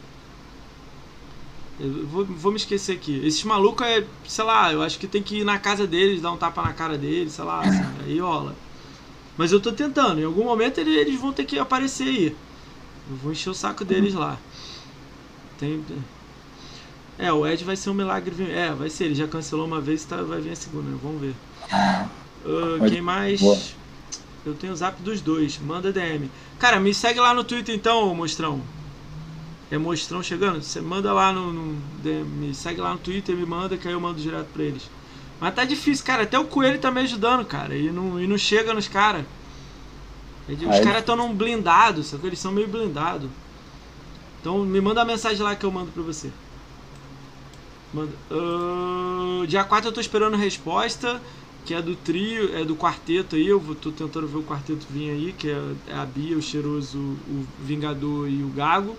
Eu vou me esquecer aqui. Esses malucos sei lá, eu acho que tem que ir na casa deles, dar um tapa na cara deles, sei lá, assim, aí rola. Mas eu tô tentando, em algum momento eles vão ter que aparecer aí. Eu vou encher o saco deles lá. O Ed vai ser um milagre. Vai ser, ele já cancelou uma vez, vai vir a segunda, né? Vamos ver. Quem mais? Boa. Eu tenho o zap dos dois, manda DM. Cara, me segue lá no Twitter então, Mostrão. É Mostrão chegando? Você manda lá me segue lá no Twitter, me manda, que aí eu mando direto pra eles. Mas tá difícil, cara. Até o Coelho tá me ajudando, cara. E não chega nos caras. Os caras estão num blindado, só que eles são meio blindados. Então me manda a mensagem lá que eu mando pra você. Manda. Dia 4 eu tô esperando resposta, que é do trio, é do quarteto aí. Eu tô tentando ver o quarteto vir aí, que é a Bia, o Cheiroso, o Vingador e o Gago.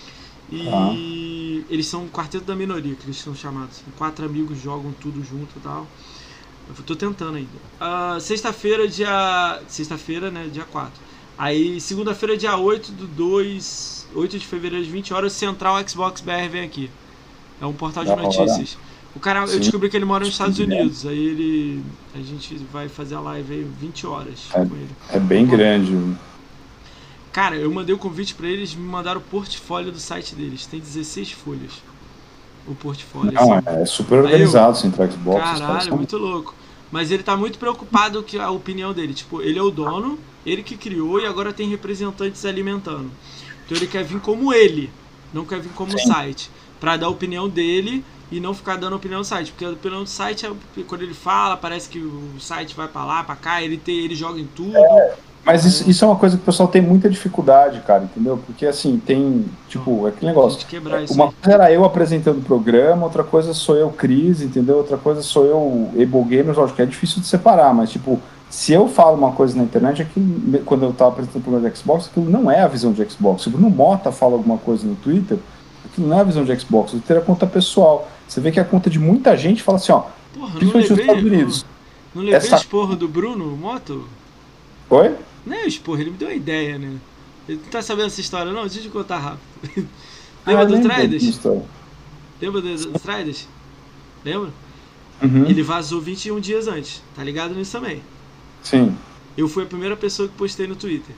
E eles são o quarteto da minoria, que eles são chamados. 4 amigos jogam tudo junto e tal. Eu tô tentando ainda. Sexta-feira, né, dia 4. Aí, segunda-feira, dia 8 de fevereiro, às 20 horas, Central Xbox BR vem aqui. É um portal de notícias. O cara, eu descobri que ele mora nos Estados Unidos. Aí a gente vai fazer a live aí 20 horas com ele. É bem grande. Cara, eu mandei o convite pra eles, me mandaram o portfólio do site deles. Tem 16 folhas. O portfólio. Não, assim. É super organizado, Central Xbox. Caralho, muito louco. Mas ele tá muito preocupado com a opinião dele. Tipo, ele é o dono, ele que criou e agora tem representantes alimentando. Então ele quer vir como ele, não quer vir como site. Pra dar a opinião dele e não ficar dando opinião do site. Porque a opinião do site, quando ele fala, parece que o site vai pra lá, pra cá, ele joga em tudo. Mas isso é uma coisa que o pessoal tem muita dificuldade, cara, entendeu? Porque assim, tem, tipo, aquele negócio. Uma coisa era eu apresentando o programa, outra coisa sou eu, Cris, entendeu? Outra coisa sou eu, Able Gamers, lógico que é difícil de separar, mas tipo, se eu falo uma coisa na internet, aquilo, quando eu tava apresentando o programa de Xbox, aquilo não é a visão de Xbox. Se o Bruno Mota fala alguma coisa no Twitter, aquilo não é a visão de Xbox, o Twitter é a conta pessoal. Você vê que a conta de muita gente fala assim, ó, principalmente nos Estados Unidos. Não levei o esporro do Bruno Moto? Oi? Não é o esporro, ele me deu uma ideia, né? Ele não tá sabendo essa história não? Deixa eu contar rápido. Lembra do Triders? Lembra dos Triders? Lembra? Uhum. Ele vazou 21 dias antes, tá ligado nisso também? Sim. Eu fui a primeira pessoa que postei no Twitter.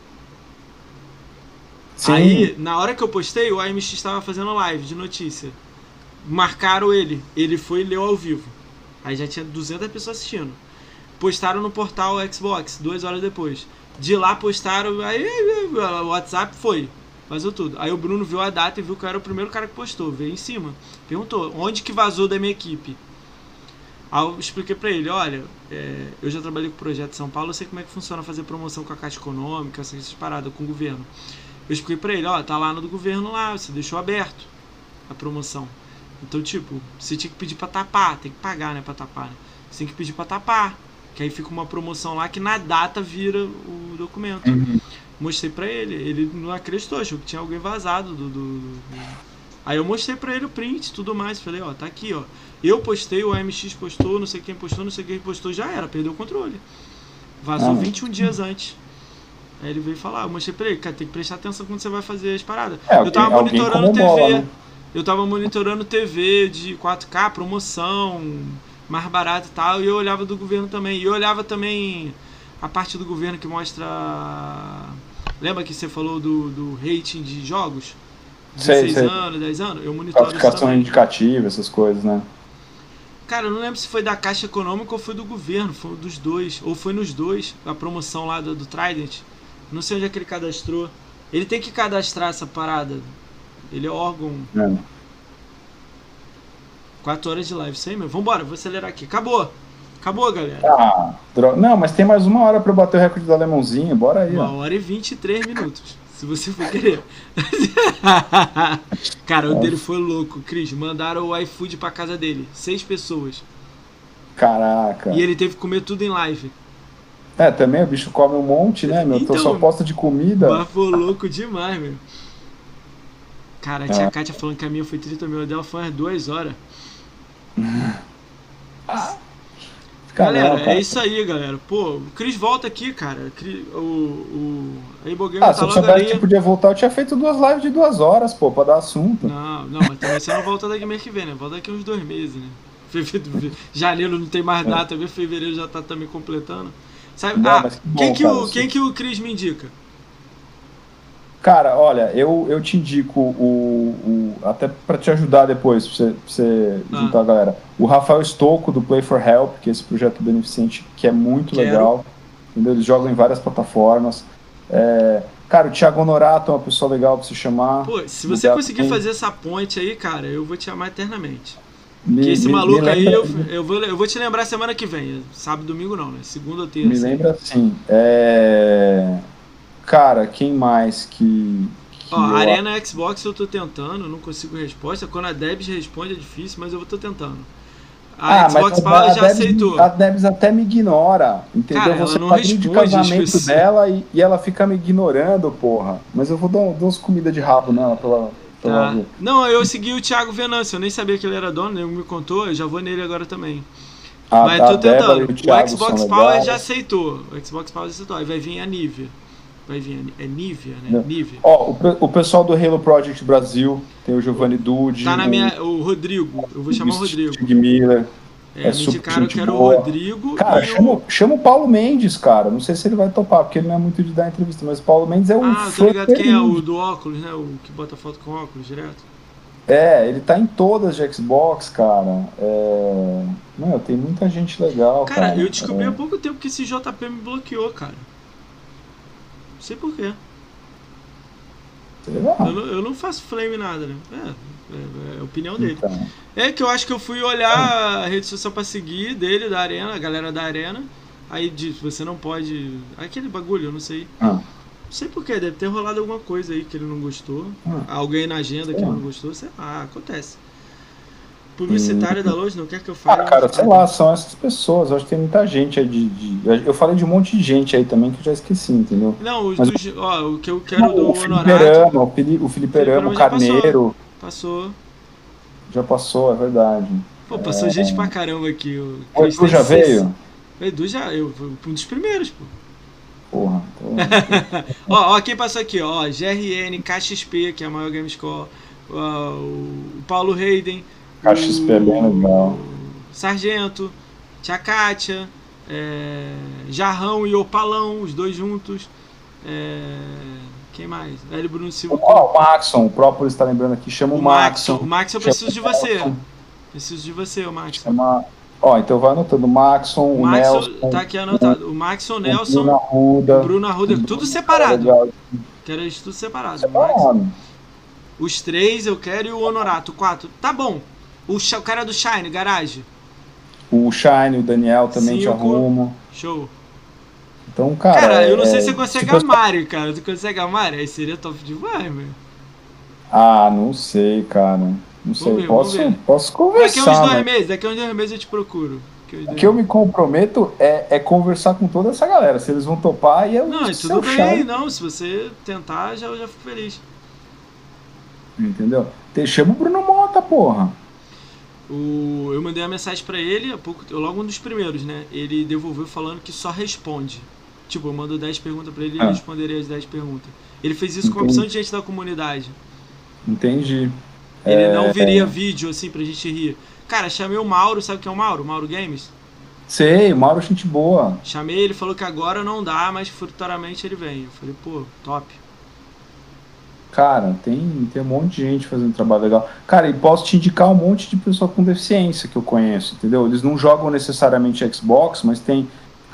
Sim. Aí, na hora que eu postei, o AMX estava fazendo live de notícia. Marcaram ele foi e leu ao vivo. Aí já tinha 200 pessoas assistindo. Postaram no portal Xbox, 2 horas depois. De lá postaram, aí o WhatsApp vazou tudo. Aí o Bruno viu a data e viu que eu era o primeiro cara que postou, veio em cima. Perguntou, onde que vazou da minha equipe? Aí eu expliquei pra ele, olha, eu já trabalhei com o Projeto São Paulo, eu sei como é que funciona fazer promoção com a Caixa Econômica, essas paradas com o governo. Eu expliquei pra ele, ó, tá lá no do governo lá, você deixou aberto a promoção. Então, tipo, você tinha que pedir pra tapar, tem que pagar, né, pra tapar, né? Você tem que pedir pra tapar. Que aí fica uma promoção lá que na data vira o documento. Uhum. Mostrei pra ele não acreditou, achou que tinha alguém vazado Aí eu mostrei pra ele o print e tudo mais. Falei, ó, tá aqui, ó. Eu postei, o AMX postou, não sei quem postou, já era, perdeu o controle. Vazou 21 dias antes. Aí ele veio falar, eu mostrei pra ele, cara, tem que prestar atenção quando você vai fazer as paradas. Eu tava monitorando TV. Bola, né? Eu tava monitorando TV de 4K, promoção, mais barato e tal, e eu olhava do governo também. E eu olhava também a parte do governo que mostra... Lembra que você falou do rating de jogos? 16 anos, 10 anos? Eu monitoro isso também. Classificação indicativa, essas coisas, né? Cara, eu não lembro se foi da Caixa Econômica ou foi do governo, foi dos dois. Ou foi nos dois, a promoção lá do Trident. Não sei onde é que ele cadastrou. Ele tem que cadastrar essa parada. Ele é órgão... 4 horas de live, isso aí, meu. Vambora, vou acelerar aqui. Acabou, galera. Não, mas tem mais 1 hora pra eu bater o recorde do alemãozinho. Bora aí. 1 hora e 23 minutos. Se você for querer. Cara, o dele foi louco, Cris. Mandaram o iFood pra casa dele. 6 pessoas. Caraca. E ele teve que comer tudo em live. Também o bicho come um monte, né, meu? Então, só posta de comida. Mas foi louco demais, meu. Cara, a tia Kátia falando que a minha foi 30 mil, a dela foi umas 2 horas. Galera, é isso aí, galera. Pô, o Cris volta aqui, cara. A Ibogamer tá se eu logo soubesse ali. que podia voltar, eu tinha feito 2 lives de 2 horas, pô, pra dar assunto. Não, mas também você não volta da Gamer que vem, né? Volta daqui uns 2 meses, né? Janeiro não tem mais data, fevereiro já tá também completando. Sabe? Não, mas que bom, quem que o Cris me indica? Cara, olha, eu te indico até pra te ajudar depois, pra você juntar a galera. O Rafael Stocco, do Play for Help, que é esse projeto beneficente que é muito legal. Entendeu? Eles jogam em várias plataformas. Cara, o Thiago Honorato é uma pessoa legal pra se chamar. Pô, se você conseguir fazer essa ponte aí, cara, eu vou te amar eternamente. Porque esse maluco aí, eu vou te lembrar semana que vem. Sábado, domingo não, né? Segunda ou terça. Me lembra assim. Cara, quem mais que Arena Xbox eu tô tentando, não consigo resposta. Quando a Debs responde é difícil, mas eu tô tentando. A Xbox Power já aceitou. A Debs até me ignora, entendeu? Cara, você não responde de casamento dela e ela fica me ignorando, porra. Mas eu vou dar umas comidas de rabo nela pela Não, eu segui o Thiago Venâncio, eu nem sabia que ele era dono, ele me contou, eu já vou nele agora também. Mas tô tentando. O Xbox Power já aceitou. O Xbox Power já aceitou. Aí vai vir a Nivea. Vai vir Nivea, né? Nivea. O pessoal do Halo Project Brasil, tem o Giovanni Dude. Tá o Rodrigo, eu vou chamar o Rodrigo. Stig Miller. Me indicaram que era o Rodrigo. Cara, chama o Paulo Mendes, cara. Não sei se ele vai topar, porque ele não é muito de dar entrevista, mas o Paulo Mendes é um eu tô ligado quem é o do óculos, né? O que bota foto com óculos direto. Ele tá em todas de Xbox, cara. Não, tem muita gente legal, cara. Eu descobri há pouco tempo que esse JP me bloqueou, cara. Não sei porquê. Eu não faço flame nada, né? É a opinião dele. Então. É que eu acho que eu fui olhar a rede social pra seguir dele, da Arena, a galera da Arena. Aí disse, você não pode... Aquele bagulho, eu não sei. Não sei porquê, deve ter rolado alguma coisa aí que ele não gostou. Alguém na agenda que ele não gostou, sei lá, acontece. Publicitário da loja não quer que eu fale. Cara, sei lá, são essas pessoas. Eu acho que tem muita gente aí eu falei de um monte de gente aí também que eu já esqueci, entendeu? Não, o que eu quero do Honorato. O Felipe Eramo, o Carneiro. Passou. Já passou, é verdade. Pô, passou gente pra caramba aqui. O Edu já veio? O Edu já, um dos primeiros, pô. Porra. Ó, quem passou aqui, ó. GRN, KXP, que é a maior game score. O Paulo Hayden. KXP é bem legal. Sargento, Tia Kátia, Jarrão e Opalão, os dois juntos. Quem mais? Hélio Bruno Silva. O Maxon, o próprio está lembrando aqui, chama o Maxon. O Maxon, eu preciso de você. Preciso de você, o Maxon. Então vai anotando o Maxon, o Nelson. Tá aqui anotado. O Maxon, o Nelson, o Bruno Arruda, tudo separado. Quero isso tudo separado. Os 3 eu quero e o Honorato, 4. Tá bom. O cara do Shine, Garage. O Shine, o Daniel também 5. Te arrumo. Show. Então, cara... Cara, eu não sei se você consegue a Mario, cara. Tu consegue a Mario? Aí seria top demais, velho. Não sei, cara. Não sei. Posso conversar. Daqui a uns 2 meses eu te procuro. O que eu me comprometo é conversar com toda essa galera. Se eles vão topar, tudo bem. Não, se você tentar, já fico feliz. Entendeu? Chama o Bruno Mota, porra. Eu mandei uma mensagem pra ele, logo um dos primeiros, né? Ele devolveu falando que só responde. Tipo, eu mando 10 perguntas pra ele e ele responderia as 10 perguntas. Ele fez isso com a opção de gente da comunidade. Entendi. Ele não viria vídeo, assim, pra gente rir. Cara, chamei o Mauro, sabe o que é o Mauro? Mauro Games? Sei, o Mauro é gente boa. Chamei, ele falou que agora não dá, mas futuramente ele vem. Eu falei, pô, top. Cara, tem um monte de gente fazendo trabalho legal. Cara, e posso te indicar um monte de pessoa com deficiência que eu conheço, entendeu? Eles não jogam necessariamente Xbox, mas tem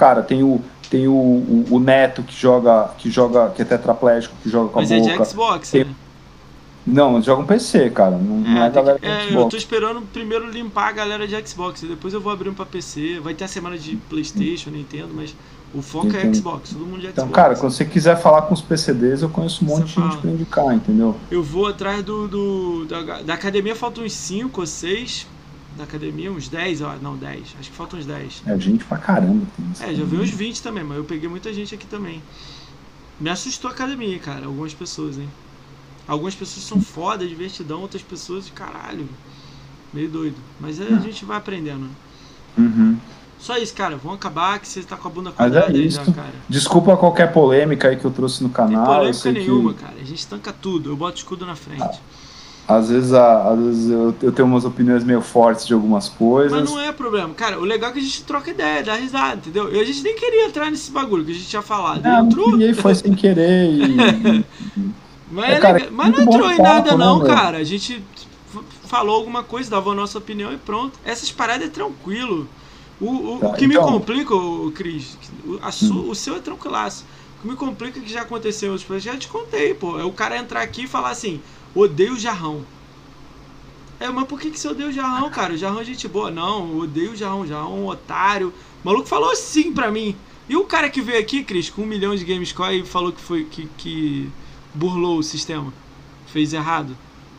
o Neto que é tetraplégico, que joga com a boca. Mas é de Xbox, né? Não, eles jogam PC, cara. Não é a galera de Xbox. Eu tô esperando primeiro limpar a galera de Xbox, e depois eu vou abrir um pra PC. Vai ter a semana de PlayStation, Nintendo, mas o foco é Xbox, todo mundo de Xbox. Então, cara, quando você quiser falar com os PCDs, eu conheço um monte de gente pra indicar, entendeu? Eu vou atrás da academia, faltam uns 5 ou 6. Da academia, uns 10, não, 10. Acho que faltam uns 10. Gente pra caramba. Já veio uns 20 também, mas eu peguei muita gente aqui também. Me assustou a academia, cara, algumas pessoas, hein? Algumas pessoas são foda, divertidão, outras pessoas, caralho, meio doido. Mas a gente vai aprendendo. Só isso, cara. Vamos acabar que você tá com a bunda quadrada aí já, cara. Desculpa qualquer polêmica aí que eu trouxe no canal. Não tem polêmica nenhuma, cara. A gente tanca tudo. Eu boto escudo na frente. Às vezes eu tenho umas opiniões meio fortes de algumas coisas. Mas não é problema. Cara, o legal é que a gente troca ideia, dá risada, entendeu? E a gente nem queria entrar nesse bagulho que a gente tinha falado. Não queria, foi sem querer. Mas, cara, mas não entrou em nada não, cara. A gente falou alguma coisa, dava a nossa opinião e pronto. Essas paradas é tranquilo. O que me complica, Cris, o seu é tranquilaço. O que me complica é que já aconteceu em outros projetos, já te contei, pô. É o cara entrar aqui e falar assim, odeio o Jarrão. Mas por que você odeia o Jarrão, cara? O Jarrão é gente boa. Não, eu odeio o Jarrão. O Jarrão é um otário. O maluco falou assim pra mim. E o cara que veio aqui, Cris, com 1 milhão de Gamescore e falou que foi que burlou o sistema. Fez errado.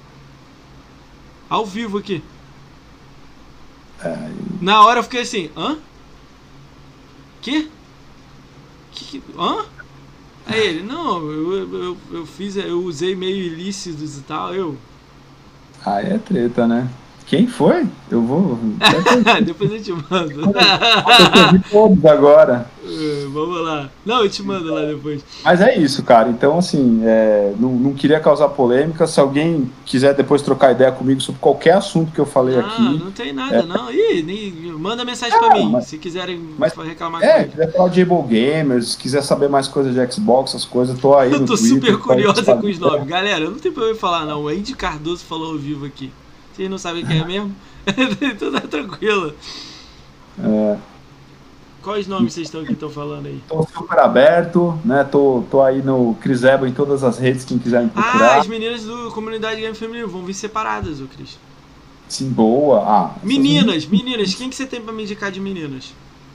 Ao vivo aqui. Na hora eu fiquei assim, hã? Que? Hã? Aí ele, não, eu fiz, eu usei meio ilícitos e tal, Aí é treta, né? Quem foi? Eu vou... Depois eu te mando. Eu vi todos agora. Vamos lá. Não, eu te mando lá depois. Mas é isso, cara. Então, assim, não queria causar polêmica. Se alguém quiser depois trocar ideia comigo sobre qualquer assunto que eu falei aqui... Não tem nada, não. Manda mensagem pra mim, se quiserem reclamar comigo. Quiser falar de Able Gamers, se quiser saber mais coisas de Xbox, essas coisas, tô aí no Twitter. Eu tô super curiosa com os nomes. Galera, eu não tenho problema em falar, não. O Andy Cardoso falou ao vivo aqui. Vocês não sabem quem é mesmo? Então tá tranquilo. Quais nomes vocês estão falando aí? Tô super aberto, né? Tô aí no Cris Ebo em todas as redes, quem quiser me procurar. As meninas do Comunidade Game Feminino vão vir separadas, ô Cris. Sim, boa. Meninas, quem que você tem pra me indicar de meninas?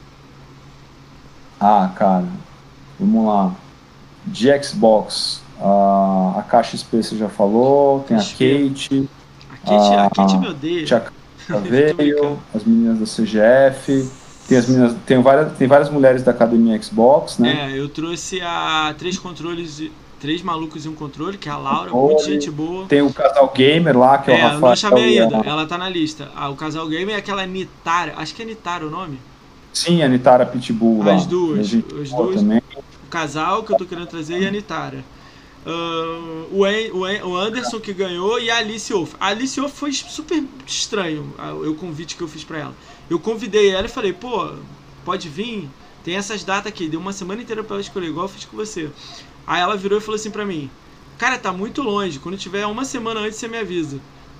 Cara, vamos lá. De Xbox, a KXP você já falou, tem a Kate... A Kate me odeia. Já veio, as meninas da CGF, tem várias mulheres da Academia Xbox, né? Eu trouxe a 3 controles, 3 malucos e um controle, que é a Laura, muita gente boa. Tem o Casal Gamer lá, que é o Rafael. Eu não chamei ainda, ela tá na lista. O Casal Gamer é aquela Nitara, acho que é Nitara o nome? Sim, a Nitara Pitbull lá. As duas também. O Casal que eu tô querendo trazer e a Nitara. O Anderson que ganhou e a Alice Wolf. A Alice Wolf foi super estranho o convite que eu fiz pra ela. Eu convidei ela e falei, pô, pode vir? Tem essas datas aqui. Deu uma semana inteira pra ela escolher, igual eu fiz com você. Aí ela virou e falou assim pra mim, cara, tá muito longe, quando tiver uma semana antes você me avisa.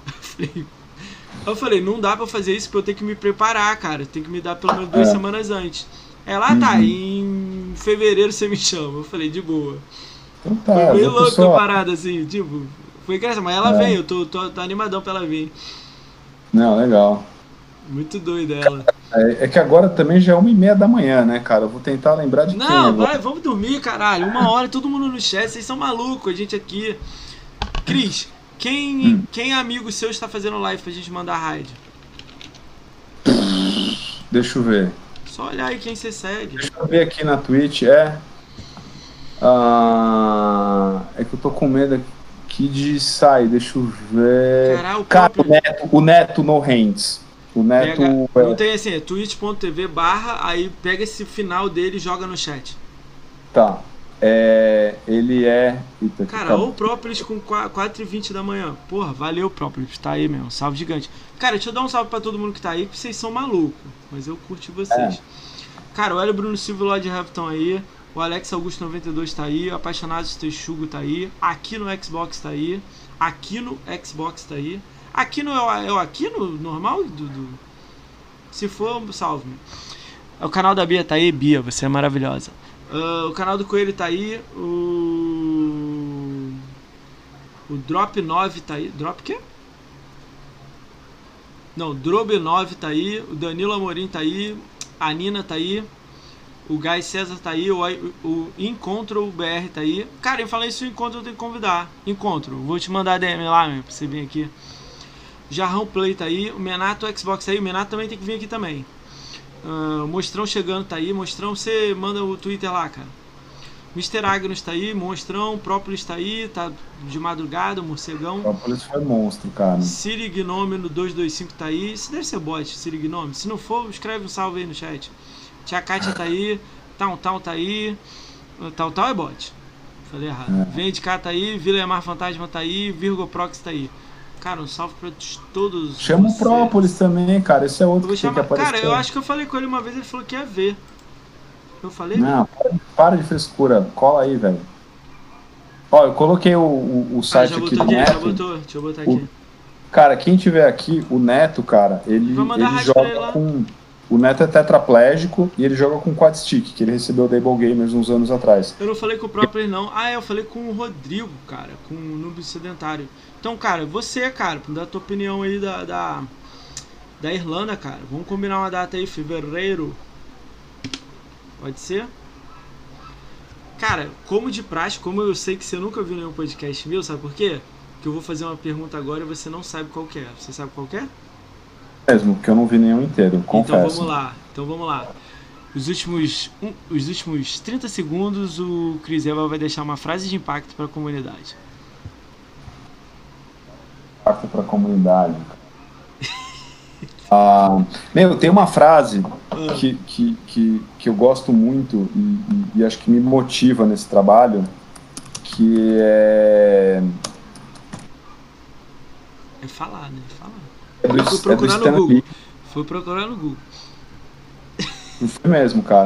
Eu falei, não dá pra fazer isso porque eu tenho que me preparar, cara. Tem que me dar pelo menos 2 semanas antes. Ela, em fevereiro você me chama. Eu falei, de boa. Então tá, foi meio louco a parada, assim, tipo, foi engraçado, mas ela veio, eu tô animadão pra ela vir. Não, legal. Muito doida ela. É que agora também já é 1h30 da manhã, né, cara? Eu vou tentar lembrar de quem agora. Vamos dormir, caralho. 1 hora, todo mundo no chat, vocês são malucos, a gente aqui. Cris, quem amigo seu está fazendo live pra gente mandar raid? Deixa eu ver. Só olhar aí quem você segue. Deixa eu ver aqui na Twitch, é que eu tô com medo aqui de sair, deixa eu ver. Cara, o Neto No Hands. O Neto. Não tem assim, é twitch.tv/ aí pega esse final dele e joga no chat. Tá. Ele é. Eita, cara, o Própolis com 4h20 da manhã. Porra, valeu, Própolis. Tá aí mesmo. Salve gigante. Cara, deixa eu dar um salve pra todo mundo que tá aí, porque vocês são malucos. Mas eu curti vocês. Cara, o Hélio Bruno Silva lá de Rap estão aí. O Alex Augusto 92 tá aí. O Apaixonados Texugo tá aí. Aqui no Xbox tá aí. Aqui no Xbox tá aí. Aqui no é o aqui no normal? Se for, salve-me. O canal da Bia tá aí. Bia, você é maravilhosa. O canal do Coelho tá aí. O Drop 9 tá aí. Drop o quê? Não, Drobe 9 tá aí. O Danilo Amorim tá aí. A Nina tá aí. O Guy César tá aí. O Encontro BR tá aí. Cara, em falar isso, o Encontro eu tenho que convidar. Encontro, vou te mandar DM lá, meu, pra você vir aqui. Jarrão Play tá aí. O Menato Xbox tá aí. O Menato também tem que vir aqui também. Mostrão chegando tá aí. Mostrão, você manda o Twitter lá, cara. Mr. Agnes tá aí, Monstrão, Própolis tá aí, tá de madrugada, Morcegão. Própolis foi monstro, cara. Siri Gnome no 225 tá aí. Isso deve ser bot, Siri Gnome. Se não for, escreve um salve aí no chat. Tia Kátia tá aí, Tal tá aí. Tal é bot. Falei errado. Vem de cá tá aí, Vila Mar Fantasma tá aí, Virgo Prox tá aí. Cara, um salve pra todos. Chama o Própolis também, cara. Esse é outro que tem que aparecer. Cara, eu acho que eu falei com ele uma vez, ele falou que ia ver. Eu falei? Não, para de frescura. Cola aí, velho. Ó, eu coloquei o site aqui do Neto. Deixa eu botar aqui. Cara, quem tiver aqui, o Neto, cara, ele joga com... O Neto é tetraplégico e ele joga com quad stick, que ele recebeu da Able Gamers uns anos atrás. Eu não falei com o próprio não. Eu falei com o Rodrigo, cara, com o Noob Sedentário. Então, cara, você, cara, pra dar a tua opinião aí da Irlanda, cara. Vamos combinar uma data aí, fevereiro. Pode ser? Cara, como de praxe, como eu sei que você nunca viu nenhum podcast meu, sabe por quê? Que eu vou fazer uma pergunta agora e você não sabe qual que é. Você sabe qual que é? Mesmo, porque eu não vi nenhum inteiro, confesso. Então vamos lá. Os últimos 30 segundos, o Chris Eva vai deixar uma frase de impacto para a comunidade. Impacto para a comunidade. Tem uma frase que eu gosto muito e acho que me motiva nesse trabalho, que é... É falar, né? Falar. Fui procurar no Google. Foi mesmo, cara.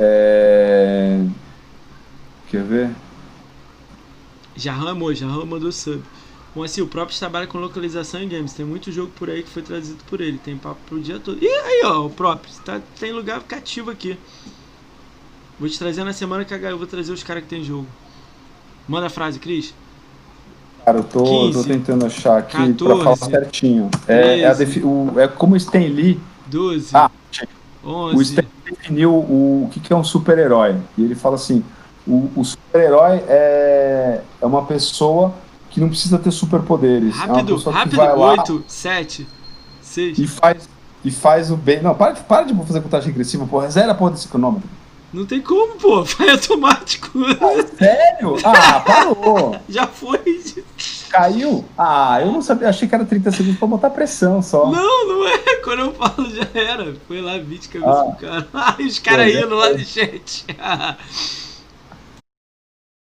Quer ver? Jarram mandou sub. Bom, assim, o próprio trabalha com localização em games. Tem muito jogo por aí que foi traduzido por ele. Tem papo pro dia todo. E aí, ó, o próprio. Tem lugar cativo aqui. Vou te trazer na semana que eu vou trazer os caras que tem jogo. Manda a frase, Cris. Cara, eu tô tentando achar aqui 14, pra falar certinho. É como o Stan Lee... 12, 11... O Stan Lee definiu o que é um super-herói. E ele fala assim, o super-herói é uma pessoa que não precisa ter superpoderes. Rápido, que vai 8, lá 7, 6... E faz o bem... Não, para de fazer contagem regressiva, porra. Zero a porra desse cronômetro. Não tem como, pô. Vai automático. Sério? Parou. Já foi. Caiu? Eu não sabia. Achei que era 30 segundos pra botar pressão só. Não é. Quando eu falo já era. Foi lá, 20 cabeça do cara. Os caras rindo lá no chat.